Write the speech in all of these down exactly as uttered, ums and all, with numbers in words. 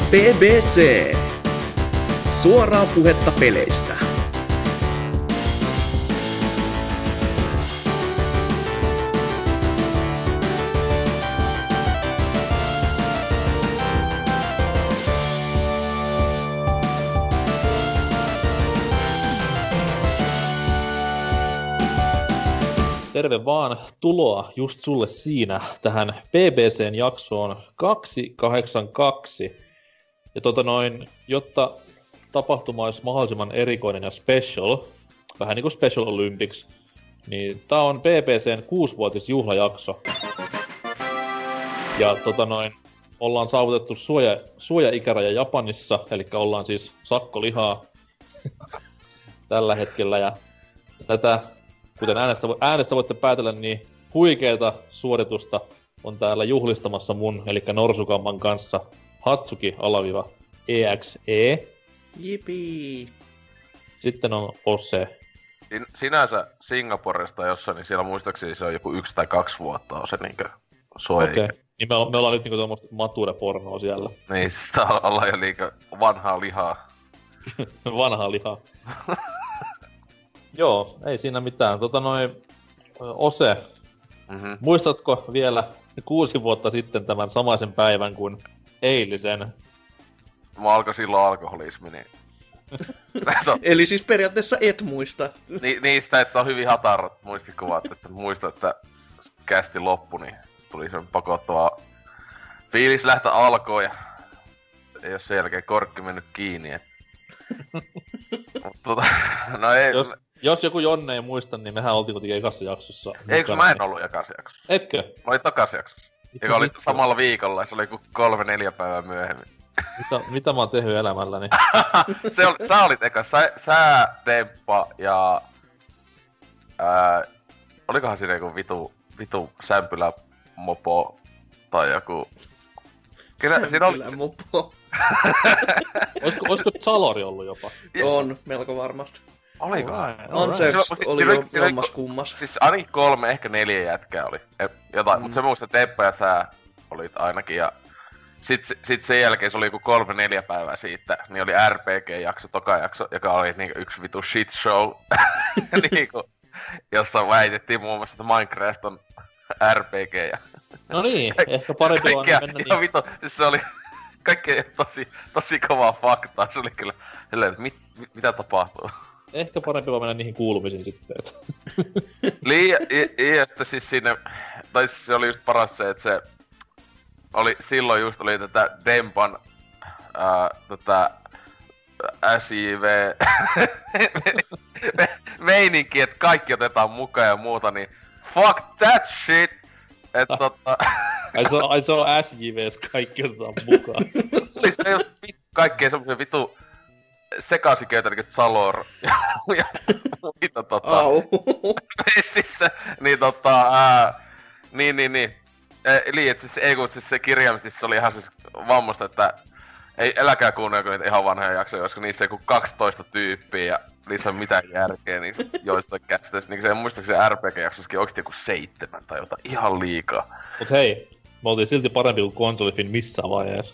P B C. Suoraa puhetta peleistä. Terve vaan, tuloa just sulle siinä tähän B B C:n jaksoon kaksisataakahdeksankymmentäkaksi. Ja tota noin, jotta tapahtuma olisi mahdollisimman erikoinen ja special, vähän niinku Special Olympics, niin tää on B B C:n kuusivuotisjuhlajakso. Ja tota noin, ollaan saavutettu suoja, suojaikäraja Japanissa, eli ollaan siis sakkolihaa tällä hetkellä, ja tätä, kuten äänestä, äänestä voitte päätellä, niin huikeeta suoritusta on täällä juhlistamassa mun, eli Norsukamman kanssa Hatsuki alaviva E X E. Jipii. Sitten on Ose. Sin- sinänsä Singaporesta jossain, niin siellä muistaakseni se on joku yksi tai kaksi vuotta on se niinkö suoja. Okei. Okay. Niin me, olla, me ollaan nyt niinku tuommoista mature-pornoa siellä. Niin, sitä ollaan jo liikaa vanhaa lihaa. Vanhaa lihaa. Joo, ei siinä mitään. Tota noin, Ose, mm-hmm. muistatko vielä kuusi vuotta sitten tämän samaisen päivän kuin eilisen? Mä alkoi silloin alkoholismi, niin... Eli siis periaatteessa et muista. Ni, niistä, että on hyvin hatarat muistikuvat, että muista, että kästi loppu, niin tuli sen pakottava fiilis lähtö alkoon ja ei oo sen jälkeen korkki mennyt kiinni. Et... Mut, tota, no ei... Jos... Jos joku Jonne ei muista, niin mehän oltiin kuitenkin ekassa jaksossa. Eikö mä en ollut ekassa jaksossa? Etkö? Mä olin takassa jaksossa. Joka oli samalla viikolla, ja se oli joku kolme neljä päivää myöhemmin. Mitä, mitä mä oon tehnyt elämälläni? se oli, sä olit eka, sä, sä Demppa ja... Ää, olikohan siinä joku vitu, vitu sämpylä mopo tai joku... Kenä, siinä oli... mopo. olisiko, olisiko Zalori ollut jopa? On, melko varmasti. Oliko? On se, oli jo jommas kummas. Siis ainakin kolme, ehkä neljä jätkää oli. Jotain, mm. mut se muista, että Teppa ja sä olit ainakin. Ja sit, sit sen jälkeen se oli joku kolme neljä päivää siitä, niin oli R P G-jakso, toka jakso, joka oli niinku yksi vitu shit show. niinku, jossa väitettiin muun muassa, että Minecraft on R P G. Ja... No niin, ehkä parempi on mennä niin. Vitu, siis se oli kaikkea tosi, tosi kovaa faktaa. Se oli kyllä, että mit, mit, mitä tapahtuu? Ehkä parempi vaan mennä niihin kuulumisiin sitten, et. Liian, ja sitten siis sinne, tai siis se oli just paras se, että se oli, silloin just oli tätä Dempan, ää, tätä S J V meininki, että kaikki otetaan mukaan ja muuta, niin fuck that shit! Et ah. tota... ai, se on, ai se on S J V:s, kaikki otetaan mukaan. Siis se ei oo kaikkea semmosia vitu sekasiköitä niinku Zalor ja, ja mitä tota... Au. siis se, niin tota, ää, niin niin niin. Eli et siis ei kun siis se kirjaimisesti se oli ihan siis vammosta, että ei äläkää kuunnelko niitä ihan vanhoja jaksoja, koska niissä ei kun kaksitoista tyyppiä ja niissä on mitään järkeä niissä joistain käsitöissä. Niin se muistaakseni R P G-jaksossakin oikeesti joku seitsemän tai jotain ihan liikaa. Mut hei, me oltiin silti parempi kuin konsolifin missään vaiheessa.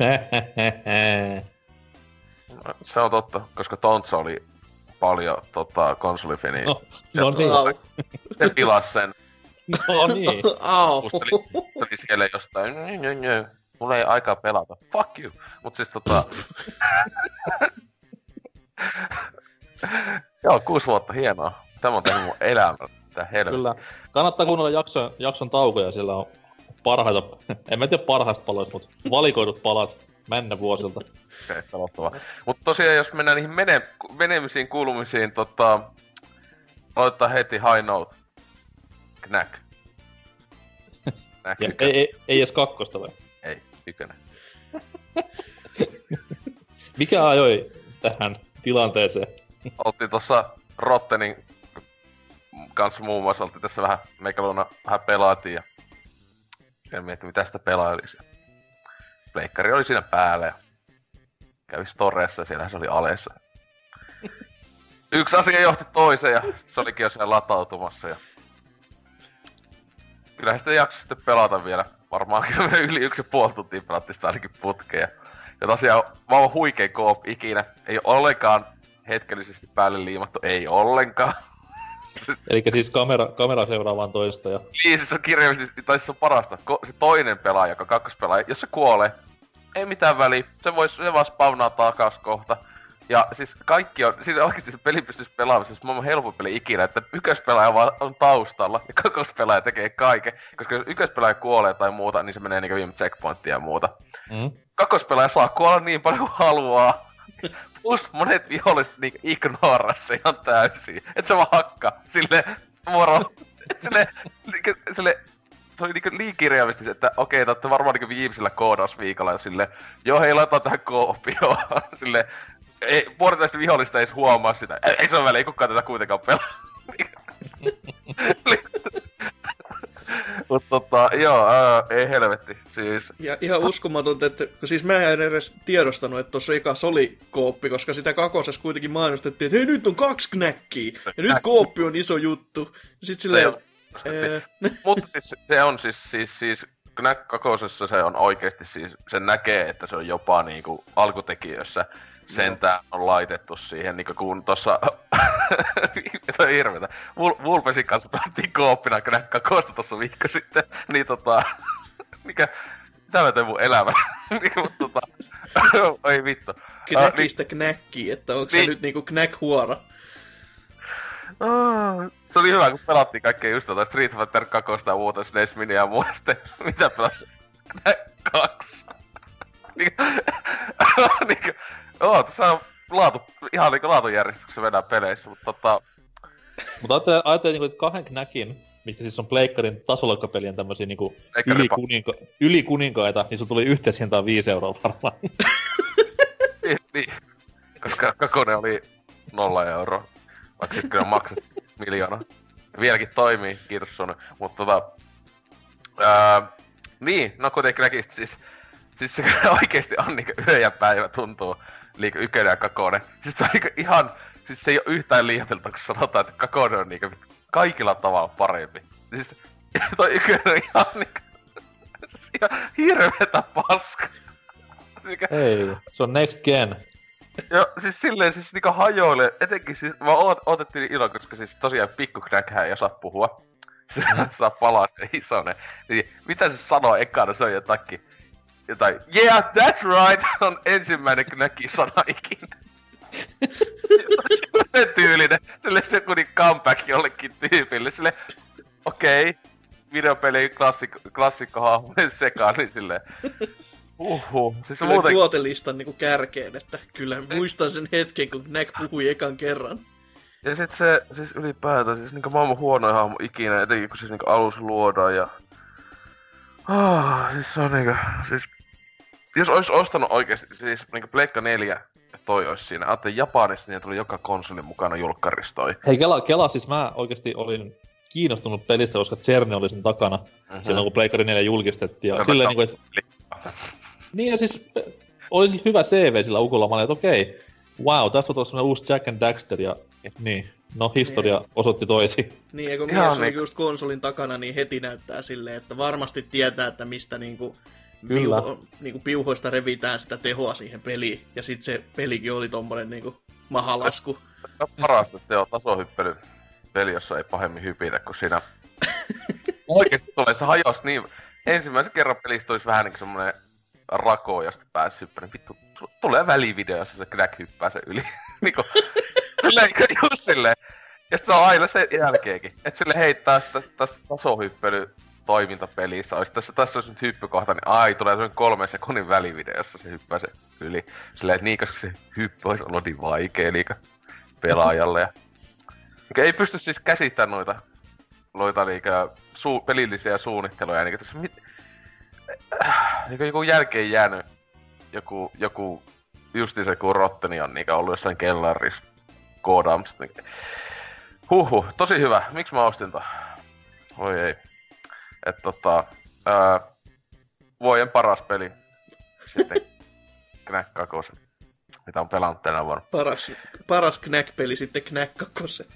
Se on totta, koska Tontsa oli paljon tota, konsolifiniä. No, no niin. Se pilasi sen. No niin. Au. Tuli siellä jostain, mulla ei aikaa pelata. Fuck you. Mut siis tota... Joo, kuusi vuotta, hienoa. Tämä on tehnyt mun elämä. Tää helvetti. Kyllä. Kannattaa kuunnella jakson, jakson taukoja, siellä on parhaita, en mä tiedä parhaista paloista, mutta valikoidut palat mennä vuosilta. Okei, okay, mut tosiaan, jos mennään niihin mene, menemisiin, kuulumisiin, tota... Aloittaa heti high note. Knack. Ja, ei, ei, ei edes kakkosta vai? Ei, ykkönen. Mikä ajoi tähän tilanteeseen? Oltiin tossa Rottenin kanssa muun muassa, oltiin tässä vähän, meikäluona vähän pelaatiin ja... Ja miettii mitä sitä pelailisi. Pleikkari oli siinä päällä ja... Kävi Storessa ja siellähän se oli alessa. Yksi asia johti toiseen ja se olikin jo siellä latautumassa ja... Kyllähän sitä jakso sitten pelata vielä. Varmaan yli yksi ja puoli tuntia pelattiin sitä ainakin putkeen. Ja tosiaan maailman huikein koop ikinä. Ei ole ollenkaan hetkellisesti päälle liimattu, ei ollenkaan. Elikkä siis kamera, kamera seuraa vaan toista ja... Niin, siis on kirjaimisesti, tai se on parasta. Ko- se toinen pelaaja, joka kakkospelaaja, jos se kuolee, ei mitään väliä. Se vois, se vaan spawnaa takas kohta. Ja siis kaikki on, siis oikeesti se peli pystyisi pelaamaan, siis maailman helpoin peli ikinä, että ykköspelaaja vaan on taustalla ja kakkospelaaja tekee kaiken. Koska jos ykköspelaaja kuolee tai muuta, niin se menee niinku viime checkpointtiin ja muuta. Mm. Kakkospelaaja saa kuolla niin paljon kuin haluaa. Plus monet viholliset niinku ignoraa se ihan täysin. Et se vaan hakkaa sille moro. Sille, sille, se oli niinku niin kirjaimisesti, että okei, te ootte varmaan niinku viimeisellä koodausviikolla ja sille, joo hei, laitetaan tähän koopioon. Sille, ei, puolet näistä vihollista ei edes huomaa sitä. Ei, ei se ole väliä, ei kukaan tätä kuitenkaan pelaa. Mut tota, joo, ää, ei helvetti, siis... Ja ihan uskomatonta, että... Siis mä en edes tiedostanut, että tossa ekas oli kooppi, koska sitä kakosessa kuitenkin mainostettiin, että hei, nyt on kaksi knäkkiä, ja nyt kooppi on iso juttu. Ja sit silleen... Mutta siis, se on siis, siis, siis Knack kakosessa se on oikeesti siis, sen näkee, että se on jopa niinku alkutekijöissä sentään on laitettu siihen, niinku kun tossa, mitä hirveetä, Vulpesin kanssa tahtiin kooppina Knack kakosta tossa viikko sitten, niin tota, mikä, mitä mä tein mun elämä, niinku tota, oi vittu. Knackista knäkkiä, että onko se niin, nyt niinku Knack-huora? Oh, se oli hyvä, kun pelattiin kaikkea just tota Street Fighter kaksi ja muuta, S N E S Mini ja muuta, sitten mitä pelasi? kaksi. Niinku, niinku, oo, tässä on laatu, ihan niinku laatujärjestyksessä mennään peleissä, mutta tota... Mutta ajattelee, ajattelee niinku, että kahden Knackin, mitkä siis on pleikkarin tasoloikkapelien tämmösiä niinku ylikuninka, ylikuninkaita, niin se tuli yhteishintaan viisi euroa varmaan. niin, niin, koska kakonen oli nolla euroa. Vaikka sit kyllä maksat miljoona. Vieläkin toimii, kiitos sun. Mutta tota... Ää, niin, no kuitenkin Knackista siis... Siis se oikeesti on niinku yö ja päivä tuntuu liiku ykönen ja kakonen. Siis se on niinku ihan... Siis se ei oo yhtään liioitelta, kun sanotaan, että kakonen on niinku kaikilla tavalla parempi. Siis toi ykönen on ihan niinku... Siis ihan hirveetä paska. Mikä... Ei, se on next gen. Joo, siis silleen siis niinku hajoilee, etenkin siis, mä oot, otettiin ilo, koska siis tosiaan pikku Knackhän ei osaa puhua. Se saa palaa se isonen. Niin mitä se sanoo ekana, se on jotakin, jotain, yeah, that's right, on ensimmäinen Knackin sana ikinä. Se tyylinen, silleen se kun comeback jollekin tyypille, silleen, okei, okay, videopeli klassik, klassikkohahmojen sekaan, niin silleen, uhuh. Siis kyllä muuten... tuotelistan niinku kärkeen, että kyllä muistan sen hetken, kun Knack puhui ekan kerran. Ja sit se, siis ylipäätään, siis niinku maailman huonoin hahmo ikinä, etenkin kun siis niinku alus luodaan ja... Oh, siis se on niinku, siis... Jos ois ostanut oikeesti, siis niinku Pleikka neljä toi ois siinä. Ajattelin Japanissa, niin tuli joka konsolin mukana julkkaris toi. Hei Kela, Kela, siis mä oikeesti olin kiinnostunut pelistä, koska Czerny oli sen takana. Mm-hmm. Silloin kun Pleikkari neljä julkistettiin. Ja silleen niinku, et... Niin ja siis olisi hyvä C V sillä ukolla. Mä olin, että okei, wow, tästä on tuossa semmonen uusi Jack and Daxter ja niin. No, historia niin. Osoitti toisi. Niin, ja kun mies on niin. Just konsolin takana, niin heti näyttää silleen, että varmasti tietää, että mistä niinku, piuho, niinku piuhoista revitään sitä tehoa siihen peliin. Ja sit se pelikin oli tommonen niinku mahalasku. Parasta, että se on tasohyppely peli, jossa ei pahemmin hypitä, kun siinä oikeesti tulee, se hajos niin... Ensimmäisen kerran pelistä olisi vähän niinku semmonen rako, josta pääsi hyppäneen. Vittu, tulee välivideo, jossa se Knack hyppää sen yli. Niinku, silleen, just silleen. Ja se on aina sen jälkeenkin. Et sille heittää sitä tästä tasohyppely toimintapelissä. Ois tässä, tässä olisi nyt hyppykohta, niin ai, tulee semmonen kolmen sekunnin välivideo, jossa se hyppää sen yli. Silleen, että niin, koska se hyppy olisi ollut niin vaikea liikaa pelaajalle. Ja... Mikä ei pysty siis käsittämään noita, noita liikaa suu, pelillisiä suunnitteluja. Niin tässä mit... Niin joku jälkeen jäänyt joku, joku justi se kun Rotteni on niin ollut jossain kellarissa koodaamassa. Niin... Huhhuh, tosi hyvä. Miks mä ostin ton? Voi ei. Et tota... Ää, vuoden paras peli. Sitten Knack kaksi. Mitä on pelannut tänä vuonna. Paras, paras Knack-peli sitten Knack kaksi.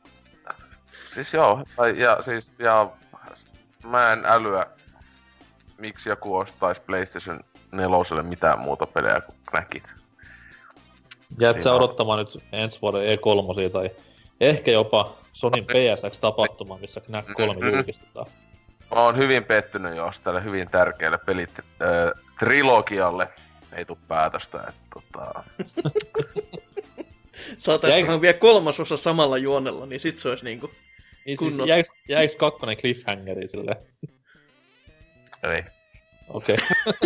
Siis joo, ja siis, ja mä en älyä miksi joku ostaisi PlayStation neloselle mitään muuta pelejä kuin Knackit. Jäät sä odottamaan nyt ensi vuoden E kolme tai ehkä jopa Sonyn P S X-tapahtuma, missä Knack kolme mm-hmm. julkistetaan. Mä oon hyvin pettynyt jos tälle hyvin tärkeälle pelit äh, trilogialle ei tuu päätöstä, että tota... Saataiskohan Jäiks... vielä kolmasosa samalla juonella, niin sit se ois niinku niin kunnon... Siis jäiks, jäiks kakkonen cliffhangeri silleen? Ei. Okei.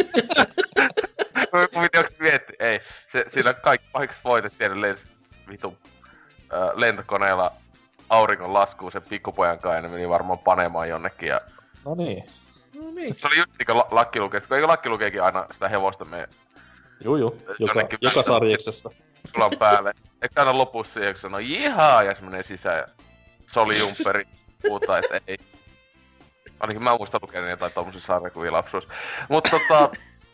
Okay. Kuvitioks mietti? Ei. Se, siinä kaikki pahikset voitet tiedä lens vitun äh, lentokoneella auringon laskuun sen pikkupojan kai, ja ne meni varmaan panemaan jonnekin ja... No niin. No niin. Se oli just niinku la- lakkilukeesta, kun eikö lakkilukeekin aina sitä hevosta mene... Juu juu, joka, joka sarjeksesta. Sulan päälle. Eikö aina lopussa siihen, kun sanoo jihaa, ja se menee sisään ja solijumpperi puhutaan, että ei. Ainakin mä muistan lukeneen jotain tommosia sarjakuvia lapsuudessa. Mut tota...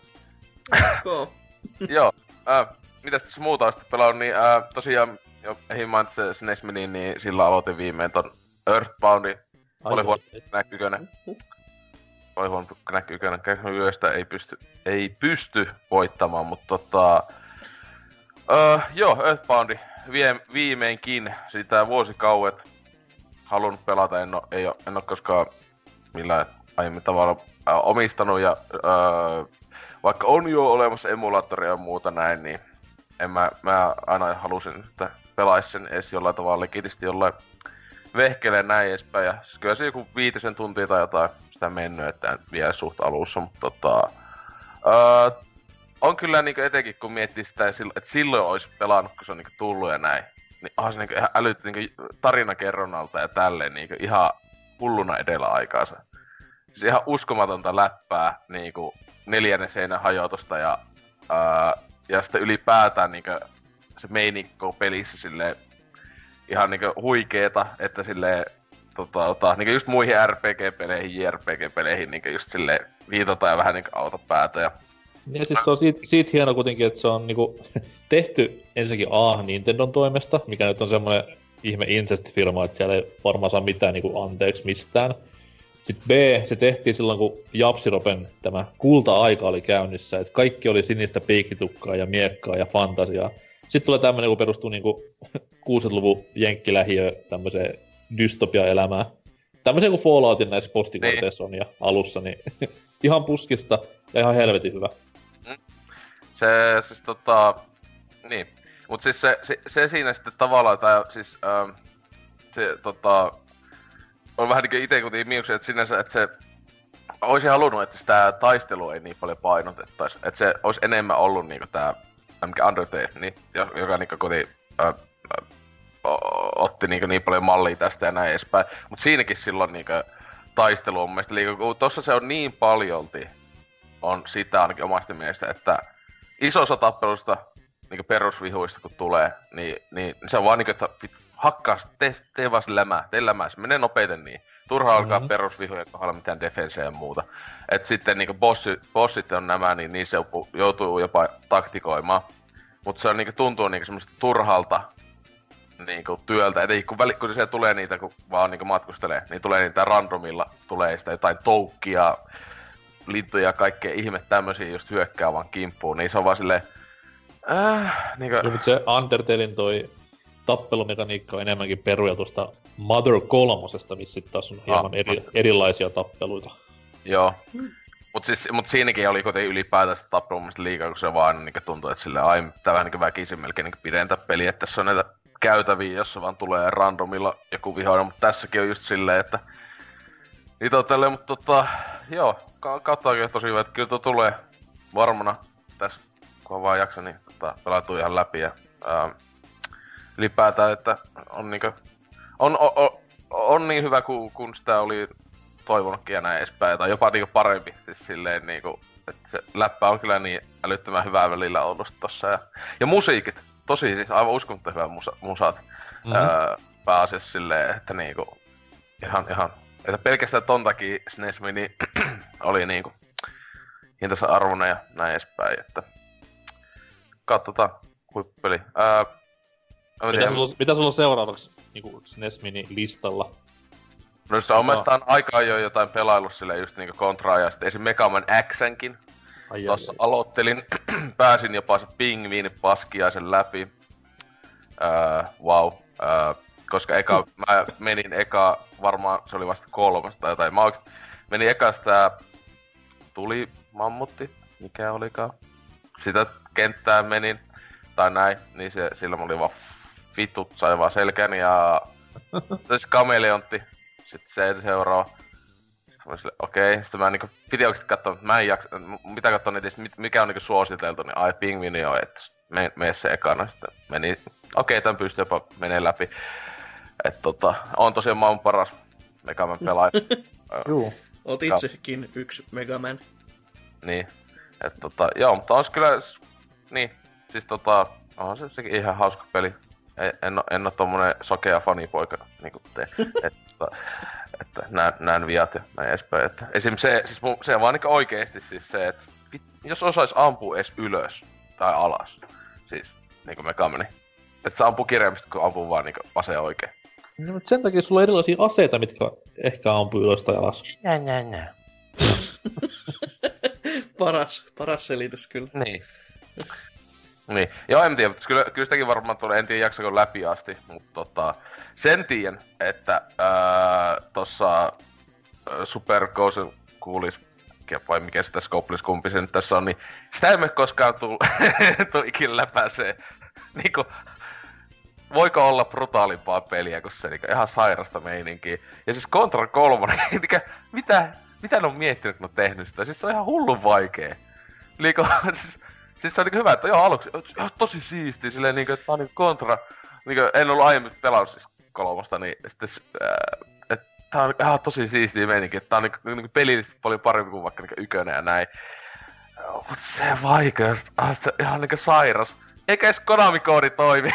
Go. Joo. Äh, mitäs tässä muuta on sitten pelannut, niin äh, tosiaan, jo ehin mainitsi se S N E S Mini, niin sillä aloitin viimein ton Earthboundin. Oli huono Knack ykönen. Oli huono Knack ykönen. Yöstä ei pysty, ei pysty voittamaan, mutta tota... Öö, joo, Earthboundi vie, viimeinkin sitä vuosikauet halunnut pelata, en oo, ei oo, en oo koskaan millään aiemmin tavalla äh, omistanut ja öö, vaikka on jo olemassa emulaattoria ja muuta näin, niin en mä, mä aina halusin, että pelais sen edes jollain tavalla legitisti jollain vehkeleen näin edespäin ja kyllä se joku viitisen tuntia tai jotain sitä mennyt, että vielä suht alussa, mutta tota... Öö, on kyllä niinku etenkin kun miettii sitä, että silloin olisi pelannut, kun se on niinku tullut ja näin. Niin onhan se niinku ihan älyt niinku tarinakerronnalta ja tälleen niinku ihan hulluna edellä aikaansa. Siis ihan uskomatonta läppää niinku neljännen seinän hajotusta ja ää, ja sitten ylipäätään niinku se meinikko pelissä silleen ihan niinku huikeeta, että silleen tota, tota niinku just muihin R P G-peleihin, J R P G-peleihin niinku just silleen viitataan ja vähän niinku auta päätä ja ja siis se on siitä, siitä hieno kuitenkin, että se on niinku tehty ensinnäkin A Nintendon toimesta, mikä nyt on semmoinen ihme incest-firma, että siellä ei varmaan saa mitään niinku anteeksi mistään. Sitten B, se tehtiin silloin, kun Japsiropen tämä kulta-aika oli käynnissä, että kaikki oli sinistä piikkitukkaa ja miekkaa ja fantasiaa. Sitten tulee tämmönen, kun perustuu niinku kuusikymmentäluvun jenkkilähiö tämmöiseen dystopia-elämään. Tämmöiseen kuin Falloutin näissä postikorteissa on ja alussa, niin ihan puskista ja ihan helvetin hyvä. Se siis tota... Niin. Mut siis se, se, se siinä sitten tavallaan, tai siis... Ähm, se tota... On vähän niinkö ite kuitenkin miuksia, että sinänsä, että se... Oisin halunnut, että sitä taistelua ei niin paljon painotettais. Että se olisi enemmän ollut niinku tää... Mikä Undertale, niin, joka niinku kuitenkin... Äh, otti niinku niin paljon mallia tästä ja näin edespäin. Mut siinäkin silloin niinku... Taistelu on mun mielestä liikaa, kun tossa se on niin paljolti... On sitä ainakin omasta mielestä, että... Isossa tappelusta, niinku perusvihuista kun tulee, niin, niin se on vaan niinku, että hakkaa, tee, tee vaan se lämää, tee lämää, se menee nopeiten niin. Turha mm-hmm. alkaa perusvihujen kohdalla mitään defenseä ja muuta. Et sitten niinku bossi, bossit on nämä, niin niissä joutuu jopa taktikoimaan. Mut se on niinku, tuntuu niinku semmoista turhalta niinku työltä, etenkin kun, väli, kun se tulee niitä, kun vaan niinku matkustelee, niin tulee niitä randomilla, tulee sitä jotain toukkia, lintuja ja kaikkea ihme tämmösiä just hyökkää vaan kimppuun, niin se on vaan silleen... Äh, niinkö... Joo, mutta se Undertalein toi tappelumekaniikka on enemmänkin peruja tuosta Mother kolmosesta, missä sit taas on hieman ah, eri, erilaisia tappeluita. Joo. Hmm. Mut siis, mut siinäkin oli kuitenkin ylipäätään sitä tappelu mun liikaa, kun se vaan niinkö tuntuu, että silleen ai, tää vähän niinkö väkisin melkein niinkö pidentää peliä, että tässä on näitä käytäviä, jossa vaan tulee randomilla joku vihoinen, mutta tässäkin on just silleen, että... Niitä on tälleen, mutta tota... Joo, kautta oikein tosi hyvä, että kyllä tuo tulee varmana tässä, kun vaan jaksa, niin tota, pelatuu ihan läpi ja ää, ylipäätään, että on niinkö, on, on, on, on niin hyvä kuin kun sitä oli toivonutkin ja näin edespäin, tai jopa niinkö parempi, siis silleen niinku, että se läppä on kyllä niin älyttömän hyvää välillä ollut tossa ja, ja musiikit, tosi siis aivan uskomatta hyvää musa, musat, mm-hmm. ää, pääasiassa silleen, että niinku, ihan, ihan että pelkästään ton takia S N E S Mini oli niinku hintansa arvoinen ja näin edespäin, että katsotaan huippupeli. Ää, mitä, sulla, mitä sulla on seuraavaksi niinku S N E S Mini listalla? Ää, Mitä sulla, mitä sulla seuraavaksi niinku S N E S Mini listalla? Ää, Mitä sulla seuraavaksi niinku S N E S Mini listalla? No se on mielestäni aika ajoin jotain pelaillut silleen just niinku Contraa ja sitten esim. Mega Man X:nkin. Tossa ai, aloittelin, pääsin jopa se pingviini paskiaisen läpi. Öö, wow. Öö, koska eka, mä menin eka, varmaan se oli vasta kolmas tai jotain. Mä oikeesti menin eka sitä tuli mammutti, mikä olikaan. Sitä kenttään menin, tai näin, niin se, sillä mulla oli vaan vitut, sai vaan selkäni ja se kameleontti. Sitten se seuraava. Okei, okay. Sitten mä niinku piti oikeesti katsoa, että mä en jaksa, mitä katsoa niitä, mikä on niinku suositeltu, niin ai pingviini on, että me, mene se ekana. Sitten meni, okei, okay, tän pystyy jopa menee läpi. Et tota, on tosiaan maailman paras Mega Man pelaaja. Juu. Oot itsekin yksi Mega Man. Niin, et tota, joo, mutta ons kyllä, niin, siis tota, onhan se sekin ihan hauska peli. En, en, oo, en oo tommonen sokea fanipoika niinku te. Et, tota, että näen, näen viat ja näin edespäin. Että esim. Se, siis mun, se on vaan niinku oikeesti siis se, että jos osais ampua edes ylös tai alas, siis niinku Mega Mani. Että se ampuu kirjaimista, kun ampuu vaan niinku aseen oikein. No, mutta sen takia sulla on erilaisia aseita, mitkä ehkä ampuu ylös tai alas. Nää, nää, nää. paras, paras selitys kyllä. Niin. Niin. Joo, en tiedä, mutta kyllä, kyllä sitäkin varmaan tulee, en tiedä jaksako läpi asti, mutta tota, sen tiedän, että ää, tossa Super Ghost kuulis, vai mikä sitä Scopeless kumpi se nyt tässä on, niin sitä ei me koskaan tuu, tuu ikinä läpäisee. Niinku, voiko olla brutaalimpaa peliä, kun se niinku ihan sairasta meininkiä. Ja siis Contra kolme, mitä, mitä ne on miettinyt, kun ne on tehnyt sitä? Siis se on ihan hullun vaikee. Niinku, siis, siis se on niinku hyvä, että joo aluksi ihan tosi siistiä, silleen niinku, että tää on niinku Contra. Niinku, en ollut aiemmin pelannut siis kolmosta, niin sitten, äh, että tää on ihan tosi siistiä meininkiä, että tää on niinku, niinku pelillisesti paljon parempi kuin vaikka niinku ykönen ja näin. Mut se vaikeus, ah, sitä ihan niinku sairas. Eikä edes Konami-koodi toimi.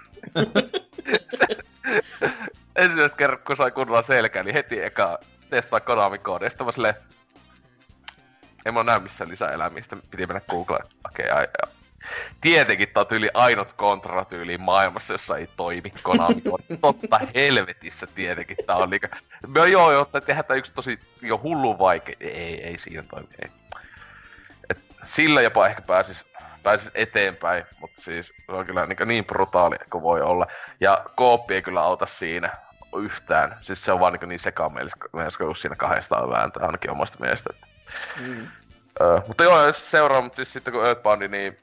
Ensimmäistä kerran, kun sai kunnolla selkää, niin heti eka testaa Konami-koodi. Ja sitten mä silleen, ei mä näy missään lisäelämiä, sitten piti mennä googleen. Okei, okay, ai, tietenkin tää on tyyli ainut Contra-tyyli maailmassa, jossa ei toimi Konami-koodi. Totta helvetissä tietenkin tää on liikaa. Me on joo, jotta tehdään tää yksi tosi jo hullun vaikea. Ei, ei siinä toimi, ei. Et sillä jopa ehkä pääsis pääsis eteenpäin, mutta siis se on kyllä niin, niin brutaali kuin voi olla. Ja kooppi ei kyllä auta siinä yhtään. Siis se on vaan niin, niin sekamielissä, kun siinä kahdestaan vääntää ainakin omasta mielestä. Mm. Öö, mutta joo, jos seuraa, mutta siis sitten kun Earthboundi, niin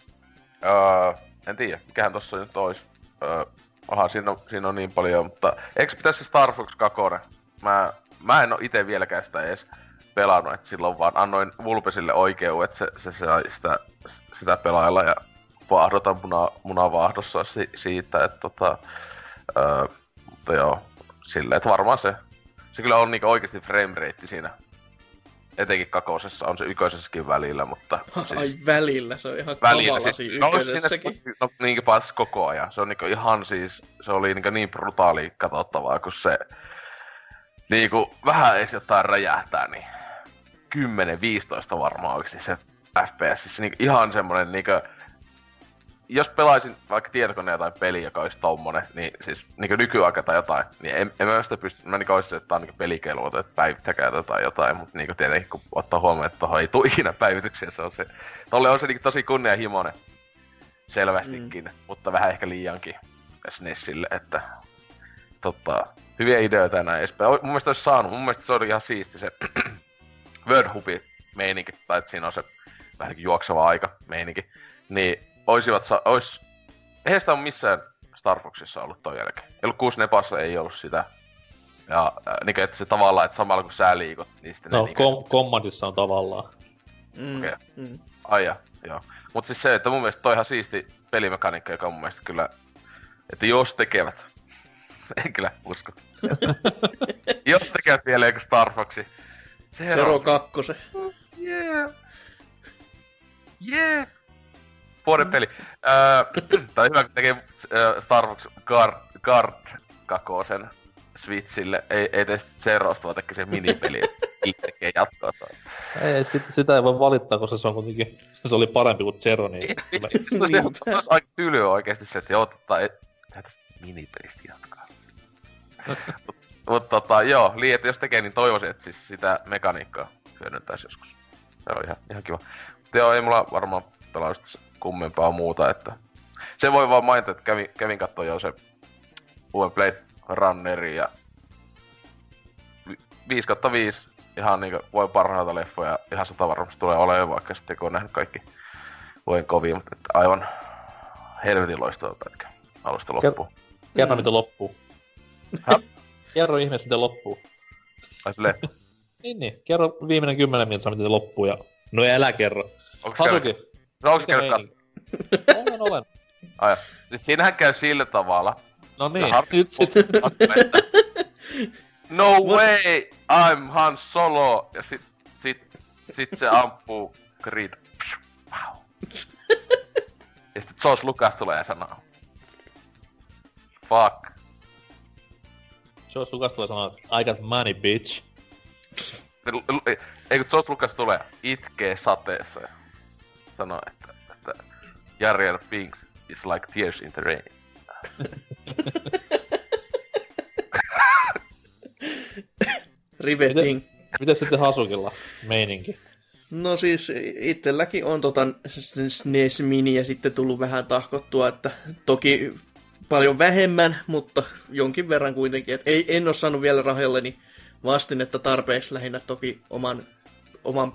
öö, en tiedä, mikähän tossa nyt ois. Öö, onhan siinä on, siinä on niin paljon, mutta eikö pitäisi se Star Fox kaksi? Mä, mä en oo ite vieläkään sitä edes pelannut, että silloin vaan annoin Vulpesille oikeu, että se, se sai sitä, sitä pelailla ja vaahdota muna, munavaahdossa si, siitä, että tota, öö, mutta joo, silleen, että varmaan se, se kyllä on niinku oikeesti framerate siinä, etenkin kakosessa, on se ykkösessäkin välillä, mutta siis, ai välillä, se on ihan välillä, kamala siis, siinä no, ykkösessäkin. No, no niinkin pääs koko ajan, se on niinku ihan siis, se oli niinku niin brutaali katsottavaa, kun se niinku vähän edes jotain räjähtää, niin kymmenen viisitoista varmaan oikeesti se F P S, siis niinku ihan semmonen niinku, jos pelaisin vaikka tietokoneen jotain peliä, joka olisi tommonen, niin siis niinku nykyaika tai jotain, niin en, en mä sitä pysty, mä niinku olisin, että tää on niinku pelikeiluota, että päivittäkää tai jotain, mutta niinku tietenkin kun ottaa huomioon, että tohon ei tuu ikinä päivityksiä, se on se, tolle on se niinku tosi kunnianhimoinen selvästikin, mm. mutta vähän ehkä liiankin SNESille, että tota, hyviä ideoita ja näin edespäin. Mun mielestä olisi saanut, mun mielestä se oli ihan siisti se Wordhubi meininki, tai että siinä on se vähän juokseva aika meininki, niin oisivat sa- ois... Eihän sitä ole missään Star Foxissa ollut toi jälkeen. Ei ollut kuusi nepassa, ei ollut sitä. Ja äh, niinkö, että se tavallaan, että samalla kun sä liikut, niin sitten no, ne niinkö... kom- Commandissa on tavallaan. Mm, Okei. Okay. mm. Ai ja, joo. Mut siis se, että mun mielestä toi ihan siisti pelimekaniikka, joka on mun mielestä kyllä... Että jos tekevät... en kyllä usko. jos tekevät vielä joku Star Foxi... Zero kakkose. Yeah. Yeah. Vuoden peli. Öö, tai hyvä, kun tekee äh, Star Fox Guard, Guard kakosen Switchille. Ei, ei tee Zerosta, vaan tekee sen minipeli. tekee jatkoa. Ei, sit, sitä ei voi valittaa, koska se on kuitenkin... Se oli parempi kuin Zero, niin... Se olisi aika tylyä oikeesti se, että joo, tota, tehdään tästä minipelistä jatkaa. Mutta tota, joo, liiet jos tekee, niin toivoisin, että siis sitä mekaniikkaa hyödyntäisi joskus. Se on ihan, ihan kiva. Mutta joo, ei mulla varmaan pelausta kummempaa muuta, että... Se voi vaan mainita, että kävin, kävin kattoo jo se uuden Blade Runnerin ja... viisi kautta viisi ihan niinku voi parhaita leffoja, ihan sata varmasti tulee olemaan, vaikka sitten kun on nähnyt kaikki voin kovia, mutta että aivan helvetin loistava pätkä alusta loppuun. Kerro miten loppuu. Häh? Kerro ihmeessä miten loppuu. Ai silleen? Niin niin, kerro viimeinen kymmenen minuuttia miten loppuu ja... No älä kerro. Onks Hasuki. Käynyt... No onks käynyt kat... Olen, olen. Ai siis siinähän käy sillä tavalla. No niin, har... nyt sit. No way, I'm Han Solo! Ja sit, sit, sit se ampuu Creed. Wow. Ja sit George Lucas tulee ja sanoo. Fuck. George Lucas tulee sanoa, I got money, bitch. Eikö George Lucas tulee itkee sateessa ja sanoo, että, että Jar Jar Binks is like tears in the rain. Riveting. Miten sitten Hasukilla meininki? No siis itselläkin on tota S N E S Miniä sitten tullut vähän tahkottua, että toki paljon vähemmän, mutta jonkin verran kuitenkin. Et ei, en ole saanut vielä rahoilleni vastinetta tarpeeksi lähinnä toki oman, oman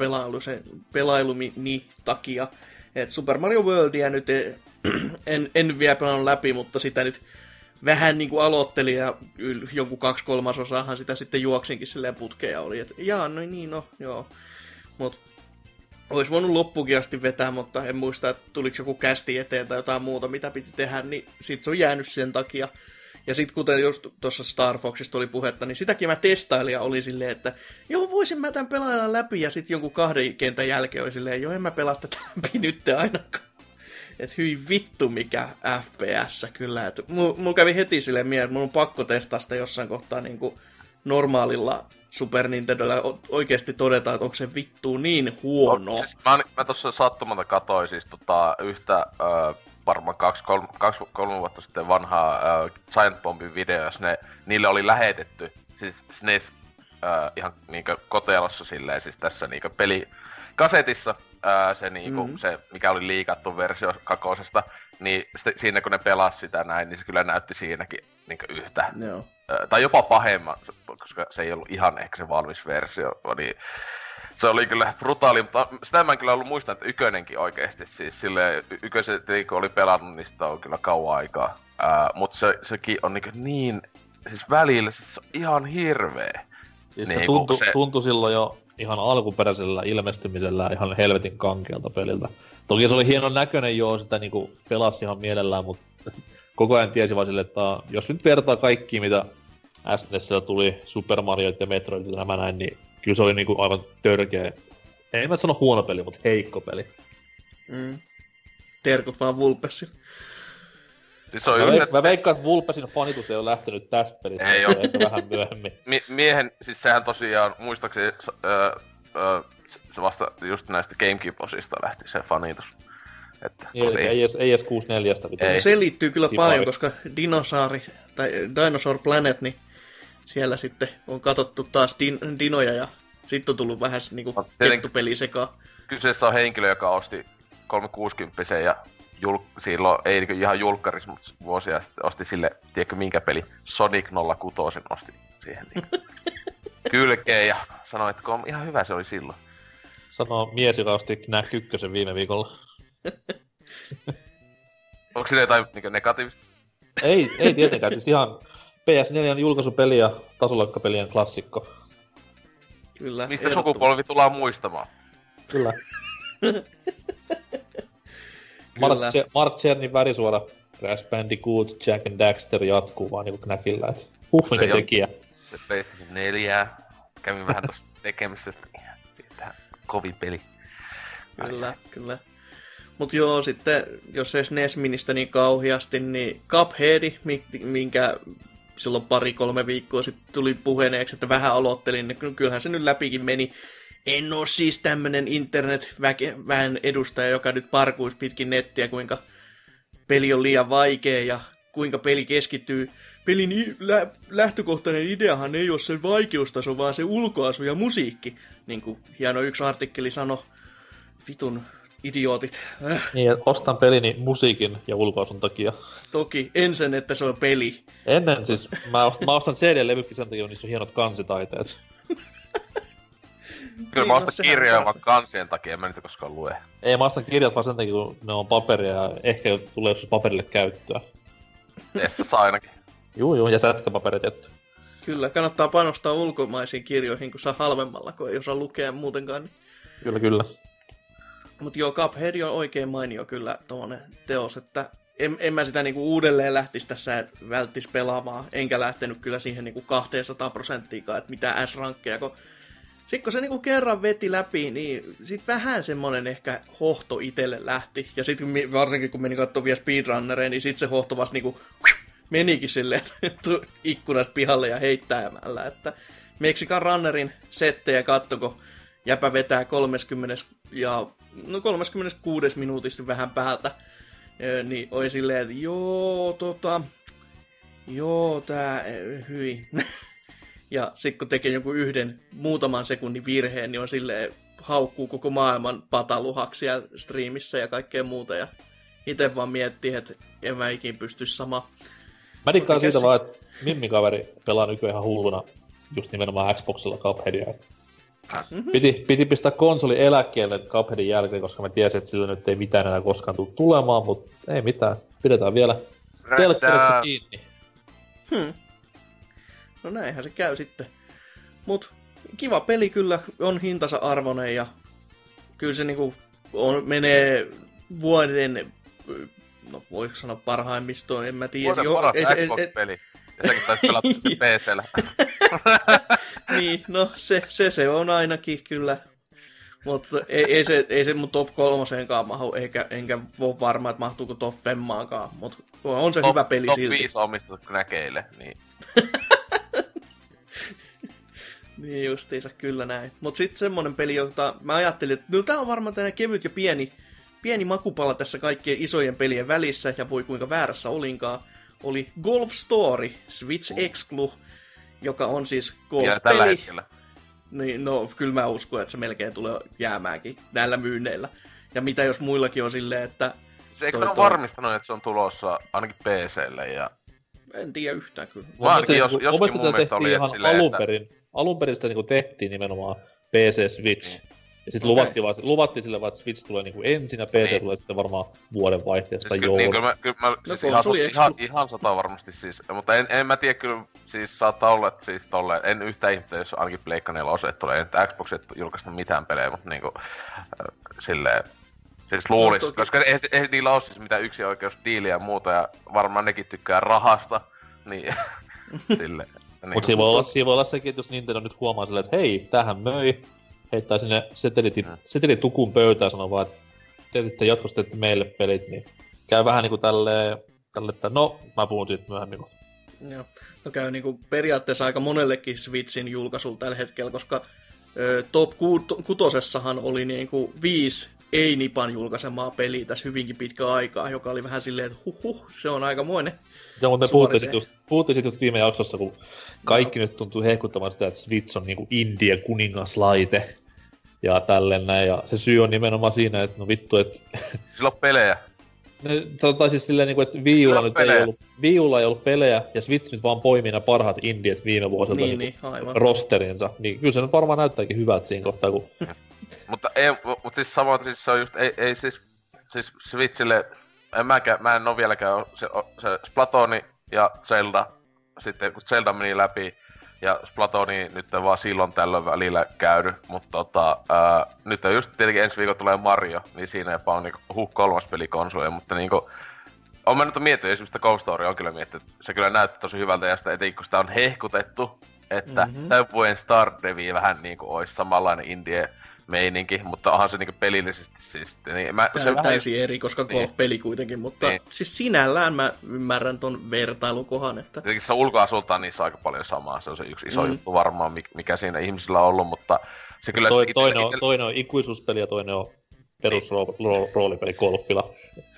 pelailuni takia. Et Super Mario Worldia nyt en, en vielä pelannut läpi, mutta sitä nyt vähän niin kuin aloittelin ja yl, jonkun kaksi kolmasosaahan sitä sitten juoksinkin silleen putkeja oli. Et jaa, no niin, no joo. Mut olisi voinut loppukin asti vetää, mutta en muista, että tuliko joku kästi eteen tai jotain muuta, mitä piti tehdä, niin sit se on jäänyt sen takia. Ja sit kuten just tuossa Star Foxista oli puhetta, niin sitäkin mä testailin ja oli silleen, että joo, voisin mä tän pelailla läpi, ja sit jonkun kahden kentän jälkeen oli silleen, joo, en mä pelaa tätä läpi nyt ainakaan. Et hyi vittu mikä F P S kyllä, että mulla mul kävi heti silleen mieleen, että mun on pakko testaa sitä jossain kohtaa niin kuin normaalilla Super Nintendolla oikeesti todetaan, että onko se vittu niin huono. No, siis mä, mä tossa sattumalta katoin siis tota yhtä äh, varmaan kaksi, kolme, kaksi, kolme vuotta sitten vanhaa äh, Giant Bombin video, jos ne, niille oli lähetetty, siis S N E S äh, ihan niinkö kotelossa silleen, siis tässä niinkö pelikasetissa äh, se niinkö, mm-hmm. se mikä oli liikattu versio kakosesta, niin sit, siinä kun ne pelasi sitä näin, niin se kyllä näytti siinäkin niinkö yhtä. No. Tai jopa pahemman, koska se ei ollut ihan ehkä se valmis versio. Niin se oli kyllä brutaali, mutta sitä mä en kyllä ollut muistan, että ykönenkin oikeesti siis silleen, yköset kun oli pelannut, niin sitä on kyllä kauan aikaa. Ää, mut se, sekin on niin, niin siis välillä siis se on ihan hirveä. Siis niin, se, tuntui, se tuntui silloin jo ihan alkuperäisellä ilmestymisellä ihan helvetin kankealta peliltä. Toki se oli hienon näköinen joo, sitä niinku pelasi ihan mielellään, mutta koko ajan tiesi vaan silleen, että jos nyt vertaa kaikki, mitä S N E S:llä tuli, Super Mario ja Metroid ja nämä näin, niin kyllä se oli niinku aivan törkeä. Ei mä sano huono peli, mutta heikko peli. Mm. Terkut vaan Vulpessin. Siis on mä, yhdet... veik- mä veikkaan, että Vulpesin fanitus ei ole lähtenyt tästä pelistä, ei ole. Ehkä vähän myöhemmin. Mi- miehen, siis sehän tosiaan, muistaakseni öö, öö, se vasta just näistä GameCube-osista lähti se fanitus. Että Niin, oli... ei, edes, ei edes kuusikymmentäneljä. Ei. Se liittyy kyllä Sipari. paljon, koska Dinosauri, tai Dinosaur Planet, niin siellä sitten on katsottu taas din- dinoja ja sitten on tullut vähän niinku No, kettupeli sekaan. Kyseessä on henkilö, joka osti kolmesataakuusikymmentä ja jul- silloin, ei niinku ihan julkkaris, mutta vuosia sitten osti sille, tiedätkö minkä peli, Sonic nolla kuusi osti siihen niin kylkeen ja sanoi, että kun ihan hyvä se oli silloin. Sanoo mies, joka osti Knack ykkösen viime viikolla. Onko sille jotain niinku negatiivista? Ei, ei tietenkään, siis ihan P S neljän julkaisupeli ja tasoloikkapelien klassikko. Kyllä, Mistä sukupolvi tullaan muistamaan? Kyllä. Mark, Ch- Mark Cernin värisuora Crash Bandicoot, Jack and Daxter jatkuu vaan niinku Knackillä, et huh, mikä Se jo- tekijä. Se PlayStation neljä. Kävin vähän tosta tekemisessä. Siitähän kovin peli. Kyllä, kyllä. Mut joo, sitten jos se S N E S Ministä niin kauheasti, niin Cuphead, minkä silloin pari-kolme viikkoa sitten tuli puheeneeksi, että vähän aloittelin, niin kyllähän se nyt läpikin meni. En oo siis tämmönen internet-vähän edustaja, joka nyt parkuisi pitkin nettiä, kuinka peli on liian vaikea ja kuinka peli keskittyy pelin i- lä- lähtökohtainen ideahan ei ole sen vaikeustaso, vaan se ulkoasu ja musiikki. Niin kuin hieno yksi artikkeli sanoi, vitun idiootit. Äh. Niin, että ostan pelini musiikin ja ulkoasun takia. Toki, en sen, että se on peli. Ennen siis, mä ostan, mä ostan C D-levykin sen takia, niissä on hienot kansitaiteet. Kyllä Niin, mä no, ostan sehän kirjoja on vaikka kansien takia, en mä niitä koskaan lue. Ei, mä ostan kirjat vaan sen takia, kun ne on paperia ja ehkä tulee joskus paperille käyttöä. Essassa ainakin. Juu, juu, ja sätkäpaperi tietty. Kyllä, kannattaa panostaa ulkomaisiin kirjoihin, kun saa halvemmalla, kun ei osaa lukea muutenkaan. Niin. Kyllä, kyllä. Mutta joo, Cuphead on oikein mainio kyllä tommonen teos, että en, en mä sitä niinku uudelleen lähtisi tässä välttis pelaamaan, enkä lähtenyt kyllä siihen niinku kaksisataa prosenttiikaan, että mitä S-rankkeja, kun sitten kun se niinku kerran veti läpi, niin sit vähän semmonen ehkä hohto itelle lähti, ja sitten varsinkin kun meni katsomaan vielä speedrunnereja, niin sit se hohto vasta niinku menikin silleen ikkunasta pihalle ja heittämällä, että Mexican Runnerin settejä kattoko jäpä vetää kolmekymmentä ja no kolmekymmentäkuusi minuutista vähän päältä, niin oli silleen, että joo, tota, joo, tää, hyi. Ja sit kun tekee jonkun yhden muutaman sekunnin virheen, niin on silleen, haukkuu koko maailman pataluhaksi siellä striimissä ja kaikkea muuta. Ja ite vaan miettii, että en mä ikin pysty sama. Mä dikkaan siitä si- vaan, että Mimmi-kaveri pelaa nykyään ihan hulluna just nimenomaan Xboxilla Cupheadia. Mm-hmm. Piti, piti pistää konsoli eläkkeelle Cupheadin jälkeen, koska mä tiesin, että sillä nyt ei mitään enää koskaan tule tulemaan, mutta ei mitään. Pidetään vielä telkkarissa kiinni. Hmm. No näinhän se käy sitten. Mut kiva peli kyllä, on hintansa arvoinen ja kyllä se niinku on, menee vuoden, no voiko sanoa parhaimmistoon, en mä tiedä. Vuoden Jo, paras ei se- Xbox-peli. Ja säkin taisi pelata sen P C:llä. Niin, no se, se, se on ainakin kyllä. Mutta ei, ei, se, ei se mun top kolmoseenkaan mahu, eikä, enkä ole varma, että mahtuuko top femmaankaan. Mutta on se top, hyvä peli top silti. Top viisi omistettu näkeille, niin. Niin justiinsa, kyllä näin. Mutta sitten semmonen peli, jota mä ajattelin, että no tää on varmaan tämmöinen kevyt ja pieni, pieni makupala tässä kaikkien isojen pelien välissä, ja voi kuinka väärässä olinkaan, oli Golf Story, Switch Exclu, joka on siis Vielä tällä golf-peli. hetkellä. Niin, no kyllä mä uskon, että se melkein tulee jäämäänkin näillä myynneillä. Ja mitä jos muillakin on silleen, että... Se eikö toi- ne ole toi- varmistanut, että se on tulossa ainakin P C:lle ja... En tiedä yhtään kyllä. Mun ainakin mielestä jos- niinku- joskin mun mielestä mun tätä mielestä tehtiin oli, ihan että silleen, alun että- perin, alun perin sitä niinku tehtiin nimenomaan P C Switch. Niin. Ja sitten Okei. luvattiin, vaan, luvattiin sille vaan, että Switch tulee niinku ensin ja P C Niin. tulee sitten varmaan vuoden vaihteesta Siis, joo. ky- niin, kyllä mä, kyllä mä No, siis ihan, konsoli ihan, exclu. ihan sata varmasti siis, mutta en, en mä tiedä kyllä, siis saattaa olla, että siis tolle, en yhtään ihmettä, jos ainakin Pleikka neljä oset tulee, että Xbox ei julkaista mitään pelejä, mutta niinku, äh, silleen, siis luulis, No, toki. koska ei, ei, niillä ole siis mitään yksioikeusdiiliä ja muuta, ja varmaan nekin tykkää rahasta, niin silleen. Niin, Mut siinä voi, olla, siinä voi olla sekin, että jos Nintendo nyt huomaa silleen, että hei, tähän möi, heittää sinne setelitin, Mm. setelitukun pöytään ja sanoo vaan, että teette jatkossa teette meille pelit, niin käy vähän niinku tälleen, tälle, että no, mä puhun siitä myöhemmin. Joo. No käy niinku periaatteessa aika monellekin Switchin julkaisulla tällä hetkellä, koska ö, top ku- kutosessahan oli niinku viisi ei-Nipan julkaisemaa peliä tässä hyvinkin pitkä aikaa, joka oli vähän silleen, että huh huh, se on aikamoinen. Joo, mutta me Suorite. puhuttiin sit, just, puhuttiin sit just viime jaksossa, kun kaikki no. nyt tuntuu hehkuttamaan sitä, että Switch on niinku Indien kuningaslaite ja tälleen näin. Ja se syy on nimenomaan siinä, että no vittu, että sillä on pelejä. ne, sanotaan siis silleen, niinku, että Wii Ulla Kyllä nyt ei pelejä. ollut, Wii Ulla ei ollut pelejä, ja Switch nyt vaan poimii nämä parhaat indiet viime vuosilta Niin, niinku niin, aivan. rosterinsa. Niin kyllä se nyt varmaan näyttääkin hyvältä siinä kohtaa, kun Mutta ei, mut siis samoin siis se on just, ei, ei siis, siis Switchille, en mäkään, mä en oo vieläkään oo- se, o- se Splatoni ja Zelda, sitten kun Zelda meni läpi, ja Splatoni nyt on vaan silloin tällöin välillä käynyt, mutta tota, ää, nyt on just tietenkin ensi viikolla tulee Mario, niin siinä jopa on niinku, huh, kolmas peli konsolia, mutta niinku, on mä nyt miettinyt, esimerkiksi sitä Ghost Story on kyllä miettinyt, että se kyllä näyttää tosi hyvältä, ja sitä etenkin kun sitä on hehkutettu, että Mhm. mm-hmm. tämän vuoden Stardevi vähän niinku ois samanlainen indie meininki, mutta onhan se niinku pelillisesti siis, niin mä, Tämä se on vähän, täysin eri, koska Niin. golf-peli kuitenkin, mutta Niin. siis sinällään mä ymmärrän ton vertailukohan, että tietenkin se ulkoasultaan niissä on aika paljon samaa, se on se yksi iso Mm. mm. juttu varmaan, mik- mikä siinä ihmisillä on ollut, mutta se kyllä toi, itsellä- toinen, on, itsellä- toinen on ikuisuuspeli ja toinen on perusroolipeli golfilla.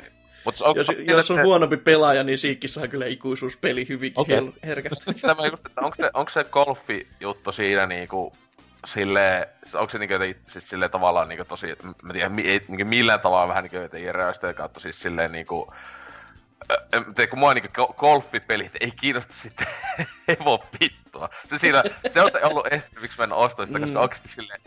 Mut on, jos, on, jos on se... huonompi pelaaja, niin siikin saa kyllä ikuisuuspeli hyvinkin okay. hel- herkästi. Tämä just, että onko se, onko se golfi-juttu siinä niinku silleen, onko se niinku jotenkin siis silleen tavallaan niinku tosi, mä tiedän, ei niinku millään tavalla vähän niinku jotenkin räysteiden kautta siis silleen niinku, äh, kun mua niinku golfipelit ei kiinnosta sitten hevon vittua. Se siinä, se on se ollut este, miksi mä en osta sitä, koska mm. oikeesti silleen,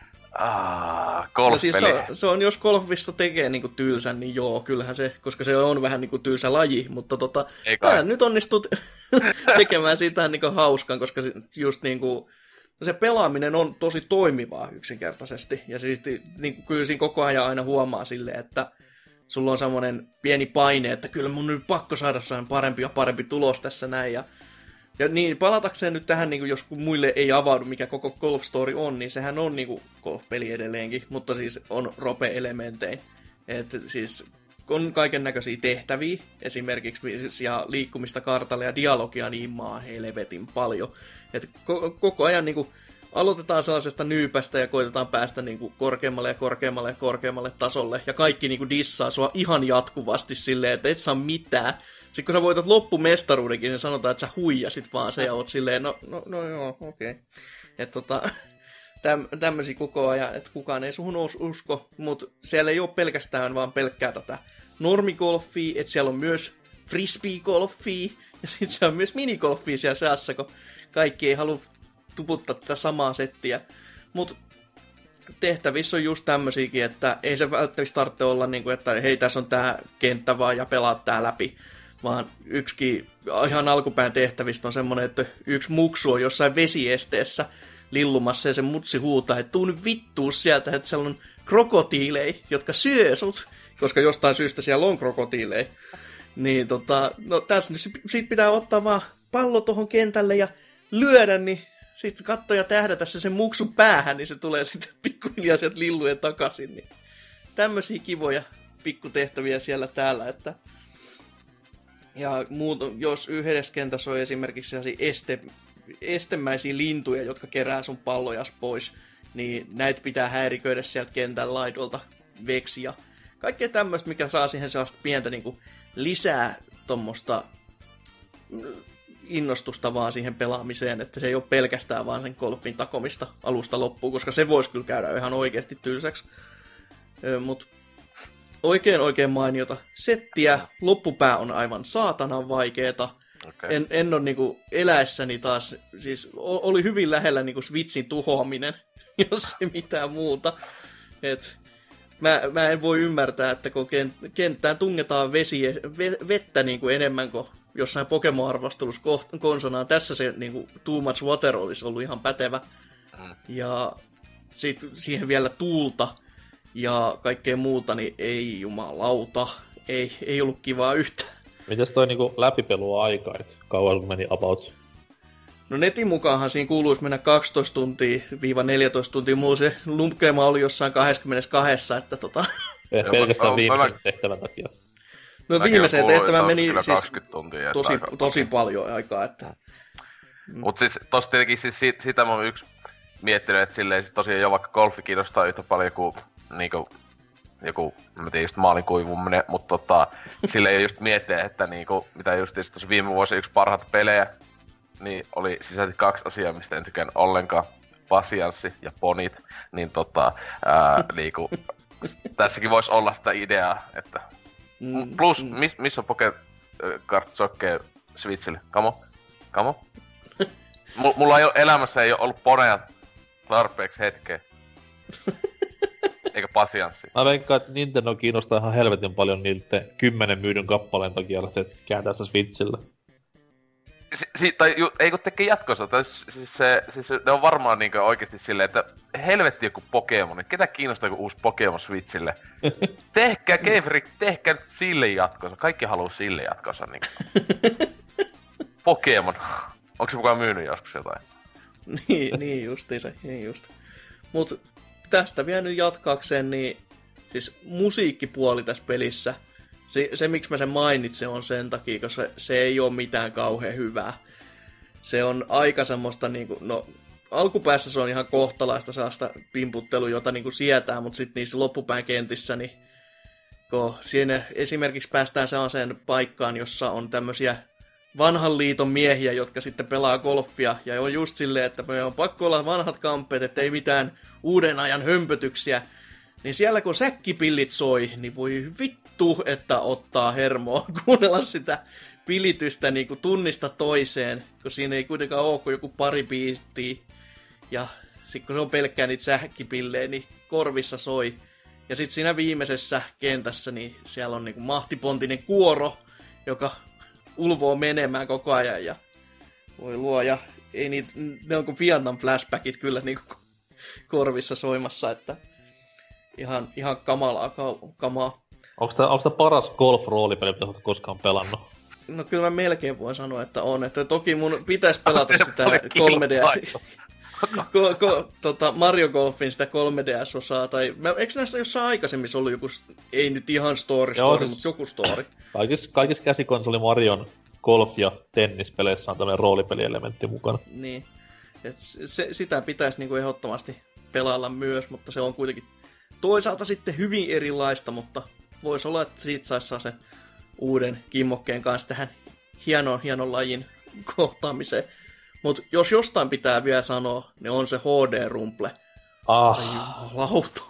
Ah, golf-peli. No siis se, on, se on, jos golfista tekee niinku tylsän, niin joo, kyllähän se, koska se on vähän niinku tylsä laji, mutta tota, tää nyt onnistut tekemään siitä niinku hauskan, koska se, just niinku, se pelaaminen on tosi toimivaa yksinkertaisesti, ja siis niinku, kyllä siinä koko ajan aina huomaa silleen, että sulla on semmoinen pieni paine, että kyllä mun nyt pakko saada parempi ja parempi tulos tässä näin, ja Ja niin, palatakseen nyt tähän, niin jos muille ei avaudu, mikä koko Golf Story on, niin sehän on niin golf-peli edelleenkin, mutta siis on rope-elementein. Että siis on kaiken näköisiä tehtäviä, esimerkiksi ja liikkumista kartalle ja dialogia niin maa helvetin paljon. Että ko- koko ajan niin kuin aloitetaan sellaisesta nyypästä ja koitetaan päästä niin kuin korkeammalle ja korkeammalle ja korkeammalle tasolle. Ja kaikki niin kuin dissaa sua ihan jatkuvasti silleen, että et saa mitään. Sitten kun sä voitat loppumestaruudenkin, niin sanotaan, että sä huijasit vaan se ja oot silleen, no, no, no joo, okei. Okay. Että tota, täm, tämmösiä koko ajan, että kukaan ei suhun usko, mutta siellä ei ole pelkästään vaan pelkkää tätä normigolfia, että siellä on myös frisbee-golfia, ja sitten siellä on myös minigolfia siellä seassa, kun kaikki ei halua tuputtaa tätä samaa settiä. Mutta tehtävissä on just tämmöisiäkin, että ei se välttämättä tarvitse olla niin kuin, että hei, tässä on tää kenttä vaan ja pelaat tää läpi. Vaan yksikin ihan alkupään tehtävistä on semmoinen, että yksi muksu on jossain vesiesteessä lillumassa ja se mutsi huutaa, että tuu nyt vittuu sieltä, että siellä on krokotiilei, jotka syö sut, koska jostain syystä siellä on krokotiilei. Niin tota, no tässä nyt siitä pitää ottaa vaan pallo tohon kentälle ja lyödä, niin sitten katso ja tähdätä se sen muksun päähän, niin se tulee sitten pikkuhiljaa sieltä lillujen takaisin. Niin tämmöisiä kivoja pikkutehtäviä siellä täällä, että ja muut, jos yhdessä kentässä on esimerkiksi este, estemäisiä lintuja, jotka kerää sun pallojas pois, niin näitä pitää häiriköidä sieltä kentän laidolta veksi ja kaikkea tämmöistä, mikä saa siihen sellaista pientä niin kuin lisää tuommoista innostusta vaan siihen pelaamiseen, että se ei ole pelkästään vaan sen golfin takomista alusta loppuun, koska se voisi kyllä käydä ihan oikeasti tylsäksi. Mutta oikein oikein mainiota settiä. Loppupää on aivan saatanan vaikeeta. Okay. En, en ole niinku eläessäni taas, siis oli hyvin lähellä niinku Switchin tuhoaminen, jos ei mitään muuta. Et mä, mä en voi ymmärtää, että kun kenttään tungetaan vesi, vettä niinku enemmän kuin jossain Pokemon-arvostelussa konsonaan. Tässä se niinku Too Much Water olisi ollut ihan pätevä. Mm. Ja sit siihen vielä tuulta ja kaikkea muuta, niin ei jumalauta. Ei, ei ollut kivaa yhtään. Mites toi niinku läpipelua aika, et kauan meni about? No netin mukaanhan siinä kuuluisi mennä kaksitoista tuntia viiva neljätoista tuntia. Mulla se lumpkeema oli jossain kaksikymmentäkaksi, että tota... Eh, pelkästään viimeisen tehtävän takia. No viimeiseen tehtävään meni siis tuntia, tosi, tosi paljon aikaa, että... Mm. Mut siis tossa tietenkin siis sitä mä oon yksi miettinyt, että silleen siis tosiaan jo vaikka golfi kiinnostaa yhtä paljon kuin niinku joku, mä tiedän, just maalin kuivuminen, mutta tota, silleen just miettiä, että niinku, mitä just tuossa viime vuosi yksi parhaat pelejä, niin oli sisälti kaksi asiaa, mistä en tykään ollenkaan, pasianssi ja ponit, niin tota, ää, niinku, tässäkin voisi olla sitä ideaa, että mm, plus, mm. Miss, missä on Pocket Card Jockey Switchille? Kamo? Kamo? M- mulla ei ole, elämässä ei ole ollut poneja tarpeeksi hetkeä. Eikä pasianssi. Mä veikkaan, että Nintendo kiinnostaa ihan helvetin paljon niiltä kymmenen myydyn kappaleen takia lähteä kääntää sitä Switchillä. Si- si- tai ju- ei kun tekee jatkossa, tai siis, se, siis ne on varmaan niinkö oikeesti silleen, että helvetti joku Pokemon, ketä kiinnostaa joku uusi Pokemon Switchille? Tehkää Game Freak, tehkää nyt sille jatkossa, kaikki haluu sille jatkossa niinku. Pokemon, onko se mukaan myynyt joskus jotain? niin, niin justiinsa, niin just. Mut tästä vielä nyt jatkaakseen, niin siis musiikkipuoli tässä pelissä, se, se miksi mä sen mainitsen on sen takia, koska se, se ei ole mitään kauhean hyvää. Se on aika semmoista niinku, no alkupäässä se on ihan kohtalaista sellaista pimputtelua, jota niinku sietää, mutta sitten niissä loppupään kentissä, niin kun siinä esimerkiksi päästään sellaiseen paikkaan, jossa on tämmöisiä vanhan liiton miehiä, jotka sitten pelaa golfia, ja on just silleen, että meillä on pakko olla vanhat kamppeet, että ei mitään uuden ajan hömpötyksiä, niin siellä kun säkkipillit soi, niin voi vittu, että ottaa hermoa kuunnella sitä pilitystä niin kuin tunnista toiseen, kun siinä ei kuitenkaan ole kuin joku pari biittiä, ja sitten kun se on pelkkää niitä säkkipillejä, niin korvissa soi. Ja sitten siinä viimeisessä kentässä, niin siellä on niinku mahtipontinen kuoro, joka ulvoo menemään koko ajan, ja voi luoja, ei niitä, ne on kuin Vietnam flashbackit kyllä niinku korvissa soimassa, että ihan, ihan kamalaa kamaa. Onko tämä paras golf-roolipeli, mitä olet koskaan pelannut? No kyllä mä melkein voin sanoa, että on. Että toki mun pitäisi pelata sitä kolme D ko, ko, tota Mario Golfin sitä kolme D S-osaa, tai mä, eikö näissä jossain aikaisemmissa ollut joku, ei nyt ihan story story, siis mutta joku story? Kaikissa, kaikissa käsikonsoli Marion golf- ja tennispeleissä on tämmöinen roolipelielementti mukana. Niin, et se, sitä pitäisi niinku ehdottomasti pelailla myös, mutta se on kuitenkin toisaalta sitten hyvin erilaista, mutta voisi olla, että siitä saisi se uuden kimmokkeen kanssa tähän hienon, hienon lajin kohtaamiseen. Mutta jos jostain pitää vielä sanoa, niin on se H D-rumple. Ah. Lauta.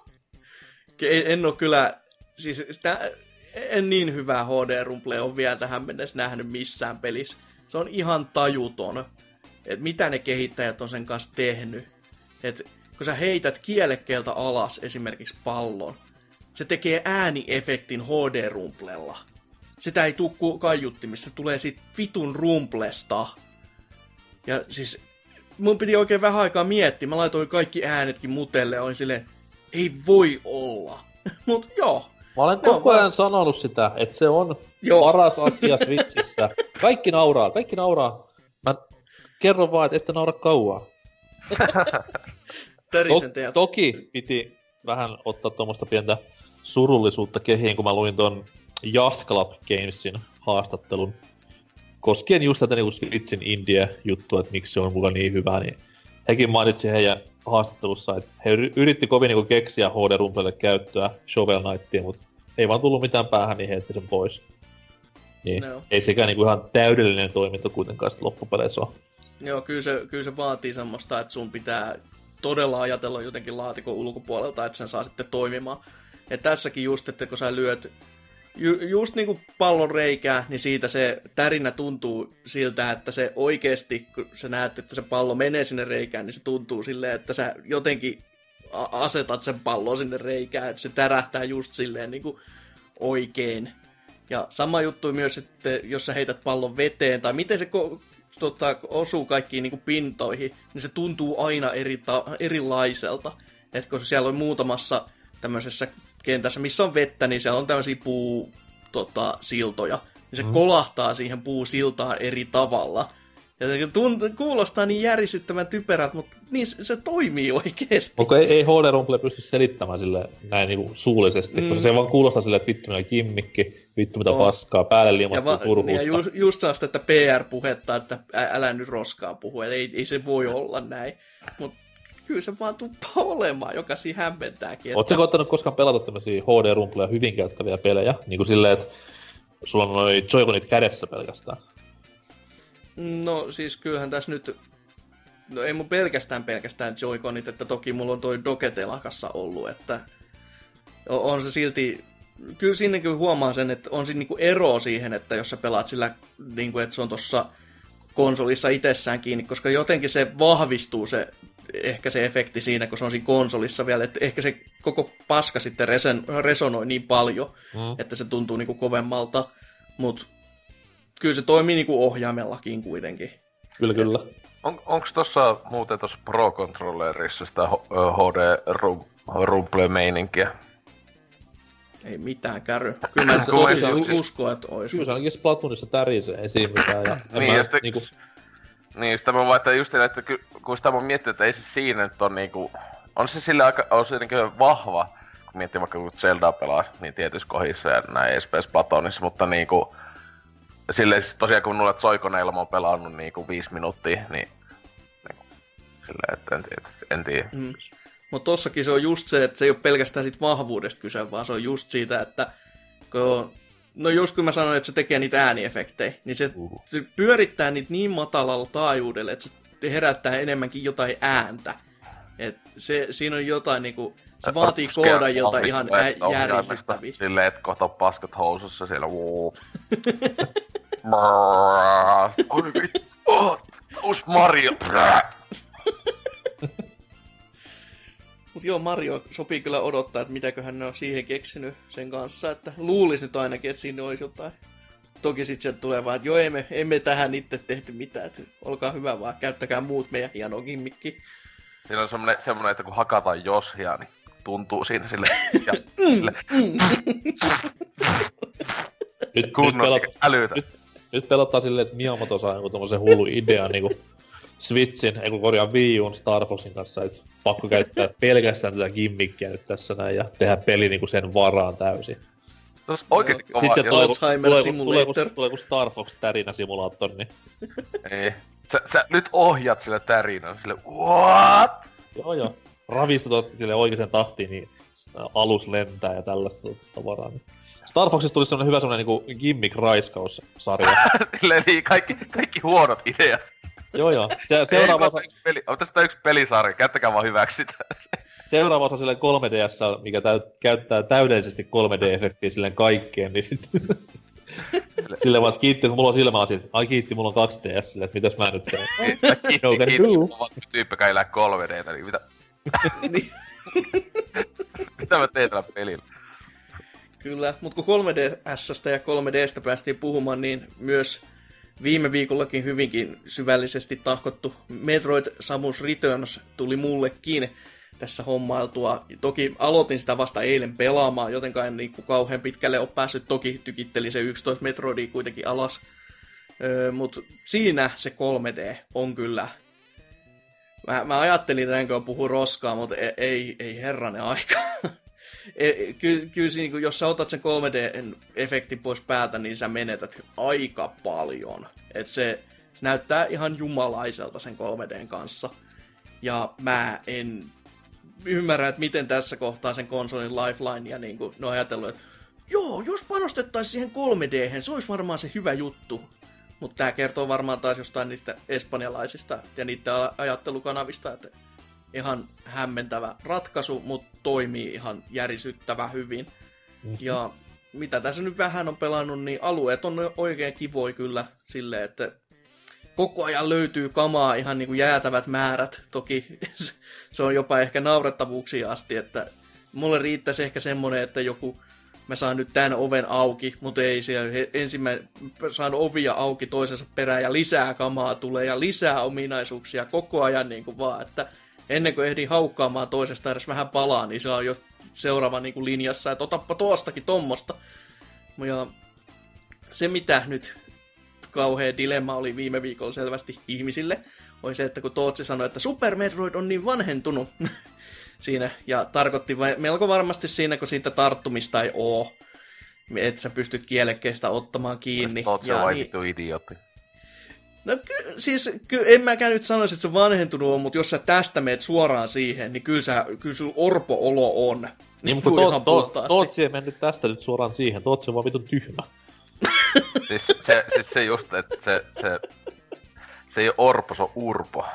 en, en ole kyllä, siis sitä, en niin hyvää H D-rumplea ole vielä tähän mennessä nähnyt missään pelissä. Se on ihan tajuton, että mitä ne kehittäjät on sen kanssa tehnyt. Et kun sä heität kielekkeeltä alas esimerkiksi pallon, se tekee ääniefektin H D-rumplella. Sitä ei tule kaiuttimissa, se tulee sit vitun rumplesta. Ja siis mun piti oikein vähän aikaa miettiä. Mä laitoin kaikki äänetkin mutelle ja olin silleen, ei voi olla. Mut joo. Mä olen koko ajan sanonut sitä, että se on joo. paras asia Switchissä. Kaikki nauraa, kaikki nauraa. Mä kerron vaan, että ette naura kauaa. to- toki piti vähän ottaa tuommoista pientä surullisuutta kehiin, kun mä luin ton Yacht Club Gamesin haastattelun. Koskien just tätä niinku Switchin Indie-juttua, että miksi se on muka niin hyvä, niin hekin mainitsi heidän haastattelussa, että he yritti kovin niinku keksiä H D-rumplelle käyttöä Shovel Knightia, mutta ei vaan tullut mitään päähän, niin heitti sen pois. Niin no. Ei sekään niinku ihan täydellinen toiminto kuitenkaan sit loppupeleissä ole. Joo, kyllä se, kyllä se vaatii semmoista, että sun pitää todella ajatella jotenkin laatikon ulkopuolelta, että sen saa sitten toimimaan. Ja tässäkin just, että kun sä lyöt Ju, just niinku pallon reikää, niin siitä se tärinä tuntuu siltä, että se oikeesti, kun sä näet, että se pallo menee sinne reikään, niin se tuntuu silleen, että sä jotenkin asetat sen pallon sinne reikään, että se tärähtää just silleen niinku oikein. Ja sama juttu myös, että jos sä heität pallon veteen, tai miten se ko- tota, osuu kaikkiin niinku pintoihin, niin se tuntuu aina eri ta- erilaiselta. Että kun siellä on muutamassa tämmöisessä kentässä, missä on vettä, niin siellä on tämmöisiä puusiltoja. Niin se mm. kolahtaa siihen puusiltaan eri tavalla. Ja tunt- kuulostaa niin järisyttävän typerät, mutta niin se, se toimii oikeesti. Onko ei, ei H D-rumple pysty selittämään sille näin niinku suullisesti, mm. koska se vaan kuulostaa silleen, että vittu mitä kimmikki, vittu mitä oh. paskaa, päälle liimattuu va- turhuutta. Ja ju- just sellaista, että P R-puhetta, että ä- älä nyt roskaa puhua, ei, ei se voi olla näin. Mutta kyllä se vaan tuppaa olemaan, joka siinä hämmentääkin. Että... Ootko ottanut koskaan pelata tämmösiä H D-rumpleja hyvin käyttäviä pelejä? Niin kuin silleen, että sulla on noi Joy-Conit kädessä pelkästään. No siis kyllähän tässä nyt... No ei mun pelkästään pelkästään Joy-Conit, että toki mulla on toi Doge-telakassa ollut, että... On se silti... Kyllä siinä kyllä huomaa sen, että on siinä niinku ero siihen, että jos sä pelaat sillä, niinku, että se on tossa konsolissa itsessään kiinni, koska jotenkin se vahvistuu se... ehkä se efekti siinä, kun se on siinä konsolissa vielä, että ehkä se koko paska sitten resen, resonoi niin paljon, mm. että se tuntuu niinku kovemmalta, mutta kyllä se toimii niinku ohjaimellakin kuitenkin. Kyllä, Et... kyllä. On, onko tuossa muuten tuossa Pro-controllerissa sitä H D-rumple-meininkiä? Ei mitään käry. Kyllä mä toki uskon, että ois. Kyllä se ainakin Splatoonissa tärisee, ei siinä mitään. Ja niin, mä, ja sitten... Niinku... Niin, sitä mä vaihtaa just että kun sitä mä miettii, että ei se siinä nyt on niinku... On se sille aika, on se niinku vahva, kun miettii vaikka kun Zeldaa pelaa, niin tietyissä kohdissa ja näin edespäin Splatoonissa, mutta niinku... Silleen siis tosiaan kun nuolet Joy-Coneilla mä oon pelannut niinku viisi minuuttia, niin... Niinku, silleen, että en tiedä, en tiedä. Mm. Mutta tossakin se on just se, että se ei ole pelkästään siitä vahvuudesta kyse, vaan se on just siitä, että kun, no just kun mä sanoin, että se tekee niitä ääniefektejä, niin se, uh. se pyörittää niitä niin matalalla taajuudella, että se herättää enemmänkin jotain ääntä. Et se, siinä on jotain niinku, se vaatii koodaajilta ihan ä- järisyttäviä. Silleen, että kohta on paskat housussa siellä, wuu. Oi vittu, uusi Mario. Mut joo, Mario sopii kyllä odottaa, että mitäköhän ne on siihen keksinyt sen kanssa, että luulis nyt ainakin, että siinä olisi jotain. Toki sit sieltä tulee vaan, että joo, emme, emme tähän itse tehty mitään, että olkaa hyvä vaan, käyttäkää muut meidän hieno gimmikki. Siinä on semmonen, semmonen, että kun hakataan Joshia, niin tuntuu siinä sille, ja sille. Nyt, nyt, pelot, nyt, nyt pelottaa silleen, että Miyamoto saa joku tommosen hullu idea niinku Switchin, ei kun korjaa Wii U:n Star Foxin kanssa, että pakko käyttää pelkästään tätä gimmikkiä nyt tässä näin ja tehdä peli niinku sen varaan täysin. Tos oikeesti kova. Sitten se tulee, tulee, tulee, tulee, tulee kun Star Fox tärinä simulaattori, niin... Ei. Sä, sä nyt ohjat sille tärinään, sille what? Joo joo. Ravistutot sille oikeeseen tahtiin, niin alus lentää ja tällaista tavaraa. Niin. Star Foxista tuli semmonen hyvä semmonen niinku gimmick-raiskaussarja. Silleen niin, kaikki, kaikki huonot ideat. Joo joo. Se, seuraava osa... Peli, on tästä yksi pelisarja, käyttäkää vaan hyväksi sitä. Seuraava osa silleen kolme D S, mikä täyt, käyttää täydellisesti kolme D-efektiä silleen kaikkeen, niin sitten... silleen vaan, että kiitti, että mulla on silmälasit. Ai kiitti, mulla on kaksi D S, silleen, että mitäs mä nyt teen? Kiitti, no, kiitti, mulla on tyyppi, joka elää kolme D:tä, niin mitä... mitä mä teen tällä pelillä? Kyllä, mutta kun kolme D S:stä ja kolme D:stä päästiin puhumaan, niin myös viime viikollakin hyvinkin syvällisesti tahkottu Metroid Samus Returns tuli mullekin tässä hommailtua. Toki aloitin sitä vasta eilen pelaamaan, jotenka en niin kuin kauhean pitkälle ole päässyt. Toki tykittelin se yksitoista Metroidia kuitenkin alas. Öö, mutta siinä se kolme D on kyllä. Mä, mä ajattelin tämän, kun puhun roskaa, mutta ei, ei, ei herranen aika. Kyllä, kyllä jos sä otat sen kolme D-efektin pois päältä, niin sä menetät aika paljon. Et se, se näyttää ihan jumalaiselta sen kolme D:n kanssa. Ja mä en ymmärrä, että miten tässä kohtaa sen konsolin lifeline ja niin kuin, ne on ajatellut, että joo, jos panostettaisiin siihen kolme D:hen, se olisi varmaan se hyvä juttu. Mutta tää kertoo varmaan taas jostain niistä espanjalaisista ja niiden ajattelukanavista, että ihan hämmentävä ratkaisu, mutta toimii ihan järisyttävän hyvin. Mm-hmm. Ja mitä tässä nyt vähän on pelannut, niin alueet on oikein kivoi kyllä silleen, että koko ajan löytyy kamaa ihan niin kuin jäätävät määrät. Toki se on jopa ehkä naurettavuuksia asti, että mulle riittäisi ehkä semmonen, että joku, mä saan nyt tämän oven auki, mutta ei siellä ensimmäinen, saan ovia auki toisensa perään ja lisää kamaa tulee ja lisää ominaisuuksia koko ajan niin kuin vaan, että ennen kuin ehdin haukkaamaan toisesta edes vähän palaa, niin se on jo seuraava niin kuin linjassa, että otappa tuostakin tommosta. Ja se mitä nyt kauhea dilemma oli viime viikolla selvästi ihmisille, oli se, että kun Tootsi sanoi, että Super Metroid on niin vanhentunut siinä, ja tarkoitti melko varmasti siinä, kun siitä tarttumista ei oo, että sä pystyt kielekkeestä ottamaan kiinni. Tootsi on vain vittu idiootti. No ky- siis ky- en mäkään nyt sanoisi, että se vanhentunut on, mutta jos sä tästä meet suoraan siihen, niin kyllä, sä, kyllä sun orpo-olo on. Niin, mutta to- to- Tootsi ei mennyt tästä nyt suoraan siihen, Tootsi on vaan vitun tyhmä. siis, se, siis se just, että se, se, se ei ole orpo, se on urpo.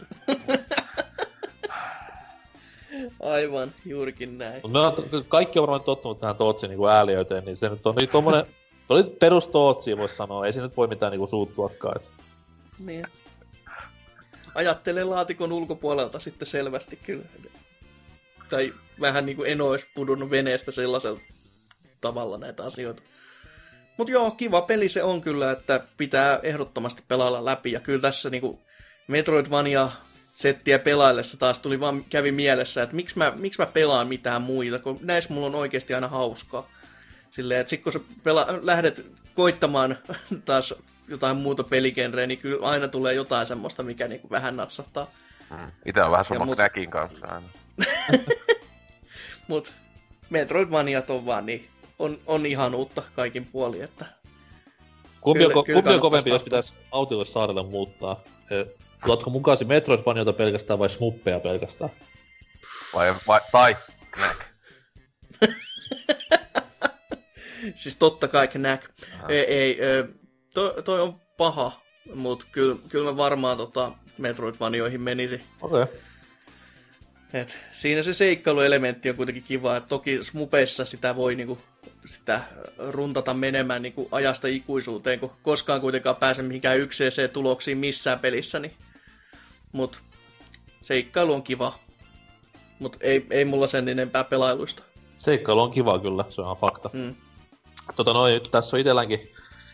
Aivan, juurikin näin. No, kaikki on varmaan tottunut tähän Tootsin niin ääliöiteen, niin se nyt on niin tommonen... Se oli perus Tootsia, vois sanoa. Ei se nyt voi mitään niinku suuttuakaan. Et. Niin. Ajattelen laatikon ulkopuolelta sitten selvästi kyllä. Tai vähän niinku en ois pudonnut veneestä sellaisella tavalla näitä asioita. Mut joo, kiva peli se on kyllä, että pitää ehdottomasti pelailla läpi. Ja kyllä tässä niinku Metroidvania-settiä pelaillessa taas tuli vaan kävi mielessä, että miksi mä, miksi mä pelaan mitään muita, kun näissä mulla on oikeasti aina hauskaa. Silleen, että sit kun sä pela- lähdet koittamaan taas jotain muuta peligenreä, niin kyllä aina tulee jotain semmoista, mikä niinku vähän natsahtaa. Mm. Ite on vähän sama mut... Knäkin kanssa aina. Mut Metroidvaniat on vaan niin, on, on ihan uutta kaikin puolin, että... Kumpi on, ko- kumpi on kovempi, jos pitäisi autiolle saarelle muuttaa? Tuotko mukaasi Metroidvaniota pelkästään vai smuppeja pelkästään? Vai, vai, tai Knack. Siis totta kai Knack. Ei, ei toi, toi on paha, mut kyllä kyl mä varmaan tota Metroidvanioihin menisi. Okei. Okay. Et siinä se seikkailuelementti on kuitenkin kiva, että toki Smupeissa sitä voi niinku, sitä runtata menemään niinku ajasta ikuisuuteen, kun koskaan kuitenkaan pääse mihinkään ykseeseen tuloksiin missään pelissä. Niin. Mut seikkailu on kiva, mut ei, ei mulla sen enempää pelailuista. Seikkailu on kiva kyllä, se on ihan fakta. Mm. Tota noin, tässä on itelläänkin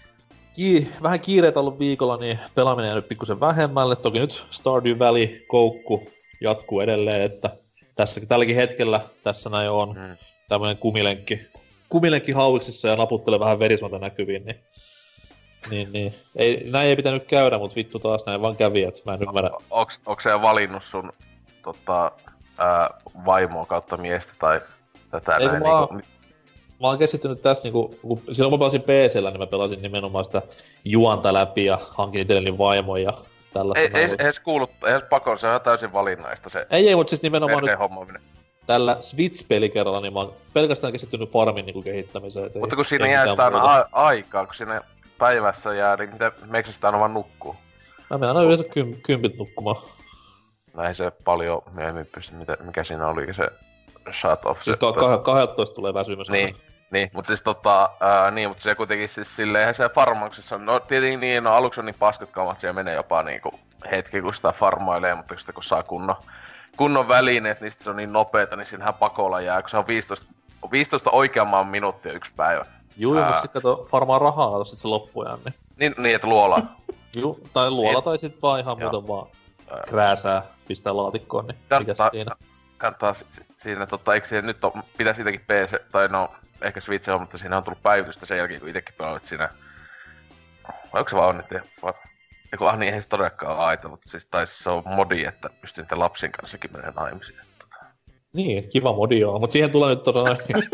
ki- vähän kiireitä ollut viikolla, niin pelaaminen jäänyt pikkusen vähemmälle. Toki nyt Stardew Valley-koukku jatkuu edelleen, että tässä, tälläkin hetkellä tässä näin on mm. tämmönen kumilenkki, kumilenkki hauiksissa ja naputtelee vähän verisuonta näkyviin, niin, niin, niin. Ei, näin ei pitänyt käydä, mutta vittu taas näin vaan kävi, että mä en ymmärrä. Onks, onks sä valinnut sun tota, ää, vaimoa kautta miestä tai tätä ei, näin? Mä, niinku... mä oon keskittynyt tässä niinku, kun silloin mä pelasin P C:llä, niin mä pelasin nimenomaan sitä juonta läpi ja hankin itselleni vaimon ja tällaista. Ei, ei, ei se kuulu, ei se pakon, se on täysin valinnaista se. Ei, ei, mutta siis nimenomaan nyt hommaaminen. Tällä Switch-pelikerralla niin mä oon pelkästään keskittynyt farmin niinku kehittämiseen. Mutta kun siinä jää sitä aina a- aikaa, kun siinä päivässä jää, niin mitä, meikö sitä aina vaan nukkuu? Mä menen aina yleensä kym, kympit nukkumaan. Näin se paljon myöhemmin pysty, mitä, mikä siinä oli se shut off. Siis kahdeksantoista tulee väsymys. Niin, niin, mutta siis tota, ää, niin, mutta se kuitenkin siis silleen, eihän se farmauksessa, no tietenkin niin, no aluksi on niin paskat kamat, siellä menee jopa niinku hetki, kun sitä farmailee, mutta sitten kun saa kunnon, kunnon välineet, niin se on niin nopeeta, niin siinähän pakolla jää, kun se on viisitoista, viisitoista oikean maan minuuttia yksi päivä. Juu, ää... mutta sitten kato, farmaa rahaa, jos sit se loppujen, niin... Niin, niin että luola. Juu, tai luola, niin. Tai sit vaan ihan muuten vaan krääsää, pistää laatikkoon, niin mikäs siinä? Kannattaa siinä, tota, eikö siihen nyt on, pitää siitäkin P C, tai no, ehkä Switch on, mutta siinä on tullut päivitystä sen jälkeen, kun itekin pelannut siinä. Vai onko se vaan onnittiin? Eiku, ah niin, eihän se todellakaan ole aita, mutta siis tai se on modi, että pystyy niiden lapsin kanssakin menee naimisiin. Niin, kiva modi joo, mut siihen tulee nyt todella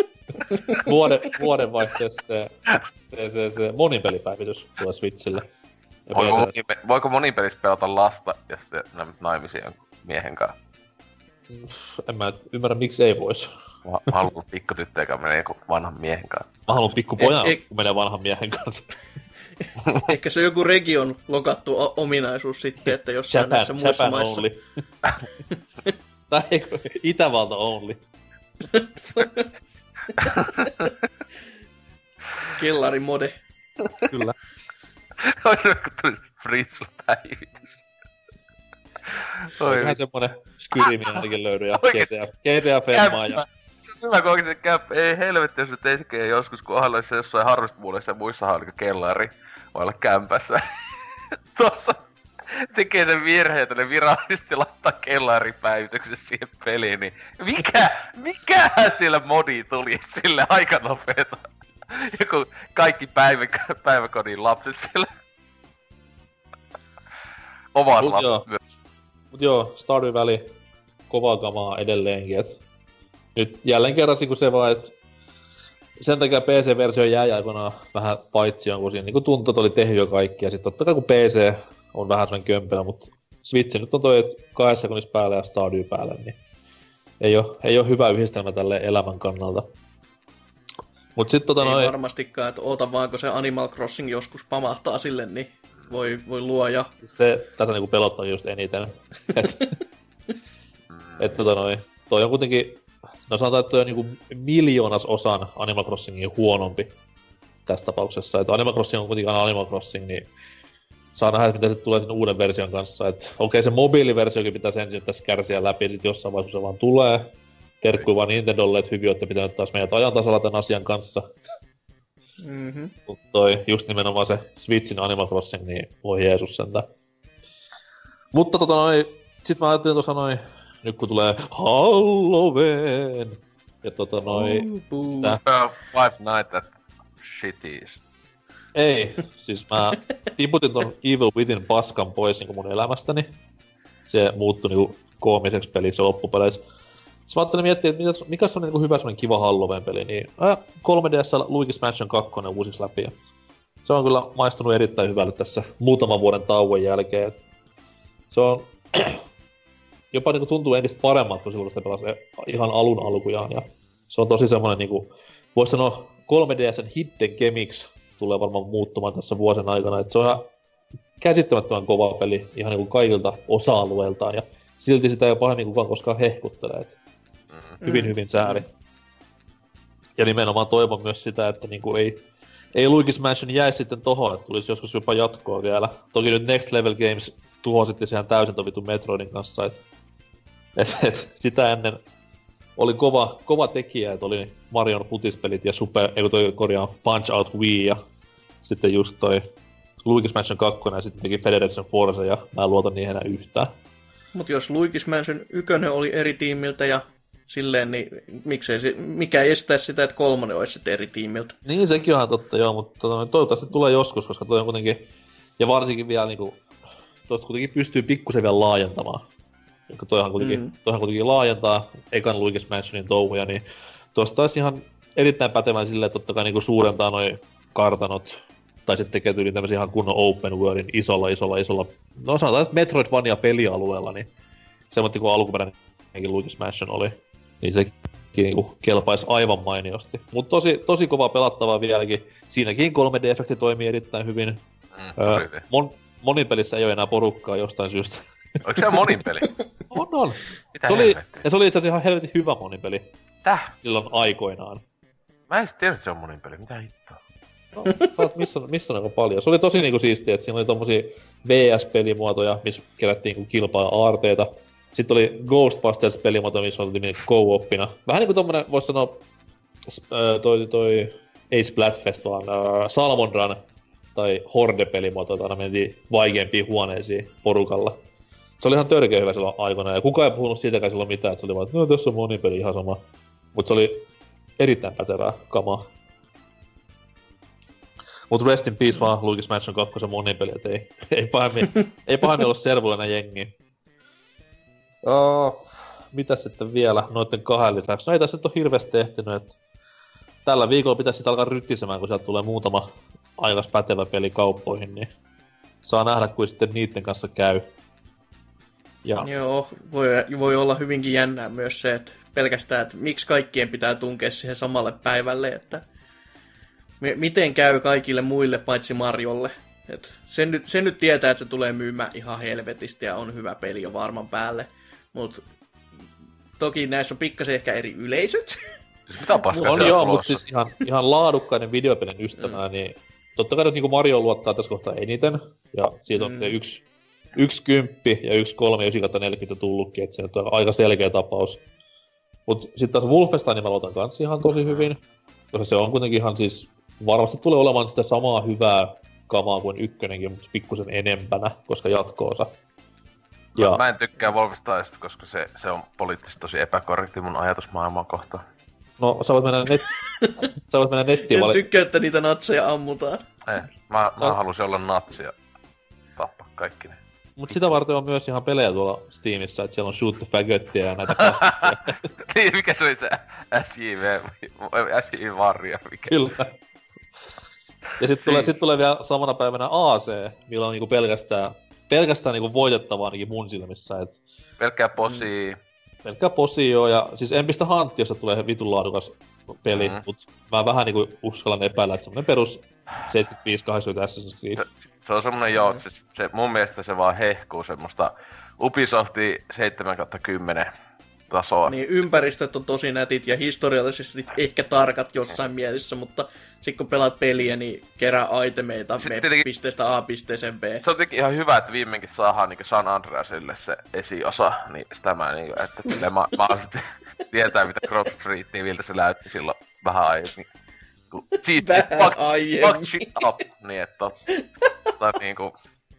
vuoden, vuodenvaihteessa se, se, se, se monipelipäivitys tulee Switchille. Voiko, moni, voiko monipelissä pelata lasta ja sitten naimisiin jonkun miehen kanssa? En mä ymmärrä, miksi ei vois. Mä, mä haluan pikkutyttö, joka menee joku vanhan miehen kanssa. Mä haluan pikkupojan, eh, kun menee vanhan miehen kanssa. Ehkä se on joku region lokattu o- ominaisuus sitten, että jossain Japan, näissä muissa Japan maissa. Only. Tai Itävalta only. Kellari mode. Kyllä. Ois joku tulisi Fritzl-päivitys. Ihan semmonen Skyrimi ainakin löydy ja G T A, G T A Femmaa ja... Se on hyvä, kun oikeesti kämppä. Ei helvetti, jos nyt ei sekään joskus, kun ohella se jossain harrastumuudessa ja muissahan oli kellari. Voi olla kämpässä. Tossa tekee sen virheen, että ne virallisesti laittaa kellaripäivityksen siihen peliin, niin mikä, mikähän siellä modi tuli sille aika nopeeta? Joku kaikki päivä, päiväkodin lapset siellä. Ovat Mut lapset joo. myös. Mut joo, Stardew Valley kovaa kamaa edelleenkin, et nyt jälleen kerran kun se vaan, et sen takia P C-versio jäi aikoinaan vähän paitsioon, kun siinä niinku tuntui, että oli tehty jo kaikki, ja sit totta kai kun P C on vähän semmonen kömpelä, mut Switch nyt on toi, et kahdessa sekunnissa päälle ja Stardew päälle, niin ei oo, ei oo hyvä yhdistelmä tälle elämän kannalta. Mut sit tota ei noin... varmastikaan, että oota vaan, kun se Animal Crossing joskus pamahtaa sille, niin voi, voi luoja. Se tässä niinku pelottaa just eniten. et, et tota noin, toi on kuitenkin, no sanotaan, että toi on niinku miljoonas osan Animal Crossingin huonompi tässä tapauksessa. Et Animal Crossing on kuitenkin Animal Crossing, niin saa nähdä, mitä se tulee sen uuden version kanssa. Et okei, okay, se mobiiliversiokin pitäisi ensin tässä kärsiä läpi, ja sit jossain vaiheessa se vaan tulee. Terkkui vaan Nintendolle, että hyvin olette pitänyt taas meidät ajan tasalla tämän asian kanssa. Mm-hmm. Mut toi just nimenomaan se Switchin Animal Crossing, niin voi Jeesus sentään. Mutta tota noin, sit mä ajattelin tuossa noin, nyt kun tulee Halloween, ja tota noin, oh, sitä... Uh, Five Nights at Shitties. Ei, siis mä tiputin ton Evil Within paskan pois niinku mun elämästäni. Se muuttui niinku koomiseksi peliksi loppupeleissä. Sitten mä ajattelin miettiä, että mitäs, mikä on niinku hyvä semmonen kiva Halloween-peli, niin äh, kolme D S:llä Luigi's Mansion kaksi uusiksi läpi. Ja se on kyllä maistunut erittäin hyvälle tässä muutaman vuoden tauon jälkeen. Se on jopa niinku tuntuu entistä paremmalta, kun silloin sitä pelasi ihan alun alkujaan. Ja se on tosi semmoinen, niinku, voisi sanoa kolme D S:n hidden gemics tulee varmaan muuttumaan tässä vuosien aikana. Et se on ihan käsittämättömän kova peli ihan niinku kaikilta osa-alueiltaan. Ja silti sitä ei pahemmin kukaan koskaan hehkuttelee. Et hyvin, mm. hyvin sääli. Ja nimenomaan toivon myös sitä, että niinku ei, ei Luigi's Mansion jäisi sitten tohon, että tulisi joskus jopa jatkoa vielä. Toki nyt Next Level Games tuhositti sehän täysin tovitun Metroidin kanssa, et, et, et, sitä ennen oli kova, kova tekijä, että oli Marion futispelit ja Super, eikö toi korjaa Punch Out Wii ja sitten just toi Luigi's Mansion kaksi ja sitten teki Federation Force ja mä en luota niihin enää yhtään. Mut jos Luigi's Mansion yksi oli eri tiimiltä ja silleen, niin miksei se, mikä estää sitä, että kolmonen olisi sitten eri tiimiltä? Niin, sekin on totta, joo, mutta toivottavasti tulee joskus, koska toi on kuitenkin, ja varsinkin vielä niinku, toista kuitenkin pystyy pikkusen vielä laajentamaan. Koska toihan kuitenkin, mm. toihan kuitenkin laajentaa ekan Luigi's Mansionin touhuja, niin tosta taisi ihan erittäin pätevän silleen, että totta kai niinku suurentaa noi kartanot, tai sitten tekee tyyliin tämmösen ihan kunnon open worldin isolla, isolla, isolla, no sanotaan, että Metroidvania pelialueella, niin semmoinen kuin alkuperäinenkin Luigi's Mansion oli, niin sekin niinku kelpaisi aivan mainiosti. Mutta tosi, tosi kova pelattavaa vieläkin. Siinäkin kolme D-efekti toimii erittäin hyvin. Mm, öö, mon, monipelissä ei ole enää porukkaa jostain syystä. Oliko se monipeli? on, on. Mitä se oli, ja se oli itse asiassa ihan helvetin hyvä monipeli. Täh? Silloin aikoinaan. Mä en sit tiennyt, että se on monipeli. Mitä hittoa? No, saat, missä, missä on aika paljon. Se oli tosi niinku siistiä, että siinä oli tommosia V S-pelimuotoja, missä kerättiin niinku kilpaa ja aarteita. Sitten oli Ghostbusters-pelimuoto, missä oltiin co-oppina. Vähän niinku tommonen, vois sanoa, toi, toi, ei Splatfest, vaan uh, Salmon Run tai Horde-pelimuoto, että aina mentiin vaikeampiin huoneisiin porukalla. Se oli ihan törkeä hyvä silloin aikana, ja kukaan ei puhunut siitäkään silloin mitään, että se oli vaan, että no tässä on monipeli ihan sama. Mut se oli erittäin pätevää kamaa. Mut rest in peace vaan Luigi's Mansion kaksi monipeli, et ei, ei pahemmin, ei pahemmin ollut servuilla jengi. Oh, mitäs sitten vielä noitten kahden lisäksi? No ei tässä nyt ole hirveästi tehtynyt, että tällä viikolla pitäisi sitten alkaa ryttisemään, kun sieltä tulee muutama aikas pätevä peli kauppoihin, niin saa nähdä, kuin sitten niitten kanssa käy. Ja... Joo, voi, voi olla hyvinkin jännää myös se, että pelkästään, että miksi kaikkien pitää tunkea siihen samalle päivälle, että miten käy kaikille muille paitsi Mariolle. Et sen, nyt, sen nyt tietää, että se tulee myymään ihan helvetistä ja on hyvä peli jo varman päälle. Mut toki näissä on pikkasen ehkä eri yleisöt. Siis mitä paskaa on joo, mutta siis ihan, ihan laadukkainen videopelin ystävänä, mm. niin totta kai nyt niinku Mario luottaa tässä kohtaa eniten. Ja siitä on mm. se yksi, yksi kymppi ja yksi kolme yhdeksän kautta neljäkymmentä tullutkin, että se nyt on aika selkeä tapaus. Mut sit taas Wolfenstein mä luotan kans ihan tosi hyvin. Koska se on kuitenkin ihan siis, varmasti tulee olemaan sitä samaa hyvää kamaa kuin ykkönenkin, mutta pikkusen enempänä, koska jatko-osa. Ja... Mä, mä en tykkää Wolfensteinista, koska se, se on poliittisesti tosi epäkorrekti mun ajatusmaailmaa kohtaan. No, sä voit mennä, net... sä voit mennä nettiin vali... En tykkää, että niitä natseja ammutaan. Ei, mä, sä... mä halusin olla natsi ja tappaa kaikki ne. Mut sitä varten on myös ihan pelejä tuolla Steamissa, että siellä on Shoot the Fagottia ja näitä klassikkoja. Niin, mikä se oli se S J V, S J V-varja, mikä? Kyllä. Ja sit tulee, sit tulee vielä samana päivänä A C, millä on niinku pelkästään, pelkästään niinku voitettavaa ainakin mun silmissä. Et, pelkkää posii. Mm, pelkkää posii joo, ja siis en pistä hanttia, jos tulee vitun laadukas peli, mm-hmm. mut mä vähän niinku uskallan epäillä, että semmonen perus seitsemänkymmentäviisi kahdeksankymmentä Assassin's Creed. Se, se on semmonen joo, mm-hmm. siis se, mun mielestä se vaan hehkuu semmoista Ubisoftin seitsemän kautta kymmenen tasoa. Niin, ympäristöt on tosi nätit ja historiallisesti ehkä tarkat jossain mielessä, mutta sit kun pelaat peliä, niin kerää itemeita me pisteestä A pisteeseen B. Se on tietenkin ihan hyvä, että viimeinkin saadaan niin San Andreasille se esiosa, niin sitä mä niin, että mä, mä sitten tietää mitä Grove Street, niin miltä se näytti silloin vähän aiemmin. Siis, fuck, fuck shit up, niin että tai niinku...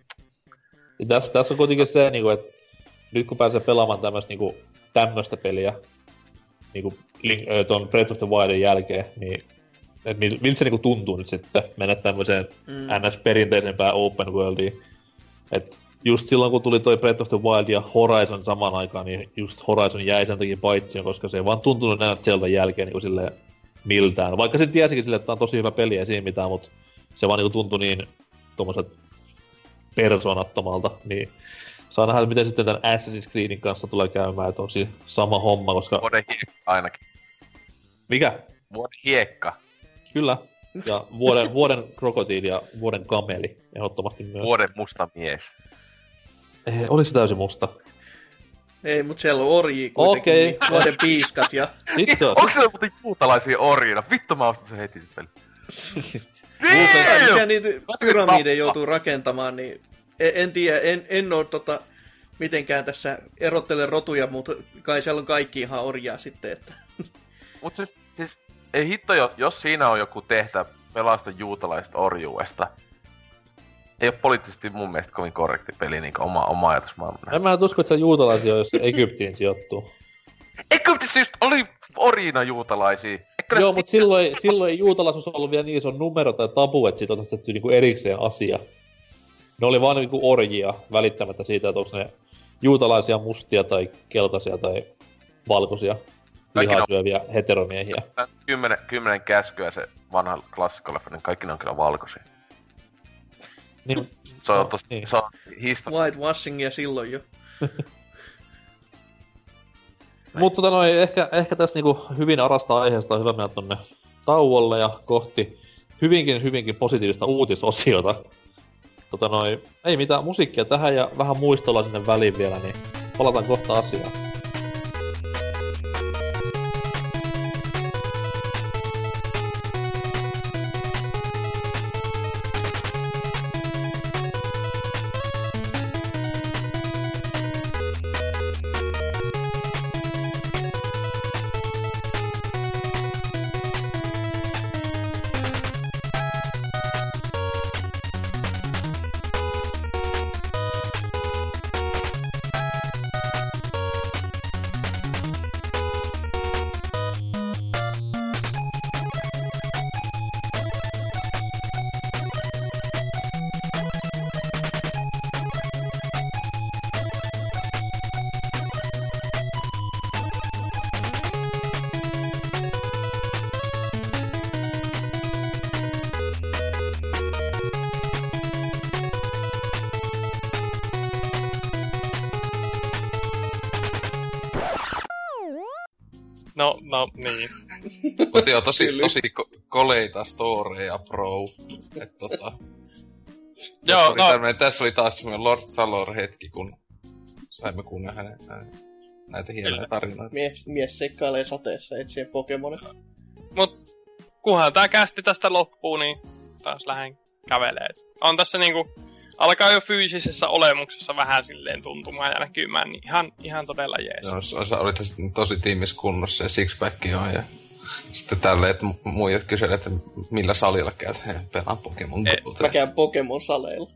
Tässä, tässä on kuitenkin se, niinku, että nyt kun pääsee pelaamaan tämmöstä niinku tämmöstä peliä niinku ton Breath of the Wildin jälkeen, niin et miltä se niinku tuntuu nyt sitten mennä tämmöiseen mm. N S-perinteisempään open worldiin. Et just silloin kun tuli toi Breath of the Wild ja Horizon samaan aikaan, niin just Horizon jäi sen takia paitsioon, koska se ei vaan tuntunut näin Zeldan jälkeen niinku silleen miltään. Vaikka se tiesikin silleen, että tää on tosi hyvä peli, ei siinä mitään, mut se vaan niinku tuntui niin tommoset persoonattomalta, niin saa nähdä, miten sitten tän Assassin's Creedin kanssa tulee käymään, että onko siinä sama homma, koska... Vuoden hiekka ainakin. Mikä? Vuoden hiekka. Kyllä. Ja vuoden, vuoden krokotiili ja vuoden kameli ehdottomasti myös. Vuoden musta mies. Eh, oliko se täysin musta? Ei, mut siellä on orjia kuitenkin. Okei. Niin vuoden piiskat ja... Itse on. Onko siellä muuten juutalaisia orjina? Vittu mä ostan sen heti sit peli. Siellä niitä pyramideja joutuu rakentamaan, niin en, en tiedä, en, en oo tota mitenkään tässä erottele rotuja, mutta kai siellä on kaikki ihan orjaa sitten, että... Mut siis, siis ei hitto, jos siinä on joku tehtä pelasta juutalaisesta orjuudesta. Ei oo poliittisesti mun mielestä kovin korrekti peli, niinku oma, oma ajatusmaailma. En mä usko, että se on juutalaisia, jos se Egyptiin sijoittuu. Egyptissä just oli orjina juutalaisia. Eikö Joo, ne... mutta silloin, silloin ei juutalaisuus ollut vielä niin iso numero tai tabu, että siitä on tehty niinku erikseen asia. Ne oli vaan niinku orjia välittämättä siitä, että onko ne juutalaisia mustia tai keltaisia tai valkoisia lihasyöviä heteromiehiä. Kymmenen, kymmenen käskyä se vanha klassikkoleffa, niin kaikki ne on kyllä valkoisia. Niin, se on no, tossa, niin. se on historia. Whitewashingia silloin jo. Mutta tota noin, ehkä, ehkä tästä niinku hyvin arasta aiheesta on hyvä mennä tonne tauolle ja kohti hyvinkin, hyvinkin positiivista uutisosiota. Tota noin, ei mitään musiikkia tähän ja vähän muistolla sinne väliin vielä, niin palataan kohta asiaan. No, no, niin. Mutta joo, tosi, tosi ko- koleita storeja, bro. Et tota... Joo, tässä, oli no. tämmönen, tässä oli taas semmoinen Lord Salor-hetki, kun saimme kuunnella hänen, hänen näitä hienoja tarinoita. Mies, mies seikkailee sateessa etsien Pokemonia. Mut kunhan tää kästi tästä loppuu, niin taas lähden kävelee. On tässä niinku... Alkaa jo fyysisessä olemuksessa vähän silleen tuntumaan ja näkymään, niin ihan, ihan todella jees. Joo, sä olit sitten tosi tiimiskunnossa ja sixpack on ja sitten tälleen, että muijat kyselee, että millä salilla käyt, he pelaan Pokemon Go. Mä käyn Pokemon-saleilla.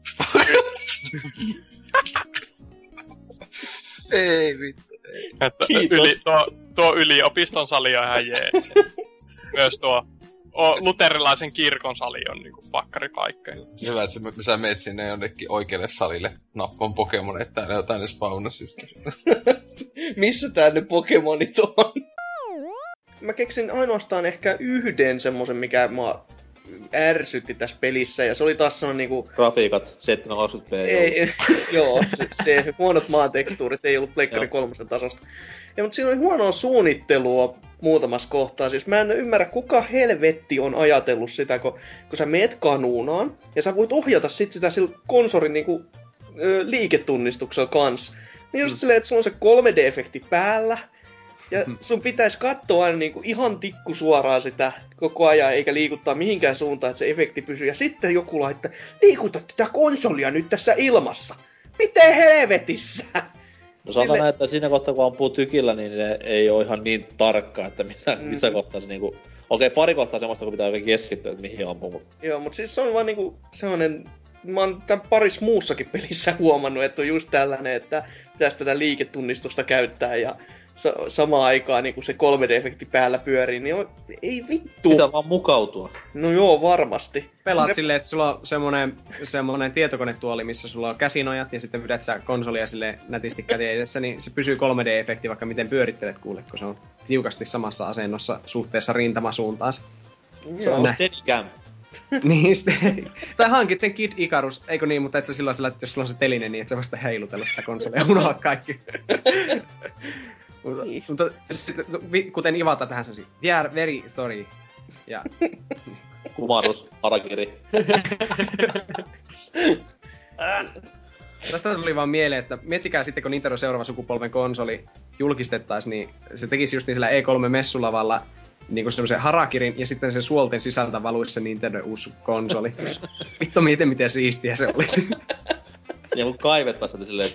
Ei vittu. Että Kiitos. yli, tuo, tuo yliopiston sali on ihan jees. Myös tuo o, luterilaisen kirkon sali on niinku pakkaripaikka. Hyvä, että sä, sä meet sinne jonnekin oikealle salille nappoon Pokemon, että täällä jotain ne spawnas just. Missä tää ne Pokemonit on? Mä keksin ainoastaan ehkä yhden semmosen, mikä mua ärsytti tässä pelissä, ja se oli taas sellainen niinku... Grafiikat, seitsemänsataakaksikymmentä p. Ei, joo, se, se huonot maatekstuurit ei ollut Pleikkari kolmosen tasosta. Ja, mutta siinä oli huonoa suunnittelua muutamassa kohtaa. Siis mä en ymmärrä, kuka helvetti on ajatellut sitä, kun, kun sä meet kanuunaan, ja sä voit ohjata sit sitä sillä konsolin niinku, ö, liiketunnistuksella kans. Niin just mm. silleen, että sulla on se kolme D-efekti päällä, ja sun pitäisi katsoa aina niinku ihan tikku suoraan sitä koko ajan, eikä liikuttaa mihinkään suuntaan, että se efekti pysyy. Ja sitten joku laittaa, liikuta tätä konsolia nyt tässä ilmassa. Miten helvetissä? No sanotaan Sille... että siinä kohtaa kun ampuu tykillä, niin ne ei ole ihan niin tarkkaa, että missä, mm. missä kohtaa se niinku... Okei, pari kohtaa semmoista, kun pitää oikein keskittyä, että mihin ampuu. Mutta... Joo, mutta siis se on vaan niinku sellainen... Mä oon tämän parissa muussakin pelissä huomannut, että on just tällainen, että pitäisi tätä liiketunnistusta käyttää ja sa- samaan aikaan niin kun se kolme D-efekti päällä pyörii, niin on... ei vittu. Pitää vaan mukautua. No joo, varmasti. Pelaat ne... silleen, että sulla on semmonen, semmonen tietokonetuoli, missä sulla on käsinojat ja sitten pidät sitä konsolia silleen nätisti käteidessä, niin se pysyy kolme D-efekti vaikka miten pyörittelet kuule, kun se on tiukasti samassa asennossa suhteessa rintamasuuntaan. Joo. Se on Steadicam. Niin, sitten, tai hankit sen Kid Icarus, eikö niin, mutta et sä silloin sillä, että jos sulla on se teline, niin et sä vasta heilutella sitä konsolia ja unohda kaikki. mutta, mutta sitten, kuten Ivata tähän sanoisi, we are very sorry. Ja... Kumarus, harakiri. Tästä tuli vaan mieleen, että miettikää sitten, kun Nintendo seuraava sukupolven konsoli julkistettaisiin, niin se tekisi just niin sillä E kolme -messulavalla niinku semmoisen harakirin, ja sitten se suolten sisältä valuisi se Nintendo uusi konsoli. Vittu, miten miten siistiä se oli. Ja kun kaivettaisiin sitä silleen,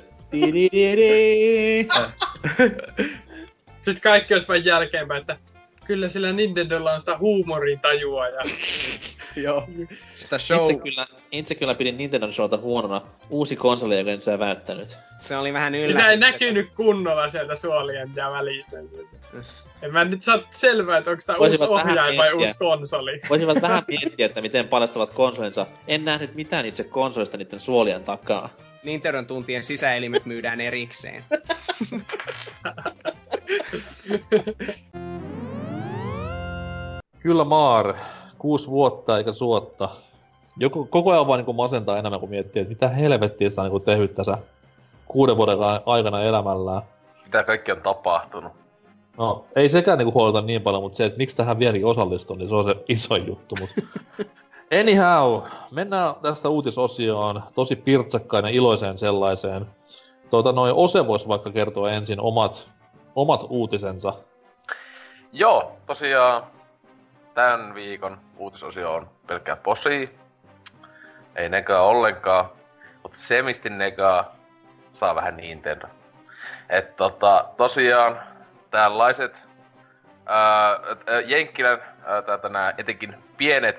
sitten kaikki olisi vain jälkeenpäin, että kyllä sillä Nintendolla on sitä huumorin tajua ja... Joo. Sitä show... Itse kyllä, itse kyllä pidin Nintendon showta huonona. Uusi konsoli, joka en sä väittänyt. Se oli vähän yllätys. Sitä ei näkynyt kunnolla sieltä suolien ja välistä. En mä nyt saa selvää, että onko tää uusi ohjain vai uusi konsoli. Voisivat vähän miettiä, että miten paljastavat konsolinsa. En nähnyt mitään itse konsolista niiden suolien takaa. Nintendon tuntien sisäelimet myydään erikseen. Kyllä maar. Kuusi vuotta eikä suotta. Joku, koko ajan vaan niin masentaa enemmän, kun miettii, että mitä helvettiä sitä on niin tehnyt tässä kuuden vuoden aikana elämällään. Mitä kaikki on tapahtunut? No, ei sekään niin huoleta niin paljon, mutta se, että miksi tähän vieläkin osallistuu, niin se on se iso juttu. Mutta... Anyhow, mennään tästä uutisosioon, tosi pirtsakkainen iloiseen sellaiseen. Tuota, noin Ose voisi vaikka kertoa ensin omat, omat uutisensa. Joo, tosiaan tämän viikon uutisosio on pelkkää posia. Ei negaa ollenkaan, mutta semisti negaa saa vähän Nintendo. Et tota, tosiaan tällaiset ää, Jenkkilän ää, täältä nää etenkin pienet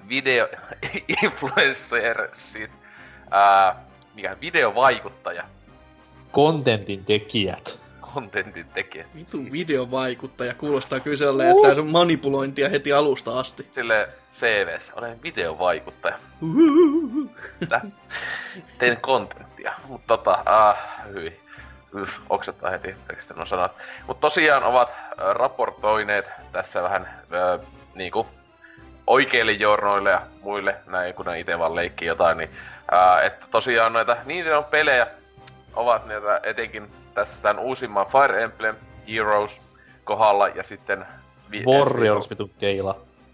video-influencersit, ää, mikä videovaikuttaja. Kontentin tekijät. Kontentin tekijät. Vitun videovaikuttaja kuulostaa kyllä sellainen, että tämä on manipulointia heti alusta asti. Sille C V:ssä olen videovaikuttaja. Tää? Teen kontenttia. Mut tota, ah, hyi. Yf, oksettaa heti tekstin on sanat. Mut tosiaan ovat äh, raportoineet tässä vähän äh, niinku oikeille journoille ja muille, näin kun ne ite vaan leikkii jotain, niin äh, että tosiaan noita Nintendon pelejä ovat niitä etenkin tässä tämän uusimman Fire Emblem Heroes kohdalla ja sitten... Vi- Warriors vitun keila.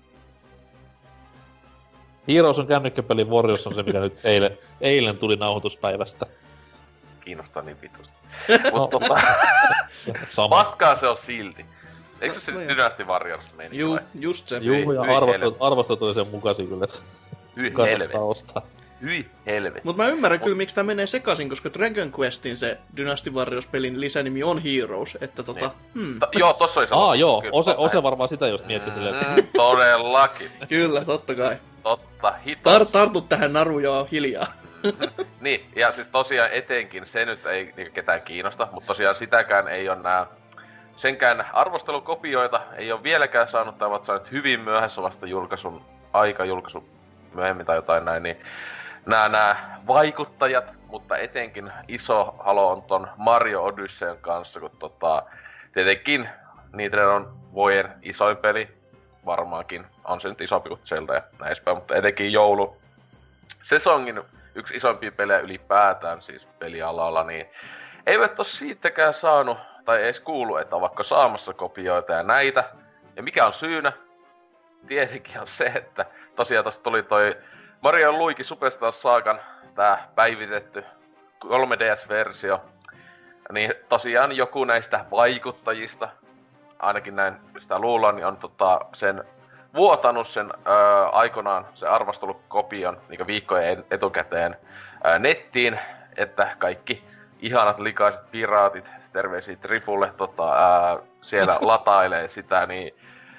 Heroes on kännykkäpeli, Warriors on se, mikä nyt eilen, eilen tuli nauhoituspäivästä. Kiinnostaa niin vitusti. Mut tota... Sama. Paskaa se on silti. Eikö se Dynasty Warriors meni? Juu, just se. Juu, ja arvostot, arvostot oli sen mukaisin kyllä, että Hyi kannattaa ostaa. Hyi helvet. Mut mä ymmärrän kyllä, miksi tää menee sekaisin, koska Dragon Questin se Dynasty Warriors-pelin lisänimi on Heroes, että tota... Niin. Hmm. To, joo, tossa oli sama. Aa, joo, Ose, Ose varmaan sitä just mietti silleen, että... Mm, todellakin. Kyllä, totta kai. Totta, hitaasti. Tar- tartu tähän naruun ja oo hiljaa. Niin, ja siis tosiaan etenkin se nyt ei niinku ketään kiinnosta, mutta tosiaan sitäkään ei ole nää... Senkään arvostelukopioita ei ole vieläkään saanut, tai ovat saaneet hyvin myöhässä vasta julkaisun aika, julkaisun myöhemmin tai jotain näin, niin nää, nää vaikuttajat, mutta etenkin iso halo on ton Mario Odysseyn kanssa, kun tota, tietenkin niitä on vuoden isoin peli, varmaankin on se nyt isompi kuin Zelda ja näin edespäin, mutta etenkin joulu sesongin yksi isoimpia pelejä ylipäätään siis pelialalla, niin eivät ole siitäkään saanut tai edes kuulu, että ovatko saamassa kopioita ja näitä. Ja mikä on syynä? Tietenkin on se, että tosiaan tosta tuli toi Mario and Luigi Superstar Sagan, tää päivitetty kolme D S-versio. Niin tosiaan joku näistä vaikuttajista, ainakin näin sitä luullaan, niin on tota sen vuotanut sen öö, aikanaan se arvostelukopion niin viikkojen etukäteen öö, nettiin, että kaikki ihanat likaiset piraatit, terveisiä Trifulle, tota, ää, siellä latailee sitä, niin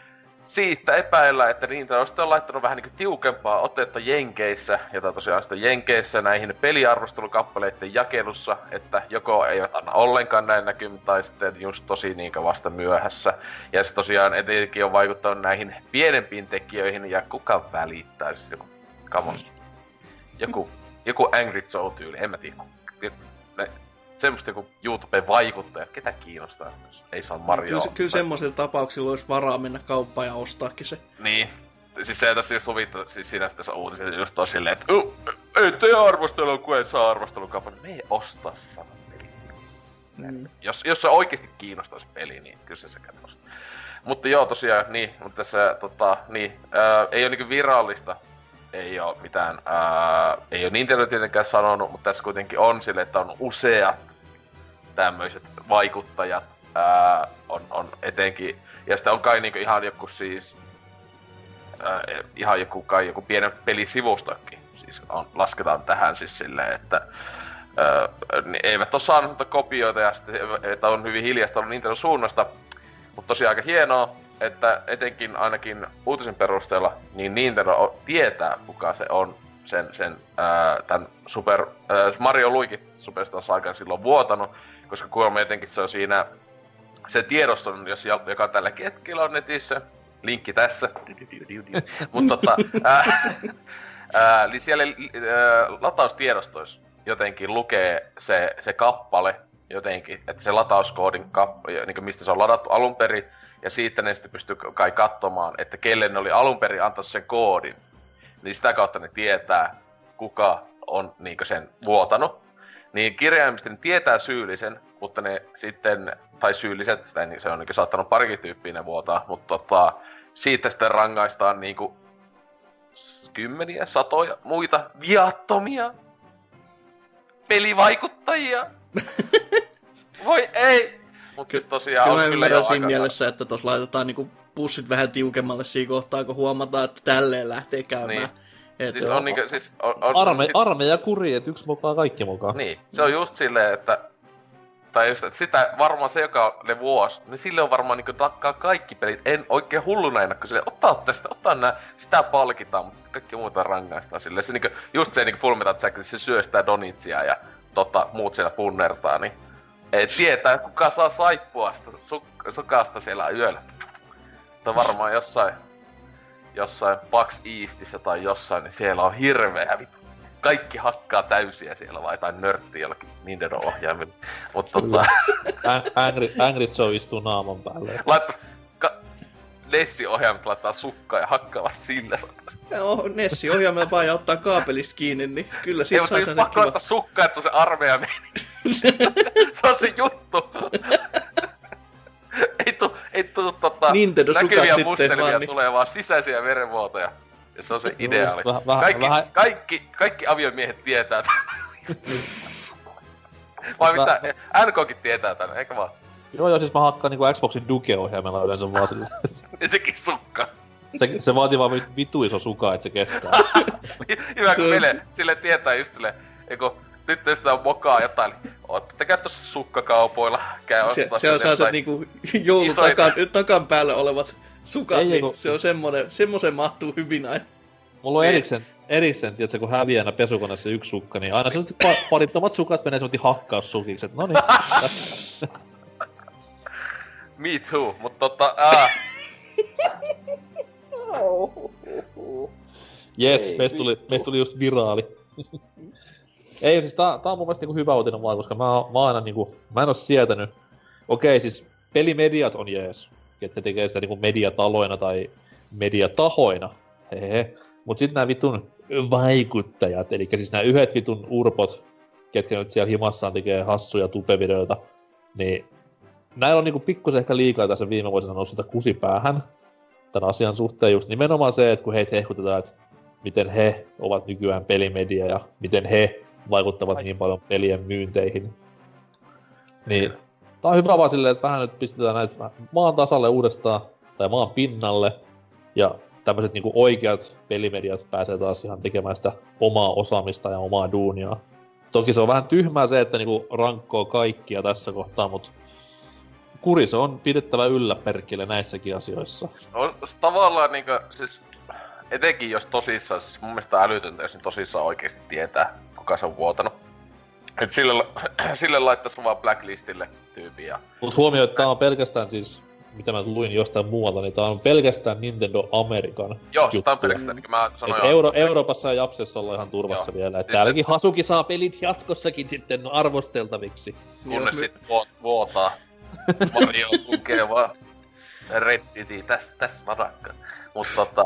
siitä epäillä, että Nintendo on sitten laittanut vähän niinku tiukempaa otetta Jenkeissä, jota tosiaan sitten Jenkeissä näihin peliarvostelukappaleiden jakelussa, että joko eivät anna ollenkaan näin näkymään, tai sitten just tosi niinkä vasta myöhässä. Ja sitten tosiaan etenkin on vaikuttanut näihin pienempiin tekijöihin, ja kuka välittää, siis joku, come on, joku, joku Angry Joe-tyyli, en mä tiedä. Ne, semmoista joku YouTube-vaikuttajat, ketä kiinnostaa, jos ei saa Marioa. Kyllä, kyllä semmoisilla tapauksilla olisi varaa mennä kauppaan ja ostaakin se. Niin, siis se tässä just huvittaa, siis siinä sitten uutisia just on silleen, että uh, ei tee arvostelua, kun ei saa arvostelukaupalla. Me ei ostaa se sama peli. Mm. Jos, jos se oikeesti kiinnostaa se peli, niin kyllä se sekä ostaa. Mutta joo, tosiaan, niin, mutta tässä, tota, niin, ää, ei oo niinku virallista, ei oo mitään, ää, ei oo Nintendo tietenkään sanonut, mutta tässä kuitenkin on sille, että on useat tämmöiset vaikuttajat, ää, on, on etenkin, ja sitten on kai niinku ihan joku siis, ää, ihan joku kai joku pienen pelisivustokin, siis on, lasketaan tähän siis silleen, että ää, niin eivät oo saanut kopioita ja sitten, että on hyvin hiljasta ollut Nintendo suunnasta. Mutta tosiaan aika hienoa, että etenkin ainakin uutisen perusteella, niin Nintendo tietää, kuka se on sen, sen ää, tän Super, ää, Mario Luigi Superstar Sagan silloin vuotanut, koska kuulemma etenkin se on siinä se tiedoston, jos joka tällä hetkellä on netissä, linkki tässä, mutta tota, ää, ää, niin siellä ää, lataustiedostoissa jotenkin lukee se, se kappale, jotenkin, että se latauskoodin, niin mistä se on ladattu alun perin, ja siitä ne sitten pystyy kai katsomaan, että kelle ne oli alun perin antanut sen koodin. Niin sitä kautta ne tietää, kuka on niin sen vuotanut. Niin kirjaimisesti ne tietää syyllisen, mutta ne sitten, tai syylliset, sitä, niin se on niin saattanut parikin tyyppiä ne vuotaa, mutta tota, siitä sitten rangaistaan niin kymmeniä, satoja muita viattomia pelivaikuttajia. Voi ei! Mut siis tosiaan kyllä on kyllä jo siinä aika... mielessä, että tos laitetaan niinku pussit vähän tiukemmalle siinä kohtaa, kun huomataan, että tälleen lähtee käymään. Niin. Et Siis on niinku, siis on... on Arme, sit... armeija kuri, et yksi mukaan kaikki mukaan. Niin, se on just silleen, että... Tai just, että sitä varmaan se, joka on ne vuosi, niin sille on varmaan niinku takkaa kaikki pelit. En oikein hulluna ennakko silleen, ota tästä, ota nää, sitä palkitaan, mutta sitten kaikki muuta rangaistaan silleen. Se niinku, just se niinku Fullmetal Jacket, se syö sitä donitsia ja tota, muut siellä punnertaa, niin... Ei tietää, kuka saa saippua sitä suk- sukasta siellä yöllä. Mutta varmaan jossain, jossain Pax Eastissä tai jossain, niin siellä on hirveä vittu. Kaikki hakkaa täysiä siellä vai jotain nörttiä jollakin Nintendo-ohjaimilla. Mutta tota... Angry, Angry Joe istuu naaman päälle. Laittaa... Ka- Nessi-ohjaimet laittaa sukkaa ja hakkaavat sillä satas. Joo, Nessi-ohjaimella vaan ja ottaa kaapelista kiinni, niin kyllä sit ei, saa mutta sen pakko kiva. laittaa sukkaa, että se on se armeija meni. Se on se juttu. ei tuu, ei tuu tota, Nintendo näkyviä sukat mustelmia sitten vaan, niin... tulee vaan sisäisiä verenvuotoja. Ja se on se ideaali. Väh, väh, kaikki, vähän... kaikki, kaikki aviomiehet tietää tän. Vai mitä? N K:kin tietää tän, eikö vaan? Joo joo, siis mä hakkaan niinku Xboxin Duke-ohjaimella yleensä vaan sille. Ja sekin sukka. Se, se vaatii vaan vitu iso suka, et se kestää. Hyvä kun meille sille tietää just silleen, eiku tyttöystä on mokaa jotain, ottakaa tossa sukkakaupoilla, käy ostaa se, se on sellaiset niinku joulutakan takan päällä olevat sukat, ei, niin kun, se on semmonen, semmosen mahtuu hyvin aina. Mulla on erikseen, erikseen, tiiätsä, kun häviää pesukoneessa yksi sukka, niin aina sellaiset pa- parittomat sukat menee semmoitin hakkaussukiksi, et noniin, tässä. Me too, mut tota, ää... Jes, meistä tuli, meist tuli just viraali. Ei, siis tää, tää on mun mielestä niinku hyvä uutinen vaan, koska mä, mä aina niinku, mä en oo sietänyt. Okei, siis pelimediat on jees, ketkä tekee sitä niinku mediataloina tai mediatahoina, hehehe. Mut sit nää vitun vaikuttajat, eli siis nää yhdet vitun urpot, ketkä nyt siellä himassaan tekee hassuja tubevideoita, niin näillä on niinku pikkusen ehkä liikaa tässä viime vuosina noussut sitä kusipäähän tämän asian suhteen just nimenomaan se, että kun heitä hehkutetaan, että miten he ovat nykyään pelimedia ja miten he vaikuttavat niin paljon pelien myynteihin. Niin tää on hyvä vaan silleen, että vähän nyt pistetään näitä maan tasalle uudestaan, tai maan pinnalle, ja tämmöiset niinku oikeat pelimediat pääsee taas ihan tekemään sitä omaa osaamista ja omaa duunia. Toki se on vähän tyhmää se, että niinku rankkoo kaikkia tässä kohtaa, mutta kuri se on pidettävä yllä perkele näissäkin asioissa. On tavallaan niinku, siis etenkin jos tosissaan, siis mun mielestä älytöntä, jos nyt tosissaan oikeesti tietää, kuka se on vuotanut. Et sille, sille laittais vaan blacklistille tyypiä. Mut huomio, että tää on pelkästään siis, mitä mä luin jostain muualta, niin tää on pelkästään Nintendo Amerikan Joo, juttu. tää on pelkästään, niin mä sanoin jo. Euro, Euroopassa ja Japsessa ollaan ihan turvassa joo. Vielä. Et täälläkin Hasuki saa pelit jatkossakin sitten arvosteltaviksi. Kunnes sit vuot, vuotaa. Mario tukee vaan. Redditi, täs, täs varakka. Mut tota...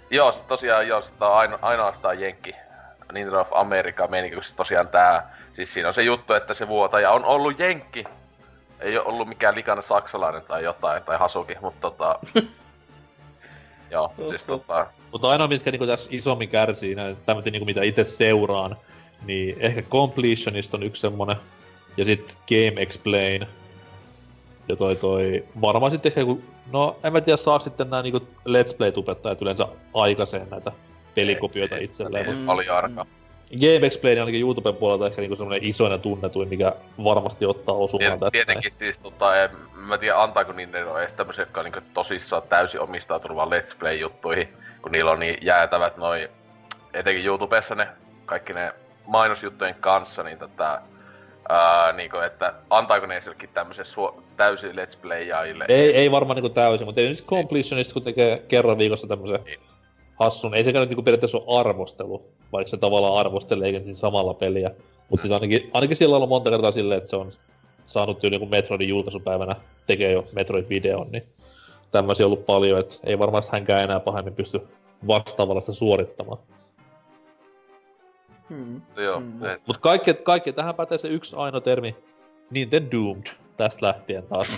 Joo, sit tosiaan joo, sit on aino, ainoastaan Jenkki. Nintendo of America meininki, kun tosiaan tää... Siis siinä on se juttu, että se vuotaja on ollut Jenkki. Ei oo ollut mikään likainen saksalainen tai jotain, tai Hasuki, mutta tota... joo, siis tota... Mutta ainoa mitkä niinku tässä isommin kärsii, näin tämmöitä niinku mitä itse seuraan, niin ehkä Completionist on yksi semmonen. Ja sit Game Explain. Ja toi toi... Varmaan sit ehkä joku... No, en mä tiedä, saa sitten nää niinku Let's Play-tubettajat yleensä aikaiseen näitä pelikopioita itselleen. Mm, paljon arkaa. Game Explain ainakin YouTuben puolelta ehkä niinku semmonen isoin ja tunnetuin, mikä varmasti ottaa osumaan tästä. Tietenkin näin. Siis tota, en, mä tiedä antaako Nintendo edes tämmösiä, jotka on niinku tosissaan täysin omistautunut vaan Let's Play-juttuihin, kun niillä on niin jäätävät noi, etenkin YouTubessa ne, kaikki ne mainosjuttujen kanssa, niin tätä, ää, niinku, että antaako ne esillekin tämmösen suo, täysin Let's Playjaajille? Ei, ei varmaan niinku täysin, mutta ei nyt Completionist, kun tekee kerran viikossa tämmösen niin hassun. Ei sekään nyt niinku periaatteessa ole arvostelu, vaikka se tavallaan arvosteleekin siinä samalla peliä. Mut siis ainakin, ainakin sillä on ollut monta kertaa silleen, että se on saanut yli joku Metroidin julkaisupäivänä tekee jo Metroid-videon, niin tämmösiä on ollut paljon, että ei varmaan hänkään enää pahemmin pysty vastaavalla sitä suorittamaan. Hmm. Joo. Hmm. Mut kaikki, kaikki tähän pätee se yksi ainoa termi, Nintendo Doomed, tästä lähtien taas.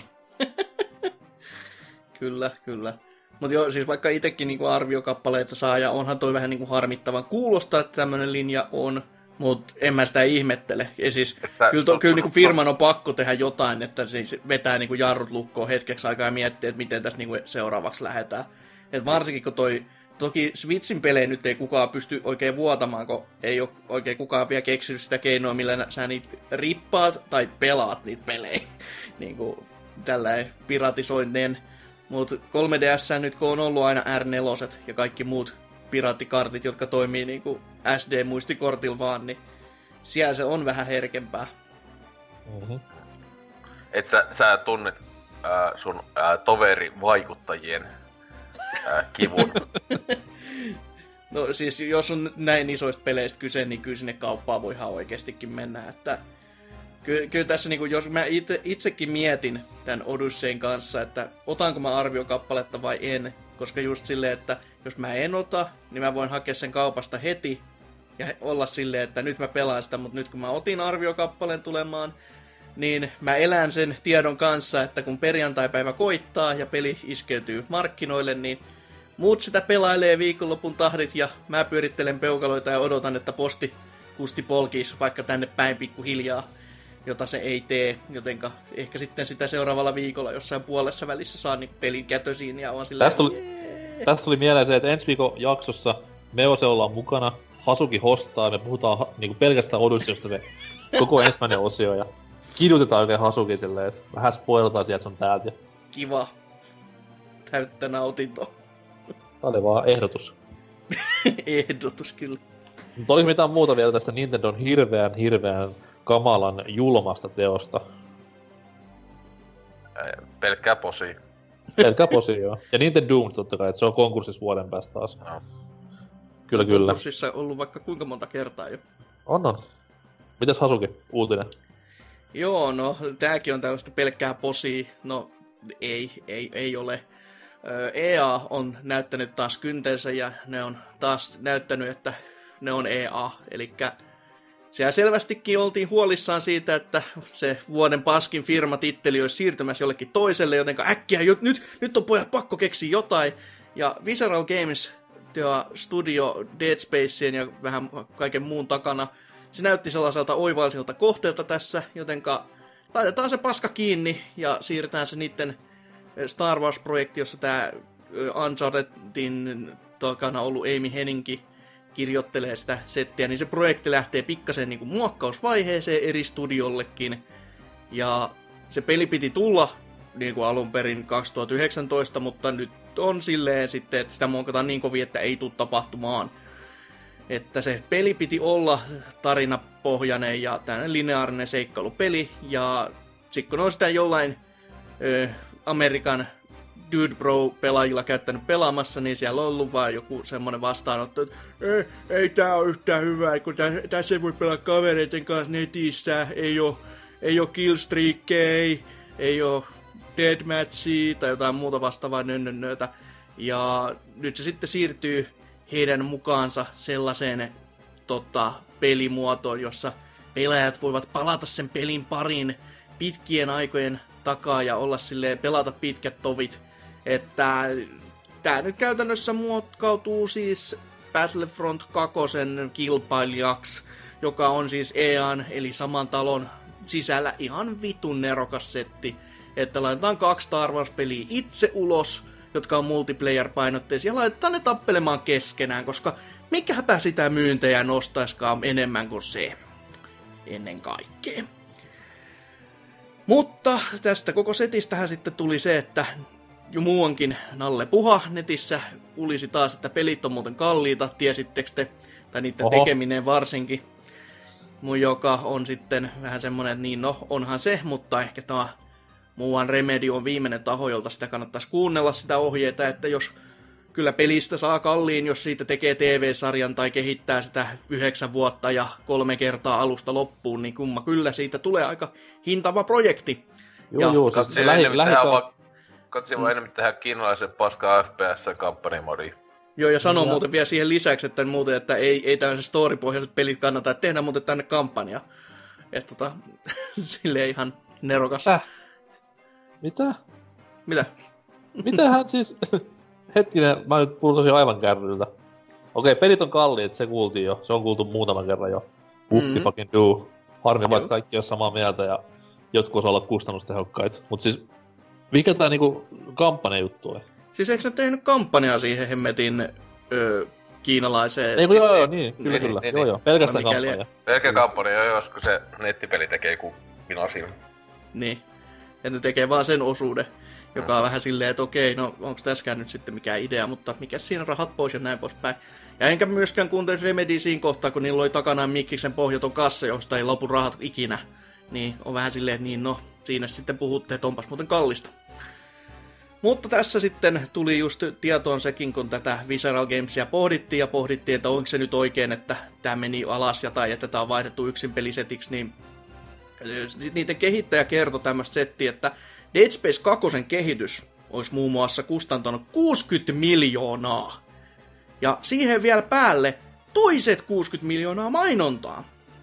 Kyllä, kyllä. Mutta joo, siis vaikka itsekin niinku arviokappaleita saa, ja onhan toi vähän niinku harmittavan kuulostaa, että tämmönen linja on, mutta en mä sitä ihmettele. Ja siis sä, kyllä, to, kyllä niinku firman on pakko tehdä jotain, että siis vetää niinku jarrut lukkoon hetkeksi aikaa ja miettiä, että miten tässä niinku seuraavaksi lähdetään. Et varsinkin kun toi, toki Switchin pelejä nyt ei kukaan pysty oikein vuotamaan, kun ei ole oikein kukaan vielä keksinyt sitä keinoa, millä sä niitä rippaat tai pelaat niitä pelejä. niinku tällainen piratisoinnin. Mutta kolme D S nyt kun on ollut aina R neljä ja kaikki muut piraattikartit, jotka toimii niinku S D-muistikortilla vaan, niin siellä se on vähän herkempää. Mm-hmm. Et sä, sä tunnet äh, sun äh, toverivaikuttajien äh, kivun. No siis jos on näin isoista peleistä kyse, niin kyllä sinne kauppaan voi ihan oikeastikin mennä, että Ky- kyllä tässä, niin kuin, jos mä itse, itsekin mietin tämän Odysseyn kanssa, että otanko mä arviokappaletta vai en, koska just silleen, että jos mä en ota, niin mä voin hakea sen kaupasta heti ja olla silleen, että nyt mä pelaan sitä, mutta nyt kun mä otin arviokappaleen tulemaan, niin mä elän sen tiedon kanssa, että kun perjantaipäivä koittaa ja peli iskeytyy markkinoille, niin muut sitä pelailee viikonlopun tahdit ja mä pyörittelen peukaloita ja odotan, että posti kusti polkis vaikka tänne päin pikkuhiljaa, jota se ei tee, jotenka ehkä sitten sitä seuraavalla viikolla jossain puolessa välissä saa niin pelin kätösiin ja on sillä... Tästä tuli, tästä tuli mieleen se, että ensi viikon jaksossa me Ose ollaan mukana, Hasuki hostaa, me puhutaan ha, niinku pelkästään Odysseysta se koko ensimmäinen osio ja kidutetaan oikein Hasuki silleen, että vähän spoilataan sieltä sun täältä. Kiva. Täyttä nautintoa. Tää oli vaan ehdotus. Ehdotus kyllä. Mutta oliko mitään muuta vielä tästä Nintendon hirveän hirveän kamalan julmasta teosta? Pelkkää posi. Pelkkää posi, joo. Ja Nintendo Doom totta kai, että se on konkurssissa vuoden päästä taas. No. Kyllä, kyllä. Konkurssissa ollut vaikka kuinka monta kertaa jo. On, on. Mitäs Hasuki, uutinen? Joo, no tääkin on tällaista pelkkää posia. No ei, ei, ei ole. E A on näyttänyt taas kyntensä ja ne on taas näyttänyt, että ne on E A. Elikkä siellä selvästikin oltiin huolissaan siitä, että se vuoden paskin firmatitteli olisi siirtymässä jollekin toiselle, jotenka äkkiä, jo, nyt, nyt on pojat pakko keksiä jotain. Ja Visceral Games, studio Dead Spaceen ja vähän kaiken muun takana, se näytti sellaiselta oivalliselta kohteelta tässä, jotenka laitetaan se paska kiinni ja siirretään se niiden Star Wars-projekti, jossa tämä Unchartedin takana ollut Amy Henninki kirjoittelee sitä settiä, niin se projekti lähtee pikkasen niin kuin muokkausvaiheeseen eri studiollekin. Ja se peli piti tulla niin kuin alun perin kaksituhattayhdeksäntoista, mutta nyt on silleen sitten, että sitä muokataan niin kovin, että ei tule tapahtumaan. Että se peli piti olla tarinapohjainen ja tämmöinen lineaarinen seikkailupeli, ja sitten kun on sitä jollain ö, Amerikan Dude Bro-pelaajilla käyttänyt pelaamassa, niin siellä on ollut vaan joku semmonen vastaanotto, että ei, ei tää oo yhtään hyvää, kun tä, tässä ei voi pelaa kavereiden kanssa netissä, ei oo, ei oo killstreakkejä, ei, ei oo deathmatchia tai jotain muuta vastaavaa nönnönnöitä. Ja nyt se sitten siirtyy heidän mukaansa sellaiseen tota, pelimuotoon, jossa pelaajat voivat palata sen pelin pariin pitkien aikojen takaa ja olla silleen, pelata pitkät tovit. Että tää nyt käytännössä muokkautuu siis Battlefront kaksi kilpailijaksi, joka on siis E A:n eli saman talon sisällä ihan vitun nerokas setti. Että laitetaan kaksi Star Wars-peliä itse ulos, jotka on multiplayer-painotteisia, ja laitetaan ne tappelemaan keskenään, koska mikäpä sitä myyntejä nostaiskaan enemmän kuin se. Ennen kaikkea. Mutta tästä koko setistähän sitten tuli se, että jo muuankin Nalle Puha netissä ulisi taas, että pelit on muuten kalliita, tiesittekö te? Tai niiden Oho. tekeminen varsinkin. Mun joka on sitten vähän semmonen, että niin no, onhan se, mutta ehkä tämä muuan Remedy on viimeinen taho, jolta sitä kannattaisi kuunnella sitä ohjeita, että jos kyllä pelistä saa kalliin, jos siitä tekee T V-sarjan tai kehittää sitä yhdeksän vuotta ja kolme kertaa alusta loppuun, niin kumma kyllä siitä tulee aika hintava projekti. Joo, joo, siis katsi lähi, lähi, Katsi voi enemmän tehdä kiinalaisen paskaa F P S-kampanjamodiin. Joo, ja sanoo ja. muuten vielä siihen lisäksi, että muuten, että ei, ei tämmöiset story-pohjaiset pelit kannata, että tehdään muuten tänne kampanja. Että tota, silleen ihan nerokas. Äh. Mitä? Mitä? Mitähän siis... Hetkinen, mä nyt puhutaan aivan kärryltä. Okei, pelit on kalliit, se kuultiin jo. Se on kuultu muutaman kerran jo. Whoopty mm-hmm. fucking do. Harmi vaan, että kaikki on samaa mieltä ja jotkut osaa olla kustannustehokkaita. Mut siis, mikä tää niinku kampanjajuttu oli? Siis eikö ne tehnyt kampanjaa siihen hemmetin öö, kiinalaiseen... Ei kun joo, joo, niin, kyllä, niin, kyllä. Niin, joo, niin. joo, pelkästään mikäli... kampanja. Pelkä kampanja, joo, jos kun se nettipeli tekee kuin pinasilma. Niin. Ja ne tekee vaan sen osuuden, joka on mm. vähän silleen, että okei, no onko tässäkään nyt sitten mikään idea, mutta mikä siinä rahat pois ja näin poispäin. Ja enkä myöskään kuuntele Remedy siinä kohtaa, kun niillä oli takanaan Mikkiksen pohjaton kassa, josta ei lopu rahat ikinä. Niin on vähän silleen, että niin no, siinä sitten puhutte, että onpas muuten kallista. Mutta tässä sitten tuli just tietoon sekin, kun tätä Visceral Gamesia pohdittiin ja pohdittiin, että onko se nyt oikein, että tämä meni alas ja tai että tämä on vaihdettu yksin pelisetiksi, niin niiden kehittäjä kertoi tämmöistä settiä, että Dead Space kaksi kehitys olisi muun muassa kustantanut kuusikymmentä miljoonaa. Ja siihen vielä päälle toiset kuusikymmentä miljoonaa mainontaa.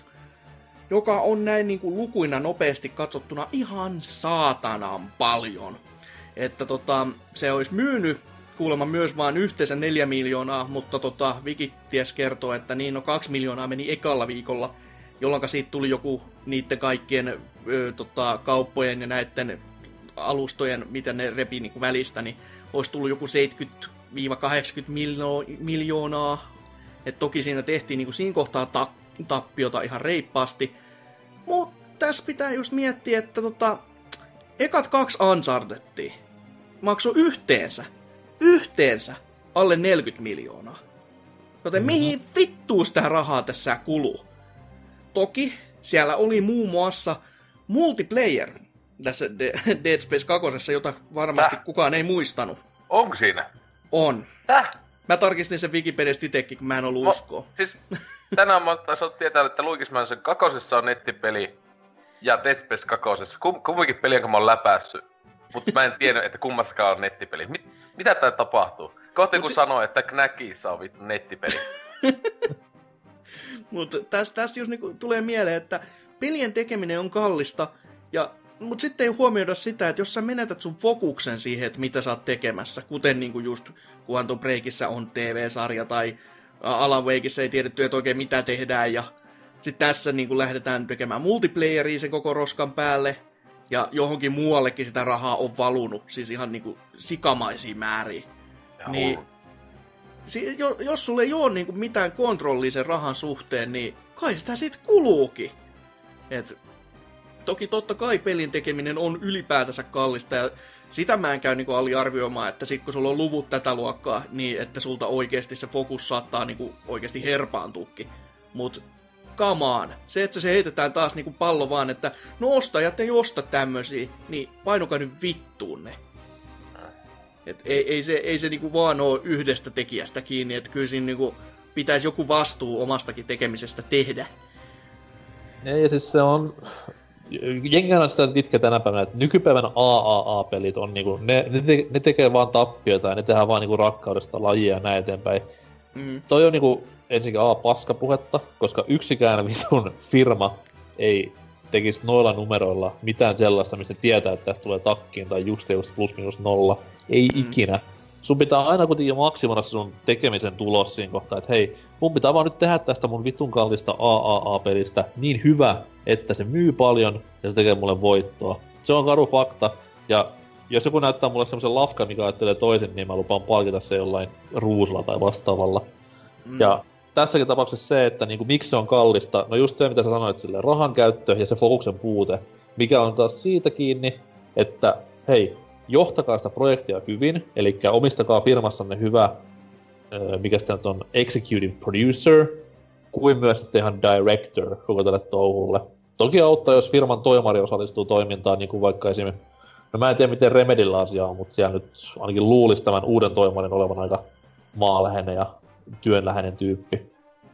Joka on näin niin kuin lukuina nopeasti katsottuna ihan saatanan paljon. Että tota, se olisi myynyt kuulemma myös vain yhteensä neljä miljoonaa, mutta tota, Wikities kertoo, että niin no kaksi miljoonaa meni ekalla viikolla, jolloin siitä tuli joku niiden kaikkien ö, tota, kauppojen ja näiden alustojen, miten ne repi niin kuin välistä, niin olisi tullut joku seitsemänkymmentä kahdeksankymmentä miljoonaa. Et toki siinä tehtiin niin kuin siinä kohtaa ta- tappiota ihan reippaasti. Mutta tässä pitää just miettiä, että tota, ekat kaksi Unchartedia maksoi yhteensä, yhteensä alle neljäkymmentä miljoonaa. Joten mm-hmm. mihin vittuun sitä rahaa tässä kuluu? Toki siellä oli muun muassa multiplayer tässä Dead Space kaksi, jota varmasti Täh? kukaan ei muistanut. Onko siinä? On. Täh? Mä tarkistin sen Wikipediasta itsekin, kun mä en ollut Mo, uskoa. Siis tänään mä taisin tietää, että Luigi's Mansion kakosessa on nettipeli ja Dead Space kakosessa. Kum, kumminkin peli, jonka mä oon läpässyt. Mutta mä en tiedä, että kummassakaan on nettipeli. Mit, mitä tää tapahtuu? Kohti kun si- sanoo, että Knackissa on vittu nettipeli. Mutta tästä täs just niinku tulee mieleen, että pelien tekeminen on kallista, ja, mutta sitten ei huomioida sitä, että jos sä menetät sun fokuksen siihen, että mitä sä oot tekemässä, kuten niinku just Quantum Breakissä on T V-sarja, tai Alan Wakeissa ei tiedetty, että oikein mitä tehdään, ja sitten tässä niinku lähdetään tekemään multiplayeria sen koko roskan päälle, ja johonkin muuallekin sitä rahaa on valunut, siis ihan niinku sikamaisiin määriin. Ja niin, si- jos sulla ei ole niinku mitään kontrollia sen rahan suhteen, niin kai sitä sit kuluukin. Et, toki totta kai pelin tekeminen on ylipäätänsä kallista, ja sitä mä en käy niinku aliarvioimaan, että sit kun sulla on luvut tätä luokkaa, niin että sulta oikeesti se fokus saattaa niinku oikeesti herpaantuukin. Mut come on. Se, että se heitetään taas niinku pallo vaan, että no ostajat ei osta tämmösiä, niin painukaa nyt vittuun ne. Et ei, ei se, ei se niinku vaan oo yhdestä tekijästä kiinni, että kyllä siinä niinku pitäisi joku vastuu omastakin tekemisestä tehdä. Ei, ja siis se on... Jengänä sitä itkä tänä päivänä, että nykypäivän A A A-pelit on niinku, ne, ne, te, ne tekee vaan tappioita ja ne tehdään vaan niinku rakkaudesta lajia ja näin eteenpäin. Mm. toi on niinku ensinnäkin A, paskapuhetta, koska yksikään vitun firma ei tekisi noilla numeroilla mitään sellaista, mistä tietää, että tästä tulee takkiin tai just just plus minus nolla. Ei mm. ikinä. Sun pitää aina kuitenkin maksimoida sun tekemisen tulos siinä kohtaa, että hei, mun pitää vaan nyt tehdä tästä mun vitun kallista A A A-pelistä niin hyvä, että se myy paljon ja se tekee mulle voittoa. Se on karu fakta, ja jos joku näyttää mulle semmosen lafkan, mikä ajattelee toisin, niin mä lupaan palkita se jollain ruusulla tai vastaavalla. Mm. Ja tässäkin tapauksessa se, että niinku, miksi se on kallista, no just se mitä sä sanoit silleen, rahan käyttö ja se fokuksen puute, mikä on taas siitä kiinni, että hei, johtakaa sitä projektia hyvin, eli omistakaa firmassanne hyvä, mikä sitten on executive producer, kuin myös sitten ihan director koko tälle touhulle. Toki auttaa, jos firman toimari osallistuu toimintaan, niin kuin vaikka esimerkiksi, no mä en tiedä miten Remedillä asia on, mutta siellä nyt ainakin luulisi tämän uuden toimarin olevan aika maaläheinen ja työnläheinen tyyppi.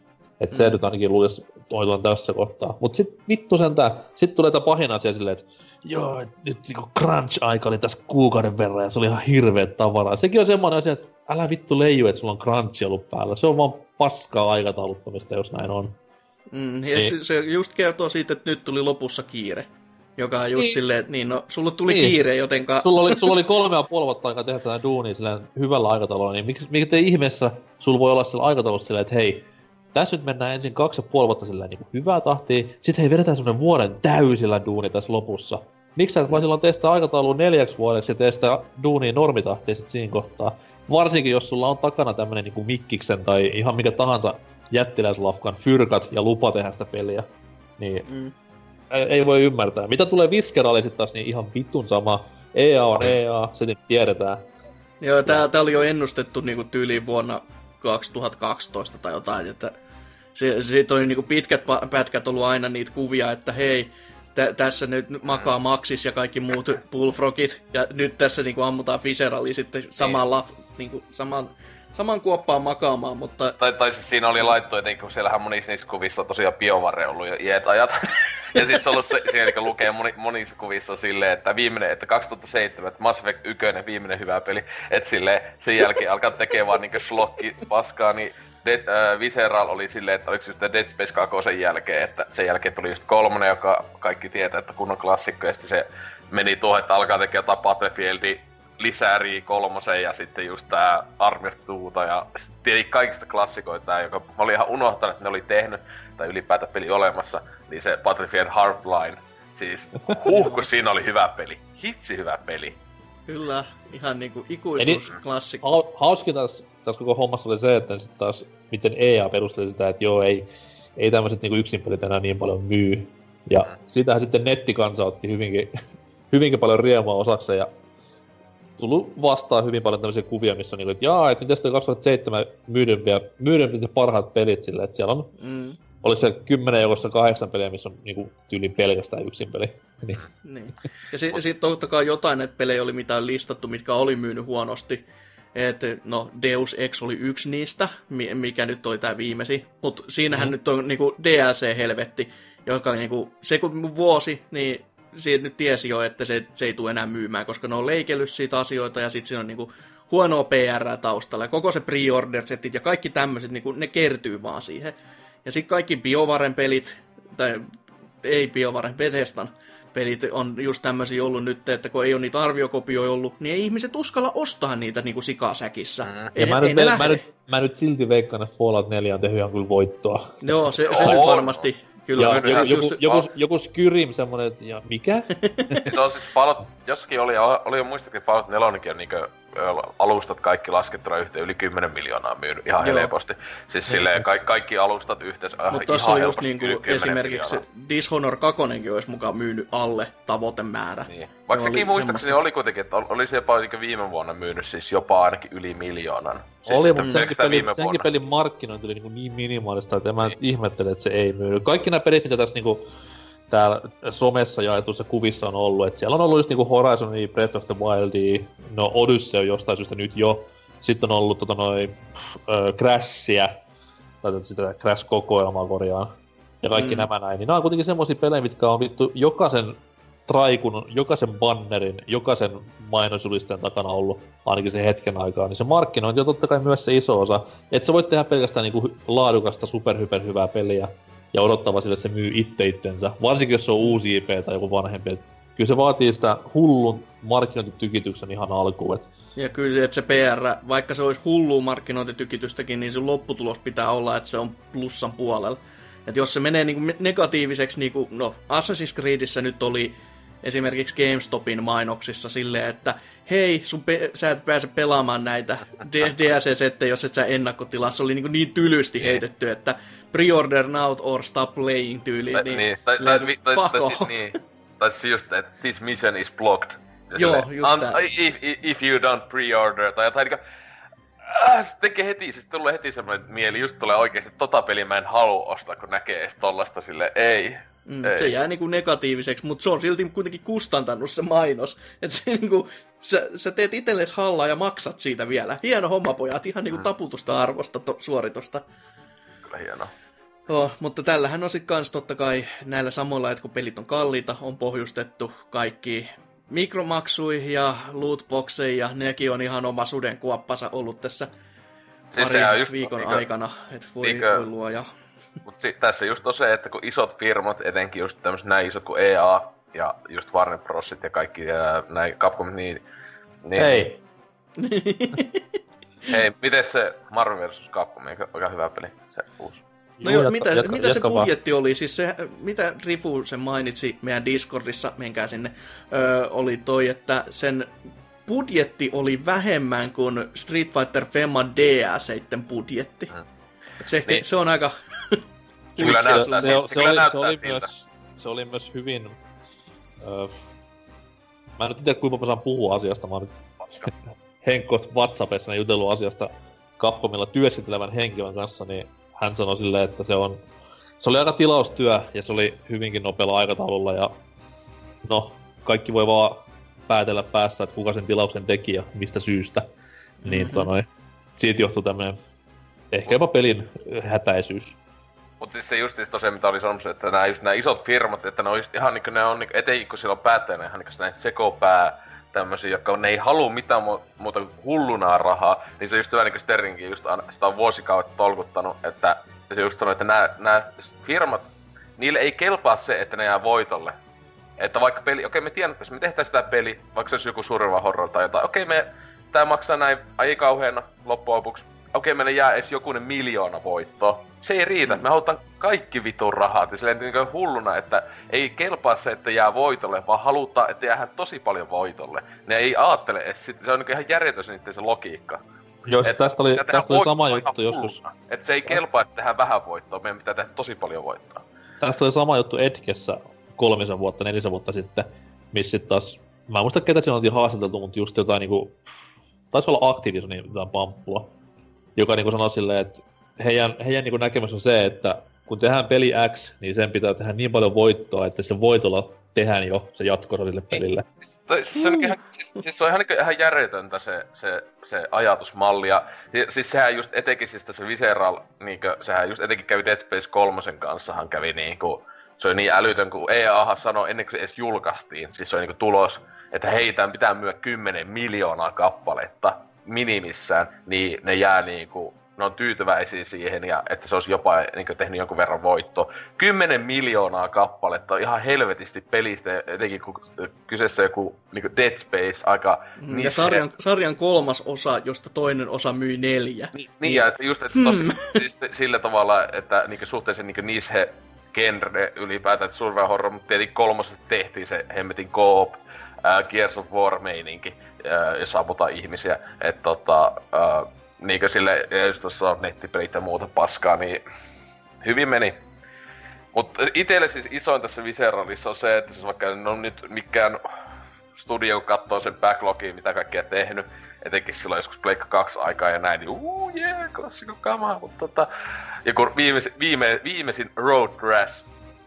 Et se mm. nyt ainakin luulisi toituvan tässä kohtaa. Mut sit vittu sentään, sit tulee tää pahin asia silleen, että joo, nyt niinku crunch-aika oli tässä kuukauden verran ja se oli ihan hirveet tavaraa. Sekin on semmoinen asia, että älä vittu leiju, että sulla on crunch ollut päällä. Se on vaan paskaa aikatauluttamista, jos näin on. Mm, ja niin. Se just kertoo siitä, että nyt tuli lopussa kiire. Joka on just niin. Silleen, että niin, no, sulla tuli niin. Kiire, jotenka... Sulla oli, sulla oli kolme ja puoli vuotta aikaa tehdä tätä duunia silleen hyvällä aikataululla, niin miksi, miksi te ihmeessä sulla voi olla sillä aikataulussa silleen, että hei, tässä nyt mennään ensin kaksi ja puoli vuotta silleen niin hyvää tahtia, sit hei, vedetään semmonen vuoden täysillä duuni tässä lopussa. Miksi sä et vaan silloin tee sitä aikataulua neljäksi vuodeksi ja tee sitä duunia normitahtia sit siinä kohtaa? Varsinkin jos sulla on takana tämmönen niinku Mikkiksen tai ihan mikä tahansa jättiläislafkan fyrkat ja lupa tehdä sitä peliä, niin mm. ei, ei voi ymmärtää. Mitä tulee Visceraliin sit taas, niin ihan vitun sama. E A on E A, se nyt tiedetään. Joo, tää, tää oli jo ennustettu niinku tyyliin vuonna kaksituhattakaksitoista tai jotain, että se, siitä oli niinku pitkät pätkät ollut aina niitä kuvia, että hei, tä, tässä nyt makaa Maxis ja kaikki muut Bullfrogit, ja nyt tässä niinku ammutaan Viscerali sitten samaan, laf, niinku, saman, saman kuoppaan makaamaan, mutta... Tai, tai siis siinä oli laittu jotenkin, kun siellähän monissa niissä kuvissa on tosiaan BioWare ollut jo iät ajat. Ja sit se on ollut se, siellä lukee moni, monissa kuvissa on silleen, että viimeinen, että kaksituhattaseitsemän, että Mass Effect yksi, viimeinen hyvä peli, että silleen sen jälkeen alkaa tekee vaan niinkö slokki paskaa, niin Dead, äh, Visceral oli silleen, että oliko just Dead Space kaksi sen jälkeen, että sen jälkeen tuli just kolmonen, joka kaikki tietää, että kunnon klassikko, ja sitten se meni tuohon, että alkaa tekee jotain Battlefieldi lisääriä kolmosen ja sitten just tää Army Twoota ja sitten kaikista klassikoita tää, joka mä olin ihan unohtanut, että ne oli tehnyt, tai ylipäätään peli olemassa, niin se Battlefield Hardline, siis huh, kun siinä oli hyvä peli, hitsi hyvä peli. Kyllä, ihan niinku ikuisuusklassikko. Ha- hauskin tässä, tässä koko hommassa oli se, että sitten taas miten E A perusteli sitä, että joo, ei, ei tämmöiset niinku yksinpelit enää niin paljon myy. Ja mm. siitähän sitten nettikansa otti hyvinkin, hyvinkin paljon riemua osakseen ja tullut vastaan hyvin paljon tämmöisiä kuvia, missä on niinku, että jaa, että miten toi kaksituhattaseitsemän myydympiä, myydympiä parhaat pelit silleen, että siellä on, mm. oliko se kymmenen joukossa kahdeksan peliä, missä on niinku tyyliin pelkästään yksin peli. niin. niin. Ja sitten sit totta kai jotain näitä pelejä oli mitään listattu, mitkä oli myynyt huonosti. Et, no, Deus Ex oli yksi niistä, mikä nyt oli tää viimeisin. Mut siinähän mm. nyt on niinku D L C-helvetti, joka niinku, se kun vuosi, niin siitä nyt tiesi jo, että se, se ei tule enää myymään, koska ne on leikellyt siitä asioita ja sitten siinä on niinku huonoa P R taustalla. Ja koko se pre-order-setit ja kaikki tämmöiset, niinku, ne kertyy vaan siihen. Ja sitten kaikki BioWaren pelit, tai ei BioWaren, Bethesdan pelit on just tämmöisiä ollut nyt, että kun ei ole niitä arviokopioja ollut, niin ei ihmiset uskalla ostaa niitä niinku sikasäkissä. Mm. Ei, mä, ei nyt, mä, nyt, mä nyt silti veikkaan, että Fallout neljä on tehnyt ihan kyllä voittoa. Joo, se, se nyt varmasti. Kyllä, ja joku, joku, just... joku, joku Skyrim semmonen, että ja mikä? Se on siis Fallout, jossakin oli, oli jo muistakin Fallout neljäkin on niinkö alustat kaikki laskettuna yhteen yli kymmenen miljoonaa myynyt ihan Joo. helposti. Siis mm. silleen ka- kaikki alustat yhteensä ihan Mutta tossa on just niinku esimerkiksi miljoonaa. Dishonor kaksi olisi mukaan myynyt alle tavoitemäärä. Niin. Vaikka sekin muistaakseni semmoista... oli kuitenkin, että oli se jopa viime vuonna myynyt siis jopa ainakin yli miljoonan. Siis oli, mutta senkin, peli, senkin pelin markkinointi oli niin, niin minimaalista, että mä niin. ihmettelen, että se ei myynyt. Kaikki nämä pelit, mitä tässä niinku täällä somessa jaetuissa kuvissa on ollut, että siellä on ollut just niinku Horizonia, Breath of the Wildia, no Odyssey on jostain syystä nyt jo, sitten on ollut tota noin äh, Crashia, tai sitä Crash-kokoelmaa korjaan, ja kaikki mm. nämä näin, niin nämä on kuitenkin semmosia pelejä, mitkä on vittu jokaisen Traikun jokaisen bannerin, jokaisen mainosjulisteen takana ollut ainakin sen hetken aikaa, niin se markkinointi on totta kai myös se iso osa. Et sä voit tehdä pelkästään niinku laadukasta, superhyperhyvää peliä ja odottava sille, että se myy itse itsensä. Varsinkin jos se on uusi I P tai joku vanhempi. Et kyllä se vaatii sitä hullun markkinointitykityksen ihan alkuun. Et... Ja kyllä se, että se P R, vaikka se olisi hullua markkinointitykitystäkin, niin se lopputulos pitää olla, että se on plussan puolella. Että jos se menee niinku negatiiviseksi, niinku, no Assassin's Creedissä nyt oli esimerkiksi GameStopin mainoksissa silleen, että hei, sun pe- sä et pääse pelaamaan näitä D L C-settejä, jos et sä ennakkotilaa. Se oli niin, niin tylysti heitetty, että pre-order now or stop playing tyyliin. Tai, niin, niin, tai, tai, tai, tai, tai, niin, tai siis just, että this mission is blocked. Ja joo, silleen, just un, tää. If, if you don't pre-order, tai jotain niinku... Äh, se tekee heti, siis tulee heti semmoinen mieli, just tulee oikeesti, että tota peliä mä en halua ostaa, kun näkee edes tollasta silleen, ei. Mm, ei. se jää niinku negatiiviseksi, mutta se on silti kuitenkin kustantanut se mainos. Että se niinku, sä, sä teet itsellesi hallaa ja maksat siitä vielä. Hieno homma, pojat, ihan niinku taputusta arvosta to, suoritusta. Kyllä hienoa. Oh, mutta tällähän on sit kans totta kai näillä samoilla, että kun pelit on kalliita, on pohjustettu kaikki mikromaksuihin ja lootboxeihin, ja nekin on ihan oma sudenkuoppansa ollut tässä siis parin just, viikon niinkö, aikana, että voi, niinkö, voi luoja. Mut si- tässä just on se, että kun isot firmat, etenkin just tämmöset näin isot kuin E A ja just Warner Brosit ja kaikki ja näin Capcom, niin... niin Hei! Hei, miten se Marvel versus. Capcom, aika hyvä peli, se uusi. No Juu, joo, jatka, mitä, jatka, mitä se jatka budjetti vaan. Oli? Siis se, mitä Rifu sen mainitsi meidän Discordissa, menkää sinne, öö, oli toi, että sen budjetti oli vähemmän kuin Street Fighter Femma D L C:iden budjetti. Mm. Se, niin. se on aika... Se kyllä näyttää se, siltä. se, Se, oli, kyllä se, oli siltä. myös, se oli myös hyvin... Öö, mä en nyt tiedä, kuinka mä saan puhua asiasta. Mä oon nyt Henkot WhatsAppissa jutellut asiasta Capcomilla työskentelevän henkilön kanssa, niin hän sanoi silleen, että se on... Se oli aika tilaustyö, ja se oli hyvinkin nopealla aikataululla, ja... No, kaikki voi vaan päätellä päässä, että kuka sen tilauksen teki ja mistä syystä. Mm-hmm. Niin tota noin... Siitä johtui tämmönen... Ehkä jopa pelin hätäisyys. Mut siis se just siis tosiaan mitä oli sanomassa, että nää just nää isot firmat, että ne on just ihan niinku ne on niinku, etenkin kun siellä on päättäjänä ihan niinku näin sekopää tämmösiä, jotka ne ei halua mitään mu- muuta kuin hullunaa rahaa, niin se just hyvä niinku Sterlingin just an, sitä on vuosikaudet tolkuttanut, että se just sanoi, että nää, nää firmat, niille ei kelpaa se, että ne jää voitolle. Että vaikka peli, okei me tiedän, että jos me tehtäis sitä peli, vaikka se olisi joku survival horror tai jotain, okei me, tää maksaa näin, ai kauheena loppujen lopuksi, okei meille jää edes jokunen miljoona voittoa. Se ei riitä, me halutaan kaikki vitun rahat, ja silleen niin hulluna, että ei kelpaa se, että jää voitolle, vaan halutaan, että jäähän tosi paljon voitolle. Ne ei aattele edes sit, se on niin ihan järjetön niitten se logiikka. Jos et, tästä oli, tästä oli sama juttu joskus. Että se ei kelpaa, että tehdään vähän voittoa, meidän pitää tehdä tosi paljon voittoa. Tästä oli sama juttu Edgessä kolmisen vuotta, nelisen vuotta sitten, missä sit taas... Mä en muista ketä siinä oltiin haastateltu, mutta just jotain niinku... Taisi olla Activisionin jotain pamppua, joka niinku sanoi silleen, että heidän, heidän niinku näkemys on se, että kun tehdään peli X, niin sen pitää tehdä niin paljon voittoa, että sillä voitolla tehdään jo se jatko sille pelille. Se on ihan, siis, siis se on ihan, ihan järjetöntä se, se, se ajatusmalli. Ja siis sehän just etenkin siis tässä Visceral, niinkö, sehän just etenkin kävi Dead Space kolmosen kanssahan kävi niinku, se oli niin älytön, kun E A sanoi ennen kuin se edes julkaistiin, siis se oli niinku tulos, että hei, tämän pitää myydä kymmenen miljoonaa kappaletta minimissään, niin ne jää niinku, ne on tyytyväisiä siihen, ja että se olisi jopa niinku tehnyt jonkun verran voittoa. Kymmenen miljoonaa kappaletta on ihan helvetisti pelistä, etenkin kun kyseessä joku niinku Dead Space aika... Mm, ja sarjan, sarjan kolmas osa, josta toinen osa myi neljä. Niin, niin ja että just, että tosi, hmm. siis sillä tavalla, että niinku suhteellisen niinku niche genre ylipäätään, että survival horror, mutta tietenkin kolmosesta tehtiin se hemmetin co-op, äh, Gears of War-meininki, äh, jossa ammutaan ihmisiä, että tota, äh, niinkö sille, jos tuossa on nettipelit ja muuta paskaa, niin hyvin meni. Mut itelle siis isoin tässä Visceralissa on se, että siis vaikka en ole nyt mikään studio, kun katsoo sen backlogiin, mitä kaikkea tehnyt, etenkin silloin joskus Pleikka kaksi aikaa ja näin, niin uuu, jee, yeah, klassikko kamaa, mutta tota... Ja kun viimeis, viime, viimeisin Road Rash,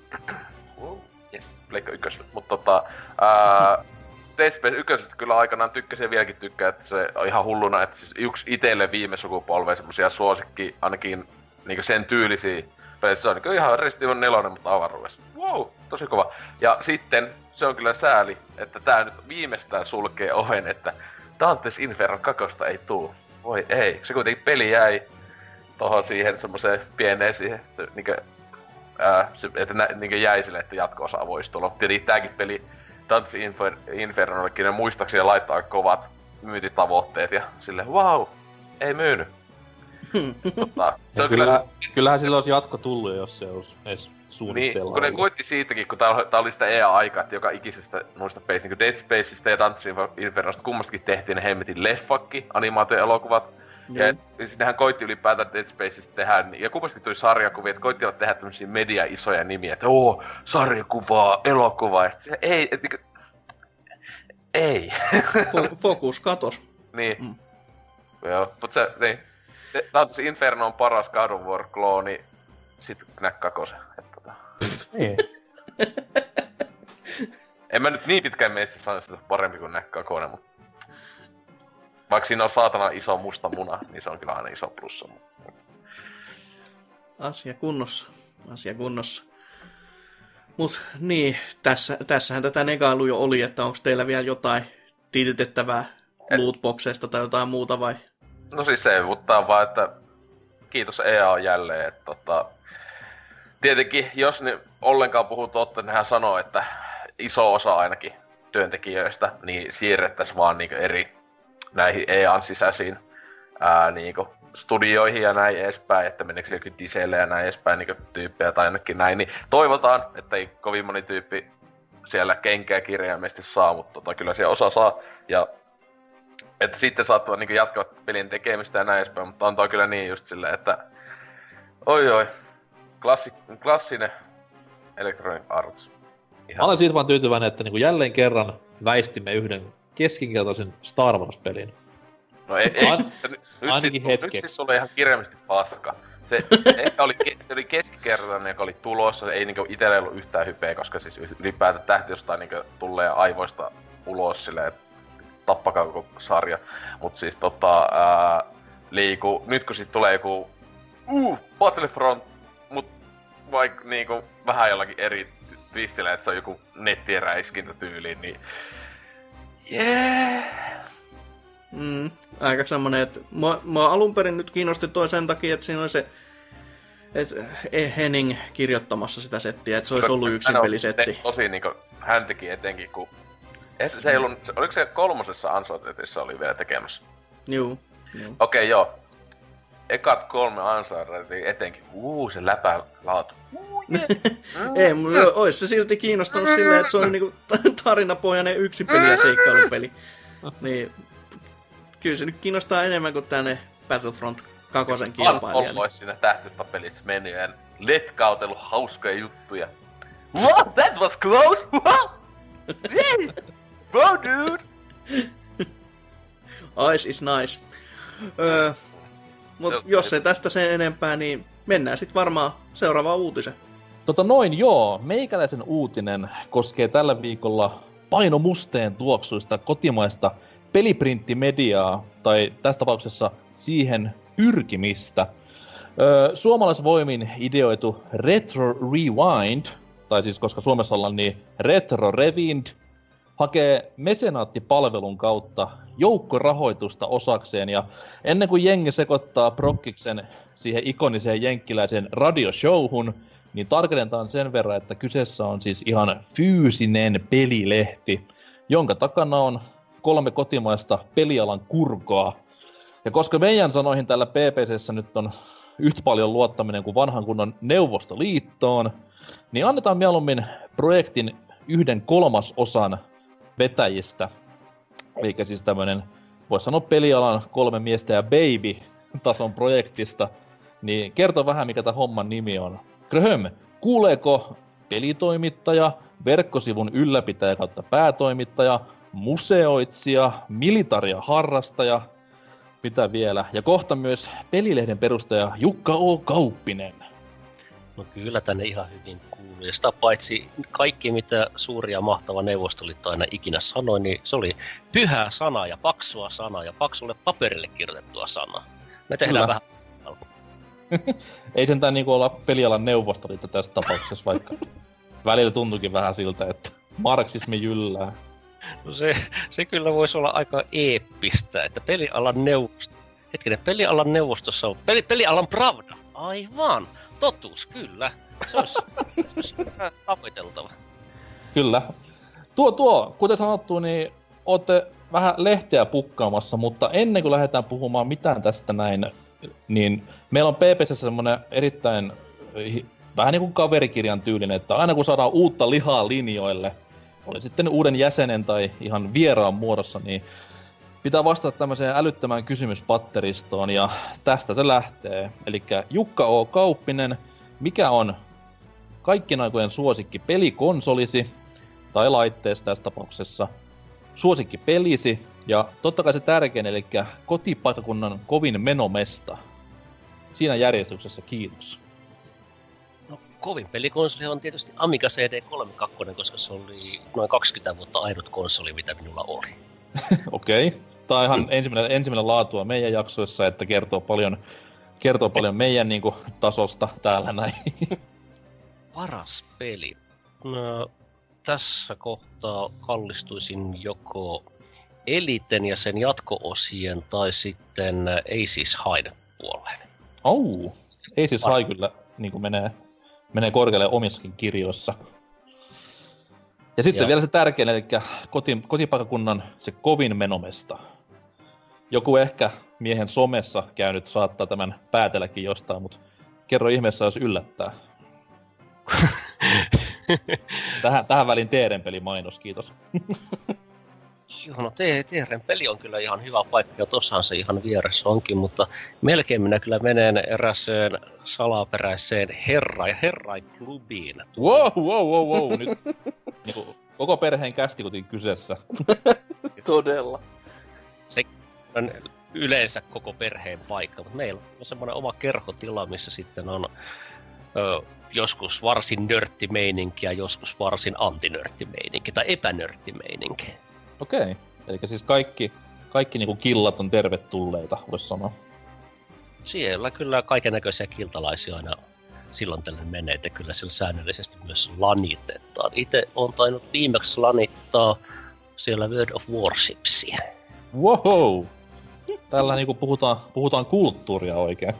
wow, yes, Pleikka ykkös, mutta tota... Ää, Dead Space ykkösestä kyllä aikanaan tykkäsin ja vieläkin tykkää, että se on ihan hulluna, että siis yksi itelle viime sukupolveen semmosia suosikki, ainakin niinku sen tyylisiä. Se on niinku ihan Resident Evil neljä, mutta avaruudessa. Wow, tosi kova. Ja sitten se on kyllä sääli, että tää nyt viimeistään sulkee oven, että Dante's Inferno kakosta ei tuu. Voi ei, se kuitenkin peli jäi tohon siihen semmoseen pieneen siihen, niinkö, ää, se, että nä, niinkö jäi sille, että jatko-osa voisi tulla. Tietenkin tääkin peli Dante's Infer, Infernollekin ne muistaakseni laittaa kovat myyntitavoitteet ja silleen, wow, ei myynyt. Tota, se on kyllä, kyllä, kyllähän sillä olisi jatko tullut, jos se olisi edes suunnitteilla. niin, kun ne koitti siitäkin, kun tää, tää oli sitä E A-aikaa, että joka ikisestä noista peistä, niin Dead Spaceista ja Dante's Infernosta kummastakin tehtiin ne hemmetin leffakki, animaatioelokuvat. Mm. Ja sinnehän koitti ylipäätään Dead Spaceista tehdä, ja kummastakin tuli sarjakuvia, että koittivat tehdä tämmösiä media-isoja nimiä, että oo, sarjakuvaa, elokuvaa, ja sit se, ei, et niinku, ei. Fokus katos. Niin. Mm. Joo, mut se, niin. Dante's Inferno on paras God of War-klooni, sit Knack kakosen. Tota. Niin. En mä nyt niin pitkään meissä sano sitä parempi kuin Knack kakonen, mut... Vaikka siinä on saatana iso musta muna, niin se on kyllä aina iso plussa. Asia kunnossa. Asia kunnossa. Mut niin, tässä, tässähän tätä negailu jo oli, että onko teillä vielä jotain tiititettävää lootboxeista tai jotain muuta vai? No siis se, mutta vaan, että kiitos E A jälleen, että tota... Tietenkin, jos ne ollenkaan puhuu totta, niin hän sanoo, että iso osa ainakin työntekijöistä, niin siirrettäisiin vaan niinku eri näihin E A:n sisäisiin ää, niinku studioihin ja näin edespäin, että meneekö se jokin diseille ja näin edespäin niinku tyyppejä tai ainakin näin, niin toivotaan, että ei kovin moni tyyppi siellä kenkää kirjaimesti saa, mutta tota, kyllä siellä osa saa, ja että sitten saattaa niinku jatkaa pelin tekemistä ja näin edespäin, mutta on toi kyllä niin just silleen, että oi oi, klassi, klassinen Electronic Arts. Ihan. Mä olen siitä vaan tyytyväinen, että niinku jälleen kerran väistimme yhden keskinkertaisen Star Wars-pelin. No ei, ei An- nyt, ainakin sit, hetkeksi. nyt siis oli ihan kirjaimisesti paska. Se ehkä oli, se oli keskikertainen, joka oli tulossa, se ei niinku itelle ollut yhtään hypeä, koska siis ylipäätään tähti jostain niinku tulee aivoista ulos silleen, tappakaa koko sarja. Mut siis tota, ää, liiku, nyt kun sit tulee joku, uh, Battlefront, mut vaik niinku vähän jollakin eri twistillä, että se on joku nettieräiskintä tyyliin, niin yeah. Mm, aika semmonen, että mä, mä alun perin nyt kiinnosti toi sen takia, että siinä oli se et Henning kirjoittamassa sitä settiä, että se olisi ollut yksin pelisetti. Tosi niinku, hän teki etenkin, kun se, se ei ollut, oliko se kolmosessa Unchartedissa oli vielä tekemässä? Juu. juu. Okei, okay, joo. Ekat kolme Unchartedia etenkin, uu, se läpälaatu. Ei, mutta ois se silti kiinnostanut silleen, että se on niinku tarinapohjainen yksi peli ja seikkailupeli. Niin, kyllä se nyt kiinnostaa enemmän kuin tänne Battlefront kakosen kilpailija. Alko ois siinä tähtistä pelissä mennyt ja letkautellut hauskoja juttuja. What? That was close? What? Yeah! Bro, dude! Ice is nice. Öö, mut jos ei tästä sen enempää, niin mennään sit varmaan seuraavaan uutiseen. Tota noin joo, meikäläisen uutinen koskee tällä viikolla painomusteen tuoksuista kotimaista peliprinttimediaa, tai tässä tapauksessa siihen pyrkimistä. Öö, suomalaisvoimin ideoitu Retro Rewind, tai siis koska Suomessa ollaan niin Retro Rewind, hakee mesenaattipalvelun kautta joukkorahoitusta osakseen, ja ennen kuin jengi sekoittaa prokkiksen siihen ikoniseen jenkkiläiseen radioshowhun, niin tarkennetaan sen verran, että kyseessä on siis ihan fyysinen pelilehti, jonka takana on kolme kotimaista pelialan kurkoa. Ja koska meidän sanoihin täällä P P C:ssä nyt on yhtä paljon luottaminen kuin vanhan kunnon Neuvostoliittoon, niin annetaan mieluummin projektin yhden kolmasosan vetäjistä. Eli siis tämmönen, voisi sanoa pelialan kolme miestä ja baby tason projektista. Niin kerto vähän, mikä tämä homman nimi on. Gröhöm, kuuleeko pelitoimittaja, verkkosivun ylläpitäjä kautta päätoimittaja, museoitsija, militaria harrastaja, mitä vielä, ja kohta myös pelilehden perustaja Jukka O. Kauppinen. No kyllä tänne ihan hyvin kuuluu. Ja sitä paitsi kaikki, mitä suuri ja mahtava Neuvostoliitto aina ikinä sanoi, niin se oli pyhää sanaa ja paksua sanaa ja paksulle paperille kirjoitettua sanaa. Me tehdään kyllä vähän alku. Ei sentään niinku olla pelialan Neuvostoliitto tässä tapauksessa, vaikka välillä tuntuikin vähän siltä, että marksismi jyllää. No se, se kyllä voisi olla aika eeppistä, että pelialan neuvosto... Hetkinen, pelialan neuvostossa on... Peli, pelialan pravda! Aivan! Totuus, kyllä. Se olisi, se olisi tavoiteltava. Kyllä. Tuo, tuo, kuten sanottu, niin ootte vähän lehteä pukkaamassa, mutta ennen kuin lähdetään puhumaan mitään tästä näin, niin meillä on P P C:ssä semmonen erittäin vähän niin kuin kaverikirjan tyylinen, että aina kun saadaan uutta lihaa linjoille, oli sitten uuden jäsenen tai ihan vieraan muodossa, niin pitää vastata tämmöiseen älyttömään kysymyspatteristoon, ja tästä se lähtee. Elikkä Jukka O. Kauppinen, mikä on kaikkien aikojen suosikki pelikonsolisi, tai laitteessa tässä tapauksessa, suosikki pelisi, ja totta kai se tärkein, eli kotipaikkakunnan kovin menomesta. Siinä järjestyksessä, kiitos. No, kovin pelikonsoli on tietysti Amiga C D kolmekymmentäkaksi, koska se oli noin kaksikymmentä vuotta ainut konsoli, mitä minulla oli. Okei. Okay. Tämä on ihan ensimmäinen, ensimmäinen laatua meidän jaksoissa, että kertoo paljon, kertoo paljon meidän niin kuin, tasosta täällä näin. Paras peli. No, tässä kohtaa kallistuisin joko Eliten ja sen jatko-osien tai sitten Aces High puoleen. Oh, Aces High kyllä niin kuin menee, menee korkealle omissakin kirjoissa. Ja sitten ja. vielä se tärkein, eli koti, kotipaikakunnan se kovin menomesta. Joku ehkä miehen somessa käynyt saattaa tämän päätelläkin jostain, mutta kerro ihmeessä, jos yllättää. tähän, tähän väliin Teeren peli mainos, kiitos. Joo, no Teeren peli on kyllä ihan hyvä paikka, ja tossahan se ihan vieressä onkin, mutta melkein minä kyllä menen eräseen salaperäiseen herra- ja herrain-klubiin. Wow, wow, wow, wow, nyt niinku, koko perheen kästi kuitenkin kyseessä. Todella. Se on yleensä koko perheen paikka, mutta meillä on semmoinen oma kerhotila, missä sitten on ö, joskus varsin nörttimeininki ja joskus varsin antinörttimeininki tai epänörttimeininki. Okei, eli siis kaikki, kaikki niinku killat on tervetulleita, vois sanoa. Siellä kyllä kaikennäköisiä kiltalaisia aina silloin tällöin menee, että kyllä siellä säännöllisesti myös lanitetaan. Itse on tainnut viimeksi lanittaa siellä World of Warshipsia. Wow! Tällä niinku puhutaan, puhutaan kulttuuria oikein.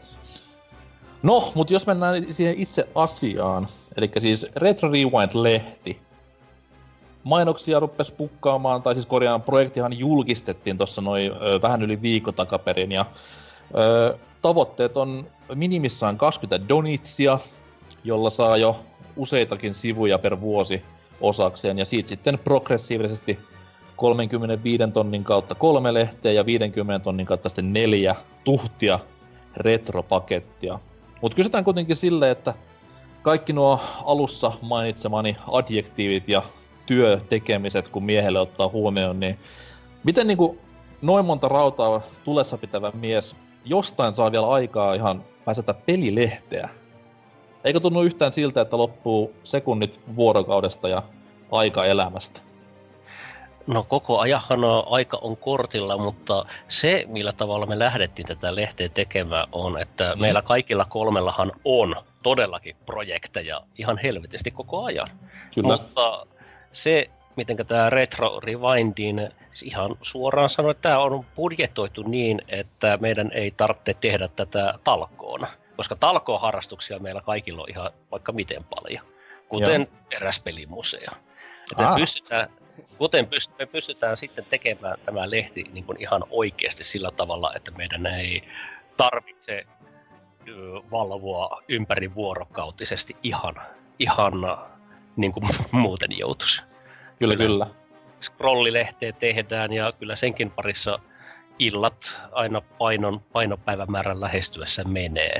No, mut jos mennään siihen itse asiaan, eli siis Retro Rewind-lehti. Mainoksia rupes pukkaamaan, tai siis korjaan, projektihan julkistettiin tuossa noin ö, vähän yli viikko takaperin, ja ö, tavoitteet on minimissaan kaksikymmentä donitsia, jolla saa jo useitakin sivuja per vuosi osakseen, ja siitä sitten progressiivisesti kolmekymmentäviisi tonnin kautta kolme lehteä ja viidenkymmenen tonnin kautta sitten neljä tuhtia retropakettia. Mut kysytään kuitenkin silleen, että kaikki nuo alussa mainitsemani adjektiivit ja työtekemiset, kun miehelle ottaa huomioon, niin miten niinku noin monta rautaa tulessa pitävä mies jostain saa vielä aikaa ihan pääsetä pelilehteä? Eikö tunnu yhtään siltä, että loppuu sekunnit vuorokaudesta ja aika elämästä? No koko ajanhan aika on kortilla, mutta se millä tavalla me lähdettiin tätä lehteä tekemään on, että mm. meillä kaikilla kolmellahan on todellakin projekteja ihan helvetisti koko ajan. Kyllä. Mutta se, miten tämä Retro Rewindin, ihan suoraan sanoen, että tämä on budjetoitu niin, että meidän ei tarvitse tehdä tätä talkoona. Koska talkooharrastuksia meillä kaikilla on ihan vaikka miten paljon, kuten teräspelimuseo. Että ah. pystytään, kuten pyst- me pystytään sitten tekemään tämä lehti niin kuin ihan oikeasti sillä tavalla, että meidän ei tarvitse valvoa ympäri vuorokautisesti ihan, ihan niin kuin muuten joutuisi. Kyllä, kyllä. Scrollilehteä tehdään ja kyllä senkin parissa illat aina painon, painopäivämäärän lähestyessä menee.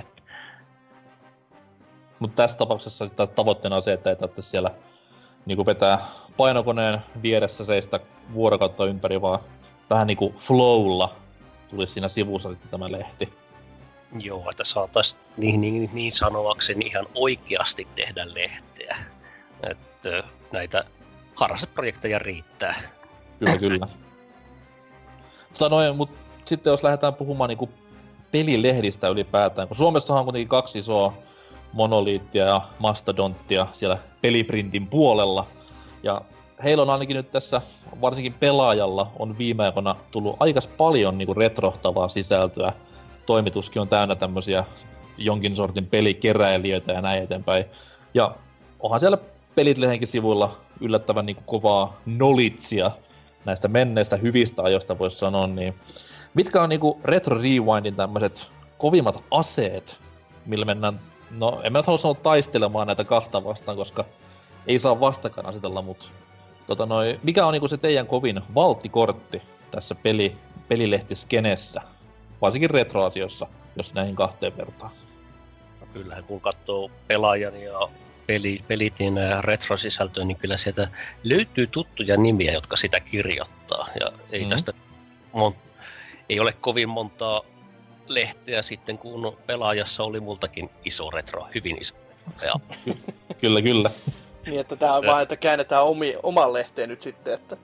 Mutta tässä tapauksessa tavoitteena on se, että ei tarvitse siellä niinku vetää painokoneen vieressä seistä vuorokautta ympäri, vaan vähän niinku flowlla tulisi siinä sivussa sitten tämä lehti. Joo, että saataisiin niin, niin, niin sanoakseni ihan oikeasti tehdä lehteä. Että näitä harrasteprojekteja riittää. Kyllä, kyllä. Tota noin, mut sitten jos lähdetään puhumaan niinku pelilehdistä ylipäätään, kun Suomessahan on kuitenkin kaksi isoa Monolithia ja Mastodonttia siellä peliprintin puolella. Ja heillä on ainakin nyt tässä, varsinkin pelaajalla, on viime aikoina tullut aika paljon niinku retrohtavaa sisältöä. Toimituskin on täynnä tämmösiä jonkin sortin pelikeräilijöitä ja näin eteenpäin. Ja onhan siellä Pelitlehenkin sivuilla yllättävän niinku kovaa knowledgea näistä menneistä hyvistä ajoista, voisi sanoa, niin mitkä on niinku Retro Rewindin tämmöiset kovimmat aseet, millä mennään, no en mä nyt halua sanoa taistelemaan näitä kahta vastaan, koska ei saa vastakkain asetella, mutta tota noi, mikä on niinku se teidän kovin valttikortti tässä peli, pelilehtiskenessä, varsinkin retroasioissa, jos näihin kahteen vertaan? No kyllähän kun katsoo pelaajan ja peli, pelitin retrosisältöä, niin kyllä sieltä löytyy tuttuja nimiä, jotka sitä kirjoittaa. Ja ei mm-hmm. tästä mon, ei ole kovin montaa lehteä sitten, kun pelaajassa oli multakin iso retro, hyvin iso. Ja... kyllä, kyllä. Niin, että tää on vaan, että käännetään omi, oman lehteen nyt sitten, että...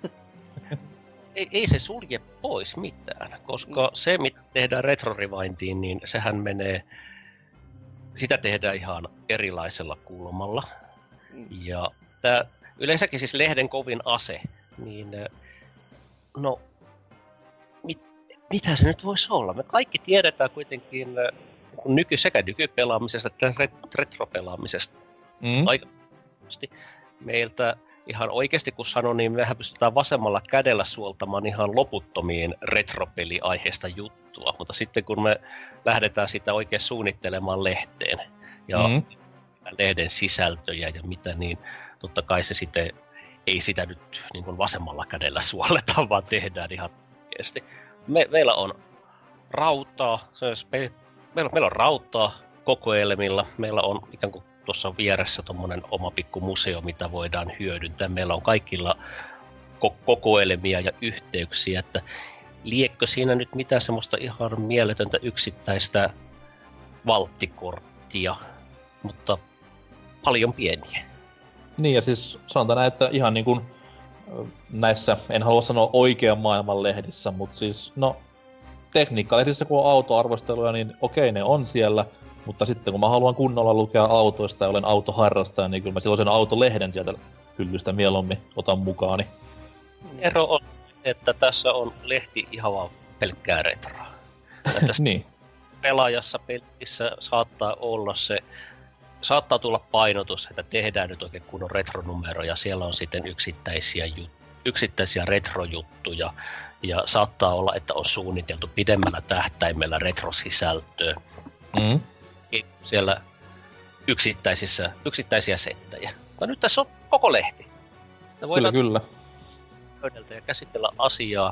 ei, ei se sulje pois mitään, koska mm. se, mitä tehdään Retro Rewindiin, niin sehän menee... Sitä tehdään ihan erilaisella kulmalla. Mm. Ja tää, yleensäkin siis lehden kovin ase, niin... No... Mit, mitä se nyt voisi olla? Me kaikki tiedetään kuitenkin nyky, sekä nykypelaamisesta että retropelaamisesta. Mm. Aika meiltä ihan oikeasti kun sanon, niin mehän pystytään vasemmalla kädellä suoltamaan ihan loputtomiin retropeliaiheesta juttua, mutta sitten kun me lähdetään sitä oikein suunnittelemaan lehteen ja mm. lehden sisältöjä ja mitä, niin totta kai se sitten ei sitä nyt niin kuin vasemmalla kädellä suolleta, vaan tehdään ihan oikeasti. Me, meillä on rautaa, se olisi, me, meillä, meillä on rautaa kokoelmilla, meillä on ikään kuin tuossa vieressä tommonen oma pikku museo, mitä voidaan hyödyntää. Meillä on kaikilla ko- kokoelmia ja yhteyksiä, että liekkö siinä nyt mitään semmoista ihan mieletöntä yksittäistä valttikorttia, mutta paljon pieniä. Niin ja siis sanotaan näin, että ihan niin kuin näissä, en halua sanoa oikean maailman lehdissä, mutta siis no tekniikkalehdissä kun on autoarvosteluja, niin okei ne on siellä, mutta sitten kun mä haluan kunnolla lukea autoista ja olen autoharrastaja, niin kyllä mä silloin sen autolehden sieltä hyllystä mieluummin otan mukaani. Ero on, että tässä on lehti ihan vaan pelkkää retroa. niin. Pelaajassa pelissä saattaa olla se, saattaa tulla painotus, että tehdään nyt oikein kunnon retronumero ja siellä on sitten yksittäisiä, jut, yksittäisiä retrojuttuja ja saattaa olla, että on suunniteltu pidemmällä tähtäimellä retrosisältöä. Mm. Siellä yksittäisissä, yksittäisiä settejä. Mutta nyt tässä on koko lehti. Me voidaan kyllä, kyllä. ja käsitellä asiaa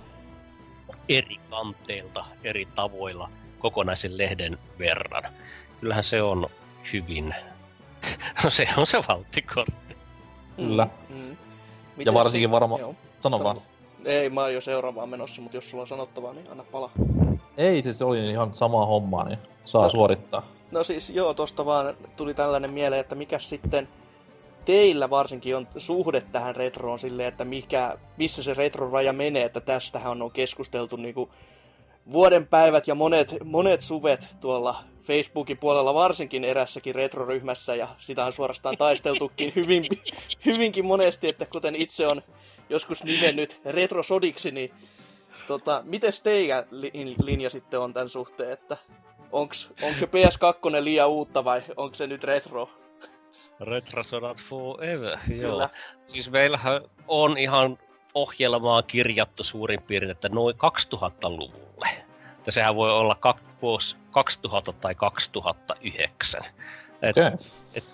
eri kanteilta, eri tavoilla kokonaisen lehden verran. Kyllähän se on hyvin... No se on se valttikortti. Kyllä. Mm, mm. Ja varsinkin varmaan... Sano, Sano vaan. Ei, mä oon jo seuraavaan menossa, mutta jos sulla on sanottavaa, niin anna palaa. Ei, siis oli ihan samaa hommaa, niin saa no, suorittaa. No siis joo, tosta vaan tuli tällainen mieleen, että mikä sitten teillä varsinkin on suhde tähän retroon silleen, että mikä, missä se retroraja menee, että tästähän on keskusteltu niinku vuoden päivät ja monet, monet suvet tuolla Facebookin puolella, varsinkin erässäkin retroryhmässä, ja sitä on suorastaan taisteltukin hyvin, hyvinkin monesti, että kuten itse on joskus nimennyt retrosodiksi, niin tota, mites teidän linja sitten on tämän suhteen, että onks, onks se P S kaksi liian uutta vai onko se nyt retro? Retrosodat forever, joo. Siis meillähän on ihan ohjelmaa kirjattu suurin piirtein, että noin kaksituhattaluvulle. Että sehän voi olla vuosi kaksituhatta tai kaksituhattayhdeksän. Et, okay. et,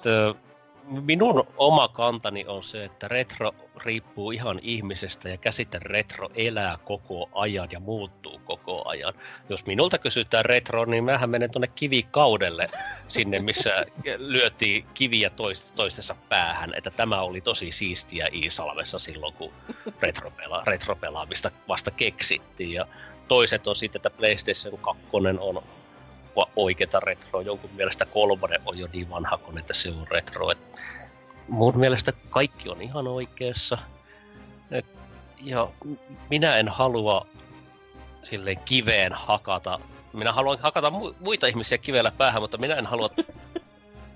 minun oma kantani on se, että retro riippuu ihan ihmisestä ja käsite retro elää koko ajan ja muuttuu koko ajan. Jos minulta kysytään retro, niin mähän menen tuonne kivikaudelle sinne, missä lyötiin kiviä toist, toistensa päähän, että tämä oli tosi siistiä Iisalmessa silloin, kun retropela, retropelaamista vasta keksittiin. Ja toiset on sitten, että PlayStation kaksi on oikeeta retroa, jonkun mielestä kolmonen on jo niin vanha kuin, että se on retro. Et mun mielestä kaikki on ihan oikeassa. Et, ja minä en halua silleen kiveen hakata. Minä haluan hakata mu- muita ihmisiä kivellä päähän, mutta minä en halua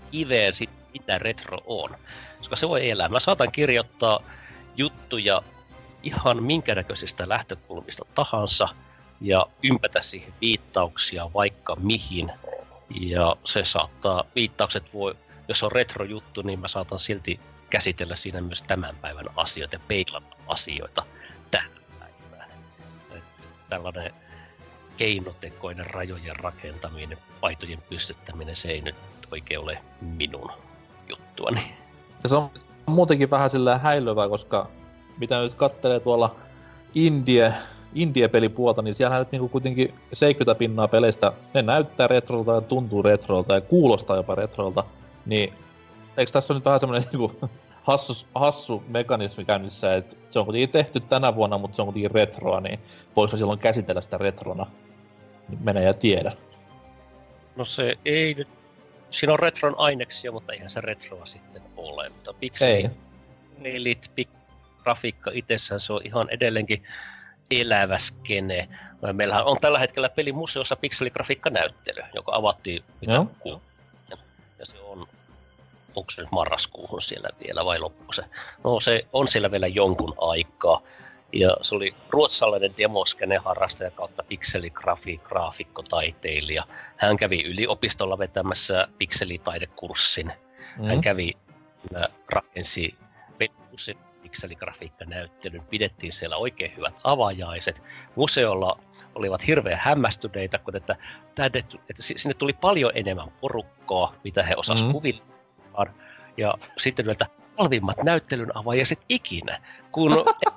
kiveen sit, mitä retro on. Koska se voi elää. Mä saatan kirjoittaa juttuja ihan minkä näköisistä lähtökulmista tahansa ja ympätä siihen viittauksia vaikka mihin. Ja se saattaa, viittaukset voi, jos on retro-juttu, niin mä saatan silti käsitellä siinä myös tämän päivän asioita ja peilata asioita tähän päivään. Et tällainen keinotekoinen rajojen rakentaminen, paitojen pystyttäminen, se ei nyt oikein ole minun juttuani. Ja se on muutenkin vähän silleen häilyvää, koska mitä nyt kattelee tuolla indie, indie-pelipuolta, niin siellähän nyt niinku kuitenkin seitsemänkymmentä pinnaa peleistä, ne näyttää retrolta ja tuntuu retrolta ja kuulostaa jopa retrolta, niin eikö tässä ole nyt vähän semmonen niinku hassu, hassu mekanismi käynnissä, että se on kuitenkin tehty tänä vuonna, mutta se on kuitenkin retroa, niin voisiko silloin käsitellä sitä retrona? Mene ja tiedä. No se ei nyt, siinä on retron aineksia, mutta eihän se retroa sitten ole, mutta pikseli, nelit, pik- grafiikka itsessään, se on ihan edelleenkin elävä skene. Meillähän on tällä hetkellä pelimuseossa pikseligrafiikkanäyttely, joka avattiin no. kuun. Ja se on, onko se nyt marraskuuhun siellä vielä vai loppuko se? No se on siellä vielä jonkun aikaa. Ja se oli ruotsalainen demoskene-harrastaja kautta pikseligrafi, graafikkotaiteilija. Hän kävi yliopistolla vetämässä pikselitaidekurssin. Mm. Hän kävi, rakensi pelimuseon pikseligrafiikkanäyttelyn, pidettiin siellä oikein hyvät avajaiset. Museolla olivat hirveän hämmästyneitä, kun että, tänne, että sinne tuli paljon enemmän porukkaa, mitä he osasivat mm. kuvitella. Ja sitten että halvimmat näyttelyn avajaiset ikinä, kun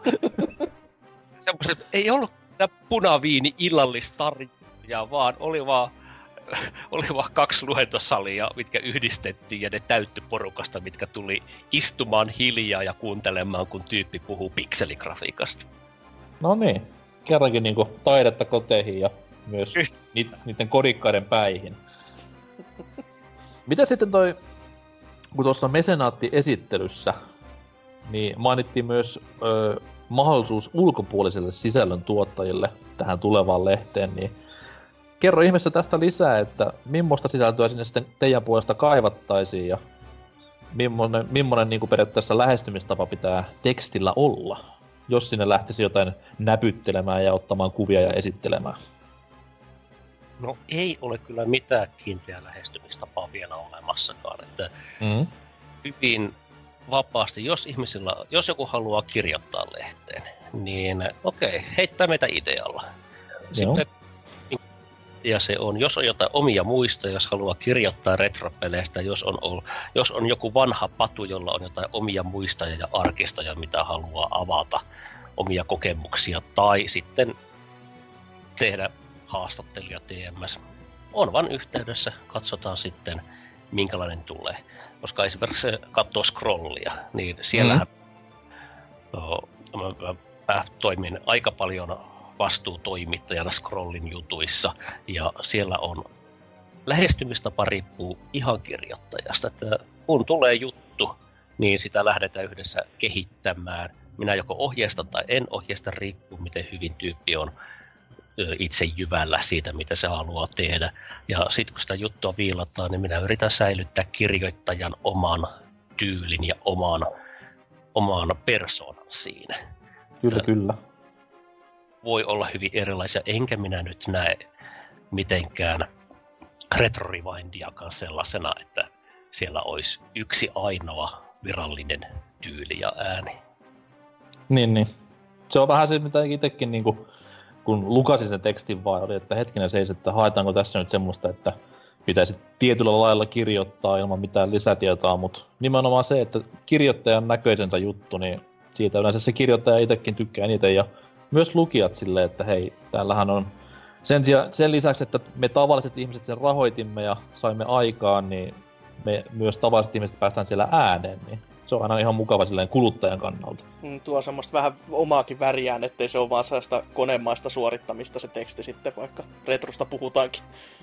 semmoiset, ei ollut punaviini illallistarjoja, vaan oli vaan, oli vaan kaksi luentosalia, mitkä yhdistettiin ja ne täytty porukasta, mitkä tuli istumaan hiljaa ja kuuntelemaan, kun tyyppi puhuu pikseligrafiikasta. No niin, kerrankin niinku taidetta koteihin ja myös ni- niiden kodikkaiden päihin. Mitä sitten toi, kun tuossa mesenaatti-esittelyssä, niin mainittiin myös ö, mahdollisuus ulkopuolisille sisällön tuottajille tähän tulevaan lehteen, niin kerro ihmeessä tästä lisää, että millaista sisältöä sinne sitten teidän puolesta kaivattaisiin ja millainen, millainen niin kuin periaatteessa lähestymistapa pitää tekstillä olla, jos sinne lähtisi jotain näpyttelemään ja ottamaan kuvia ja esittelemään. No ei ole kyllä mitään kiinteää lähestymistapaa vielä olemassakaan, että mm. hyvin vapaasti, jos ihmisillä, jos joku haluaa kirjoittaa lehteen, niin okei, heittää meitä idealla. Sitten, ja se on, jos on jotain omia muistoja, jos haluaa kirjoittaa retropeleistä, jos on, jos on joku vanha patu, jolla on jotain omia muistoja ja arkistoja, mitä haluaa avata, omia kokemuksia, tai sitten tehdä haastattelija T M S. On vaan yhteydessä, katsotaan sitten minkälainen tulee. Koska esimerkiksi katsoo scrollia, niin siellähän mm. no, mä, mä toimin aika paljon vastuutoimittajana scrollin jutuissa, ja siellä on lähestymistapa riippuu ihan kirjoittajasta. Että kun tulee juttu, niin sitä lähdetään yhdessä kehittämään. Minä joko ohjeistan tai en ohjeista, riippuu miten hyvin tyyppi on itse jyvällä siitä, mitä se haluaa tehdä. Ja sitten kun sitä juttua viilataan, niin minä yritän säilyttää kirjoittajan oman tyylin ja oman, oman persoonan siinä. Kyllä, että kyllä. Voi olla hyvin erilaisia, enkä minä nyt näe mitenkään Retro Rewindiakaan sellaisena, että siellä olisi yksi ainoa virallinen tyyli ja ääni. Niin, niin. Se on vähän se, mitä itsekin niinku kun lukasin sen tekstin vaan, oli, että hetkinen seis, että haetaanko tässä nyt semmoista, että pitäisi tietyllä lailla kirjoittaa ilman mitään lisätietoa, mutta nimenomaan se, että kirjoittajan näköisensä juttu, niin siitä yleensä se kirjoittaja itsekin tykkää eniten ja myös lukijat silleen, että hei, täällähän on sen, sen lisäksi, että me tavalliset ihmiset sen rahoitimme ja saimme aikaan, niin me myös tavalliset ihmiset päästään siellä ääneen, niin se on aina ihan mukava silleen kuluttajan kannalta. Mm, tuo semmoista vähän omaakin väriään, ettei se ole vaan sellaista konemaista suorittamista se teksti sitten, vaikka retrosta puhutaankin.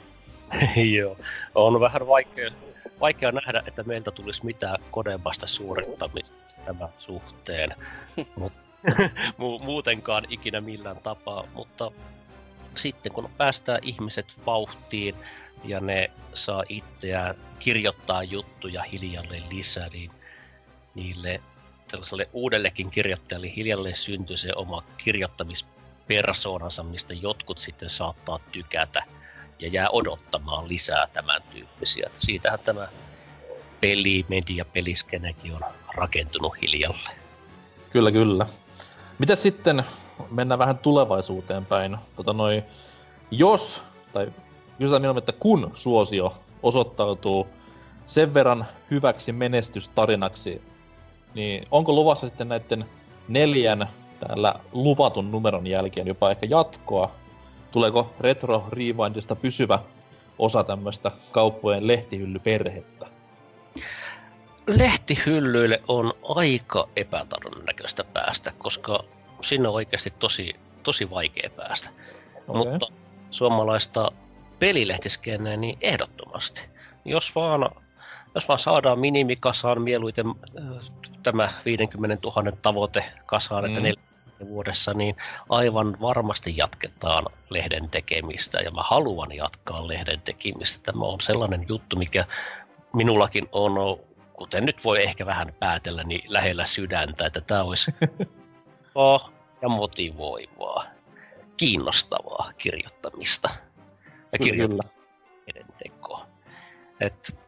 Joo, on vähän vaikea, vaikea nähdä, että meiltä tulisi mitään konemaista suorittamista tämän suhteen, Mut, mu- muutenkaan ikinä millään tapaa, mutta sitten kun päästään ihmiset vauhtiin, ja ne saa itseään kirjoittaa juttuja hiljalleen lisää, niin niille tällaiselle uudellekin kirjoittajalle hiljalleen syntyy se oma kirjoittamispersoonansa, mistä jotkut sitten saattaa tykätä ja jää odottamaan lisää tämän tyyppisiä. Siitähän tämä peli, media, peliskenekin on rakentunut hiljalleen. Kyllä, kyllä. Mitäs sitten, mennään vähän tulevaisuuteen päin. Tota noi, jos, tai kysytään nimenomaan, että kun suosio osoittautuu sen verran hyväksi menestystarinaksi, niin onko luvassa sitten näiden neljän täällä luvatun numeron jälkeen jopa ehkä jatkoa? Tuleeko Retro Rewindista pysyvä osa tämmöistä kauppojen lehtihyllyperhettä? Lehtihyllyille on aika epätodennäköistä päästä, koska sinne on oikeasti tosi, tosi vaikea päästä. Okay. Mutta suomalaista pelilehtiskeneen niin ehdottomasti. Jos vaan, jos vaan saadaan minimikasaan mieluiten äh, tämä viisikymmentätuhatta tavoite kasaan, mm. että neljä vuodessa, niin aivan varmasti jatketaan lehden tekemistä, ja mä haluan jatkaa lehden tekemistä. Tämä on sellainen juttu, mikä minullakin on, kuten nyt voi ehkä vähän päätellä, niin lähellä sydäntä, että tämä olisi oh, ja motivoivaa, kiinnostavaa kirjoittamista ja kirjoittamisen tekoa. Et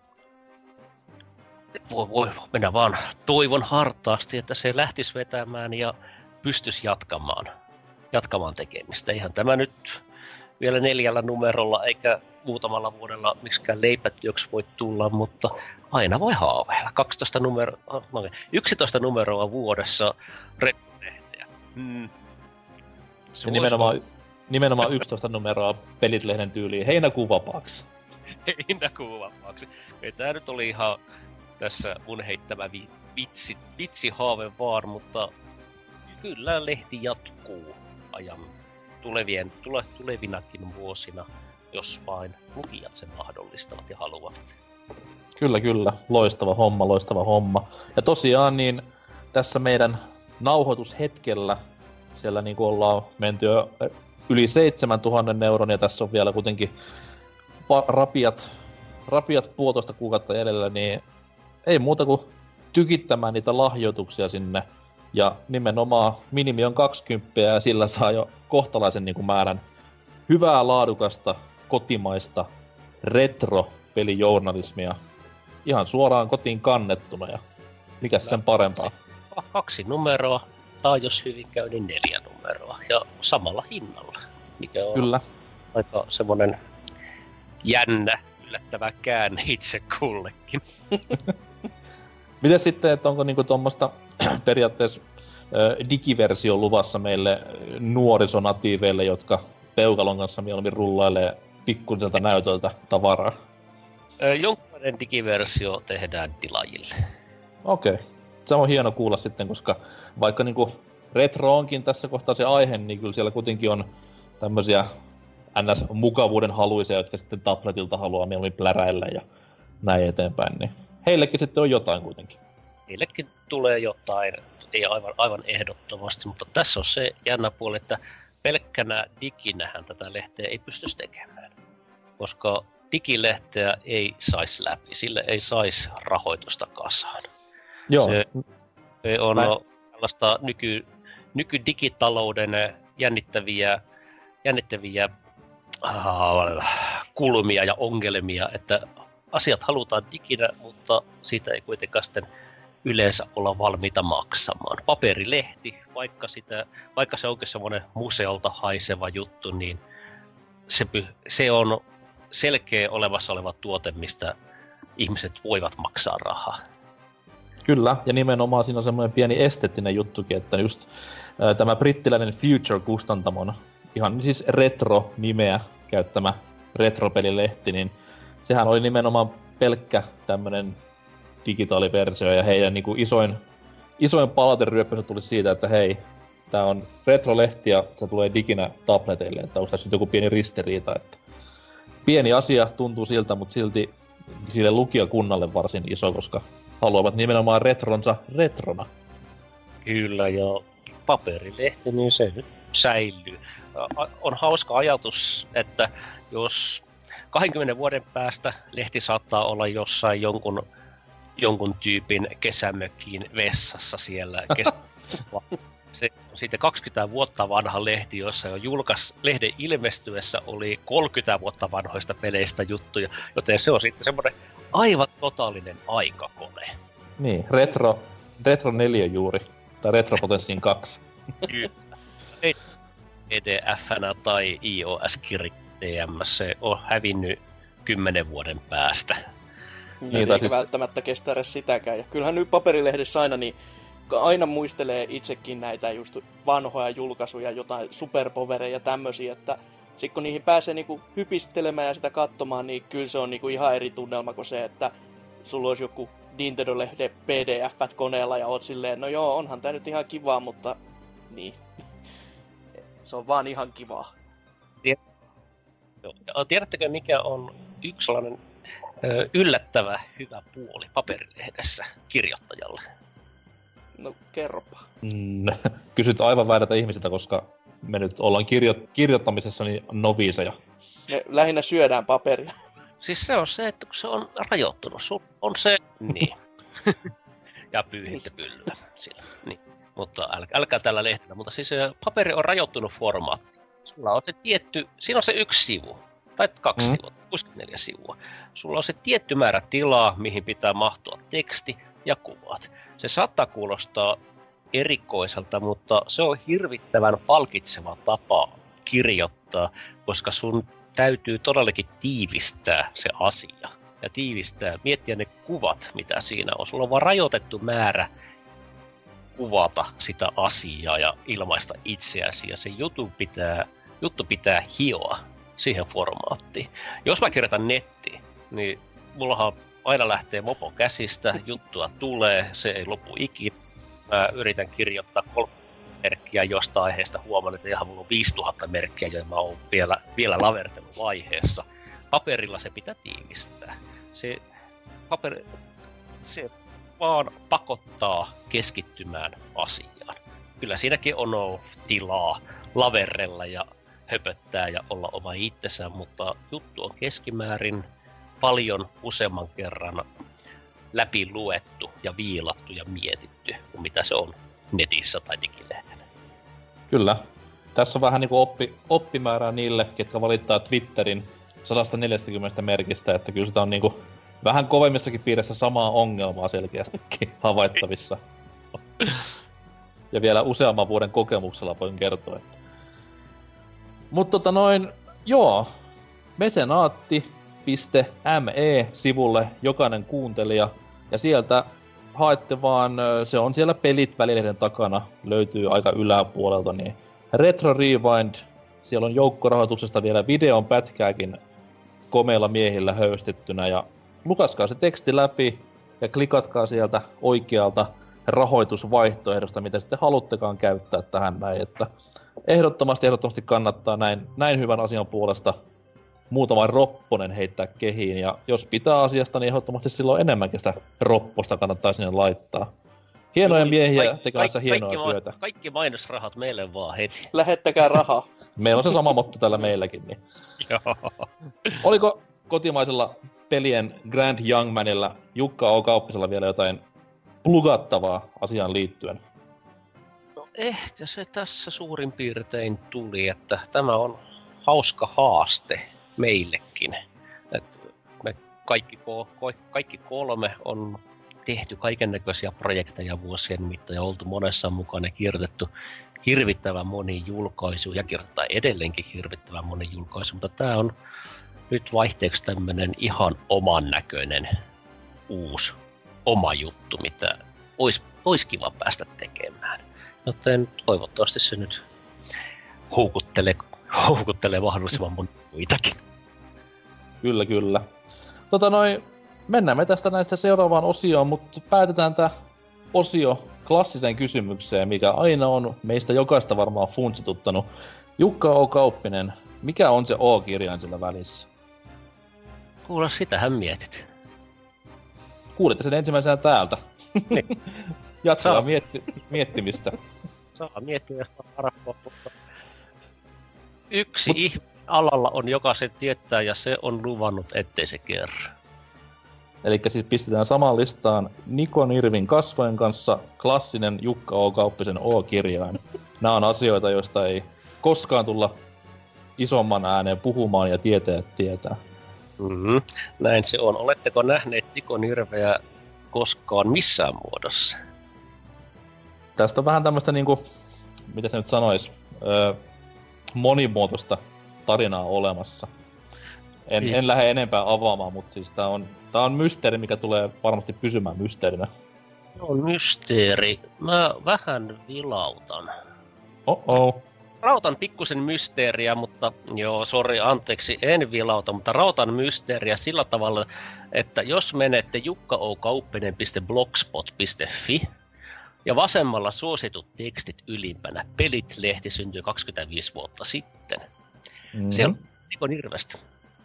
voi, voi mennä vaan toivon hartaasti, että se lähtisi vetämään ja pystyisi jatkamaan, jatkamaan tekemistä. Ihan tämä nyt vielä neljällä numerolla eikä muutamalla vuodella miksikään leipätyöksi voi tulla, mutta aina voi haaveilla. kaksitoista numero, no, yksitoista numeroa vuodessa Retro-lehteä. Mm. Ja nimenomaan, nimenomaan yksitoista numeroa Pelit-lehden tyyliin heinäkuun vapaaksi. Heinäkuun vapaaksi. Ei tää nyt oli ihan tässä mun heittämä vi, vitsi, vitsihaave vaan, mutta kyllä lehti jatkuu ajan tulevien, tule, tulevinakin vuosina, jos vain lukijat sen mahdollistavat ja haluavat. Kyllä, kyllä. Loistava homma, loistava homma. Ja tosiaan niin tässä meidän nauhoitushetkellä siellä niin kuin ollaan menty jo yli seitsemäntuhatta euron, ja tässä on vielä kuitenkin pa- rapiat, rapiat puolitoista kuukautta jäljellä, niin ei muuta kuin tykittämään niitä lahjoituksia sinne. Ja nimenomaan minimi on kaksikymmentä ja sillä saa jo kohtalaisen niin kuin määrän hyvää, laadukasta, kotimaista retro-pelijournalismia ihan suoraan kotiin kannettuna, ja mikäs sen parempaa. Kaksi numeroa, tai jos hyvin käy, niin neljä numeroa, ja samalla hinnalla, mikä on Kyllä. aika semmonen jännä, yllättävä käänne itse kullekin. Miten sitten, että onko niinku tuommoista periaatteessa äh, digiversio luvassa meille nuorisonatiiveille, jotka peukalon kanssa mieluummin rullailee pikkuiselta näytöltä tavaraa? Äh, jonkinlainen digiversio tehdään tilaajille. Okei. Okay. Se on hieno kuulla sitten, koska vaikka niinku retro onkin tässä kohtaa se aihe, niin kyllä siellä kuitenkin on tämmöisiä ns. Mukavuuden haluisia, jotka sitten tabletilta haluaa mieluummin pläräillä ja näin eteenpäin, niin heillekin sitten on jotain kuitenkin. Heillekin tulee jotain, ei aivan, aivan ehdottomasti, mutta tässä on se jännä puoli, että pelkkänä diginähän tätä lehteä ei pystyisi tekemään, koska digilehteä ei saisi läpi, sille ei saisi rahoitusta kasaan. Joo. Se, se on Näin. tällaista nyky, nykydigitalouden jännittäviä, jännittäviä äh, kulmia ja ongelmia, että asiat halutaan diginä, mutta siitä ei kuitenkaan sitten yleensä olla valmiita maksamaan. Paperilehti, vaikka, sitä, vaikka se onkin semmoinen museolta haiseva juttu, niin se, se on selkeä olemassa oleva tuote, mistä ihmiset voivat maksaa rahaa. Kyllä, ja nimenomaan siinä on semmoinen pieni esteettinen juttukin, että just ää, tämä brittiläinen Future-kustantamon ihan siis retro-nimeä käyttämä retropelilehti, niin sehän oli nimenomaan pelkkä tämmönen digitaaliversio, ja heidän niinku isoin, isoin palauteryöppönsä tuli siitä, että hei, tää on retrolehti ja se tulee diginä tableteille, että onko tässä nyt joku pieni ristiriita, että pieni asia tuntuu siltä, mutta silti sille lukijakunnalle varsin iso, koska haluavat nimenomaan retronsa retrona. Kyllä, ja paperilehti, niin se nyt säilyy. On hauska ajatus, että jos kahdenkymmenen vuoden päästä lehti saattaa olla jossain jonkun, jonkun tyypin kesämökkiin vessassa siellä. Kes- Se on siitä kaksikymmentä vuotta vanha lehti, jossa jo julkais lehden ilmestyessä oli kolmekymmentä vuotta vanhoista peleistä juttuja, joten se on sitten semmoinen aivan totaalinen aikakone. Niin, retro, retro neljä juuri, tai retropotenssin kaksi. Kyllä. Ei E D F:nä tai I O S-kirjoittajassa se on hävinnyt kymmenen vuoden päästä. Niin, eikä siis välttämättä kestä edes sitäkään. Ja kyllähän nyt paperilehdessä aina, niin aina muistelee itsekin näitä just vanhoja julkaisuja, jotain superpowereja ja tämmösiä, että sit kun niihin pääsee niinku hypistelemään ja sitä katsomaan, niin kyllä se on niinku ihan eri tunnelma kuin se, että sulla olisi joku Nintendo-lehden P D F koneella ja oot silleen, no joo, onhan tää nyt ihan kivaa, mutta niin. Se on vaan ihan kivaa. Tiedättekö, mikä on yksi sellainen ö, yllättävä hyvä puoli paperilehdessä kirjoittajalle? No, kerropa. Mm, kysyt aivan väärältä ihmisiltä, koska me nyt ollaan kirjo- kirjoittamisessa niin noviiseja. Me lähinnä syödään paperia. Siis se on se, että kun se on rajoittunut, sun on se, niin. Ja pyyhitte pyllyä sillä, niin. Mutta äl, älkää tällä lehdellä, mutta siis paperi on rajoittunut formaatti. Sulla on se tietty, siinä on se yksi sivu, tai kaksi mm. sivua, kuusikymmentäneljä sivua. Sulla on se tietty määrä tilaa, mihin pitää mahtua teksti ja kuvat. Se saattaa kuulostaa erikoiselta, mutta se on hirvittävän palkitseva tapa kirjoittaa, koska sun täytyy todellakin tiivistää se asia. Ja tiivistää, miettiä ne kuvat, mitä siinä on. Sulla on vaan rajoitettu määrä kuvata sitä asiaa ja ilmaista itseäsi. Ja se juttu pitää, juttu pitää hioa siihen formaattiin. Jos mä kirjoitan nettiin, niin mullahan aina lähtee mopo käsistä, juttua tulee, se ei lopu ikinä. Mä yritän kirjoittaa kolme merkkiä jostain aiheesta, huomaan, että ihan mulla on viisituhatta merkkiä, joita mä oon vielä, vielä laverteluvaiheessa. Paperilla se pitää tiivistää. Se, paperi, se vaan pakottaa keskittymään asiaan. Kyllä siinäkin on tilaa laverrella ja höpöttää ja olla oma itsensä, mutta juttu on keskimäärin paljon useamman kerran läpi luettu ja viilattu ja mietitty, kuin mitä se on netissä tai digilehdellä. Kyllä. Tässä on vähän niin kuin oppi, oppimäärää niille, ketkä valittaa Twitterin sata neljäkymmentä merkistä, että kyllä sitä on niin kuin vähän kovemmissakin piirissä samaa ongelmaa selkeästikin havaittavissa. Ja vielä useamman vuoden kokemuksella voin kertoa, että... Mutta tota noin, joo, mesenaatti piste me-sivulle jokainen kuuntelija, ja sieltä haette vaan, se on siellä pelit välilehden takana, löytyy aika yläpuolelta, niin Retro Rewind, siellä on joukkorahoituksesta vielä videon pätkääkin komeilla miehillä höystettynä, ja lukaskaa se teksti läpi, ja klikatkaa sieltä oikealta rahoitusvaihtoehdosta, mitä sitten haluttekaan käyttää tähän näin, että ehdottomasti, ehdottomasti kannattaa näin, näin hyvän asian puolesta muutaman ropponen heittää kehiin, ja jos pitää asiasta, niin ehdottomasti silloin enemmänkin sitä ropposta kannattaa sinne laittaa. Hienoja miehiä tekemässä hienoa kaikki, työtä. Kaikki mainosrahat meille vaan heti. Lähettäkää rahaa. Meillä on se sama motto täällä meilläkin. Niin. Oliko kotimaisella pelien Grand Youngmanilla Jukka O. Kauppisella vielä jotain plugattavaa asiaan liittyen? No ehkä se tässä suurin piirtein tuli, että tämä on hauska haaste meillekin. Et me kaikki, kaikki kolme on tehty kaikennäköisiä projekteja vuosien mittaan ja oltu monessa mukana ja kirjoitettu hirvittävän moni julkaisu ja kirjoittaa edelleenkin hirvittävän moni julkaisu, mutta tämä on nyt vaihteeksi tämmöinen ihan oman näköinen uusi oma juttu, mitä olisi, olisi kiva päästä tekemään. Joten toivottavasti se nyt houkuttelee, houkuttelee mahdollisimman moni muitakin. Kyllä, kyllä. Tota noin, mennään me tästä näistä seuraavaan osioon, mutta päätetään tämä osio klassiseen kysymykseen, mikä aina on meistä jokaista varmaan funtsituttanut. Jukka O. Kauppinen, mikä on se O-kirjain sillä välissä? Kuule, sitähän mietit. Kuulitte sen ensimmäisenä täältä. Niin. Jatkaa mietti, miettimistä. Saa miettiä, jos on harapua, mutta yksi, Mut... ih... alalla on jokaisen tietää ja se on luvannut, ettei se kerro. Elikkä siis pistetään samaan listaan Niko Nirvin kasvojen kanssa klassinen Jukka O. Kauppisen O-kirjain. Nämä on asioita, joista ei koskaan tulla isomman ääneen puhumaan ja tietäjät tietää. Mm-hmm. Näin se on. Oletteko nähneet Niko Nirveä koskaan missään muodossa? Tästä on vähän tämmöistä niinku, mitä se nyt sanois, öö, monimuotoista tarinaa olemassa. En, Niin. en lähde enempää avaamaan, mutta siis tää on, tää on mysteeri, mikä tulee varmasti pysymään mysteerinä. On mysteeri. Mä vähän vilautan. Oh-oh. Rautan pikkusen mysteeriä, mutta joo, sori, anteeksi, en vilauta, mutta rautan mysteeriä sillä tavalla, että jos menette jukkaokauppinen piste blogspot piste fi ja vasemmalla suositut tekstit ylimpänä, Pelit-lehti syntyi kaksikymmentäviisi vuotta sitten. Mm-hmm. Siellä on Niko Nirvestä.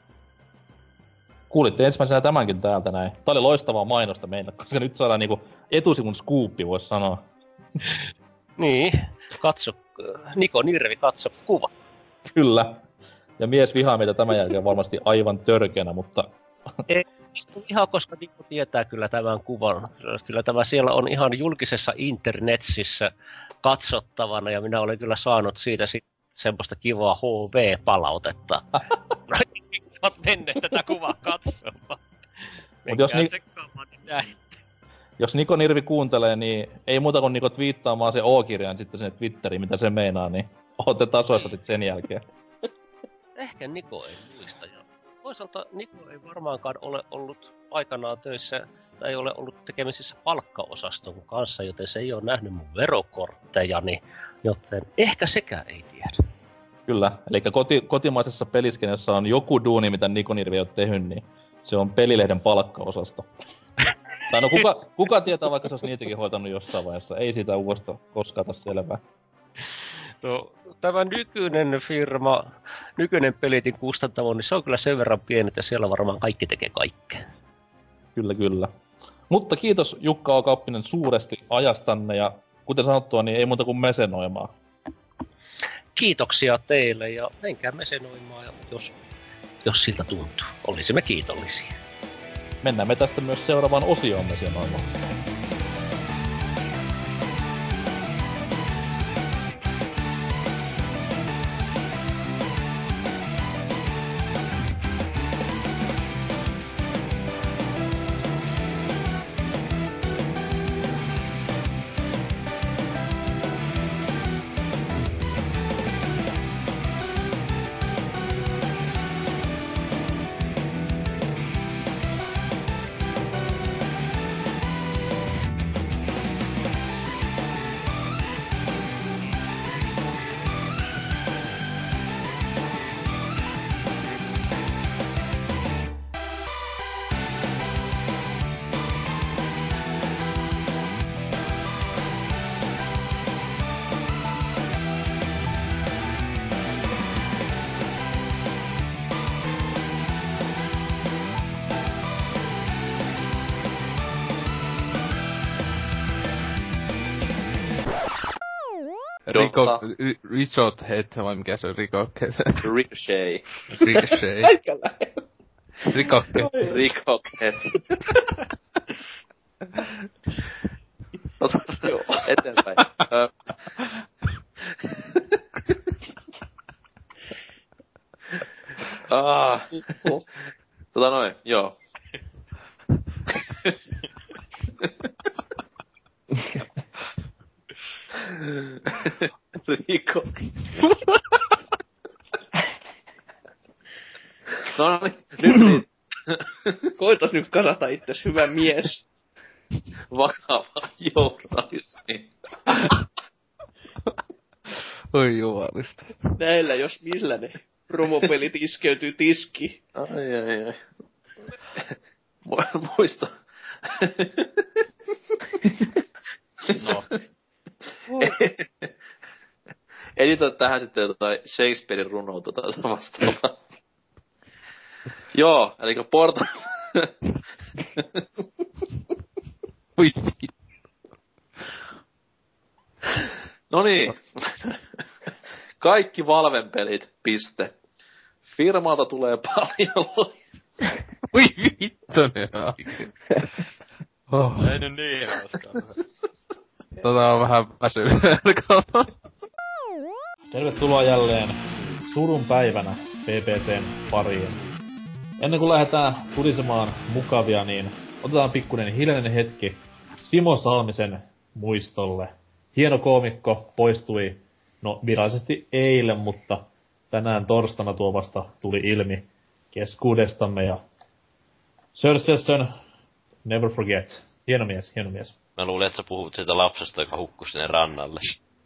Kuulitte ensimmäisenä tämänkin täältä näin. Tää oli loistavaa mainosta meillä, koska nyt saadaan niinku etusivun skuuppi, vois sanoa. Niin, katso, Niko Nirvi, katso kuva. Kyllä. Ja mies vihaa meitä tämän jälkeen varmasti aivan törkeänä, mutta... Ei, ihan koska Niko tietää kyllä tämän kuvan. Kyllä tämä siellä on ihan julkisessa internetsissä katsottavana ja minä olen kyllä saanut siitä sit semmoista kivaa H V-palautetta. Olet menneet tätä kuvaa katsomaan. Mut jos, ni- niin jos Niko Nirvi kuuntelee, niin ei muuta kuin Niko twiittaamaan se O-kirjan sitten sinne Twitteriin, mitä se meinaa, niin ootte tasoissa sitten sen jälkeen. Ehkä Niko ei muista. Ja toisaalta Niko ei varmaankaan ole ollut aikanaan töissä tai ei ole ollut tekemisissä palkkaosaston kanssa, joten se ei ole nähnyt mun verokorttejani, joten ehkä sekään ei tiedä. Kyllä, eli koti, kotimaisessa peliskenessä on joku duuni, mitä Niko Nirvi on tehnyt, niin se on pelilehden palkkaosasto. Tai no kuka, kuka tietää, vaikka se olisi niitäkin hoitanut jossain vaiheessa. Ei siitä uudesta koskaan taas selvää. No, tämä nykyinen firma, nykyinen Pelitin kustantamo, niin se on kyllä sen verran pieni, että siellä varmaan kaikki tekee kaikkea. Kyllä, kyllä. Mutta kiitos Jukka O. Kauppinen suuresti ajastanne ja kuten sanottua, niin ei muuta kuin mesenoimaan. Kiitoksia teille ja menkää mesenoimaan, jos, jos siltä tuntuu. Olisimme kiitollisia. Mennään me tästä myös seuraavaan osioon mesenoimaan. Rico, Richard Head, vai mikä se on Rico Head? Ricochet. Ricochet. Aika lähellä. Rico Rico Head. Joo, eteenpäin. Ö. ah. Tota noin, joo. Rico. No niin, nyt niin. Koitas nyt kasata itses, hyvä mies. Vakava journalismi. Oi jumalista. Näillä jos millä ne promopelit iskeytyy tiskiin. Ai ai ai. Muista. No. Editoi tähän sitten jotain Shakespearein runoa tai vastaavaa. Joo, elikkä Portal... Ui. No niin. Kaikki Valven pelit, piste. Firmalta tulee paljon. Voi vittunen. Oh. Ei nyt niin hauskaa. Tota on vähän väsynyt. Tervetuloa jälleen surun päivänä B B C:n pariin. Ennen kuin lähdetään tulisemaan mukavia, niin otetaan pikkuinen hiljainen hetki Simo Salmisen muistolle. Hieno koomikko poistui, no virallisesti eilen, mutta tänään torstaina tuo vasta tuli ilmi keskuudestamme ja Sir Sesson, never forget. Hieno mies, hieno mies. Mä luulin, että sä puhut siitä lapsesta, joka hukkui sinne rannalle.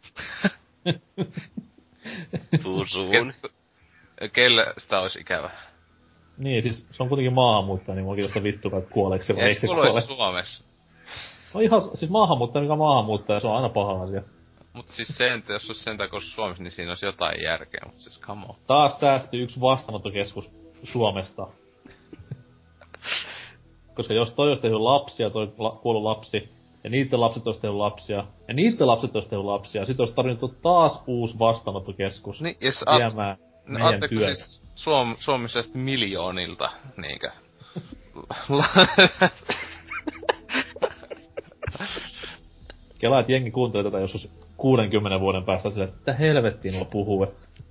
Tuusuun. Ke- kelle sitä olisi ikävä? Niin, siis se on kuitenkin maahanmuuttaja, niin muakin tosta vittukaan, että kuoleeko se vai Ei eikö se kuule kuole. Suomessa. No ihan, siis maahanmuuttaja, mikä maahanmuuttaja, se on aina paha asia. Mut siis sen, jos se olisi sentään kuin Suomessa, niin siinä olisi jotain järkeä, mut siis come on. Taas säästyy yksi vastaanottokeskus Suomesta. Koska jos toi olisi tehnyt lapsia, toi la, kuollut lapsi, ja niitten lapset olisi tehnyt lapsia, ja niitten lapset olisi tehnyt lapsia, sit olisi tarvinnut taas uusi vastaanottokeskus Niin, jos viemään a- meidän no, työtä. siis Suom- suomalaiset miljoonilta, niinkö? Kelaa, että jengi kuuntelee tätä joskus kuudenkymmenen vuoden päästä silleen, että mitä helvettiin nuo puhuu.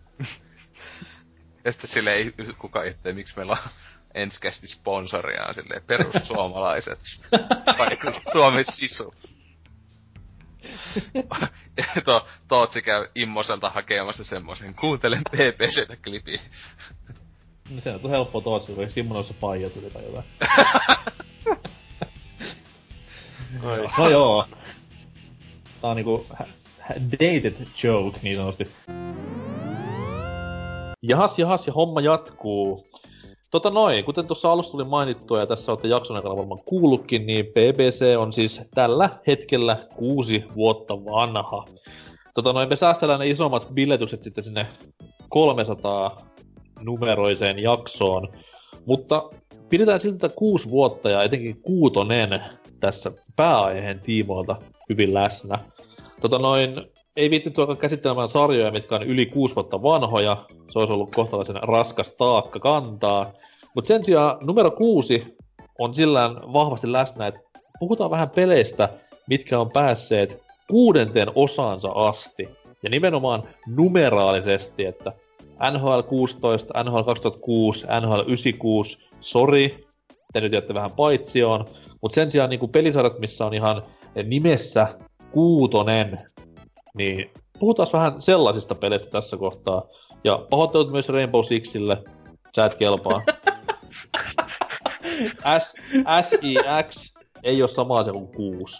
Ja sitten sille ei kukaan itse, miksi meillä on ensikästi sponsoriaan silleen perussuomalaiset. Vaikka Suomen sisu. Ja to, Tootsi käy Immoselta hakemassa semmoisen kuuntelen B B C:tä-klipiä. No se on helppoa Tootsi, kun Simmonoissa paija tuli tai jotain. No joo. Tää on niinku hä- hä- dated joke niin sanotusti. Jahas, jahas, ja homma jatkuu. Tota noin, kuten tuossa alussa tuli mainittua, ja tässä olette jakson aikana varmaan kuullutkin, niin B B C on siis tällä hetkellä kuusi vuotta vanha. Tota noin, me säästellään ne isommat billetykset sitten sinne kolmesataa numeroiseen jaksoon. Mutta pidetään siltä kuusi vuotta ja etenkin kuutonen tässä pääaiheen tiimoilta hyvin läsnä. Tota noin, ei viittitty alkaa käsittelemään sarjoja, mitkä on yli kuusi vuotta vanhoja. Se olisi ollut kohtalaisen raskas taakka kantaa. Mutta sen sijaan numero kuusi on sillään vahvasti läsnä, että puhutaan vähän peleistä, mitkä on päässeet kuudenteen osaansa asti. Ja nimenomaan numeraalisesti, että N H L kuusitoista, N H L kaksituhattakuusi, N H L yhdeksänkymmentäkuusi, sori, te nyt jätte vähän paitsioon. Mutta sen sijaan niin pelisarjat, missä on ihan nimessä kuutonen, niin puhutaan vähän sellaisista peleistä tässä kohtaa. Ja pahoittelut myös Rainbow Sixille, sä et kelpaa. S, S I X ei oo sama asia kuin kuusi.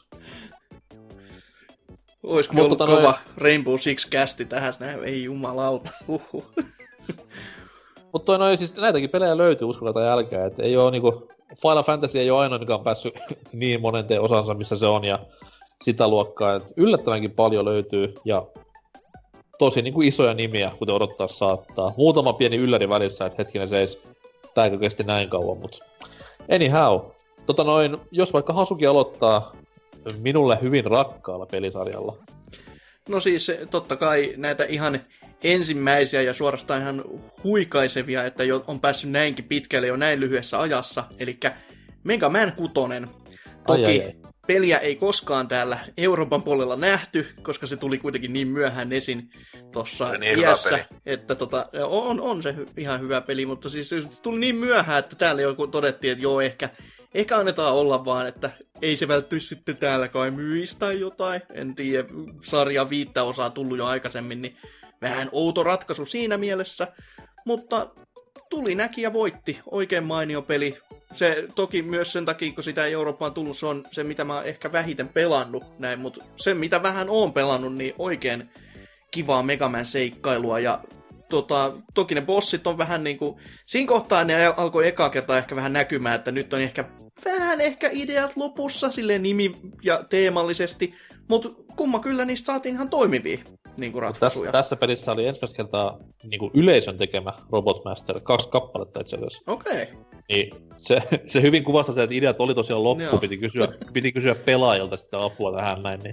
Oisko Mut ollut tota kova noin... Rainbow Six-kästi tähän näin? Ei jumalauta. Huhhuh. Mut toi noin, siis näitäkin pelejä löytyy uskolla tai älkää, et ei oo niinku... Final Fantasy ei oo ainoa, mikä on päässyt niin monenteen osansa, missä se on, ja sitä luokkaa, että yllättävänkin paljon löytyy, ja tosi niinku isoja nimiä, kuten odottaa saattaa. Muutama pieni ylläri välissä, että hetkinen seis, tääkö kesti näin kauan, mut anyhow. Tota noin, jos vaikka Hasuki aloittaa minulle hyvin rakkaalla pelisarjalla. No siis totta kai näitä ihan ensimmäisiä ja suorastaan ihan huikaisevia, että jo on päässyt näinkin pitkälle jo näin lyhyessä ajassa, eli Mega Man kuusi. Toki ai, ai, ai. Peliä ei koskaan täällä Euroopan puolella nähty, koska se tuli kuitenkin niin myöhään esin tuossa niin iässä, että tota, on, on se ihan hyvä peli, mutta siis se tuli niin myöhään, että täällä jo todettiin, että joo, ehkä, ehkä annetaan olla vaan, että ei se välttyisi sitten täällä kai myisi tai jotain. En tiedä, sarja viittä osaa tullut jo aikaisemmin, niin vähän outo ratkaisu siinä mielessä, mutta tuli, näki ja voitti. Oikein mainio peli. Se toki myös sen takia, kun sitä ei Eurooppaan tullut, se on se, mitä mä oon ehkä vähiten pelannut näin, mutta se, mitä vähän oon pelannut, niin oikein kivaa Mega Man seikkailua, ja tota, toki ne bossit on vähän niinku, siinä kohtaa ne alkoi ekaa kertaa ehkä vähän näkymään, että nyt on ehkä vähän ehkä ideat lopussa, silleen nimi- ja teemallisesti, mutta kumma kyllä niistä saatiin ihan toimivia niinku ratkaisuja. Tässä, tässä pelissä oli ensimmäistä kertaa niinku yleisön tekemä Robot Master, kaksi kappaletta itse asiassa. Okei. Okay. Niin, se, se hyvin kuvastaa sitä, että ideat oli tosiaan loppu, piti kysyä, piti kysyä pelaajilta sitten apua tähän näin, niin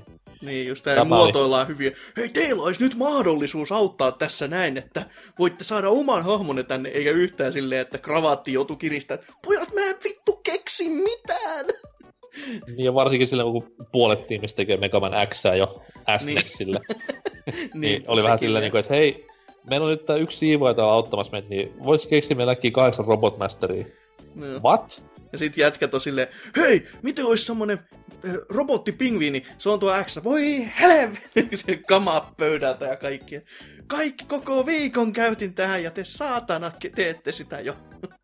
Niin, just täällä muotoillaan hyviä. Hei, teillä olisi nyt mahdollisuus auttaa tässä näin, että voitte saada oman hahmonne tänne, eikä yhtään silleen, että kravaatti joutuu kiristämään. Pojat, mä en vittu keksi mitään! Niin, ja varsinkin silloin, kun puolet tiimistä tekee Mega Man Xää jo S N E Sille. niin, niin oli vähän silleen, niin että hei, meillä on nyt tää yksi siivoja täällä auttamassa meitä, niin vois keksiä meillä äkkiä kahdeksan Robotmasteria. No. What? Ja sit jätkät on silleen, hei, miten ois semmonen äh, robottipingviini, se on tuo X, voi helvetti, se kamaa pöydältä ja kaikki. Kaikki koko viikon käytin tähän ja te saatana teette sitä jo.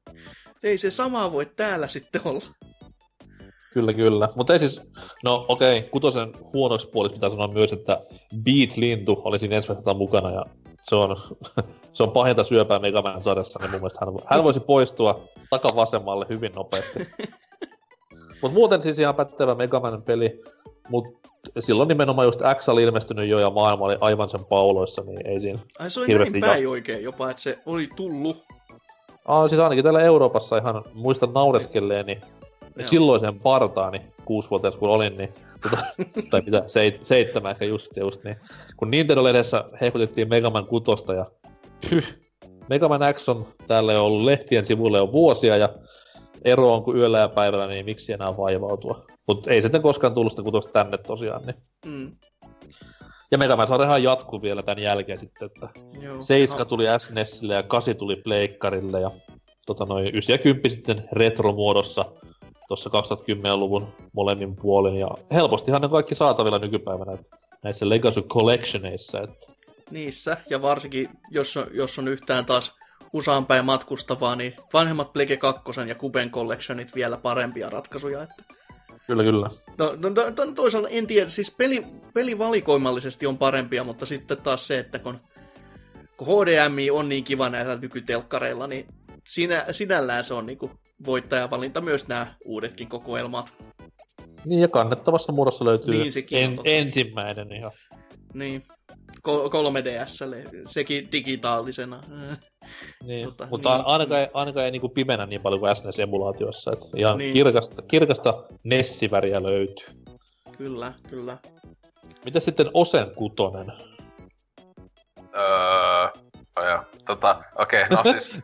Ei se sama voi täällä sitten olla. Kyllä, kyllä. Mutta ei siis, no okei, okay, kutosen huonoksi puoliksi pitää sanoa myös, että Beat-lintu oli siinä ensimmäistä mukana ja se on, se on pahinta syöpää Mega Man sarjassa, niin mun mielestä hän, hän voisi poistua takavasemmalle hyvin nopeasti. Mut muuten siis ihan pätevä Mega Manin peli, mut silloin nimenomaan just X oli ilmestynyt jo ja maailma oli aivan sen pauloissa, niin ei siinä ai se oli näin päin ja... oikein jopa, että se oli tullut. Ah, siis ainakin täällä Euroopassa ihan muistan naureskelleeni silloisen partaani kuusivuotias kun olin, niin, tota, tai mitä, seit, seitsemän ehkä just, just niin, kun Nintendo-lehdessä hehkutettiin Mega Man kutosta ja pyh, Mega Man X on täällä jo ollut lehtien sivuille jo vuosia ja ero on kuin yöllä ja päivällä, niin miksi enää vaivautua. Mut ei sitten koskaan tullut sitä kutosta tänne tosiaan, niin. Mm. Ja Mega Man sarjahan jatkuu vielä tän jälkeen sitten, että Joo, Seiska tuli S N E Sille ja kasi tuli pleikkarille ja tota noin yhdeksän ja kymmenen sitten retromuodossa tuossa kaksituhattakymmenluvun molemmin puolin, ja helpostihan ne kaikki saatavilla nykypäivänä näissä Legacy Collectioneissa. Että... Niissä, ja varsinkin jos on, jos on yhtään taas U S A:n päin matkustavaa, niin vanhemmat Plege kaksi ja Kuben Collectionit vielä parempia ratkaisuja. Että... Kyllä, kyllä. No, no, no, toisaalta en tiedä, siis peli, pelivalikoimallisesti on parempia, mutta sitten taas se, että kun, kun H D M I on niin kiva näillä nykytelkkareilla, niin sinä, sinällään se on niinku voittajavalinta myös nämä uudetkin kokoelmat. Niin, ja kannettavassa muodossa löytyy niin, en, ensimmäinen ihan. Niin, kolme D S:lle, sekin digitaalisena. Niin, tota, mutta niin, ainakaan, ei, ainakaan ei niinku pimenä niin paljon kuin S N E S-emulaatiossa, että ihan niin. kirkasta, kirkasta Nessiväriä löytyy. Kyllä, kyllä. Mitäs sitten Osen kutonen? Öö, oh joo, tota, okei, okay, no siis...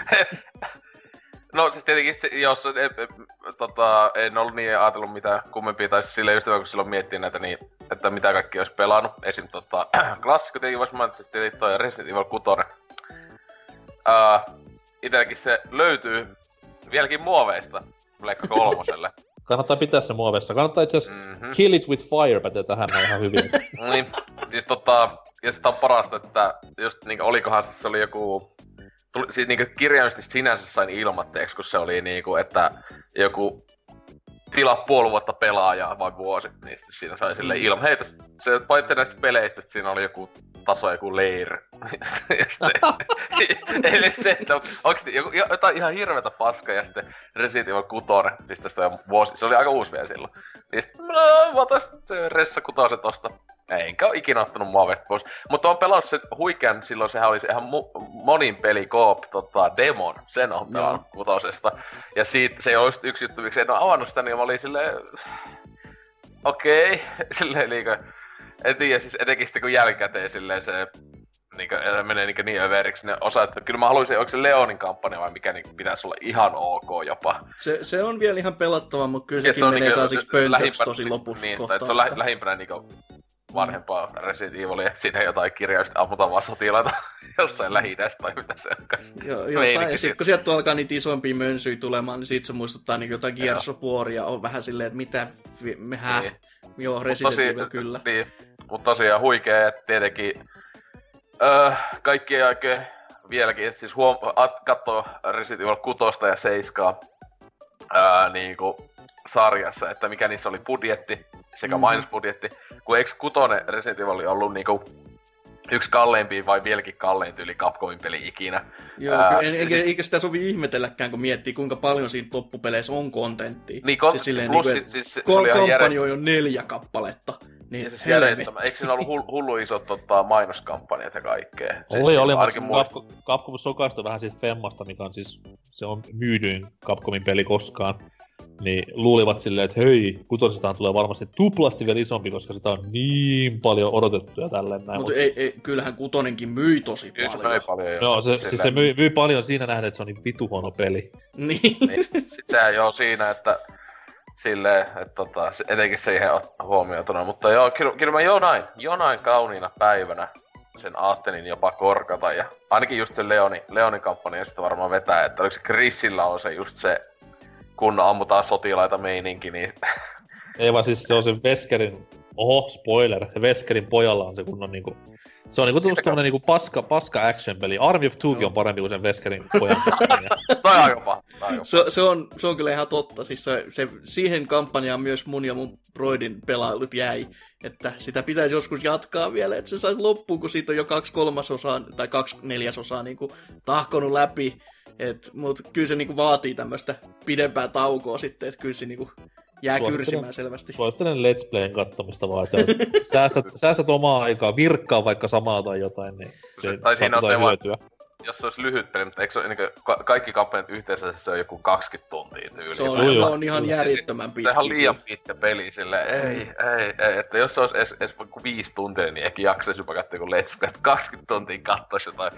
No siis tietenkin, jos e, e, tota, en ollut niin ajatellut mitään kummempia, tai siis silleen just hyvä, kun silloin miettii näitä, niin, että mitä kaikki olisi pelannut. Esim. Tota, klassikko tietenkin voisi mainita, siis tietenkin toi Resident Evil kuusi. Uh, itelläkin se löytyy vieläkin muoveista Pleikka kolmoselle. Kannattaa pitää se muoveissa. Kannattaa itse asiassa mm-hmm. Kill It With Fire pätee tähän ihan hyvin. Niin, siis tota, ja sitä on parasta, että just niinku, olikohan siis se oli joku... Tuli, siis niinku kirjaimisesti sinänsä sain ilmatteeksi, kun se oli niinku, että joku tilaa puoli vuotta pelaajaa vai vuosi, niin siinä sai silleen ilma. Hei, täs, se paitsi näistä peleistä, että siinä oli joku taso, joku lair. Eli se, että oikeesti joku, jotain ihan hirveetä paskaa ja sitten Resident Evil kuusi, siis tästä jo vuosi, se oli aika uusi vielä silloin. Niin sit, no, mä otais se Ressa kuusi tosta. Enkä oo ikinä ottanut muoveista pois. Mutta on pelannut se huikean, silloin sehän oli se ihan mu- monin peli koop tota, demon. Sen on pelannut kutosesta. Ja siitä se on just yksi juttu, miksi en oo avannut sitä, niin mä olin silleen... Okei, okay. silleen liikaa... En tiedä, siis etenkin sitten kun jälkikäteen silleen se... Niinkö, menee niinkö niin överiksi ne osa, että kyllä mä haluaisin, onko se Leonin kampanja vai mikä niin pitäisi olla ihan ok jopa. Se, se on vielä ihan pelattava, mutta kyllä sekin se menee saasiksi pöntöksi tosi lopussa niin, kohtaa. Että se on lähi, lähimpänä niinku vanhempaa Resident Evilia, että siinä jotain kirjausta ammutaan vaan sotilaita jossain Lähi-idästä tai mitä se onkaan. Joo, joo tai sit kun sieltä alkaa niitä isompia mönsyjä tulemaan, niin sit se muistuttaa niin jotain Gears of Waria, on vähän silleen, että mitä mehä. Niin. Joo, Resident Evil kyllä. Niin, mutta tosiaan huikee, että tietenkin öö, kaikki oikein vieläkin, että siis huom- at- kattoo Resident Evil kuusi ja seitsemän öö, niinku sarjassa, että mikä niissä oli budjetti sekä mm-hmm. mainosbudjetti, kun eikö kutonen Resident Evil ollut niinku yksi kalleimpia vai vieläkin kallein tyyli Capcomin peli ikinä. Joo, Ää, en, eikä, siis... eikä sitä sovi ihmetelläkään, kun miettii kuinka paljon siinä loppupeleissä on kontenttia. Niin, kon- siis silleen, plus niin sit, siis se, ko- se oli ihan järjet... on jo neljä kappaletta. Niin ja siis järjettömä. Eikö siinä ollut hullu, hullu isot tota, mainoskampanjat ja kaikkea? Oli, siis oli, mutta Capcom, Capcom sokaistui vähän siitä Femmasta, mikä on siis, se on myydyin Capcomin peli koskaan. niin luulivat silleen, että hei, kutosestahan tulee varmasti tuplasti vielä isompi, koska sitä on niin paljon odotettu ja tälleen näin. Mutta ei, ei, kyllähän kutonenkin myi tosi Kyllä se paljon. möi paljon. jo. Joo, se, Silleen- siis se myy, myy paljon siinä nähden, että se on niin vitu huono peli. Niin. Niin, sit sehän joo siinä, että silleen, että tota, se- etenkin siihen on huomioituna, mutta joo, kyllä, kyllä mä jonain, jonain kauniina päivänä sen ajattelin jopa korkata, ja ainakin just se Leoni, Leonin kampanja sitten varmaan vetää, että oliko se Chrisillä on se just se, kun ammutaan sotilaita meininki, niin Ei vaan siis se on se Veskerin, oho, spoiler, se Veskerin pojalla on se kunnon niinku, se on niinku semmonen niinku paska, paska action-peli. Army of Twokin on parempi kuin sen Veskerin pojan peli. toi on aika paha. toi on aika Se, se, on, se on kyllä ihan totta. Siis se, se, siihen kampanjaan myös mun ja mun broidin pelailut jäi. Että sitä pitäisi joskus jatkaa vielä, että se saisi loppuun, kun siitä on jo kaksi kolmasosaa tai kaksi neljäsosaa niin kuin tahkonut läpi. Mutta kyllä se niin kuin vaatii tämmöistä pidempää taukoa sitten, että kyllä se niin kuin jää Suosittelen- kyrsimään selvästi. Suosittelen Let's Playn kattomista vaan, että sä säästät, säästät omaa aikaa, virkkaa vaikka samaa tai jotain, niin se Tai siinä on saattaa se vaan- hyötyä. jos se olisi lyhyt peli, mutta eikö se ole niin ka- kaikki kampanjat yhteensä se on joku kaksikymmentä tuntia tyyliin. Se on, Joo, joo. se on ihan järjettömän Se pitkä. on ihan liian pitkä peli silleen, ei, ei, ei, että jos se olisi edes, edes vaikka viisi tuntia, niin ehkä jaksaisi jopa katsoa joku Let's Play, että kaksikymmentä tuntia katsoisi jotain.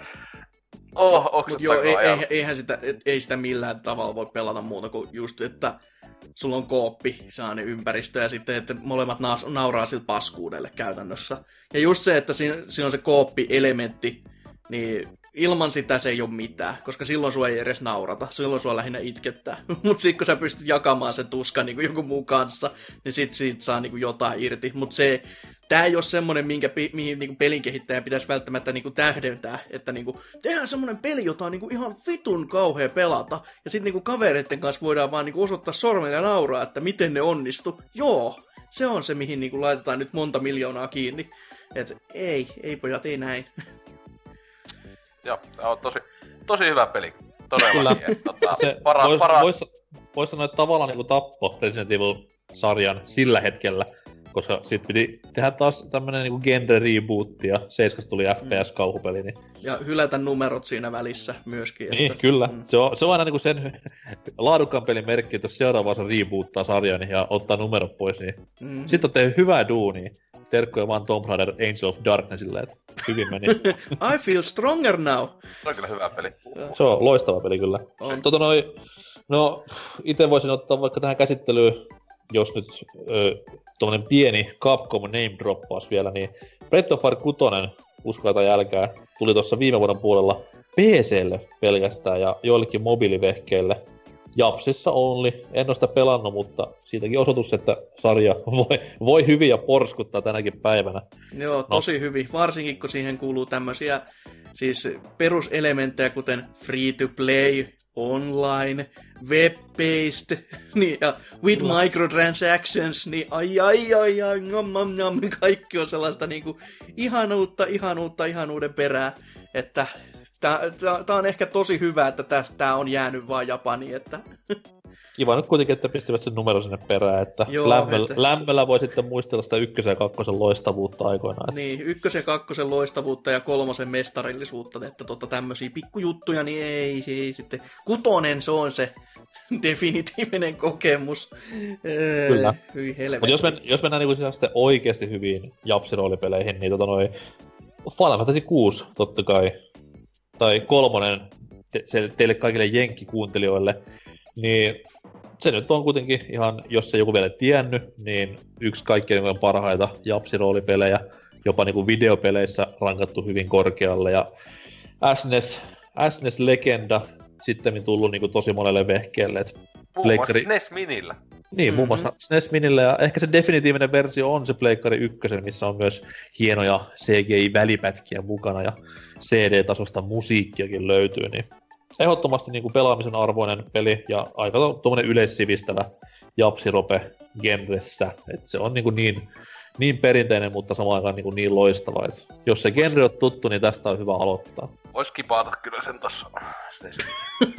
Oh, Mut oksettaako joo, ei, ajan? ei, eihän sitä, et- ei sitä millään tavalla voi pelata muuta kuin just, että sulla on kooppi, sellainen ympäristö, ja sitten, että molemmat naas, nauraa sillä paskuudelle käytännössä. Ja just se, että siinä, siinä on se kooppi-elementti, niin ilman sitä se ei ole mitään, koska silloin sua ei edes naurata, silloin sua lähinnä itkettää. Mutta sitten kun sä pystyt jakamaan sen tuskan niin kuin jonkun muun kanssa, niin sit siitä saa niin kuin jotain irti. Mutta se, tää ei ole semmonen, minkä, pi- mihin niin kuin pelin kehittäjä pitäisi välttämättä niin kuin tähdentää, että niin kuin, tehdään semmonen peli, jota on niin kuin ihan vitun kauhea pelata, ja sitten niin kavereiden kanssa voidaan vaan niin kuin osoittaa sormella ja nauraa, että miten ne onnistu. Joo, se on se, mihin niin kuin laitetaan nyt monta miljoonaa kiinni. Et ei, ei pojat, ei näin. Joo, tää on tosi, tosi hyvä peli. Kyllä. Todellakin. että Tota, Se para, vois, para, vois, vois sanoa, että tavallaan niinku tappo Resident Evil-sarjan sillä hetkellä, koska sit piti tehdä taas tämmönen niinku genre-rebootti, ja seiskasta tuli F P S-kauhupeli, niin, Ja hylätä numerot siinä välissä myöskin. niin että, kyllä. mm. Se on, se on aina niinku sen laadukkaan pelin merkki, että jos seuraava osa reboottaa sarjan ja ottaa numerot pois, niin Mm. sit on tehnyt hyvää duunia. Terkkoja vaan Tomb Raider Angel of Darknessille, että hyvin meni. I feel stronger now. se on kyllä hyvä peli. Se on loistava peli kyllä. On. Tota noi, no, ite voisin ottaa vaikka tähän käsittelyyn, jos nyt ö, tommonen pieni Capcom name droppaus vielä, niin Breath of Fire kuusi, uskoa tai jälkää, tuli tuossa viime vuoden puolella P C:lle pelkästään ja joillekin mobiilivehkeille. Japsissa only. En ole sitä pelannut, mutta siitäkin osoitus, että sarja voi, voi hyvin ja porskuttaa tänäkin päivänä. Joo, tosi hyvin. Varsinkin kun siihen kuuluu tämmöisiä siis peruselementtejä, kuten free to play, online, web-based, niin, ja with microtransactions, niin ai ai ai ai, nom, nom, nom, kaikki on sellaista niinku ihanuutta, ihanuutta, ihanuuden perää, että tää on ehkä tosi hyvä, että tästä tää on jäänyt vaan Japaniin, että Kiva nyt kuitenkin, että pistivät sen numero sinne perään, että, Joo, lämmöllä, että- lämmöllä voi sitten muistella sitä ykkösen ja kakkosen loistavuutta aikoinaan. niin, ykkösen ja kakkosen loistavuutta ja kolmosen mestarillisuutta, että tota tämmösiä pikkujuttuja, niin ei, se ei sitten. Kutonen, se on se definitiivinen kokemus. Kyllä. Hyi helvetti. Mutta jos, men, jos mennään niinku sitten oikeasti hyviin japsiroolipeleihin, niin tota noi Final Fantasy kuusi totta kai, tai kolmonen te, se, teille kaikille jenkkikuuntelijoille, niin se nyt on kuitenkin ihan, jos se joku vielä tiennyt, niin yksi kaikkein parhaita japsiroolipelejä, jopa niinku videopeleissä rankattu hyvin korkealle, ja S N E S, S N E S-legenda sitten tullut niinku tosi monelle vehkeelle, et Muun muassa Pleikkari- S N E S Minillä. Niin, muun muassa S N E S Minillä, ja ehkä se definitiivinen versio on se Pleikkari ykkösen, missä on myös hienoja C G I-välipätkiä mukana, ja C D-tasosta musiikkiakin löytyy, niin ehdottomasti niin kuin pelaamisen arvoinen peli, ja aika tuommoinen yleissivistävä japsirope genressä, että se on niin, kuin niin, niin perinteinen, mutta samaan aikaan niin, kuin niin loistava, että jos se genre on tuttu, niin tästä on hyvä aloittaa. Vois kipata kyllä sen tossa. S N E S.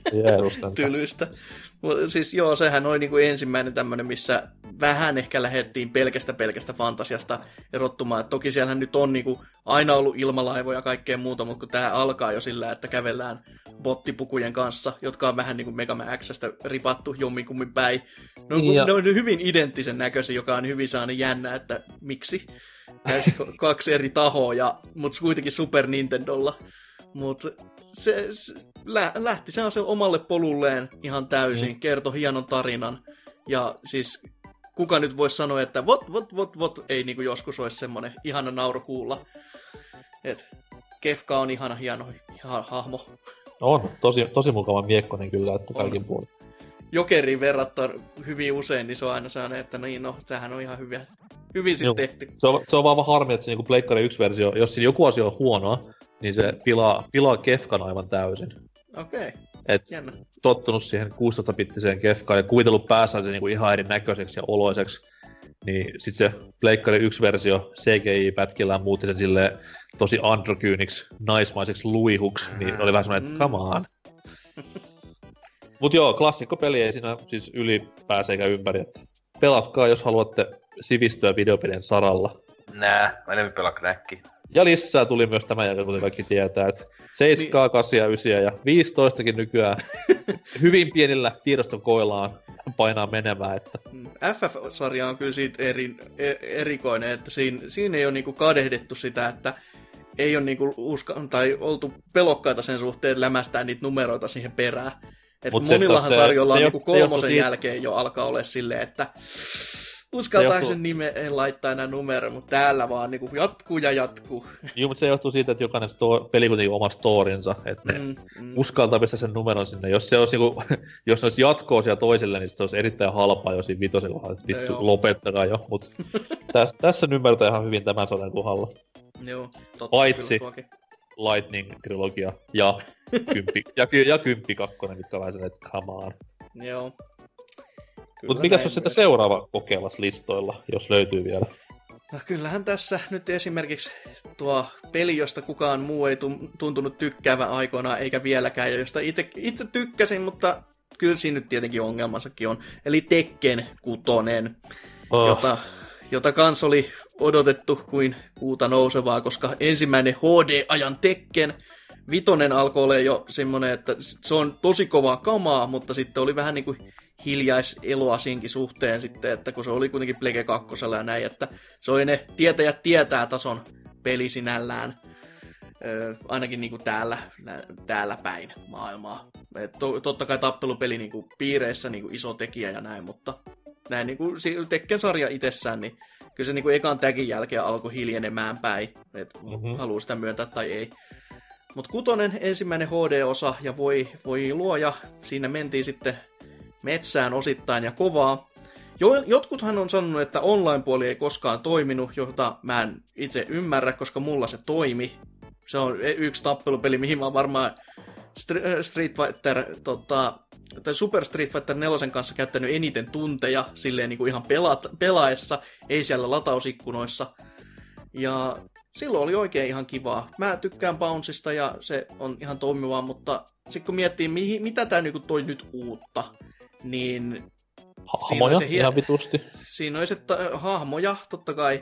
tylystä. Siis joo, sehän oli niinku ensimmäinen tämmönen, missä vähän ehkä lähdettiin pelkästä pelkästä fantasiasta erottumaan. Et toki siellähän nyt on niinku aina ollut ilmalaivoja ja kaikkea muuta, mutta kun tää alkaa jo sillä, että kävellään bottipukujen kanssa, jotka on vähän niinku Mega Man X:stä ripattu jomminkummin päin. Ne on, ja... ne on hyvin identtisen näköisiä, joka on hyvin saanut jännä, että miksi. Täysin kaksi eri tahoa, mutta kuitenkin Super Nintendolla. Mutta se, se lähti se omalle polulleen ihan täysin, mm. kertoi hienon tarinan. Ja siis kuka nyt voisi sanoa, että vot, vot, vot, vot, ei niinku joskus olisi semmoinen ihana nauru kuulla. Et Kefka on ihana hieno ihan hahmo. On, tosi, tosi mukava miekkonen kyllä, että kaikin puolin. Jokeriin verrattuna hyvin usein, niin se on aina sellainen, että no, no tämähän on ihan hyviä. Hyvin sitten tehty. Se on, se on vaan harmi, että se niinku Pleikkari yksi-versio, jos siinä joku asia on huonoa, niin se pilaa, pilaa Kefkan aivan täysin. Okei, okay. Jännä. Tottunut siihen kuusitoista-bittiseen Kefkaan ja kuvitellut päässä se niinku ihan erinäköiseksi ja oloiseksi. Niin sit se Pleikkari yksi-versio C G I-pätkillään muutti sen silleen tosi androgyyniksi, naismaiseksi luihuksi, niin oli vähän semmoinen, että come on. Mut joo, klassikkopeli ei siinä siis yli pääse eikä ympäri, että pelatkaa, jos haluatte sivistyä videopelien saralla. Nää, mä enemmän pelaa Knäkki. Ja lisää tuli myös tämän jälkeen, kuten kaikki tietää, että seitsemän, kahdeksan ja yhdeksän ja viisitoistakin nykyään hyvin pienillä tiedostokoillaan painaa menemään. Että... F F-sarja on kyllä siitä eri, erikoinen, että siinä, siinä ei ole niinku kadehdettu sitä, että ei ole niinku uska, tai oltu pelokkaita sen suhteen, että lämästää niitä numeroita siihen perään. Että monillahan se, sarjoilla on niinku kolmosen siitä... jälkeen jo alkaa olla silleen, että uskaltaako sen nimeen laittaa enää numero, mutta täällä vaan niinku jatkuu ja jatkuu. Joo, mutta se johtuu siitä, että jokainen sto- peli kuitenkin oma storinsa, että ne mm, mm. uskaltaa pistää sen numeron sinne. Jos se olisi, niinku, jos ne olisi jatkoa siellä toiselle, niin se olisi erittäin halpaa jo siinä vitosen kohdalla, että vittu no, lopettakaa jo. Mutta tässä, tässä ymmärtää ihan hyvin tämän sarjan kohdalla. Joo, totta. Paitsi Lightning-trilogia ja kymppi, ja, ja kymppi kakkonen, mitkä on vähän sen, että come on. Joo. Mutta mikäs on sitten seuraava kokeilas listoilla, jos löytyy vielä? No kyllähän tässä nyt esimerkiksi tuo peli, josta kukaan muu ei tuntunut tykkäävän aikoinaan, eikä vieläkään, ja josta itse, itse tykkäsin, mutta kyllä siinä nyt tietenkin ongelmansakin on. Eli Tekken kutonen, oh. jota, jota kans oli odotettu kuin kuuta nousevaa, koska ensimmäinen H D-ajan Tekken vitonen alkoi olla jo semmoinen, että se on tosi kovaa kamaa, mutta sitten oli vähän niin kuin hiljaiseloa siinkin suhteen sitten, että kun se oli kuitenkin Plege kakkosella ja näin, että se oli ne tietäjät tietää tason peli sinällään, öö, ainakin niinku täällä, täällä päin maailmaa. Et to, totta kai tappelupeli niinku piireissä niinku iso tekijä ja näin, mutta näin niinku Tekken-sarja itsessään, niin kyllä se niinku ekan tagin jälkeen alkoi hiljenemään päin, että mm-hmm. haluaa sitä myöntää tai ei. Mutta kutonen ensimmäinen H D-osa ja voi, voi luoja, siinä mentiin sitten metsään osittain ja kovaa. Jo, jotkuthan on sanonut, että online-puoli ei koskaan toiminut, jota mä en itse ymmärrä, koska mulla se toimi. Se on yksi tappelupeli, mihin mä oon varmaan Street Fighter, tota, tai Super Street Fighter neljä kanssa käyttänyt eniten tunteja, silleen niin kuin ihan pelaat, pelaessa, ei siellä latausikkunoissa. Ja silloin oli oikein ihan kivaa. Mä tykkään Bouncesta ja se on ihan toimivaa, mutta sitten kun miettii, mihin, mitä tää niinku toi nyt uutta, niin... Hahmoja hie- ihan vitusti. Siinä oli se ta- hahmoja, totta kai.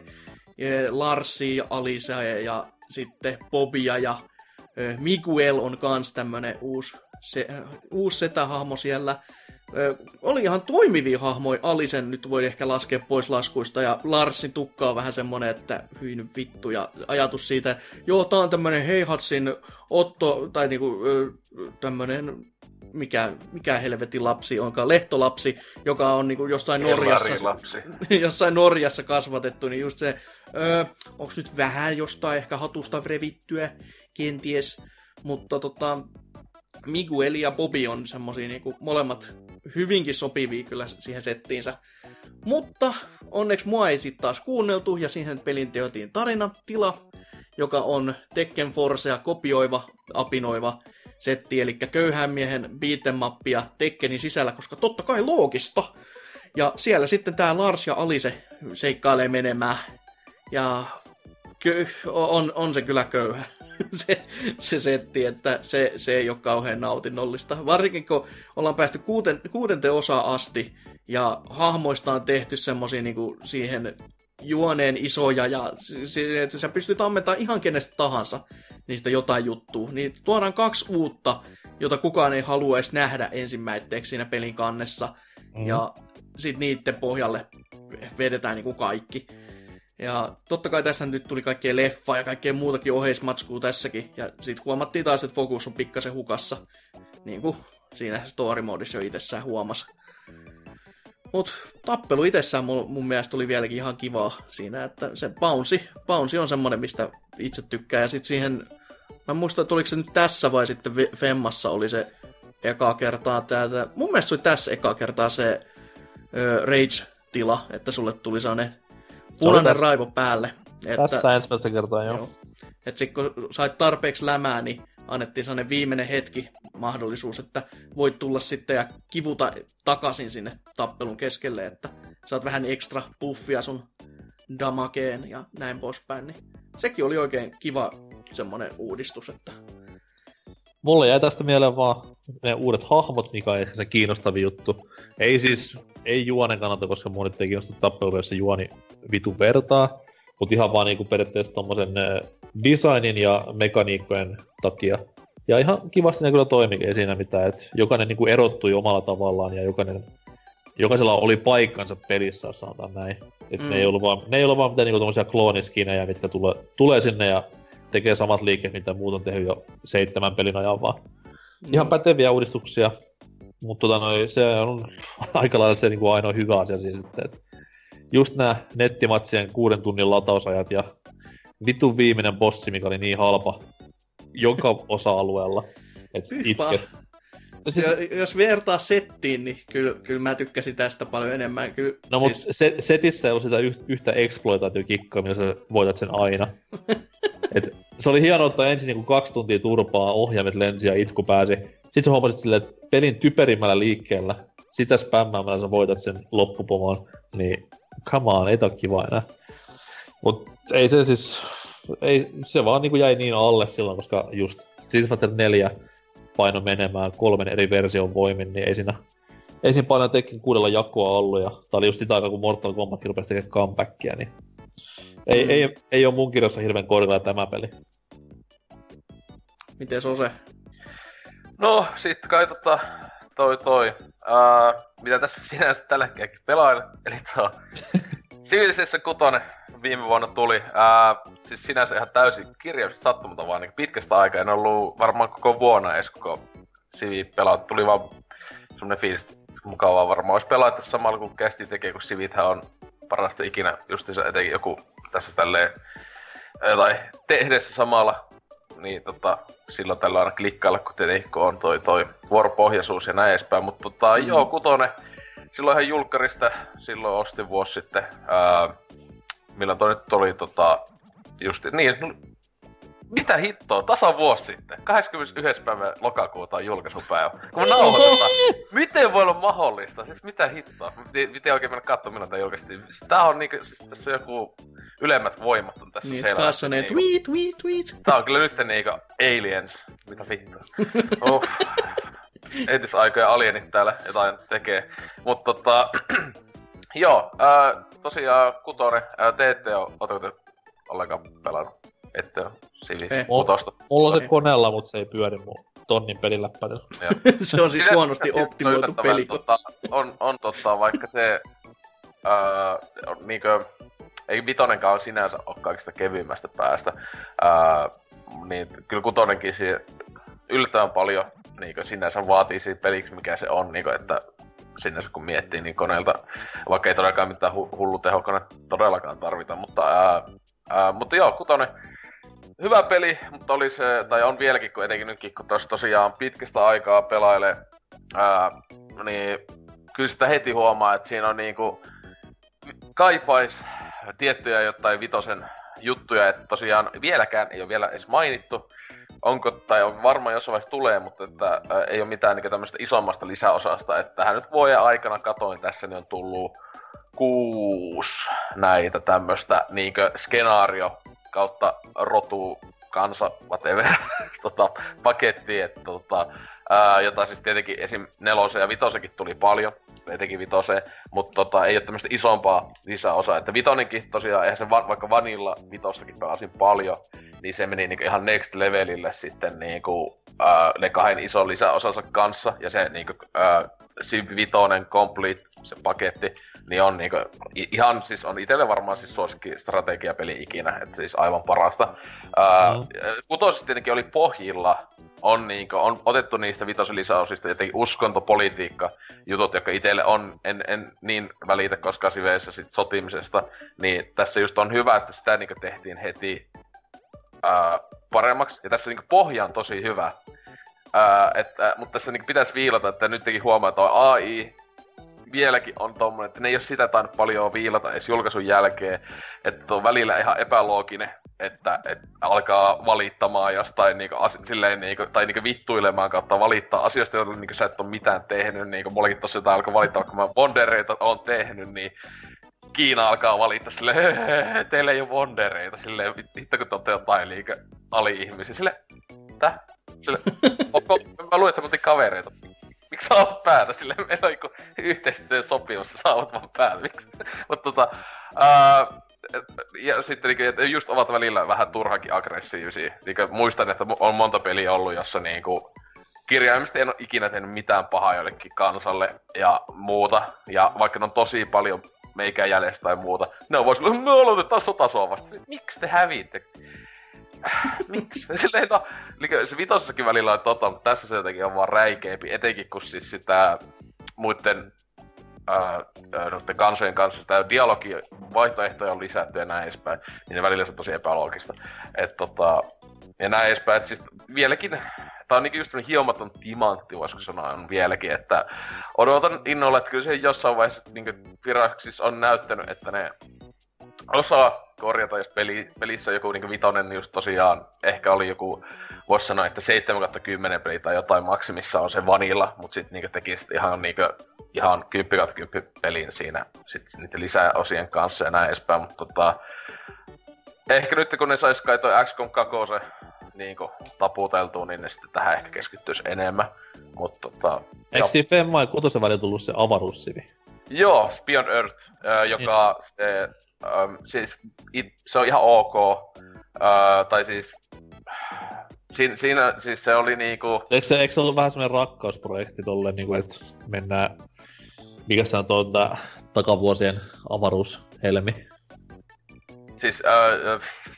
Larsi, Alisa ja, ja sitten Bobia ja äh, Miguel on kans tämmönen uusi, se, äh, uusi setähahmo siellä. Äh, oli ihan toimivia hahmoja. Alisen nyt voi ehkä laskea pois laskuista ja Larsin tukka on vähän semmonen, että hyi nyt vittu. Ja ajatus siitä, joo tää on tämmönen Heihatsin Otto, tai niinku äh, tämmönen... Mikä, mikä helvetin lapsi onkaan, lehtolapsi, joka on niinku jostain Norjassa, jossain Norjassa kasvatettu, niin just se, öö, onks nyt vähän jostain ehkä hatusta revittyä, kenties, mutta tota, Miguel ja Bobby on semmosia niinku molemmat hyvinkin sopivia kyllä siihen settiinsä. Mutta onneksi mua ei sit taas kuunneltu, ja siihen pelin teotiin tarinatila, joka on Tekken Forcea kopioiva, apinoiva setti, eli köyhän miehen beat'em-mappia Tekkenin sisällä, koska totta kai loogista. Ja siellä sitten tää Lars ja Alise seikkailee menemään. Ja kö- on, on se kyllä köyhä. se, se setti, että se, se ei ole kauhean nautinnollista. Varsinkin kun ollaan päästy kuuten, kuudenteen osaan asti, ja hahmoista on tehty semmosia niinku siihen juoneen isoja, ja se, että sä pystyt ammentamaan ihan kenestä tahansa niistä jotain juttua. Niin tuodaan kaksi uutta, jota kukaan ei halua edes nähdä ensimmäitteeksi siinä pelin kannessa. Mm. Ja sit niitten pohjalle vedetään niinku kaikki. Ja totta kai tästä nyt tuli kaikkea leffa ja kaikkea muutakin oheismatskua tässäkin. Ja sit huomattiin taas, että fokus on pikkasen hukassa. Niin kuin siinä story-modissa jo itsessään huomasi. Mut tappelu itsessään mun, mun mielestä oli vieläkin ihan kivaa siinä, että se bounce, bounce on semmonen, mistä itse tykkää. Ja sit siihen, mä en muista, että oliko se nyt tässä vai sitten Femmassa oli se eka kertaa täältä. Mun mielestä se oli tässä eka kertaa se ö, rage-tila, että sulle tuli sellainen punainen raivo päälle. Että, tässä ensimmäistä kertaa, joo. joo. Että sit kun sait tarpeeksi lämää, niin annettiin sellainen viimeinen hetki mahdollisuus, että voit tulla sitten ja kivuta takaisin sinne tappelun keskelle, että saat vähän ekstra buffia sun damageen ja näin poispäin. Niin sekin oli oikein kiva semmonen uudistus, että... Mulle jäi tästä mieleen vaan ne uudet hahmot, mikä on ehkä se kiinnostavin juttu. Ei siis, ei juonen kannalta, koska mua nyt ei kiinnosta tappelupelissä juoni vitu vertaa, mutta ihan vaan niinku periaatteessa tommosen designin ja mekaniikkojen takia. Ja ihan kivasti ne kyllä toimii, ei siinä mitään, että jokainen niinku erottui omalla tavallaan ja jokainen, jokaisella oli paikkansa pelissä, jos sanotaan näin. Että mm. ne ei ollut vaan, ne ei ollut vaan mitään niinku tommosia klooniskinejä, mitkä tule, tulee sinne ja tekee samat liikkeet, mitä muut on tehnyt jo seitsemän pelin ajan vaan. Ihan päteviä uudistuksia, mutta tota noi, se on aika lailla se niinku ainoa hyvä asia siis, että just nää nettimatsien kuuden tunnin latausajat ja vitun viimeinen bossi, mikä oli niin halpa joka osa-alueella, et itke. Siis... Jos vertaa settiin, niin kyllä, kyllä mä tykkäsin tästä paljon enemmän. Kyllä, no siis... mut se, setissä ei ollut sitä yhtä exploitaatiokikkaa, millä sä voitat sen aina. Et se oli hienoa ottaa ensin niinku kaksi tuntia turpaa, ohjaimet lensi ja itku pääsi. Sitten sä huomasit silleen, että pelin typerimmällä liikkeellä, sitä spämmäämällä sä voitat sen loppupomon, niin come on, ei tää ole kiva enää. Mut ei se siis, ei, se vaan niinku jäi niin alle silloin, koska just Street Fighter neljä paino menemään kolmen eri version voimin, niin ei siinä, ei siinä paljon Tekken kuudella jakoa ollut, ja tää oli just sitä aikaa, kun Mortal Kombat rupesi tekemään comebackia, niin ei, mm. ei, ei, ei oo mun kirjassa hirveen korkealla tämä peli. Mites Ose? No, sit kai tota, toi toi, uh, mitä tässä sinänsä tällä hetkelläkin pelailen, eli tuo Civilization kuusi viime vuonna tuli, uh, siis sinänsä ihan täysin kirjaus sattumalta vaan niin pitkästä aikaa, en ollut varmaan koko vuonna edes koko Civi pelata, tuli vaan semmonen fiilis, mukavaa varmaan olisi pelata tässä samalla kun kästi tekee, kun Civithän on parasta ikinä, justiinsa etenkin joku tässä tälleen jotain tehdessä samalla, niin tota, silloin tällä aina klikkailla, kun tietenkin on toi, toi vuoropohjaisuus ja näin edespäin, mutta tota, mm. joo, kutonen, silloin ihan julkkarista, silloin ostin vuosi sitten, ää, milloin toi nyt oli tota, just, niin, mitä hittoa, tasan vuosi sitten, kahdeskymmenesensimmäinen päivä lokakuuta on julkaisupäivä. Kun nauhoitetaan, miten voi olla mahdollista? Siis mitä hittoa? Miten oikein mennä katsomaan, milloin tää julkaistiin? Tää on niinku, siis tässä on joku ylemmät voimat on tässä niin, selvästi. Taas on ne niinku, tweet, tweet, tweet. Tää on kyllä nyt niinku Aliens. Mitä vittua? Uff. Entisaikojen alienit täällä jotain tekee. Mut tota, joo, ää, tosiaan kutonen, ää, te ette oo, ootteko te ollenkaan pelannut? Ette oo Civi kutosta? Mulla on se koneella, mut se ei pyöri mun tonnin peliläppädellä. Se on siis huonosti optimoitu peli. Tota, on, on totta, vaikka se ää, niinkö, ei vitonenkaan sinänsä oo kaikista kevyimmästä päästä. Ää, niin kyllä kutonenkin siihen yllättävän paljon niinkö sinänsä vaatii siitä peliksi, mikä se on, niinkö, että sinänsä kun miettii, niin koneelta, vaikka ei todellakaan mitään hu- hullu tehokone todellakaan tarvita, mutta ää, ää, mutta joo, kutonen, hyvä peli, mutta oli se, tai on vieläkin, kun etenkin nytkin, kun tos tosiaan pitkästä aikaa pelailee, ää, niin kyllä sitä heti huomaa, että siinä on niinku, kaipais tiettyjä jotain vitosen juttuja, että tosiaan vieläkään ei ole vielä edes mainittu, onko, tai on varmaan jossain vaiheessa tulee, mutta että ää, ei ole mitään niin tämmöistä isommasta lisäosasta, että tähän nyt vuoden aikana katoin tässä, niin on tullut kuusi näitä tämmöistä niinkö skenaario kautta rotu kansa, whatever, tota, paketti, että tota, ää, jota siis tietenkin esim. Nelosen ja Vitosenkin tuli paljon, etenkin Vitoseen, mutta tota, ei ole tämmöistä isompaa lisäosaa, että Vitonenkin tosiaan, eihän se va- vaikka Vanilla Vitostakin pelasin paljon, niin se meni niinku ihan next levelille sitten niinku ää, ne kahden ison lisäosansa kanssa, ja se niinku ää, Civ Vitoinen Complete, se paketti, niin on niinku, ihan siis on itelle varmaan siis suosikki strategiapeli ikinä, että siis aivan parasta. Ää, mm. Kutosessa tietenkin oli pohjilla, on niinku, on otettu niistä Vitosen lisäosista jotenkin uskontopolitiikka jutut, jotka itelle on, en, en niin välitä koskaan Civeissä sit sotimisesta, niin tässä just on hyvä, että sitä niinku tehtiin heti ää, paremmaksi, ja tässä niinku pohja on tosi hyvä. Ää, että, mutta tässä niinku pitäisi viilata, että nyt teki huomaa, että A I vieläkin on tommonen, että ne ei oo sitä tainnut paljon viilata edes julkaisun jälkeen, että on välillä ihan epälooginen, että, että alkaa valittamaan jostain niinku, as, silleen niinku, tai niinku vittuilemaan kautta valittaa asioista, joilla niinku sä et oo mitään tehnyt, niinku mullakin tossa jotain alkoi valittaa, kun mä Wondereita oon tehnyt, niin Kiina alkaa valittaa silleen, teillä ei oo Wondereita, silleen, hitto kun te ootte jotain liikaa ali-ihmisiä, silleen, tää? Silleen, mä luin, että me oltiin kavereita. Miksi sä oot päätä? Silleen meillä on joku yhteistyön sopimus, sä saavat vaan päätä. Miksi? Mutta tota... Ää, ja sitten niinku, just ovat välillä vähän turhankin aggressiivisia. Niinku, muistan, että on monta peliä ollut, jossa niinku... Kirjaimisesti en oo ikinä tehnyt mitään pahaa jollekin kansalle ja muuta. Ja vaikka ne on tosi paljon meikään jäljestä tai muuta, ne on vois olla, me aloitetaan sotasoa vasta. Miksi te häviitte? Miksi? Silleen no, se Vitosessakin välillä on tota, mutta tässä se jotenkin on vaan räikeempi, etenkin kun siis sitä muitten noiden kansojen kanssa sitä dialogia, vaihtoehtoja on lisätty ja näin edespäin, niin ne välillä se on tosi epäloogista. Et tota, ja näin edespäin, et siis vieläkin, tää on niinku just hiomaton timantti, voisiko sanoa, on vieläkin, että odotan innolla, että kyllä se jossain vaiheessa niinku Firaxis on näyttänyt, että ne osaa korjata, jos peli, pelissä on joku niinku vitonen, niin just tosiaan ehkä oli joku, vois sanoa, että seitsemän kautta kymmenen peli tai jotain maksimissa on se vanilla, mut sit niinku teki sit ihan niinku ihan kymmenen kautta kymmenen pelin siinä sit niiden lisäosien kanssa ja näin edespäin, mut tota ehkä nyt kun ne sais kai toi X COM kaksi niinku taputeltuu, niin ne sitten tähän ehkä keskittyis enemmän, mut tota... Eikö siinä Femma ja Kutosen välillä tullut se avaruussivi? Joo, Beyond Earth, äh, joka mm. se... Um, siis it, se on ihan ok, uh, tai siis siinä, siinä siis se oli niinku... Eikö se, eikö se ollut vähän semmonen rakkausprojekti tolleen niinku, et mennään... Mikäs tää on tuo tää takavuosien avaruushelmi? Siis uh,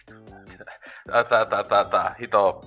uh, tää tää tää tää hito...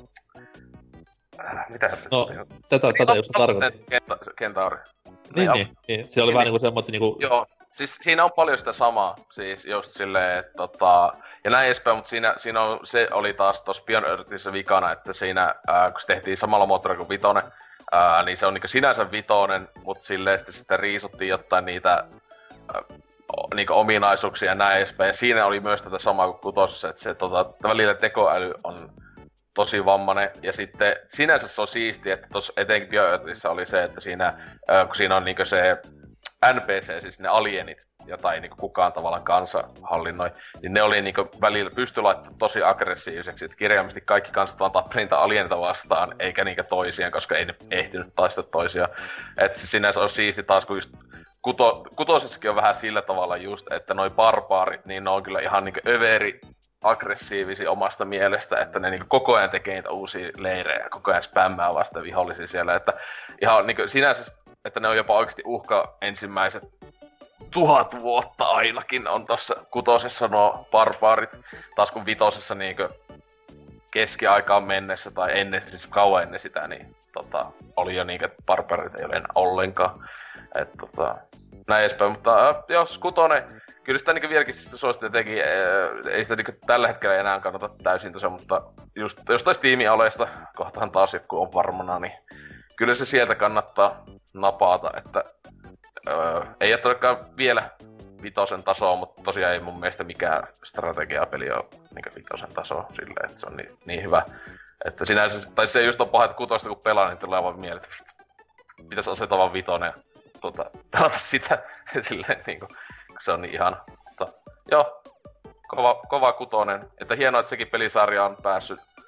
Äh, mitä? No, tätä, tätä just tarkoitin. Kentauri. Niin, niin, niin, se oli niin, vähän niinku semmoinen niinku... Joo. Siis siinä on paljon sitä samaa, siis just silleen, että tota... Ja näin edespäin, mutta siinä, siinä on, se oli taas tossa Beyond Earthissa vikana, että siinä, ää, kun se tehtiin samalla moottorilla kuin Vitoinen, ää, niin se on niinku sinänsä Vitoinen, mutta silleen sitten, sitten riisuttiin jotain niitä ää, niinku ominaisuuksia ja näin edespäin. Ja siinä oli myös tätä samaa kuin Kutosessa, että se tota, välillä tekoäly on tosi vammainen. Ja sitten sinänsä se on siistiä, että tossa etenkin Beyond Earthissa oli se, että siinä, ää, kun siinä on niinku se N P C, siis ne alienit, jota ei niinku kukaan tavallaan kansa hallinnoi, niin ne oli niinku välillä pysty laittamaan tosi aggressiiviseksi, että kirjaimisesti kaikki kansat vaan tappeli niitä alienita vastaan, eikä niinkä toisiaan, koska ei ne ehtinyt taistella toisiaan. Et se sinänsä on siisti taas, kun just kuto, kutosessakin on vähän sillä tavalla just, että noi barbaarit, niin ne on kyllä ihan niinku överi aggressiivisia omasta mielestä, että ne niinku koko ajan tekee niitä uusia leirejä, koko ajan spämmää vasta vihollisia siellä, että ihan niinku sinänsä, että ne on jopa oikeesti uhka ensimmäiset tuhat vuotta ainakin on tossa kutosessa nuo barbaarit, taas kun vitosessa niinkö keskiaikaan mennessä tai ennen, siis kauan ennen sitä, niin tota, oli jo niinkö barbaarit ei ole enää ollenkaan, et tota, näin edespäin, mutta äh, jos kutonen, kyllä sitä niinkö vieläkin sitä suosittelen teki, äh, ei sitä niinkö tällä hetkellä enää kannata täysin tosiaan, mutta just jostain Steam-aleista, kohtahan taas joku on varmana, niin kyllä se sieltä kannattaa napata, että öö, ei ole todellakaan vielä vitosen tasoa, mutta tosiaan ei mun mielestä mikään strategiapeli ole niin vitosen tasoa silleen, että se on niin, niin hyvä. Että sinänsä, tai se just on paha, että kutosta kun pelaa, niin tulee vaan mieleen, että pitäisi asettaa vaan vitonen ja tota, pelata sitä silleen niinku, se on niin ihana. Mutta joo, kova, kova kutonen. Että hienoa, että sekin pelisarja on päässyt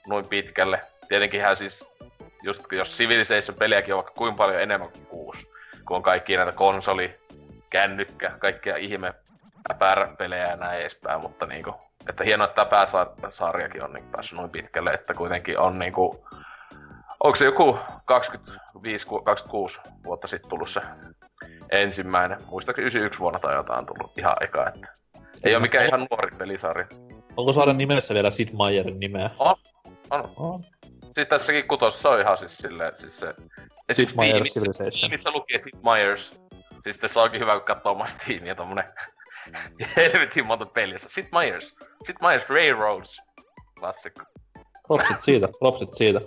noin pitkälle. Tietenkinhän siis, just jos Civilization-peliäkin on vaikka kuinka paljon enemmän kuin kuusi, kun on kaikki näitä konsoli, kännykkä, kaikkia ihme äpärpelejä ja näin edespäin, mutta niinku, että hienoa, että tämä pääsarjakin on niinku päässyt noin pitkälle, että kuitenkin on niinku, onko se joku kaksikymmentäviisi kaksikymmentäkuusi vuotta sitten tullut se ensimmäinen, muistaakseni yhdeksänkymmentäyksi vuonna tai jotain tullut ihan eka, että ei oo mikään ihan nuori pelisarja. Onko sarjan nimessä vielä Sid Meierin nimeä? On, on. on. Siis tässäkin kutossa on ihan siis silleen, että siis se... Sid Meier's Civilization. Missä lukee Sid Meier's. Siis tässä onkin hyvä, kun katsoo omasta tiimiä tommonen... helvetin monta pelissä. Sid Meier's. Sid Meier's Railroads. Klassikko. Propsit siitä, propsit siitä.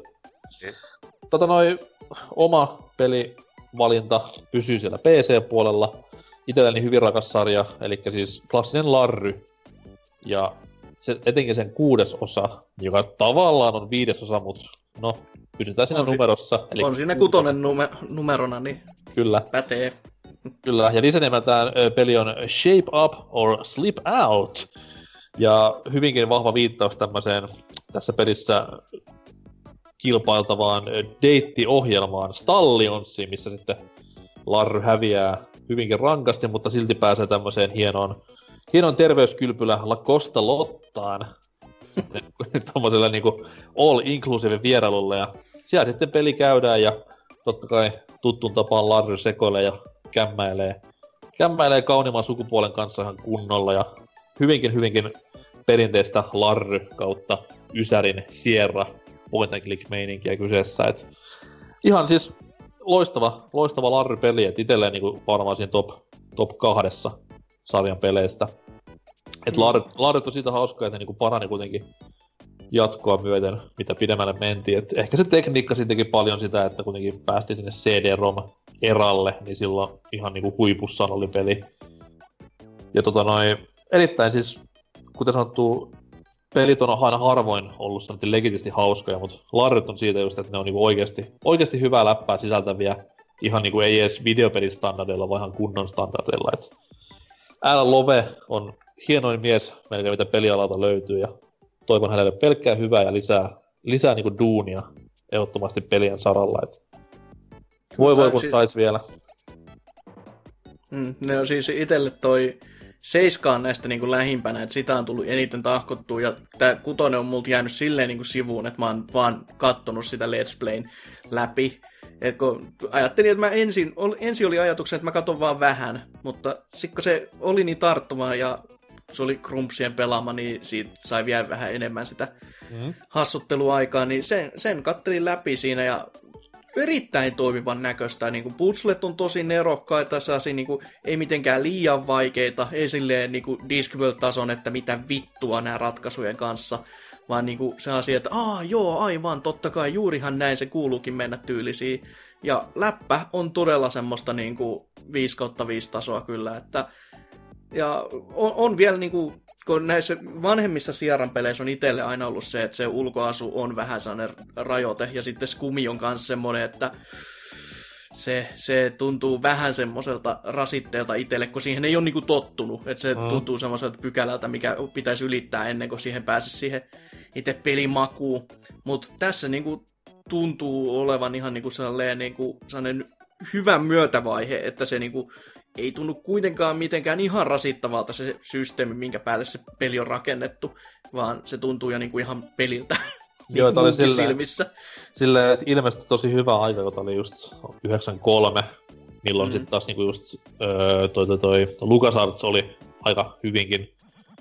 Tota noi, oma pelivalinta pysyy siellä P C-puolella. Itelleni hyvin rakas sarja, eli siis klassinen Larry. Ja se, etenkin sen kuudes osa, joka tavallaan on viides osa, mutta no, pysytään siinä on numerossa. Si- eli on siinä kutonen nume- numerona, niin kyllä. Pätee. Kyllä, ja lisänimeltään peli on Shape Up or Slip Out. Ja hyvinkin vahva viittaus tämmöiseen tässä pelissä kilpailtavaan deittiohjelmaan Stallionsiin, missä sitten Larry häviää hyvinkin rankasti, mutta silti pääsee tämmöiseen hienoon, hienoon terveyskylpylä La Costa Lottaan. Sitten tommoselle niinku all-inclusive vierailulle, ja siellä sitten peli käydään, ja totta kai tuttuun tapaan Larry sekoilee ja kämmäilee, kämmäilee kauniimman sukupuolen kanssa ihan kunnolla, ja hyvinkin hyvinkin perinteistä Larry kautta Ysärin Sierra point and click meininkiä kyseessä, et ihan siis loistava, loistava Larry-peli, et itelleen niinku varmaan siinä top, top kahdessa sarjan peleistä. Et mm. Larry, Larry on siitä hauskaa, että ne niinku parani kuitenkin jatkoa myöten, mitä pidemmälle mentiin. Et ehkä se tekniikka sittenkin paljon sitä, että kuitenkin päästiin sinne C D-ROM-eralle, niin silloin ihan niinku huipussaan oli peli. Ja tota noin, erittäin siis, kuten sanottu, pelit on aina harvoin ollut sanottiin legitisti hauskoja, mutta Larryt on siitä just, että ne on niinku oikeesti, oikeesti hyvää läppää sisältäviä, ihan niinku ei edes videopelistandardeilla, vaan ihan kunnon standardeilla. Et Alan Love on hienoin mies melkein, mitä pelialalta löytyy, ja toivon hänelle pelkkää hyvää ja lisää, lisää niinku duunia ehdottomasti pelien saralla. Et voi voi, kun sais vielä. Mm, ne on siis itelle toi Seiska on näistä niinku lähimpänä, että sitä on tullut eniten tahkottua, ja tää kutonen on multa jäänyt silleen niinku sivuun, että mä oon vaan kattonut sitä Let's Playn läpi. Et kun ajattelin, että mä ensin, ensin oli ajatuksena, että mä katon vaan vähän, mutta sit kun se oli niin tarttuvaa ja se oli Krumpsien pelaama, niin siitä sai vielä vähän enemmän sitä mm. hassutteluaikaa, niin sen, sen kattelin läpi siinä, ja erittäin toimivan näköistä. Niin puzzlet on tosi nerokkaita, saasi, niin kuin, ei mitenkään liian vaikeita, ei silleen niin Discworld-tason, että mitä vittua nämä ratkaisujen kanssa, vaan niin kuin se asia, että aa joo, aivan, totta kai, juurihan näin se kuuluukin mennä tyylisiin. Ja läppä on todella semmoista niin kuin viisi kautta viisi tasoa kyllä, että ja on, on vielä niin kuin, kun näissä vanhemmissa Sierran peleissä on itselle aina ollut se, että se ulkoasu on vähän sellainen rajoite, ja sitten Skumi on kanssa semmoinen, että se, se tuntuu vähän semmoiselta rasitteelta itselle, kun siihen ei ole niinku tottunut, että se mm. tuntuu semmoiselta pykälältä, mikä pitäisi ylittää ennen kuin siihen pääsisi siihen itse pelimakuun, mutta tässä niinku tuntuu olevan ihan niinku sellainen, niinku sellainen hyvä myötävaihe, että se niinku ei tunnu kuitenkaan mitenkään ihan rasittavalta se systeemi, minkä päälle se peli on rakennettu, vaan se tuntuu jo niinku ihan peliltä. Joo, niin oli silleen, silmissä. Silleen, että ilmestyi tosi hyvä aika, kun oli just yhdeksänkymmentäkolme, milloin mm. sitten taas niinku just öö, toi, toi, toi LucasArts oli aika hyvinkin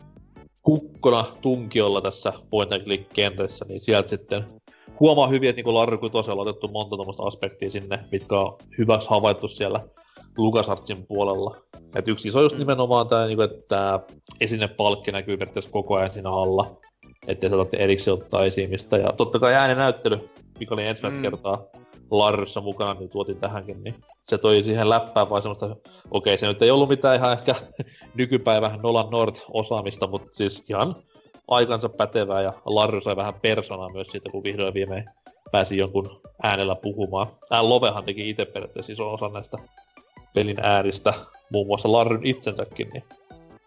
kukkona tunkiolla tässä point and click -genressä, niin sieltä sitten huomaa hyvin, että niinku Larry Kutosella on otettu monta tommoista aspektia sinne, mitkä on hyväksi havaittu siellä LucasArtsin puolella. Et yksi iso just nimenomaan tää, niinku, että tää esinepalkki näkyy periaatteessa koko ajan siinä alla, ettei saatatte erikseen ottaa esiimistä. Ja totta kai äänenäyttely, mikä oli ensimmäistä mm. kertaa Larryssa mukana, niin tuotiin tähänkin, niin se toi siihen läppään vaan semmoista, okei, se nyt ei ollut mitään ihan ehkä nykypäivän Nolan North-osaamista, mutta siis ihan aikansa pätevää, ja Larry sai vähän persoonaa myös siitä, kun vihdoin viimein pääsi jonkun äänellä puhumaan. Ään Lovehan teki itse periaatteessa ison osan näistä pelin ääristä, muun muassa Larryn itsensäkin, niin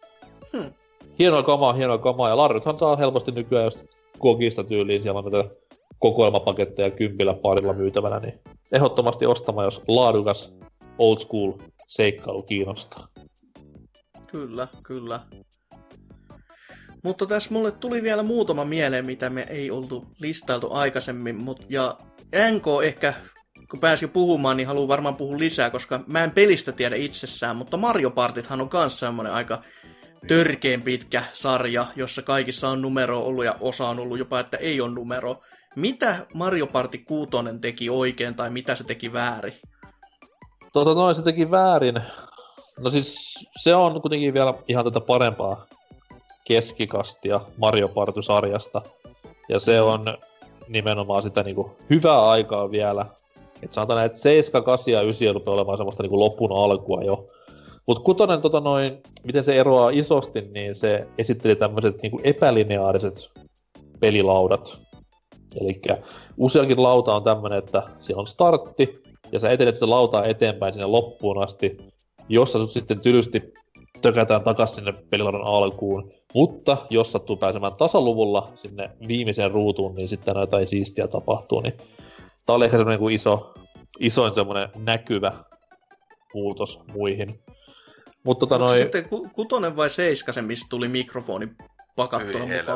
hmm. hienoa kamaa, hienoa kamaa, ja Larrythan saa helposti nykyään just Gogista tyyliin, siellä on näitä kokoelmapaketteja kympillä parilla myytävänä, niin ehdottomasti ostamaan, jos laadukas old school seikkailu kiinnostaa. Kyllä, kyllä. Mutta tässä mulle tuli vielä muutama mieleen, mitä me ei oltu listailtu aikaisemmin, mut, ja N K ehkä, kun pääsi jo puhumaan, niin haluan varmaan puhua lisää, koska mä en pelistä tiedä itsessään, mutta Mario Partithan on kans semmonen aika törkeen pitkä sarja, jossa kaikissa on numero ollut ja osa on ollut jopa, että ei ole numero. Mitä Mario Party kuusi teki oikein tai mitä se teki väärin? Tota noin, se teki väärin. No siis se on kuitenkin vielä ihan tätä parempaa keskikastia Mario Party-sarjasta. Ja se on nimenomaan sitä niinku hyvää aikaa vielä. Et sanotaan näin, että seitsemän, kahdeksan ja yhdeksän rupeaa olemaan semmoista niinku lopun alkua jo. Mut kutonen, tota noin, miten se eroaa isosti, niin se esitteli tämmöiset niinku epälineaariset pelilaudat. Elikkä useankin lauta on tämmönen, että siellä on startti, ja sä etenet sitä lautaa eteenpäin sinne loppuun asti, jossa sut sitten tylysti tökätään takas sinne pelilaudan alkuun. Mutta jos sattuu pääsemään tasaluvulla sinne viimeiseen ruutuun, niin sitten jotain siistiä tapahtuu. Niin tää oli ehkä semmonen niinku iso, isoin semmonen näkyvä muutos muihin. Mutta tota noin... Sitten ku- kutonen vai seiskasen, mistä tuli mikrofoni pakattuna mukaan?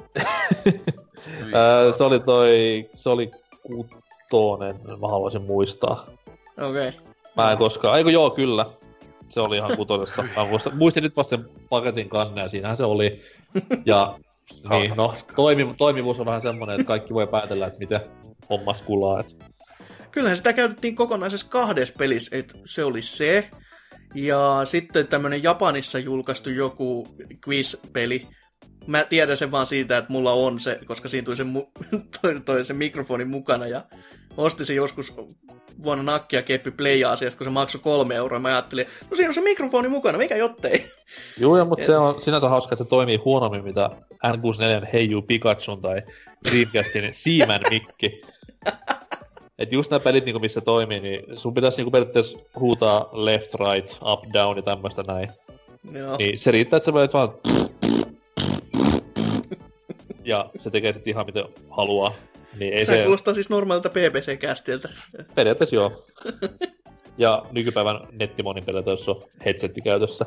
Öö, se oli toi... Se oli kutonen, mä haluaisin muistaa. Okei. Okay. Mä en koskaan... Eiku joo, kyllä. Se oli ihan kutosessa. Mä muistin, muistin nyt vasta sen paketin kanne ja siinähän se oli. Ja niin, no, toimi, toimivuus on vähän semmonen, että kaikki voi päätellä, että miten hommas kulaa. Et. Kyllähän sitä käytettiin kokonaisessa kahdessa pelissä, että se oli se. Ja sitten tämmönen Japanissa julkaistu joku quiz-peli. Mä tiedän sen vaan siitä, että mulla on se, koska siinä tuli se, mu- toi, toi se mikrofoni mukana. Ja ostin se joskus vuonna nakkia keppi Play-asiasta, kun se maksoi kolme euroa. Mä ajattelin, no siinä on se mikrofoni mukana, mikä jottei. Joo, ja, mutta se on sinänsä hauska, että se toimii huonommin, mitä N kuusikymmentäneljä Heiju Pikachun tai Dreamcastin Seaman mikki. Et just nää pelit, niinku, missä toimii, niin sun pitäisi niinku periaatteessa huutaa left, right, up, down ja tämmöstä näin. Joo. Niin se riittää, että sä voit vaan... ja se tekee sit ihan mitä haluaa. Niin ei se se kuulostaa siis normaalilta P P C-kästiltä. Periaatteessa joo. Ja nykypäivän nettimonin pelejä, jos on headsetti käytössä.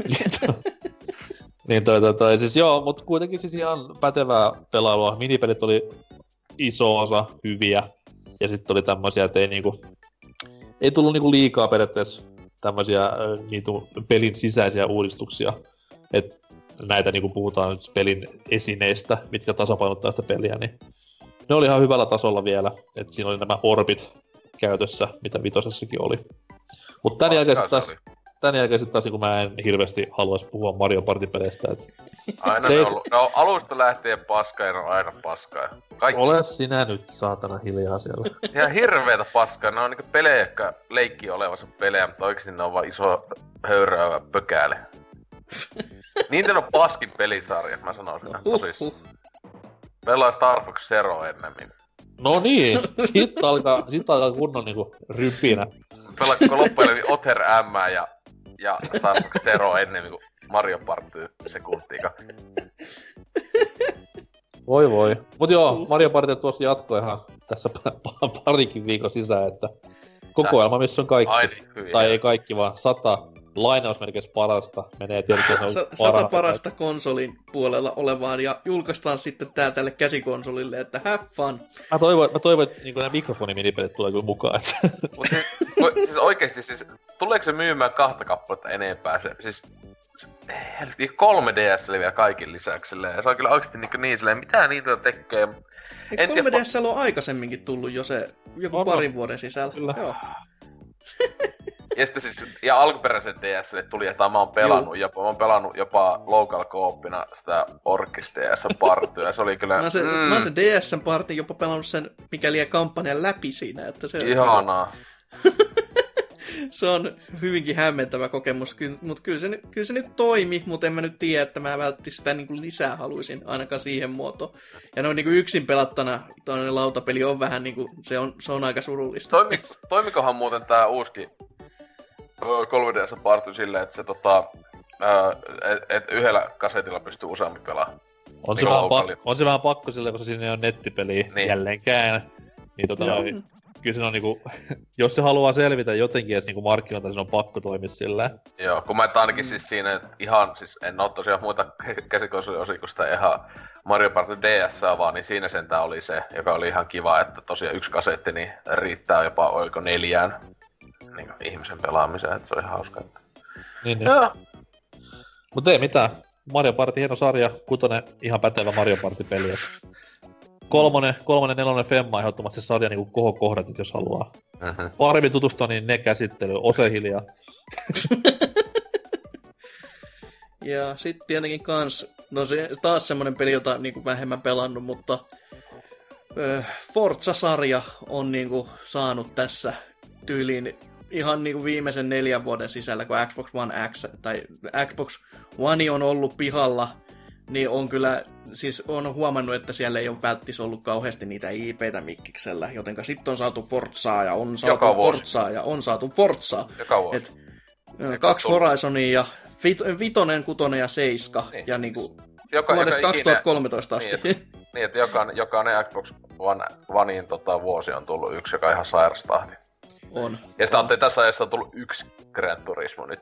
niin toi, toi, toi. Siis joo, mut kuitenkin siis ihan pätevää pelailua. Minipelit oli iso osa hyviä. Ja sitten oli tämmösiä, että ei niinku... Ei tullut niinku liikaa periaatteessa tämmösiä äh, niinku pelin sisäisiä uudistuksia. Et näitä niinku puhutaan nyt pelin esineistä, mitkä tasapainottaa sitä peliä, niin... Ne oli ihan hyvällä tasolla vielä, että siinä oli nämä orbit käytössä, mitä vitosessakin oli. Mutta tän jälkeen sitten taas, tän jälkeen sit taas kun mä en hirveästi haluaisi puhua Mario Party-peleistä, et... Aina se ne on ollut, no alusta lähtien paskaa ja ne on aina paskaa. Kaikki... Ole sinä nyt saatana hiljaa siellä. Ihan hirveetä paskaa, ne on niinku pelejä, jotka leikkii olevansa pelejä, mutta oikeesti ne on vaan iso höyräävä pökäle. Nintendo paskin pelisarja, mä sanoisin ihan tosissaan. Pelaa Star Fox Zero ennemmin. No niin, sit alkaa, sit alkaa kunnon niinku rypinä. Pelaa koko loppujen Otter M ja, ja Star Fox Zero ennemmin kuin Mario Party sekuntiika. Voi voi. Mut joo, Mario Party tuossa jatkoi ihan tässä parikin viikon sisään, että kokoelma, missä on kaikki. Ai niin, hyvin. Tai ei kaikki, vaan sata lainausmerkeissä parasta menee tietysti. Sa- sata parasta konsolin puolella olevaan ja julkaistaan sitten tää tälle käsikonsolille, että have fun. Mä toivon, mä toivon että niinku nämä mikrofoniminipelit tulee kyllä mukaan. Että... Mut siis, o, siis oikeesti, siis, tuleeko se myymään kahta kappaletta enempää? Se, siis kolme D S vielä kaikin lisäksi. Ja se on kyllä oikeesti niin, niin silleen, mitä niitä tekee. Eikö kolme D S on aikaisemminkin tullut jo se joku on, parin vuoden sisällä? Kyllä. Joo. Ja sitten siis, ja alkuperäisen D S:lle tuli, että mä oon pelannut Juu. jopa, mä oon pelannut jopa local co-opina sitä Orkis D S-partyä, ja se oli kyllä... Mä, se, mm. mä oon sen D S-partin jopa pelannut sen mikäli kampanjan läpi siinä, että se... Ihanaa. Se on hyvinkin hämmentävä kokemus, mutta kyllä se, kyllä se nyt toimi, mutta en mä nyt tiedä, että mä välttis sitä niin kuin lisää haluaisin, ainakaan siihen muotoon. Ja noin niin kuin yksin pelattuna toinen lautapeli on vähän niin kuin, se on, se on aika surullista. Toimi, toimikohan muuten tää uusikin kolme D S-party silleen, että se tota, et, et yhdellä kasetilla pystyy useammin pelaamaan? On se, vähän pa- on se vähän pakko silleen, koska siinä ei ole nettipeliä niin. Jälleenkään. Niin tota noin, kyllä se on niinku, jos se haluaa selvitä jotenkin edes niinku markkinoilta, se on pakko toimia silleen. Joo, kun mä et ainakin mm. siis siinä ihan, siis en oo tosiaan muita käsikonsoliosia kuin sitä ihan Mario Party D S vaan, niin siinä sentään oli se, joka oli ihan kiva, että tosiaan yksi kasetti niin riittää jopa oiko neljään niin ihmisen pelaamiseen, että se on ihan hauska. Niin, niin. Mut ei mitään. Mario Party hieno sarja, kutonen ihan pätevä Mario Party-peli. Kolmonen, kolmonen, nelonen Femma ehdottomasti sarja niinku kohokohdat, jos haluaa. Mm-hmm. Paremmin tutustua, niin ne käsittely, ose hiljaa. Ja sitten tietenkin kans, no se taas semmonen peli, jota niinku vähemmän pelannut, mutta äh, Forza-sarja on niinku saanut tässä tyyliin ihan niinku viimeisen neljän vuoden sisällä, kun Xbox One X tai Xbox One on ollut pihalla, niin on kyllä, siis on huomannut, että siellä ei ole välttis ollut kauheasti niitä I P:tä Mikkiksellä, jotenka sitten on saatu Forzaa ja on saatu Forzaa ja on saatu Forzaa. Joka vuosi. Et, kaksi Horizonia ja vit, vitonen, kutonen ja seiska niin. Ja niinku joka, vuodesta joka kaksituhattakolmetoista asti. Niin, että, niin, että jokainen, jokainen Xbox One, Onein tota, vuosi on tullut yksi, joka ihan sairastahti. On. Ja sitä on tässä ajassa on tullut yksi Gran Turismo nyt.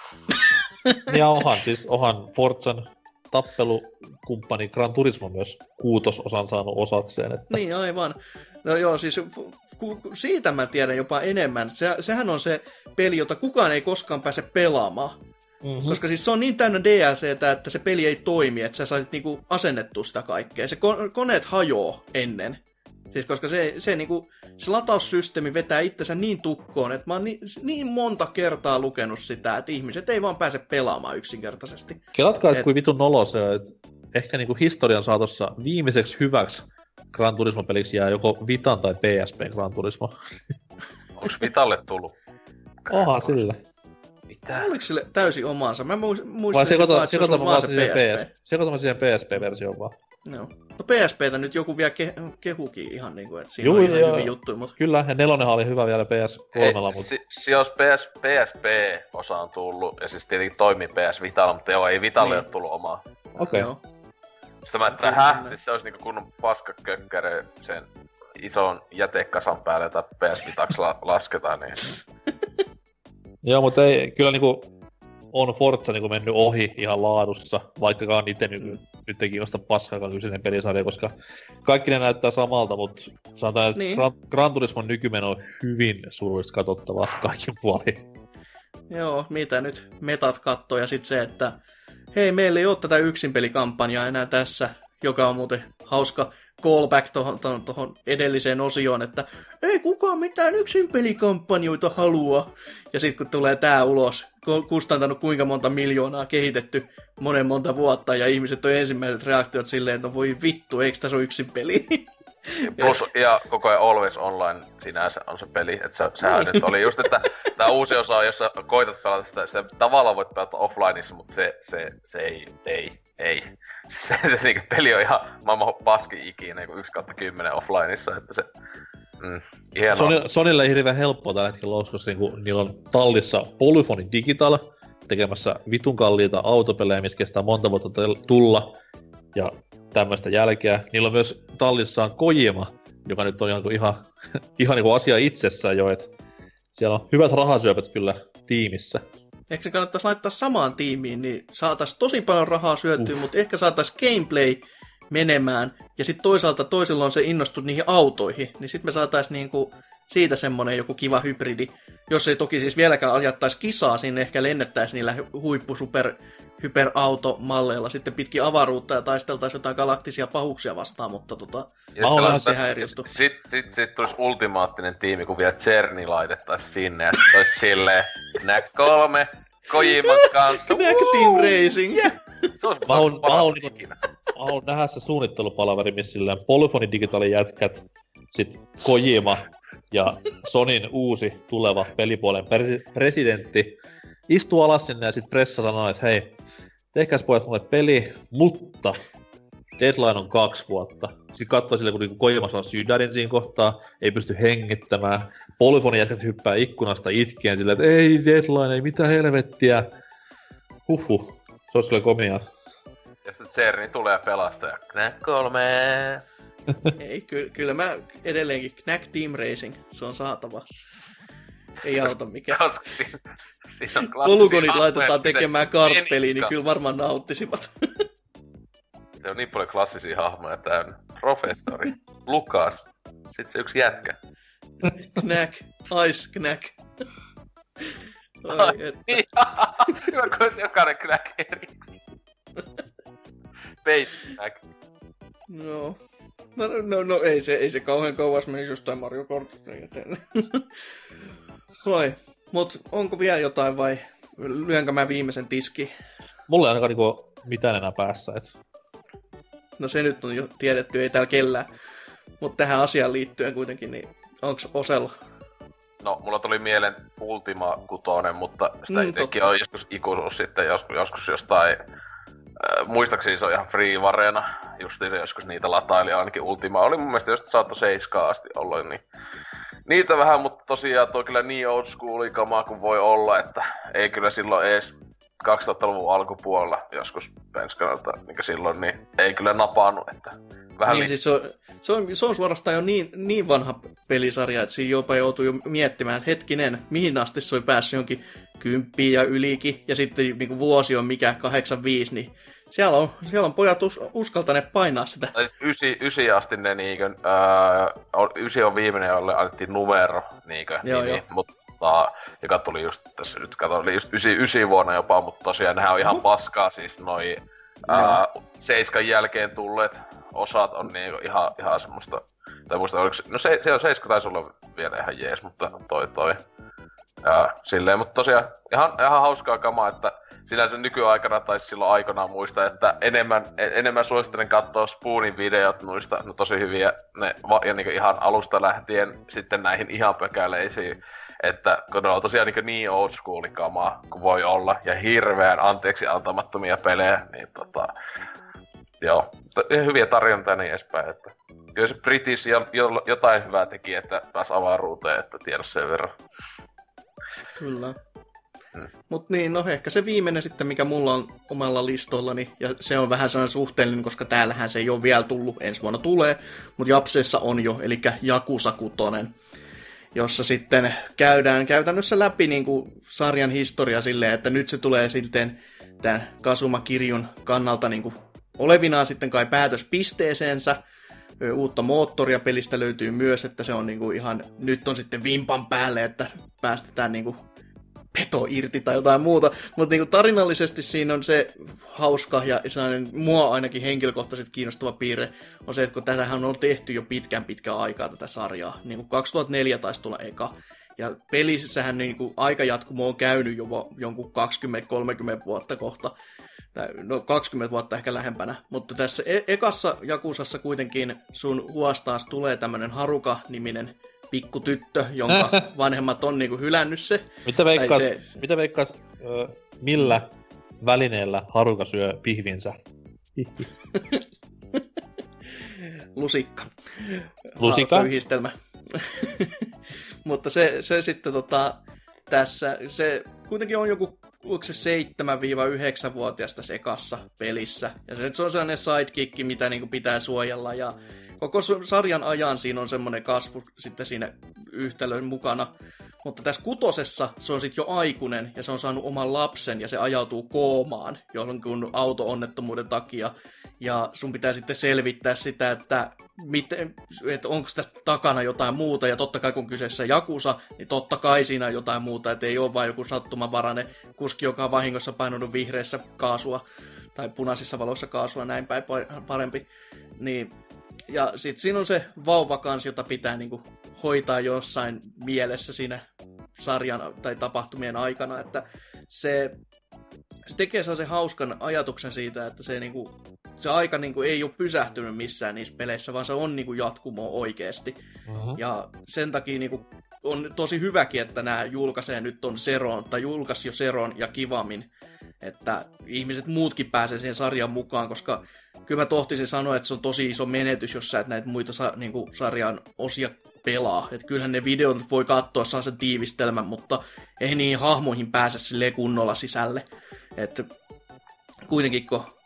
Ja onhan siis, onhan Forzan tappelukumppani Gran Turismo myös kuutososan saanut osakseen. Että... Niin, aivan. No joo, siis ku, ku, siitä mä tiedän jopa enemmän. Se, sehän on se peli, jota kukaan ei koskaan pääse pelaamaan. Mm-hmm. Koska siis se on niin täynnä D L C:tä, että se peli ei toimi, että sä saisit niinku asennettua sitä kaikkea. Se ko- koneet hajoaa ennen. Siis koska se, se, niinku, se lataussysteemi vetää itsensä niin tukkoon, että mä oon niin, niin monta kertaa lukenut sitä, että ihmiset ei vaan pääse pelaamaan yksinkertaisesti. Kelatkaa, että et... kuin vitun nolo se on, että ehkä niinku historian saatossa viimeiseksi hyväksi Gran Turismo-peliksi jää joko Vitan tai P S P Gran Turismo. Onks Vitalle tullut? Oha, sillä. Mitä? Oliko sille täysin omaansa? Mä muistin, vai sekoitan, että se on vaan se siihen P S P. Sekoitan siihen P S P-versioon vaan. Joo. No P S P:tä nyt joku vielä ke- kehukin ihan niinku, että siinä Juu, on ihan joo. hyvin juttuja, mutta... Kyllä, ja nelonenhan oli hyvä vielä P S kolmella, mutta... Si- si- jos P S, P S P-osa on tullut, ja siis tietenkin toimii P S Vitalla, mutta joo, ei Vitalle niin. ole tullut omaa. Okei. Okay. Sitten mä, että häh, siis se olisi niinku kunnon paskakökkärö sen ison jätekasan päälle, jota P S Vitaksi la- lasketaan, niin... Joo, mutta ei, kyllä niinku... on Forza niinku mennyt ohi ihan laadussa, vaikkakaan itse nyt, mm. nyt ei kiinnosta paskaakaan kyseinen pelisarja, koska kaikki ne näyttää samalta, mutta sanotaan, että niin. Gran, Gran Turismon nykymeno on hyvin surullista katsottavaa kaikin puolin. Joo, mitä nyt metat kattoo ja sit se, että hei, meillä ei ole tätä yksinpelikampanjaa enää tässä, joka on muuten hauska callback tohon, tohon, tohon edelliseen osioon, että ei kukaan mitään yksinpelikampanjoita halua. Ja sitten kun tulee tää ulos, kustantanut kuinka monta miljoonaa, kehitetty monen monta vuotta, ja ihmiset on ensimmäiset reaktiot silleen, että no voi vittu, eikö tässä ole yksin peli? Plus, ja koko ajan Always Online sinänsä on se peli, että se, sehän nyt oli just, että tää uusi osa, jossa koitat pelata sitä, sitä tavallaan voit pelata offlineissa, mutta se, se, se ei, ei, ei. Se, se, se niinku peli on ihan maailman paski ikinä, niinku yksi kautta kymmenen offlineissa, että se... Mm, Sony, Sonylle ei hirveän helppoa tällä hetkellä ole, koska niinku, niillä on tallissa Polyphony Digital tekemässä vitun kalliita autopelejä, missä kestää monta vuotta tulla ja tämmöistä jälkeä. Niillä on myös tallissaan Kojima, joka nyt on ihan, ihan, ihan niinku asia itsessään jo, että siellä on hyvät rahasyöpät kyllä tiimissä. Ehkä se kannattaisi laittaa samaan tiimiin, niin saataisiin tosi paljon rahaa syötyä, uh. mutta ehkä saataisiin gameplay menemään, ja sitten toisaalta toisella on se innostus niihin autoihin, niin sitten me saataisiin niinku siitä semmonen joku kiva hybridi, jos ei toki siis vieläkään ajattaisi kisaa, sinne ehkä lennettäisiin niillä huippu super hyperautomalleilla sitten pitkin avaruutta ja taisteltaisiin jotain galaktisia pahuksia vastaan, mutta tota, sehän eri juttu. Sitten sit, sit tulisi ultimaattinen tiimi, kun vielä Cherny laitettaisiin sinne, ja sitten olisi silleen, nää kolme Kojiman kanssa. Knack Team Racing. Yeah. Se olisi mä haluan, mä haluan, mä haluan nähdä se suunnittelupalaveri, missä silleen Polyphony Digitalin jätkät, sit Kojima ja Sonyn uusi tuleva pelipuolen pres- presidentti istuu alas sinne ja sit pressa sanoo, että hei, tehkääs pojat mulle peli, mutta deadline on kaksi vuotta. Sitten katsoo sille, kun niinku Kojima saa sydärin siinä kohtaa, ei pysty hengittämään. Polyphony jätkät hyppää ikkunasta itkien silleen, että ei deadline, ei mitään helvettiä. Huhhuh, se olisi kyllä komiaa. Ja sitten Cerny tulee ja pelastaa ja Knack kolme. Ei, ky- kyllä mä edelleenkin Knack Team Racing, se on saatava. Ei auta mikään. Koska siinä, siinä on klassisia Polugonit laitetaan hahmoja, tekemään se kartpeliä, niin Enikka. kyllä varmaan nauttisivat. Se on niin paljon klassisia hahmoja täynnä. Professori, Lukas, sit se yksi jätkä. Knack, Ice Knack. Ai, että. Hyvä, kun olisi jokainen Knack erikseen. Space Knack. No. No, no, no ei, se, ei se kauhean kauas menisi jostain Mario Kartista eteen. Hoi, mut onko vielä jotain vai lyönkö mä viimeisen tiski? Mulla ei ainakaan niinku mitään enää päässä, et... No se nyt on jo tiedetty, ei täällä kellään. Mut tähän asiaan liittyen kuitenkin, niin onks Osella? No, mulla tuli mieleen Ultima kutonen, mutta sitä Mm, itsekin totta. on joskus ikuisuus sitten joskus, joskus jostain... Äh, muistaakseni se on ihan free-vareena, justiin joskus niitä lataili, ainakin Ultima oli mun mielestä just saattoi seiskaan asti olla, niin niitä vähän, mutta tosiaan tuo kyllä niin old school kamaa kuin voi olla, että ei kyllä silloin edes kaksituhattaluvun alkupuolella joskus penskanalta, mikä silloin, niin ei kyllä napannut, että vähän Niin, li- siis se on, se, on, se on suorastaan jo niin, niin vanha pelisarja, että siinä jopa joutuu jo miettimään, että hetkinen, mihin asti se oli päässyt jonkin kymppiin ja ylikin, ja sitten niin kuin vuosi on mikä kahdeksankymmentäviisi, niin siellä on, siellä on pojat us, uskaltaneet painaa sitä. Tai siis ysi, ysi asti ne niinkö, öö, ysi on viimeinen, jolle annettiin numero, niinkö, Joo, nimi, joo. mutta, joka tuli just tässä nyt, kato, oli just ysi, ysi vuonna jopa, mutta tosiaan nehän on ihan paskaa, siis noi ää, seiskan jälkeen tulleet osat on niinku ihan, ihan semmoista, tai muista oliko, no se, se on seiska taisi olla vielä ihan jees, mutta toi toi, ää, silleen, mutta tosiaan ihan, ihan hauskaa kamaa, että sinänsä nykyaikana tai silloin aikanaan muista, että enemmän, enemmän suosittelen katsoa Spoonin videot noista, no tosi hyviä, ne va, ja niin ihan alusta lähtien sitten näihin ihan pökäleisiin, että kun ne on tosiaan niin, niin old school kamaa kuin voi olla, ja hirveän anteeksi antamattomia pelejä, niin tota, joo, hyviä tarjontaa ja niin edespäin, että kyllä se British jo, jo, jotain hyvää teki, että pääsi avaruuteen, että tiedä sen verran. Kyllä. Hmm. Mut niin, no ehkä se viimeinen sitten, mikä mulla on omalla listollani, ja se on vähän sellainen suhteellinen, koska täällähän se ei ole vielä tullut, ensi vuonna tulee, mutta Japseessa on jo, eli Yakuza kutonen, jossa sitten käydään käytännössä läpi niin kuin sarjan historia silleen, että nyt se tulee sitten tämän Kazuma Kiryun kannalta niin kuin olevinaan sitten kai päätöspisteeseensä. Uutta moottoria pelistä löytyy myös, että se on niin kuin ihan, nyt on sitten vimpan päälle, että päästetään niin kuin peto irti tai jotain muuta, mutta niin kuin tarinallisesti siinä on se hauska ja sellainen mua ainakin henkilökohtaisesti kiinnostava piirre on se, että kun tätähän on tehty jo pitkän pitkän aikaa tätä sarjaa, niin kuin kaksituhattaneljä taisi tulla eka, ja pelissähän niin kuin aikajatkumo on käynyt jo jonkun kaksikymmentä kolmekymmentä vuotta kohta, no kaksikymmentä vuotta ehkä lähempänä, mutta tässä e- ekassa Jakuzassa kuitenkin sun huostaas tulee tämmönen Haruka-niminen pikkutyttö, jonka vanhemmat on niinku hylännyt se. Mitä veikkaat, se... mitä veikkaat äh, millä välineellä Haruka syö pihvinsä? Lusikka. Lusikka? Yhdistelmä. Mutta se, se sitten tota, tässä, se kuitenkin on joku onko se seitsemän yhdeksän-vuotias tässä ekassa pelissä. Ja se, se on sellainen sidekick, mitä niinku pitää suojella. Ja koko sarjan ajan siinä on semmoinen kasvu sitten siinä yhtälön mukana. Mutta tässä kutosessa se on sitten jo aikuinen ja se on saanut oman lapsen ja se ajautuu koomaan jonkun auto-onnettomuuden takia. Ja sun pitää sitten selvittää sitä, että, miten, että onko tästä takana jotain muuta. Ja totta kai kun kyseessä Yakuza, niin totta kai siinä on jotain muuta. Että ei ole vain joku sattumanvarainen kuski, joka on vahingossa painunut vihreässä kaasua tai punaisissa valoissa kaasua, näin päin parempi. Niin, ja sitten siinä on se vauva kans, jota pitää niinku hoitaa jossain mielessä siinä sarjan tai tapahtumien aikana, että se, se tekee sellaisen hauskan ajatuksen siitä, että se, niinku, se aika niinku ei ole pysähtynyt missään niissä peleissä, vaan se on niinku jatkumoa oikeasti. Uh-huh. Ja sen takia niinku on tosi hyväkin, että nämä julkaisee nyt on Seron, tai julkaisi jo Seron ja Kivamin, että ihmiset muutkin pääsee siihen sarjan mukaan, koska kyllä mä tohtisin sanoa, että se on tosi iso menetys, jos sä et näitä muita sa- niinku sarjan osia pelaa. Että kyllähän ne videot voi katsoa, saa sen tiivistelmän, mutta ei niihin hahmoihin pääse silleen kunnolla sisälle. Että kuitenkin kun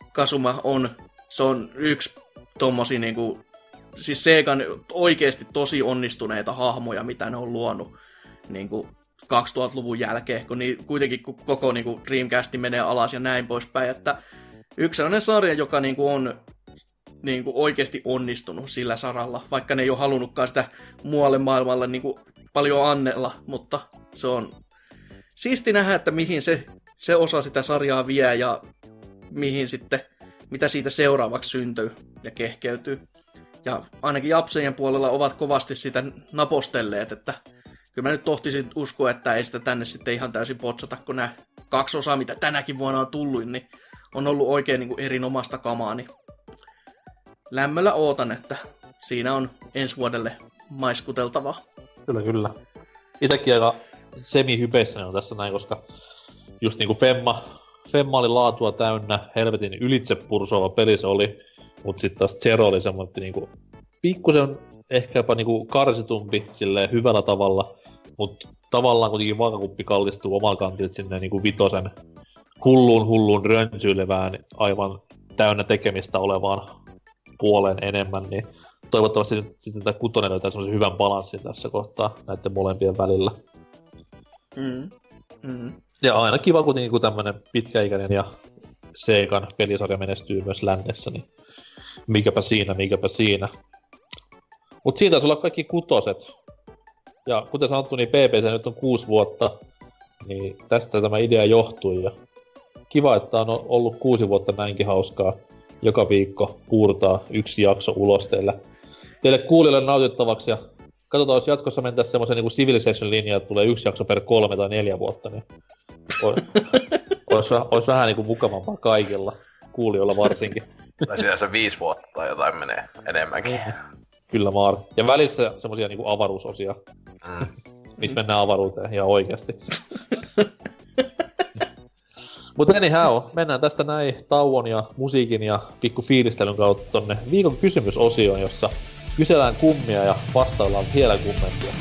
Kazuma on, se on yksi tommosia niinku, siis Segan oikeesti tosi onnistuneita hahmoja, mitä ne on luonut niinku kaksituhattaluvun jälkeen, kun niin, kuitenkin koko niinku Dreamcast menee alas ja näin poispäin, että yksi sellainen sarja, joka niinku on niinku oikeesti onnistunut sillä saralla, vaikka ne ei ole halunnutkaan sitä muualle maailmalle niinku paljon annella, mutta se on siisti nähdä, että mihin se, se osa sitä sarjaa vie ja mihin sitten, mitä siitä seuraavaksi syntyy ja kehkeytyy. Ja ainakin Japsejen puolella ovat kovasti sitä napostelleet, että kyllä mä nyt tohtisin uskoa, että ei sitä tänne sitten ihan täysin potsata, kun nämä kaksi osaa, mitä tänäkin vuonna on tullut, niin on ollut oikein niin kuin erinomasta kamaa, niin lämmöllä ootan, että siinä on ensi vuodelle maiskuteltavaa. Kyllä, kyllä. Itekin aika semi-hypeissä on tässä näin, koska just niinku Femma, Femma oli laatua täynnä, helvetin ylitsepursoava peli se oli, mut sit taas Zero oli semmoinen niinku pikkusen ehkä jopa niinku karsitumpi silleen hyvällä tavalla, mut tavallaan kuitenkin vaakakuppi kallistuu oman kantilta sinne niinku vitosen hulluun hulluun rönsyilevään aivan täynnä tekemistä olevaan puoleen enemmän, niin toivottavasti sitten tämä kutonen löytää semmoisen hyvän balanssin tässä kohtaa näiden molempien välillä. Mm. Mm. Ja aina kiva, kun niinku tämmönen pitkäikäinen ja Segan pelisarja menestyy myös lännessä, niin mikäpä siinä, mikäpä siinä. Mut siinä taisi olla kaikki kutoset. Ja kuten sanottu, niin P P C nyt on kuusi vuotta, niin tästä tämä idea johtui. Ja kiva, että on ollut kuusi vuotta näinkin hauskaa joka viikko puurtaa yksi jakso ulos teille, teille kuulijoille nautittavaksi. Ja katsotaan, jos jatkossa mentäisiin semmoisen niin kuin Civilization-linjaan, että tulee yksi jakso per kolme tai neljä vuotta, niin olisi, olisi vähän niin kuin mukavampaa kaikilla, kuulijoilla varsinkin. Tai siinä se viisi vuotta tai jotain menee enemmänkin. Kyllä maar. Ja välissä semmosia niin kuin avaruusosia, mm. missä mennään avaruuteen ihan oikeasti. Mutta anyhow, mennään tästä näin tauon ja musiikin ja pikku fiilistelyn kautta tonne viikon kysymysosioon, jossa kysellään kummia ja vastaillaan vielä kummempia.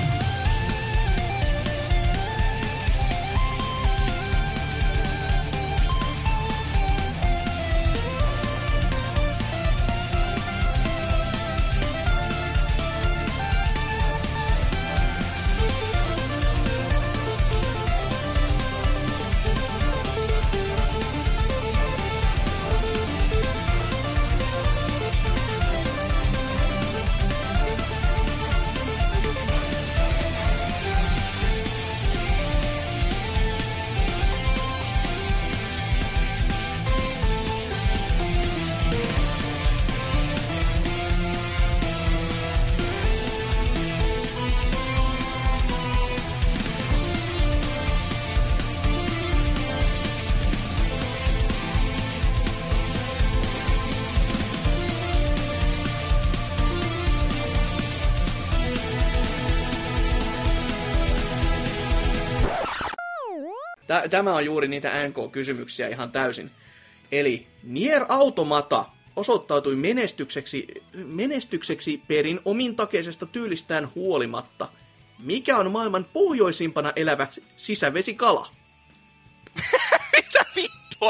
Tämä on juuri niitä N K-kysymyksiä ihan täysin. Eli Nier Automata osoittautui menestykseksi, menestykseksi perin omintakeisesta tyylistään huolimatta. Mikä on maailman pohjoisimpana elävä sisävesikala? Mitä vittua?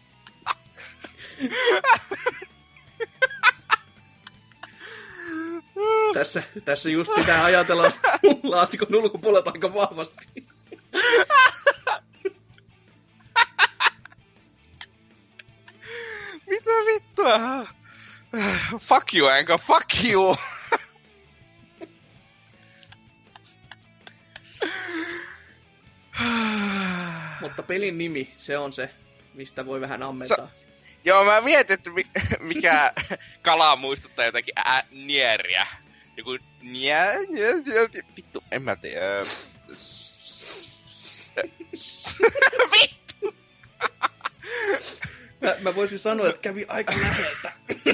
tässä, tässä just pitää ajatella laatikon ulkopuolelta aika vahvasti. Mitä vittua? Fuck you, enkä fuck you! Mutta pelin nimi, se on se, mistä voi vähän ammentaa. Sa- Joo, mä mietin, että mi- mikä kala muistuttaa jotakin ä- nieriä. Joku niä... Vittu, en mä tiedä. Vittu! Mä, mä voisin sanoa, että kävi aika läheltä.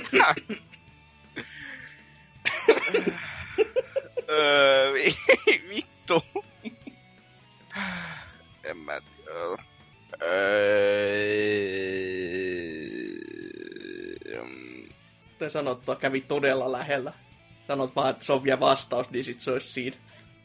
Öö, vittu. En mä tiedä. Kuten sanottua, kävi todella lähellä. Sanot vaan, että se on vielä vastaus, niin sit se olisi siinä.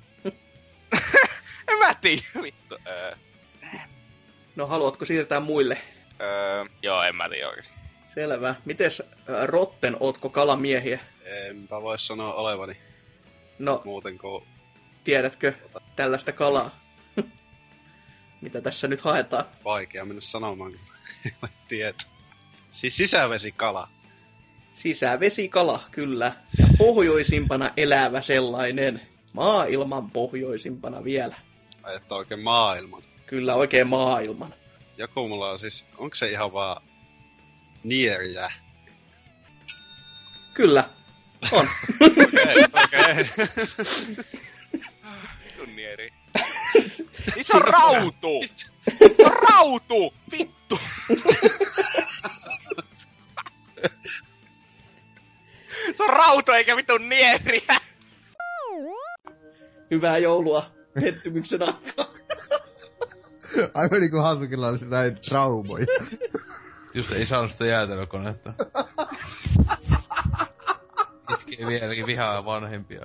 En mä tiedä, vittu. Öö. No, haluatko siirtää muille? Öö, joo, en mä tiedä oikeesti. Selvä. Mites äh, Rotten, ootko kalamiehiä? Enpä voi sanoa olevani. No, muuten kuin... tiedätkö tällaista kalaa? Mitä tässä nyt haetaan? Vaikea mennä sanomaan, kun ei ole tieto. Siis sisävesikala. Sisävesikala, kyllä. Ja pohjoisimpana elävä sellainen. Maailman pohjoisimpana vielä. Ai, että oikein maailman. Kyllä, oikein maailman. Joku mulla on siis... Onko se ihan vaan... Nieriä? Kyllä. On. Okei, okei. Nieri. Niin se on rautu! Se on rautu! Vittu! Se on rautu eikä vittu nieriä! Hyvää joulua. Pettymyksen aikaa. Aivan niinku Hasukilla olisi näin traumoja. Just ei saanut sitä jäätelökonetta. Itkee vieläkin vihaa vanhempia.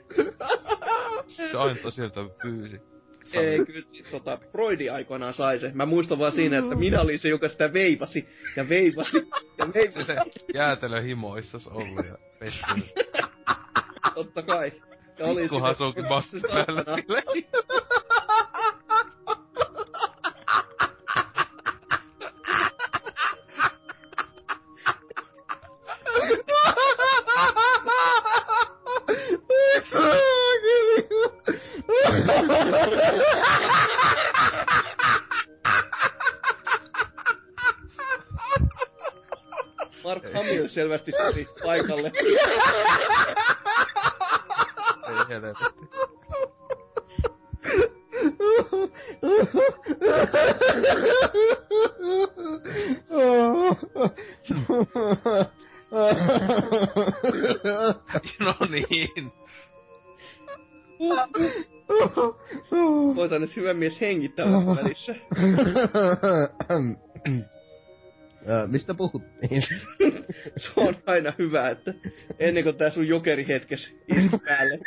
Se aina tosiaan pyysi. Ei, kyllä siis tota, Broidi aikoinaan sai se. Mä muistan vaan siinä, että minä olin se, joka sitä veivasi ja veivasi ja veivasi. Se jäätelöhimoissas ollut ja pettynyt. Totta kai. Ja oli Pikku Hasukin massi päällä silleen. Mark Hamill selvästi tuli paikalle. Ei helvetti. No niin. Voitan nyt hyvä mies hengittää välissä. Mistä puhuttiin? Se on aina hyvä, että ennen kuin tää sun jokerihetkes isku päälle.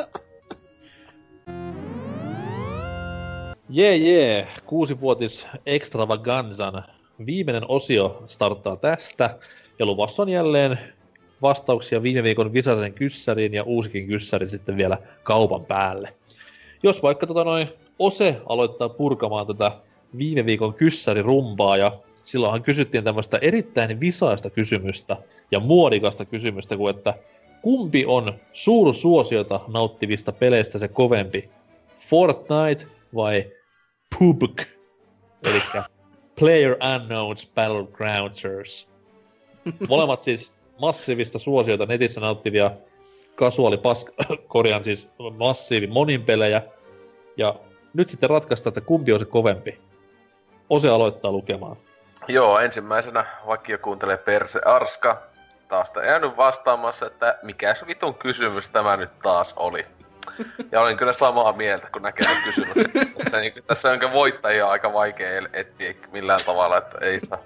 Jee jee, kuusivuotis Extravaganzan viimeinen osio starttaa tästä. Ja luvassa on jälleen vastauksia viime viikon Visasen kyssäriin ja uusikin kyssäri sitten vielä kaupan päälle. Jos vaikka tota noin Ose aloittaa purkamaan tätä viime viikon kyssärirumbaa ja silloinhan kysyttiin tämmöistä erittäin visaista kysymystä ja muodikasta kysymystä kuin että kumpi on suursuosiota nauttivista peleistä se kovempi? Fortnite vai P U B G? Elikkä Player Unknowns Battlegroundsers. Molemmat siis massiivista suosiota netissä nauttivia kasuaalipaska, korjaan siis massiivi monin pelejä. Ja nyt sitten ratkaista, että kumpi on se kovempi. Ose aloittaa lukemaan. Joo, ensimmäisenä vakio kuuntelee Perse Arska. Taas jäänyt vastaamassa, että mikä se vitun kysymys tämä nyt taas oli. Ja olin kyllä samaa mieltä, kun näkee tämän kysymyksen. Tässä, niin, tässä onkin voittajia aika vaikea etsiä millään tavalla, että ei saa.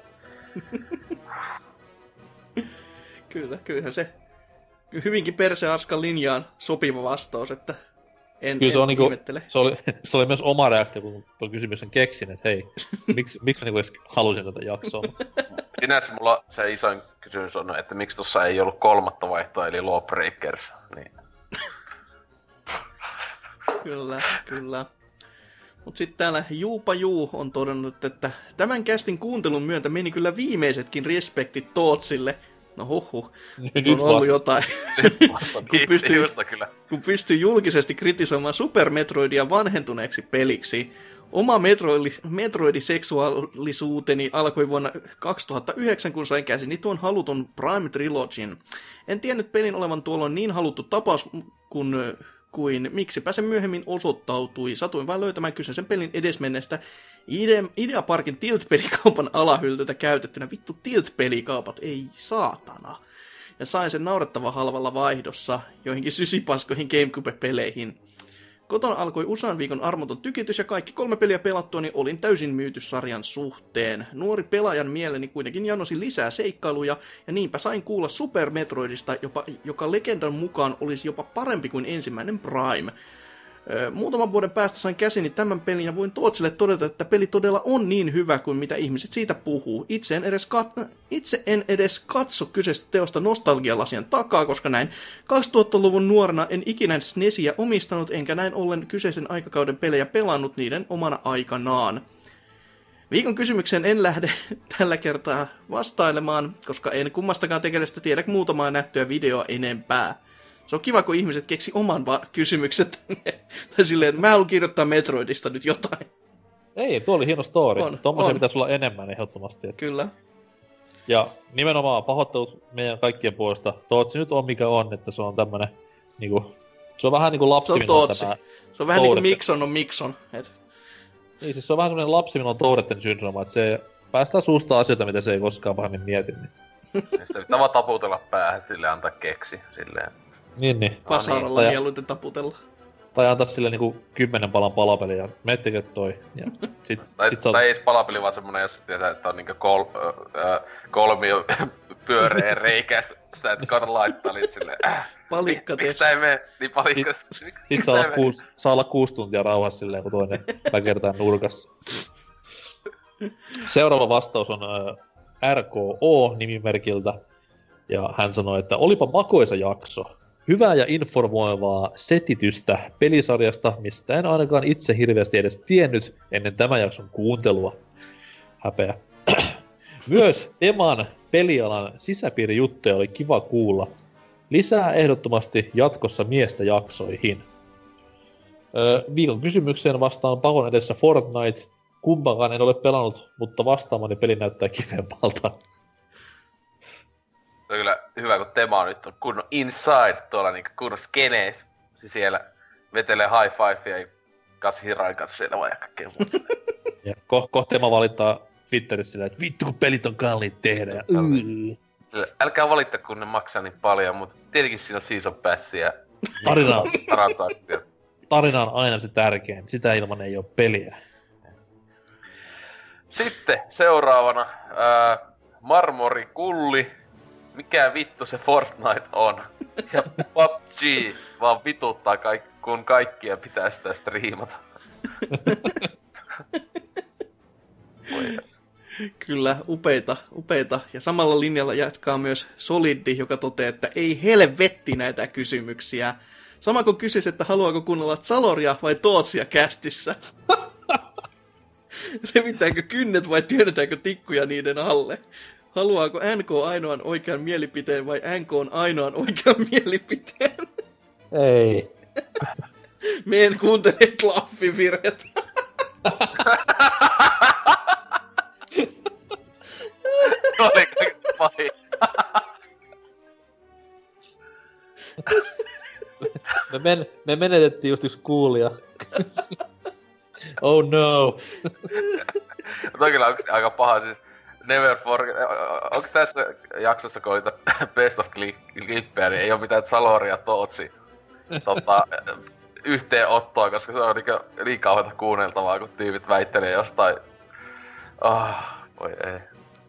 Kyllä, kyllähän se hyvinkin Perse Arskan linjaan sopiva vastaus, että en, Kyllä se, en on niinku, ihmettele. se, oli, se oli myös oma reaktio, kun tuon kysymyksen keksin, että hei, miksi, miksi mä niinku edes halusin tätä jaksoa? Sinänsä mulla se isoin kysymys on, että miksi tossa ei ollut kolmatta vaihtoa, eli Lawbreakers. Niin. Kyllä, kyllä. Mut sit täällä Juupa Juu on todennut, että tämän kästin kuuntelun myöntä meni kyllä viimeisetkin respektit Tootsille. No huhhuh, nyt on ollut jotain. kun, pystyy, kun pystyy julkisesti kritisoimaan Super Metroidia vanhentuneeksi peliksi. Oma metroidi, metroidiseksuaalisuuteni alkoi vuonna kaksituhattayhdeksän, kun sain käsini tuon halutun Prime Trilogin. En tiennyt pelin olevan tuolloin niin haluttu tapaus kuin, kuin miksipä se myöhemmin osoittautui. Satuin vain löytämään kyseisen pelin edesmenneestä Ide- Ideaparkin Tilt-pelikaupan alahyllyltä käytettynä. Vittu Tilt-pelikaupat, ei saatana. Ja sain sen naurettavan halvalla vaihdossa joihinkin sysipaskoihin GameCube-peleihin. Kotona alkoi usean viikon armoton tykitys ja kaikki kolme peliä pelattua, niin olin täysin myyty sarjan suhteen. Nuori pelaajan mieleni kuitenkin janosi lisää seikkailuja, ja niinpä sain kuulla Super Metroidista, jopa, joka legendan mukaan olisi jopa parempi kuin ensimmäinen Prime. Muutaman vuoden päästä sain käsini tämän pelin ja voin Tootsille todeta, että peli todella on niin hyvä kuin mitä ihmiset siitä puhuu. Itse en edes, kat- Itse en edes katso kyseistä teosta nostalgialasien takaa, koska näin kaksituhattaluvun nuorena en ikinä SNESiä omistanut, enkä näin ollen kyseisen aikakauden pelejä pelannut niiden omana aikanaan. Viikon kysymykseen en lähde tällä kertaa vastailemaan, koska en kummastakaan tekelestä tiedä muutamaa nähtyä videoa enempää. Se on kiva, kun ihmiset keksi oman va- kysymykset. Tai silleen, mä haluan kirjoittaa Metroidista nyt jotain. Ei, tuo oli hieno story. On, Tommosia on. pitäisi olla enemmän ehdottomasti. Että. Kyllä. Ja nimenomaan pahoittelut meidän kaikkien puolesta. Tootsi nyt on mikä on, että se on tämmönen niinku... Se on vähän niinku lapsi Se on Tootsi. tämä... Se on vähän niinku Toudette. Mikson on Mikson. Et. Niin, siis se on vähän semmonen lapsi minun Toudetten syndrooma, että se päästää suusta asioita, mitä se ei koskaan pahemmin mieti. Niin. Sitten pitää vaan taputella päähän silleen, antaa keksi silleen. Niin, niin. Vasaralla Tai- mieluiten taputella. Tai antaa sille niinku kymmenen palan palapeli ja mettekö toi. Ja sit, Tai, sit sä oot... tai ei edes palapeli, vaan semmonen, jos tietää, että on niinku kol, äh, kolmio pyöreä reikä, sitä et kannata laittaa niitä silleen. Äh, Palikkatesti. miksi sä ei mene niin palikkatesti? Sit, sit saa, olla kuus, saa olla kuusi tuntia rauhassa silleen, kun toinen väkertää nurkassa. Seuraava vastaus on äh, R K O-nimimerkiltä. Ja hän sanoi, että olipa makoisa jakso. Hyvää ja informoivaa setitystä pelisarjasta, mistä en ainakaan itse hirveästi edes tiennyt ennen tämän jakson kuuntelua. Häpeä. Myös Eman pelialan sisäpiirijuttuja oli kiva kuulla. Lisää ehdottomasti jatkossa miestä jaksoihin. Öö, viikon kysymykseen vastaan pakon edessä Fortnite. Kumpakaan en ole pelannut, mutta vastaamani peli näyttää kivemmalta. Se on kyllä hyvä, kun Tema nyt on kunnon inside tuolla niinku kunnon skenees. Se siellä vetelee high fivea ja kanssa Hirain kanssa siellä vai kaikkea muuta. Ja ko- kohta mä valittaa Twitterissä silleen, että vittu kun pelit on kalliit tehdä. Ja mm. Älkää valittaa, kun ne maksaa niin paljon, mutta tietenkin siinä on season passia ja Tarina, transaktiot. tarina on aina se tärkein. Sitä ilman ei oo peliä. Sitten seuraavana ää, Marmorikulli. Mikä vittu se Fortnite on? Ja P U B G vaan vituttaa, kaik- kun kaikkia pitää sitä striimata. Kyllä, upeita, upeita. Ja samalla linjalla jatkaa myös Solidi, joka toteaa, että ei helvetti näitä kysymyksiä. Sama kuin kysyisi, että haluaako kuunnella Zaloria vai Tootsia kästissä. Revitäänkö kynnet vai työnnetäänkö tikkuja niiden alle? Haluaako N K ainoan oikean mielipiteen vai N K on ainoan oikean mielipiteen? Ei. Me en kuuntele klaffivirhet. Oli kaikki pahin. Me, men- me menetettiin just yksi kuulija. Oh no. Toi kyllä onks aika paha siis. Never forget. Onks tässä jaksossa, kun oli best of clippejä, niin ei oo mitään Zaloria Tootsi tota, yhteenottoa, koska se on niinku niin kauheeta kuunneltavaa, kun tyypit väittelee jostain. Ah, voi ei.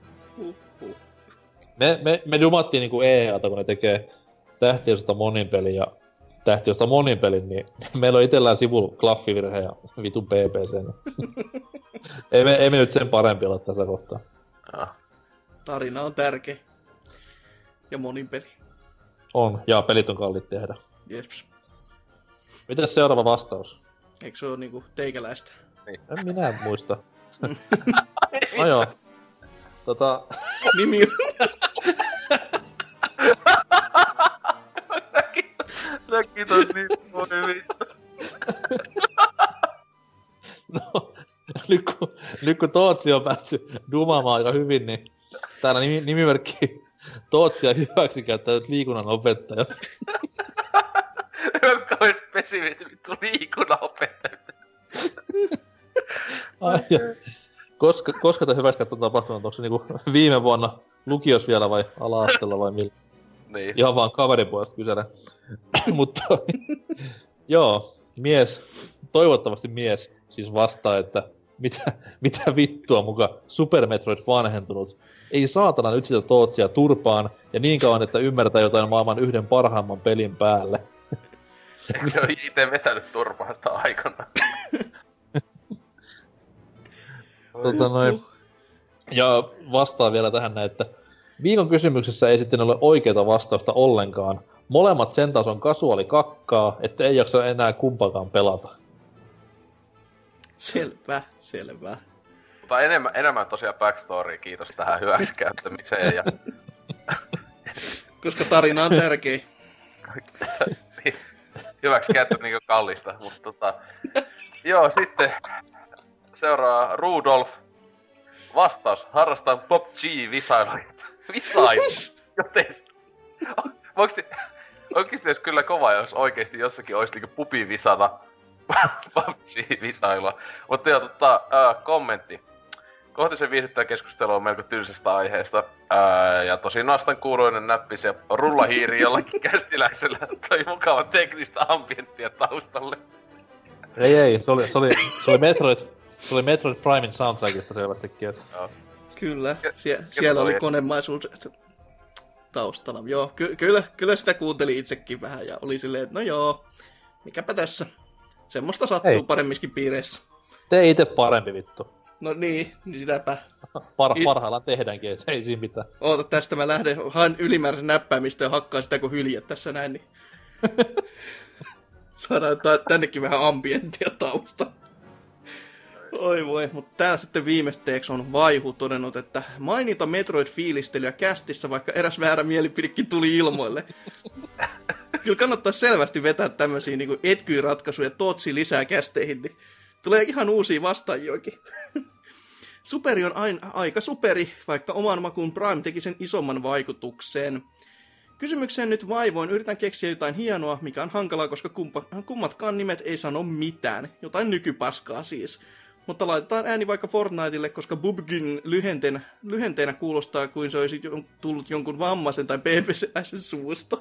Me, me, me dumattiin niinku E A:ta, kun ne tekee tähtiöstä monin pelin ja tähtiöstä monin pelin, niin meillä on itellään sivulla klaffivirhe ja vitun B B C. Niin. ei, me, ei me nyt sen parempi olla tässä kohtaa. Ah. Tarina on tärkeä. Ja monin peli. On, ja pelit on kalliit tehdä. Jeps. Mitäs seuraava vastaus? Eikö se oo niinku teikäläistä? En minä muista. No joo. Tota... Nimi on... Näki tos niin voi vittu. No, nyt kun, nyt kun Tootsi on päässyt dumaamaan aika hyvin, niin täällä nimi, nimimerkki Tootsia hyväksikäyttänyt liikunnan opettaja. Kauhees pesimeet vittu liikunnan opettaja. Ai, ja, koska, koska tämä hyväksikäyttö on tapahtunut? Onko se niinku viime vuonna lukios vielä vai ala-asteella vai millä? Niin. Ihan vaan kaverin puolesta kysellä. Mutta joo, mies, toivottavasti mies, siis vastaa, että mitä, mitä vittua muka Super Metroid vanhentunut. Ei saatana nyt sitä Tootsia turpaan ja niin kauan, että ymmärtää jotain maailman yhden parhaimman pelin päälle. Eikö se ole ite vetänyt turpaasta aikana? tota noin. Ja vastaan vielä tähän näin, että viikon kysymyksessä ei sitten ole oikeaa vastausta ollenkaan. Molemmat sen tason kasuaali kakkaa, että ei jaksa enää kumpakaan pelata. Selvä, selvä. Mutta enemmän, enemmän tosiaan backstory, kiitos tähän hyväksikäyttämiseen. Ja... Koska tarina on tärkeä. Niin, hyväksikäyttö on niinku kallista, mutta tota... Joo, sitten seuraa Rudolf. Vastaus, harrastan P U B G-visailuja. Visailu? Joten... Voinko te... Oikeesti olisi kyllä kova, jos oikeesti jossakin olisi niinku pubivisana P U B G-visailua. Mutta joo, tota, äh, kommentti. Kohtisen viihdyttää keskustelua melko tylsästä aiheesta. Ää, ja tosi nastan kuuluinen näppis ja rullahiiri jollakin kästiläisellä toi mukava teknistä ambienttia taustalle. Ei ei, se oli, se oli, se oli Metroid, se oli Metroid Primein soundtrackista selvästikin. Et... Kyllä, Sie- siellä oli konemaisuus taustalla. Joo, ky- kyllä, kyllä sitä kuunteli itsekin vähän ja oli silleen, että no joo, mikäpä tässä. Semmoista sattuu ei. Paremmiskin piireissä. Tee ite parempi vittu. No niin, niin sitäpä. Par- parhaillaan tehdäänkin, ei, ei siinä mitään. Oota, tästä mä lähden, haen ylimääräisen näppäimistä ja hakkaan sitä kun hyljet tässä näin, niin... Saadaan tännekin vähän ambienttia tausta. Oi voi, mutta täällä sitten viimeisteeksi on Vaihu todennut, että mainita Metroid-fiilistelyä kästissä, vaikka eräs väärä mielipidekin tuli ilmoille. Kyllä kannattaa selvästi vetää tämmösiä niin kuin etky-ratkaisuja totsi lisää kästeihin, niin tulee ihan uusia vastaajioikin. Superi on aina aika superi, vaikka oman makuun Prime teki sen isomman vaikutuksen. Kysymykseen nyt vaivoin, yritän keksiä jotain hienoa, mikä on hankalaa, koska kumpa, kummatkaan nimet ei sano mitään. Jotain nykypaskaa siis. Mutta laitetaan ääni vaikka Fortniteille, koska Bubgin lyhenteenä, lyhenteenä kuulostaa kuin se olisi tullut jonkun vammaisen tai B B C-läisen suusta.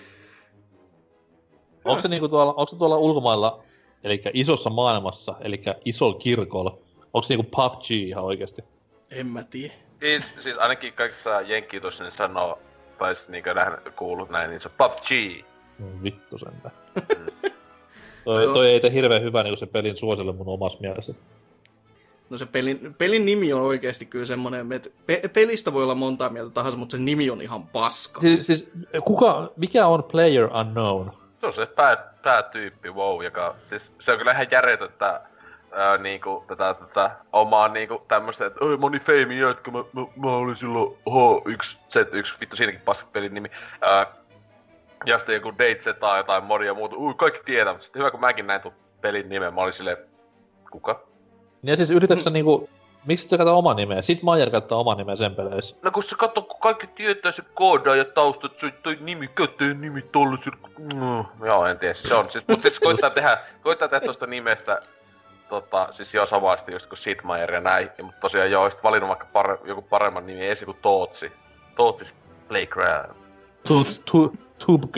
Onko se, niinku tuolla, onko se tuolla ulkomailla, eli isossa maailmassa, eli isolla kirkolla, onko se niinku P U B G ihan oikeesti? En mä tiedä. Siis, siis ainakin kaikissa jenkkijutuissa ne sanoo, tai sit niinkö nähnyt, kuullut näin, niin se P U B G. Mm, vittu sentään. toi, toi ei tee hirveen hyvä niinku se pelin suosille mun omassa mielessä. No se pelin, pelin nimi on oikeesti kyllä semmonen, että pe- pelistä voi olla montaa mieltä tahansa, mutta se nimi on ihan paska. Siis, siis kuka, mikä on Player Unknown? Se on se pää, päätyyppi, wow, joka, siis se on kyllä ihan järjetöntä ää, niinku tätä, tätä omaa niinku tämmöstä, että oi moni feimi jätkä, mä, mä, mä olin silloin H yksi Z yksi, vittu siinäkin paska pelin nimi. Ää, ja sitten joku Date Z tai jotain modia ja muuta, ui kaikki tietää, mutta sitten hyvä kun mäkin näin tuon pelin nimen, mä olin silleen, kuka? Ja siis yritätkö mm. niinku, miksi sä käytät oman nimeä? Sit Maier käyttää oman nimeä sen peleissä. No kun sä katso, kun kaikki tietää se koodaa ja taustat, se toi nimi, käteen nimi tolle, no, joo en tiedä, se on, siis, mut siis koittaa tehdä, koittaa tehdä tosta nimestä, tota, siis joo samasti just kuin Sid Meier ja näin, mutta tosiaan joo, sit valinnut vaikka pare, joku paremman nimi, ei se kuin Tootsi. Tootsis Playground. Tubg.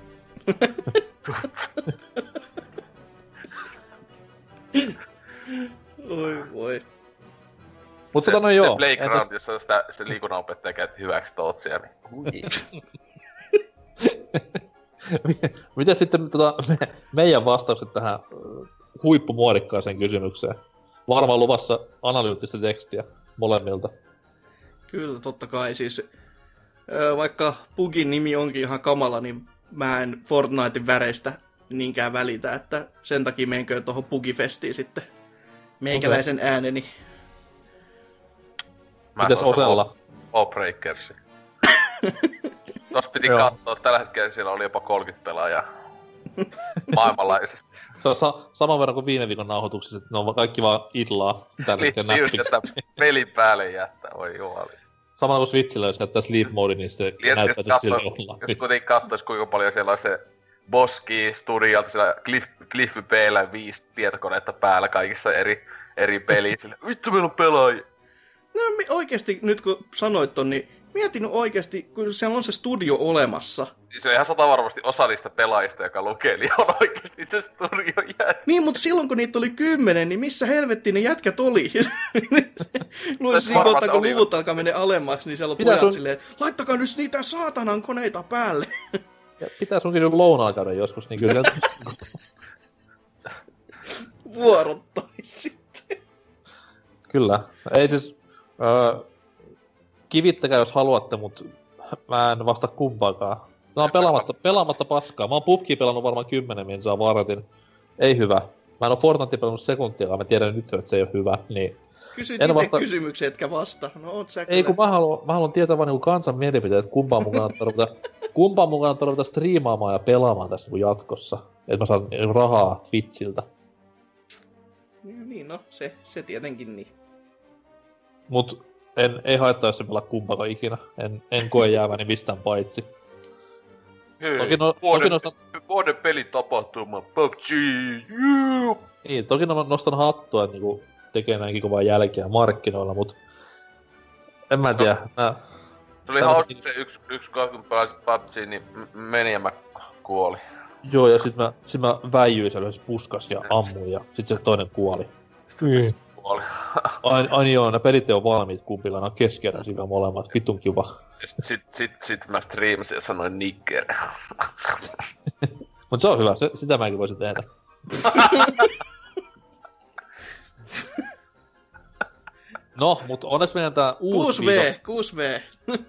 Oi voi. Mutta tota no joo. Se Playground, entäs... jossa sitä, se liikunnanopettaja käytti hyväksi Tootsia, niin... Miten sitten tota, me, meidän vastaukset tähän huippumuodikkaaseen kysymykseen? Varmaan luvassa analyyttistä tekstiä molemmilta. Kyllä, totta kai. Siis, vaikka Pugin nimi onkin ihan kamala, niin mä en Fortnitein väreistä niinkään välitä, että sen takia menkö tuohon Pugifestiin sitten meikäläisen okay. ääneni. Mites Osella? O-Breakersi. Tos piti katsoa, tällä hetkellä siellä oli jopa kolmekymmentä pelaajaa maailmanlaisesti. Se on sa- saman verran kuin viime viikon nauhoituksessa, että ne on kaikki vaan idlaa tällä hetkellä näppiksi. Just, että pelin päälle jättää, oi juoli. Samalla kuin Switchillä, jos jättää sleep mode, niin sitten näyttäisi sille ollaan. Jos kuitenkin katsois, kuinka paljon siellä on se Boski Studiolta, siellä Cliff, Cliff B:llä viisi tietokonetta päällä kaikissa eri, eri pelissä. Vittu, meillä on pelaajia! No oikeesti, nyt kun sanoit ton, niin mietin oikeesti, kun siellä on se studio olemassa. Siis on ihan sata varmasti osa niistä pelaajista, joka lukee, niin on oikeesti se studio jätkä. Niin, mutta silloin kun niitä oli kymmenen, niin missä helvettiin ne jätkät oli? Luulisin siinä kohtaa, kun luvut alkaa mennä alemmaksi, niin siellä on Pitäis pojat on... silleen, laittakaa nyt niitä saatanan koneita päälle. Ja pitää sunkin nyt lounaa käydä joskus, niin kyllä sieltä... Vuorottais sitten. Kyllä. Ei siis... Öö, kivittäkää jos haluatte, mut mä en vasta kumpaakaan. Mä oon pelaamatta, pelaamatta paskaa. Mä oon P U B G pelannut varmaan kymmenen minsaa vartin. Ei hyvä. Mä en oo Fortnite pelannut sekuntiakaan, mä tiedän nyt, että se ei oo hyvä, niin... Kysyt itse vasta... kysymyksiä, etkä vasta. No oot sä Ei, kyllä... kun mä haluan, mä haluan tietää vaan niinku kansan mielipiteet, kumpaan mun kannattaa ruveta... kumpaan mun kannattaa ruveta striimaamaan ja pelaamaan tässä niinku jatkossa. Että mä saan rahaa Twitchiltä. Niin, no, se, se tietenkin niin. Mut en, ei haittaa, jos se pelaa kumpaakaan ikinä. En, en koe jääväni mistään paitsi. Hei, toki no, vuoden, toki nostan... vuoden pelitapahtuma, P U B G, juu! Niin, toki no, nostan hattua, että niinku tekee näinkin kovaa jälkeä markkinoilla, mut... En mä tiedä, mä... Se oli hauska se yksi, yksi kohta, kun pelasin P U B G, niin meni ja mä kuoli. Joo, ja sit mä, sit mä väijyin siellä puskas ja ammuin, ja sit se toinen kuoli. Mm. Kuoli. Ai, ai joo, ne pelit ei oo valmiit kumpilla, ne on keskenään vielä molemmat, vitun kiva. Sit, sit, sit mä striimasin ja sanoin nigger. Mut se on hyvä, se, sitä mäkin voisin tehdä. No, mut onneksi meidän tää uusi kuusi V, kuusi V.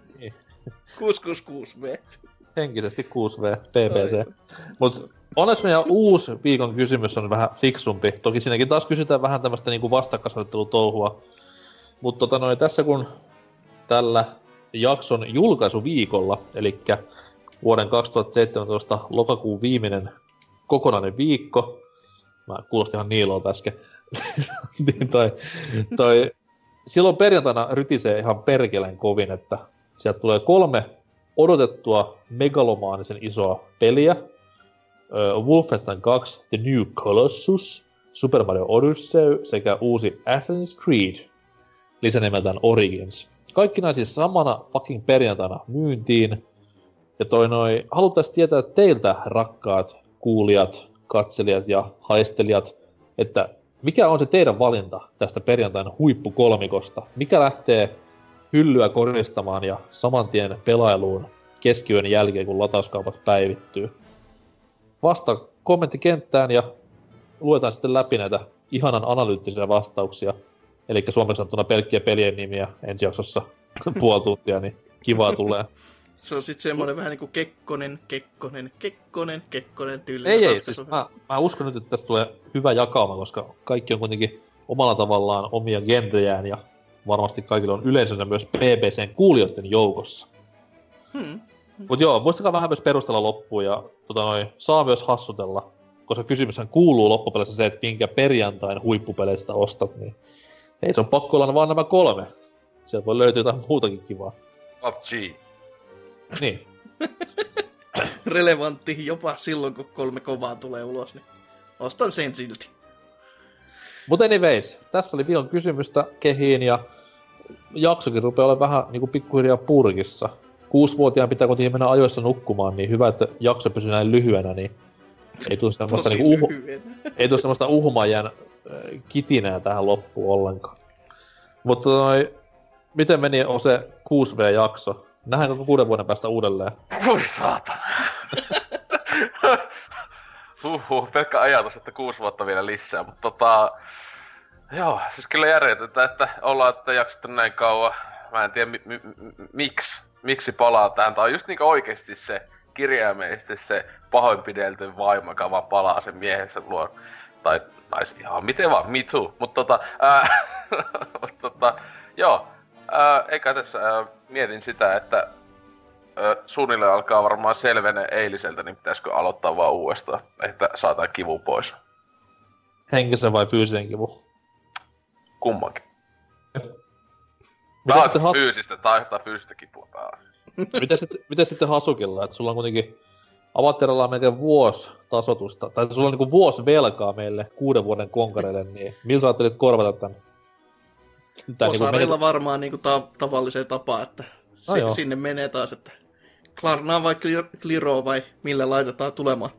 kuusi kuusi kuusi V. Henkisesti kuusi V, P P C. Mut onneksi meidän uusi viikon kysymys on vähän fiksumpi. Toki siinäkin taas kysytään vähän tämmöstä niinku vastakkainasettelutouhua. Mut tota noin, tässä kun tällä jakson julkaisuviikolla, elikkä vuoden kaksituhattaseitsemäntoista lokakuun viimeinen kokonainen viikko, mä kuulostin ihan Niilolta äsken, niin toi, toi, silloin perjantaina rytisee ihan perkeleen kovin, että sieltä tulee kolme odotettua megalomaanisen isoa peliä. Uh, Wolfenstein kaksi, The New Colossus, Super Mario Odyssey sekä uusi Assassin's Creed, lisänimeltään Origins. Kaikki nämä siis samana fucking perjantaina myyntiin. Ja toi noi, haluttais tietää teiltä, rakkaat kuulijat, katselijat ja haistelijat, että mikä on se teidän valinta tästä perjantain huippukolmikosta? Mikä lähtee hyllyä koristamaan ja saman tien pelailuun keskiyön jälkeen, kun latauskaupat päivittyy? Vasta kommenttikenttään ja luetaan sitten läpi näitä ihanan analyyttisiä vastauksia. Eli suomeksi sanottuna pelkkiä pelien nimiä ensi jaksossa puoli tuntia, niin kivaa tulee. Se on sitten semmoinen vähän niinku Kekkonen, Kekkonen, Kekkonen, Kekkonen tyyli. Ei, ei, siis mä, mä uskon nyt, että tästä tulee hyvä jakauma, koska kaikki on kuitenkin omalla tavallaan omia genrejään ja varmasti kaikilla on yleisönsä myös B B C:n kuulijoiden joukossa. Hmm. Mut joo, muistakaa vähän myös perustella loppuun ja tota noi, saa myös hassutella, koska kysymyshän kuuluu loppupeleissä se, että minkä perjantain huippupeleistä ostat, niin ei se on pakko olla vaan nämä kolme. Sieltä voi löytyä jotain muutakin kivaa. P U B G. Niin. Relevantti jopa silloin, kun kolme kovaa tulee ulos, niin ostan sen silti. Mutta anyways, tässä oli viikon kysymystä kehiin ja jaksokin rupeaa olemaan vähän niinku pikkuhiljaa purkissa. Kuusivuotiaan pitää kuitenkin mennä ajoissa nukkumaan, niin hyvä, että jakso pysyy näin lyhyenä, niin ei tule semmoista, niinku uhu... ei tule semmoista uhmajan äh, kitinää tähän loppuun ollenkaan. Mutta noi, miten meni se kuusi V-jakso? Nähdäänkö kuuden vuoden päästä uudelleen? Voi saatana. Huhhuh, pelkkä ajatus, että kuusi vuotta vielä lisää, mutta tota... Joo, siis kyllä järjetöntä, että ollaan, että jaksettu näin kauan. Mä en tiedä mi- mi- mi- miksi, miksi palaa tähän. Tää on just niinku oikeesti se kirjaimellisesti se pahoinpidelty vaimo, joka vaan palaa sen miehensä luo. Tai nais ihan miten vaan, me too. Mut tota, ää, tota, joo. Ää, eikä tässä ää, mietin sitä, että ää, suunnilleen alkaa varmaan selvene eiliseltä, niin pitäisikö aloittaa vaan uudestaan, että saadaan kivu pois. Henkisen vai fyysisen kivu? Kummankin. Mitä taas has... fyysistä tai, tai fyysistä kipua taas. Miten sitten, miten sitten Hasukilla, että sulla on kuitenkin Avatteralla on melkein vuosi tasotusta, tai sulla on niinku vuosi velkaa meille kuuden vuoden konkareille, niin millä sä ajattelit korvata tän? Osarilla niinku varmaan niinku ta- tavalliseen tapaan, että se, no sinne menee taas, että Klarnaa vai Kliroo vai millä laitetaan tulemaan.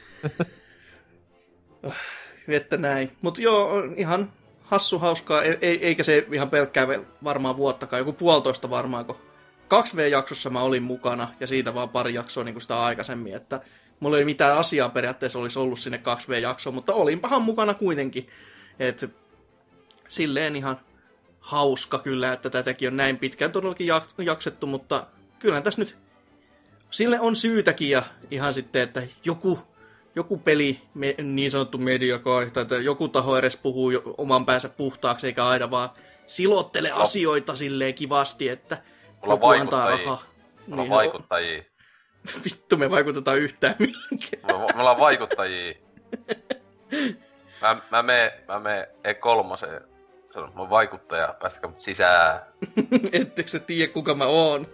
Että näin. Mut joo, ihan hassu hauskaa, e- eikä se ihan pelkkää varmaan vuottakaan, joku puolitoista varmaan, kun kaksi V-jaksossa mä olin mukana, ja siitä vaan pari jaksoa niin kuin sitä aikaisemmin, että mulla ei mitään asiaa periaatteessa olisi ollut sinne kaksi V-jaksoa, mutta olinpahan mukana kuitenkin. Et silleen ihan hauska kyllä, että tätäkin on näin pitkään todellakin jaksettu, mutta kyllähän tässä nyt sille on syytäkin, ja ihan sitten, että joku, joku peli, me, niin sanottu mediakaihta, että joku taho edes puhuu oman päänsä puhtaaksi, eikä aina vaan silottele no. asioita silleen kivasti, että mulla joku antaa rahaa. Mulla on niin, vaikuttajia. Vittu, me vaikutetaan yhtään mihinkään. Me, me ollaan vaikuttajia. Mä, mä meen mä mee E kolme, mä oon vaikuttaja, päästäkää mut sisään. Ettekö sä tiedä, kuka mä oon?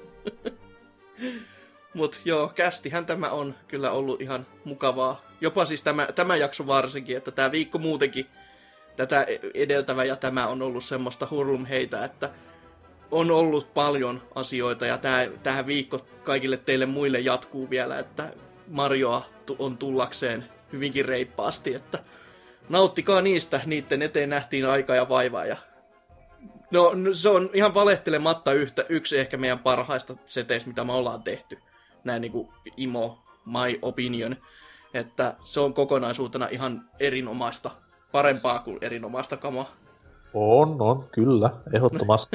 Mut joo, kästihän tämä on kyllä ollut ihan mukavaa. Jopa siis tämä, tämä jakso varsinkin, että tämä viikko muutenkin, tätä edeltävä ja tämä on ollut semmoista hurlumheitä, että on ollut paljon asioita ja tää, tähän viikko kaikille teille muille jatkuu vielä, että Marioa on tullakseen hyvinkin reippaasti, että nauttikaa niistä, niitten eteen nähtiin aikaa ja vaivaa ja no se on ihan valehtelematta yhtä, yksi ehkä meidän parhaista seteistä, mitä me ollaan tehty. Näin niinku imo, my opinion. Että se on kokonaisuutena ihan erinomaista, parempaa kuin erinomaista kamaa. On, on, kyllä, ehdottomasti.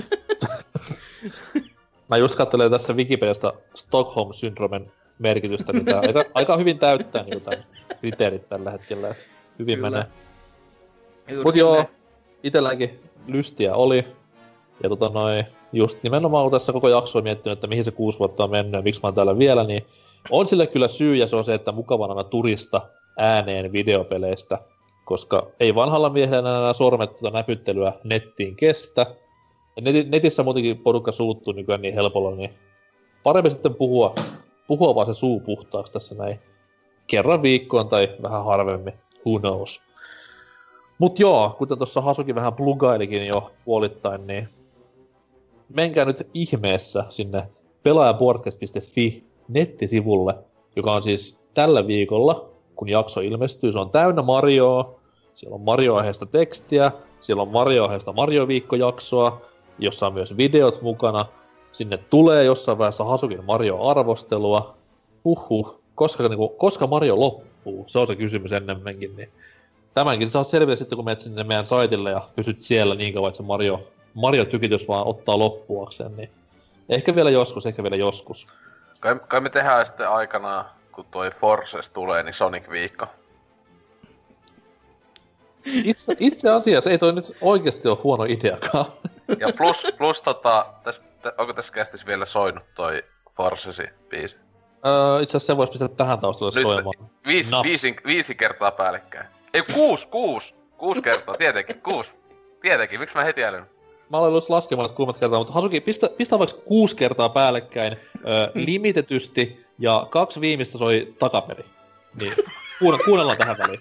Mä just katselen tässä Wikipediasta Stockholm-syndromen merkitystä, niin tää aika, aika hyvin täyttää niin tämän kriteerit tällä hetkellä, että hyvin kyllä menee. Mut joo, itelläänkin lystiä oli. Ja tota noin, just nimenomaan kun tässä koko jakso on miettinyt, että mihin se kuusi vuotta on mennyt ja miksi mä oon täällä vielä, niin on sille kyllä syy, ja se on se, että mukavana aina turista ääneen videopeleistä, koska ei vanhalla miehellä enää sormet tuota näpyttelyä nettiin kestä. Ja net- netissä muutenkin porukka suuttuu nykyään niin helpolla, niin parempi sitten puhua, puhua vaan se suu puhtaaksi tässä näin kerran viikkoon tai vähän harvemmin, who knows. Mut joo, kuten tuossa Hasuki vähän plugailikin jo puolittain, niin menkää nyt ihmeessä sinne pelaajapodcast piste fi nettisivulle, joka on siis tällä viikolla, kun jakso ilmestyy, se on täynnä Marioa, siellä on Mario-aiheista tekstiä, siellä on Mario-aiheista Mario-viikkojaksoa, jossa on myös videot mukana, sinne tulee jossain vaiheessa Hasukin Mario-arvostelua, huhhuh, koska, niin kuin, koska Mario loppuu, se on se kysymys ennemminkin, niin tämänkin saa selville sitten, kun menet sinne meidän saitille ja pysyt siellä niin kauan, että se Mario, Mario-tykitys vaan ottaa loppuakseen, niin ehkä vielä joskus, ehkä vielä joskus. Kai, kai me tehdään sitten aikanaan, kun toi Forces tulee, niin Sonic-viikko. Itse, itse asiassa ei toi nyt oikeesti ole huono ideakaan. Ja plus, plus tota, täs, t- onko tässä kästis vielä soinut toi Forcesi biisi? Öö, itse asiassa se vois pistää tähän taustalle soimaan. Viisi, viisi, viisi kertaa päällekkäin. Ei, kuusi, kuusi. Kuusi kertaa, tietenkin, kuusi. Tietenkin, miksi mä heti älyn? Mä olen ollut laskemaan kuumat kertaa, mutta Hasuki, pistä, pistä vaikka kuusi kertaa päällekkäin, ö, limitetysti, ja kaksi viimeistä soi takaperi. Niin, kuunnellaan, kuunnellaan tähän väliin.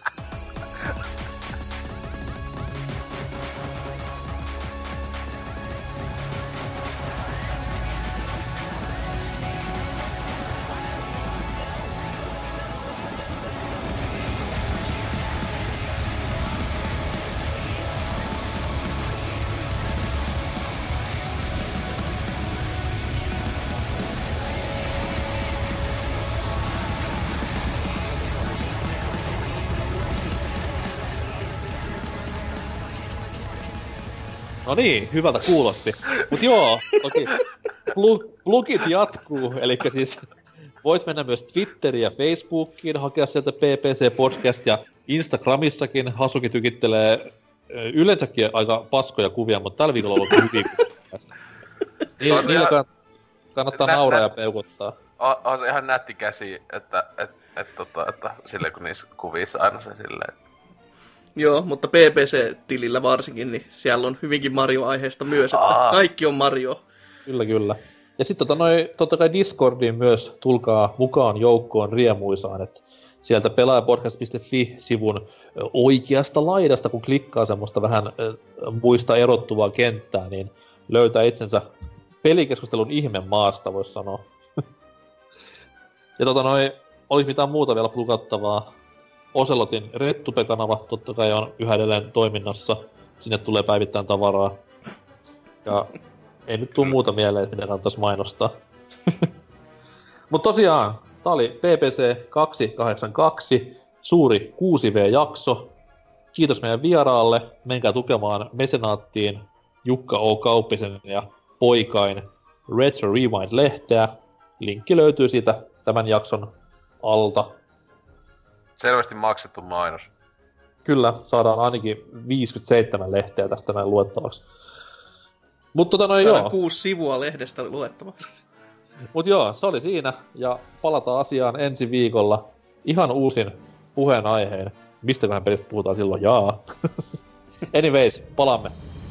No niin, hyvältä kuulosti. Mut joo, toki plugit jatkuu, elikkä siis voit mennä myös Twitteriin ja Facebookiin, hakea sieltä P P C Podcast ja Instagramissakin. Hasuki tykittelee yleensäkin aika paskoja kuvia, mutta tällä viikolla on ollut hyviä kuvia. Niin, niillä kann- kannattaa nä- nauraa nä- ja peukuttaa. On, on se ihan nätti käsi, että, et, et, tota, että silleen kun niissä kuvissa aina se silleen. Joo, mutta P P C-tilillä varsinkin, niin siellä on hyvinkin Mario-aiheesta myös, että Aa. kaikki on Mario. Kyllä, kyllä. Ja sitten tota totta kai Discordiin myös tulkaa mukaan joukkoon riemuisaan, että sieltä pelaajapodcast piste fi-sivun oikeasta laidasta, kun klikkaa semmoista vähän äh, muista erottuvaa kenttää, niin löytää itsensä pelikeskustelun ihme maasta, voisi sanoa. Ja tota noin, olisi mitään muuta vielä plugattavaa. Oselotin Rettupe-kanava totta kai on yhä edelleen toiminnassa. Sinne tulee päivittäin tavaraa. Ja ei nyt tuu muuta mieleen, että mitä kannattaisi mainostaa. Mutta tosiaan, tää oli P P C kaksisataakahdeksankymmentäkaksi, suuri kuusi V-jakso. Kiitos meidän vieraalle. Menkää tukemaan mesenaattiin Jukka O. Kauppisen ja Poikain Retro Rewind-lehteä. Linkki löytyy siitä tämän jakson alta. Selvästi maksettu mainos. Kyllä, saadaan ainakin viisikymmentäseitsemän lehteä tästä näin luettavaksi. Mutta tota noin joo. kuusi sivua lehdestä luettavaksi. Mut joo, se oli siinä, ja palataan asiaan ensi viikolla ihan uusin puheenaiheen. Mistäköhän pelistä puhutaan silloin? Jaa. Anyways, palaamme.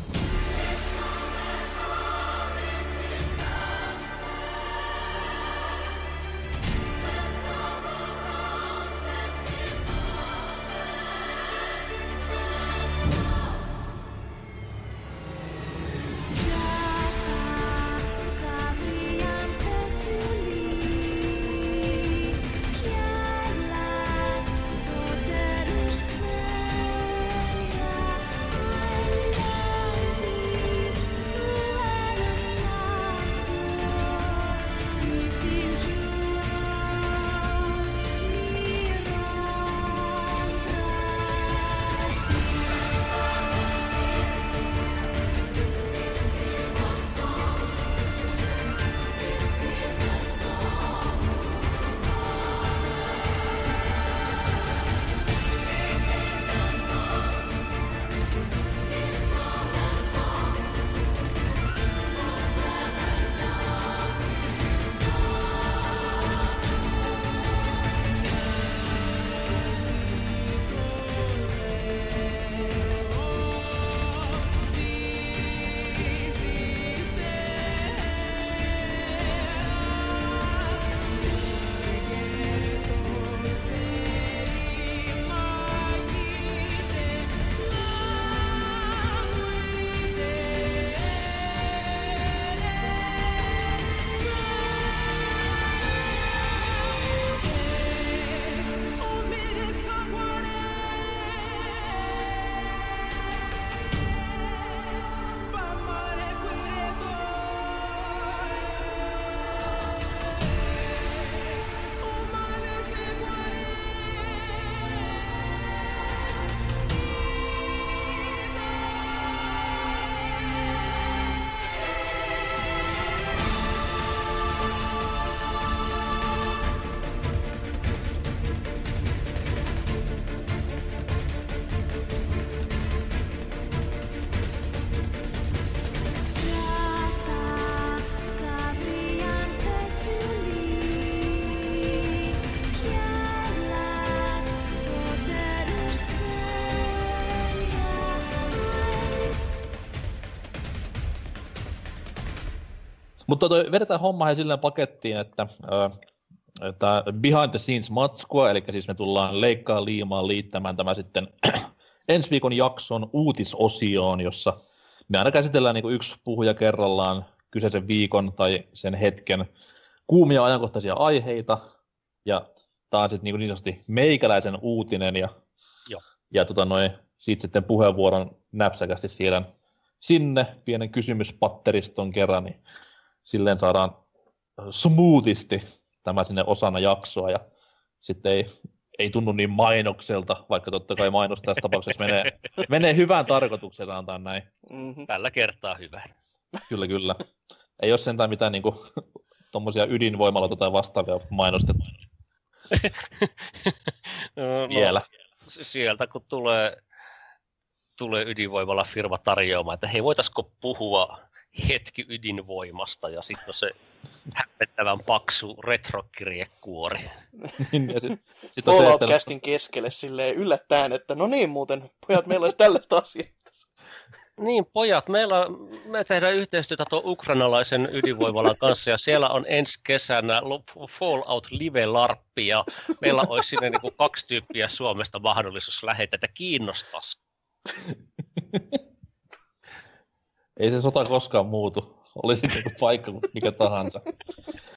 Mutta toi, vedetään homma he silleen pakettiin, että, ö, että behind the scenes matskua, eli siis me tullaan leikkaa liimaan liittämään tämä sitten ensi viikon jakson uutisosioon, jossa me aina käsitellään niin kuin yksi puhuja kerrallaan kyseisen viikon tai sen hetken kuumia ajankohtaisia aiheita, ja tää on sitten niin, niin sanotusti meikäläisen uutinen, ja, ja tota noin, siitä sitten puheenvuoron näpsäkästi siirrän sinne pienen kysymyspatteriston kerran, niin silleen saadaan smoothisti tämä sinne osana jaksoa, ja sitten ei, ei tunnu niin mainokselta, vaikka totta kai mainos tässä tapauksessa menee, menee hyvään tarkoitukseen, antaa näin. Mm-hmm. Tällä kertaa hyvä. Kyllä, kyllä. Ei ole sentään mitään niinku tommosia ydinvoimaloita tai vastaavia mainostettu. no, Vielä. No, sieltä kun tulee, tulee ydinvoimalla firma tarjoamaan, että hei, voitaisko puhua hetki ydinvoimasta, ja sitten on se hämmentävän paksu retrokirjekuori. sit, sit Fallout-castin keskelle silleen yllättäen, että no niin muuten, pojat, meillä olisi tällaista asiaa. Niin, pojat, meillä, me tehdään yhteistyötä tuon ukrainalaisen ydinvoimalan kanssa, ja siellä on ensi kesänä Fallout Live-larppi, ja meillä olisi sinne niin kuin kaksi tyyppiä Suomesta mahdollisuus lähettää, että kiinnostaisi. Ei se sota koskaan muutu. Oli sitten paikka mikä tahansa.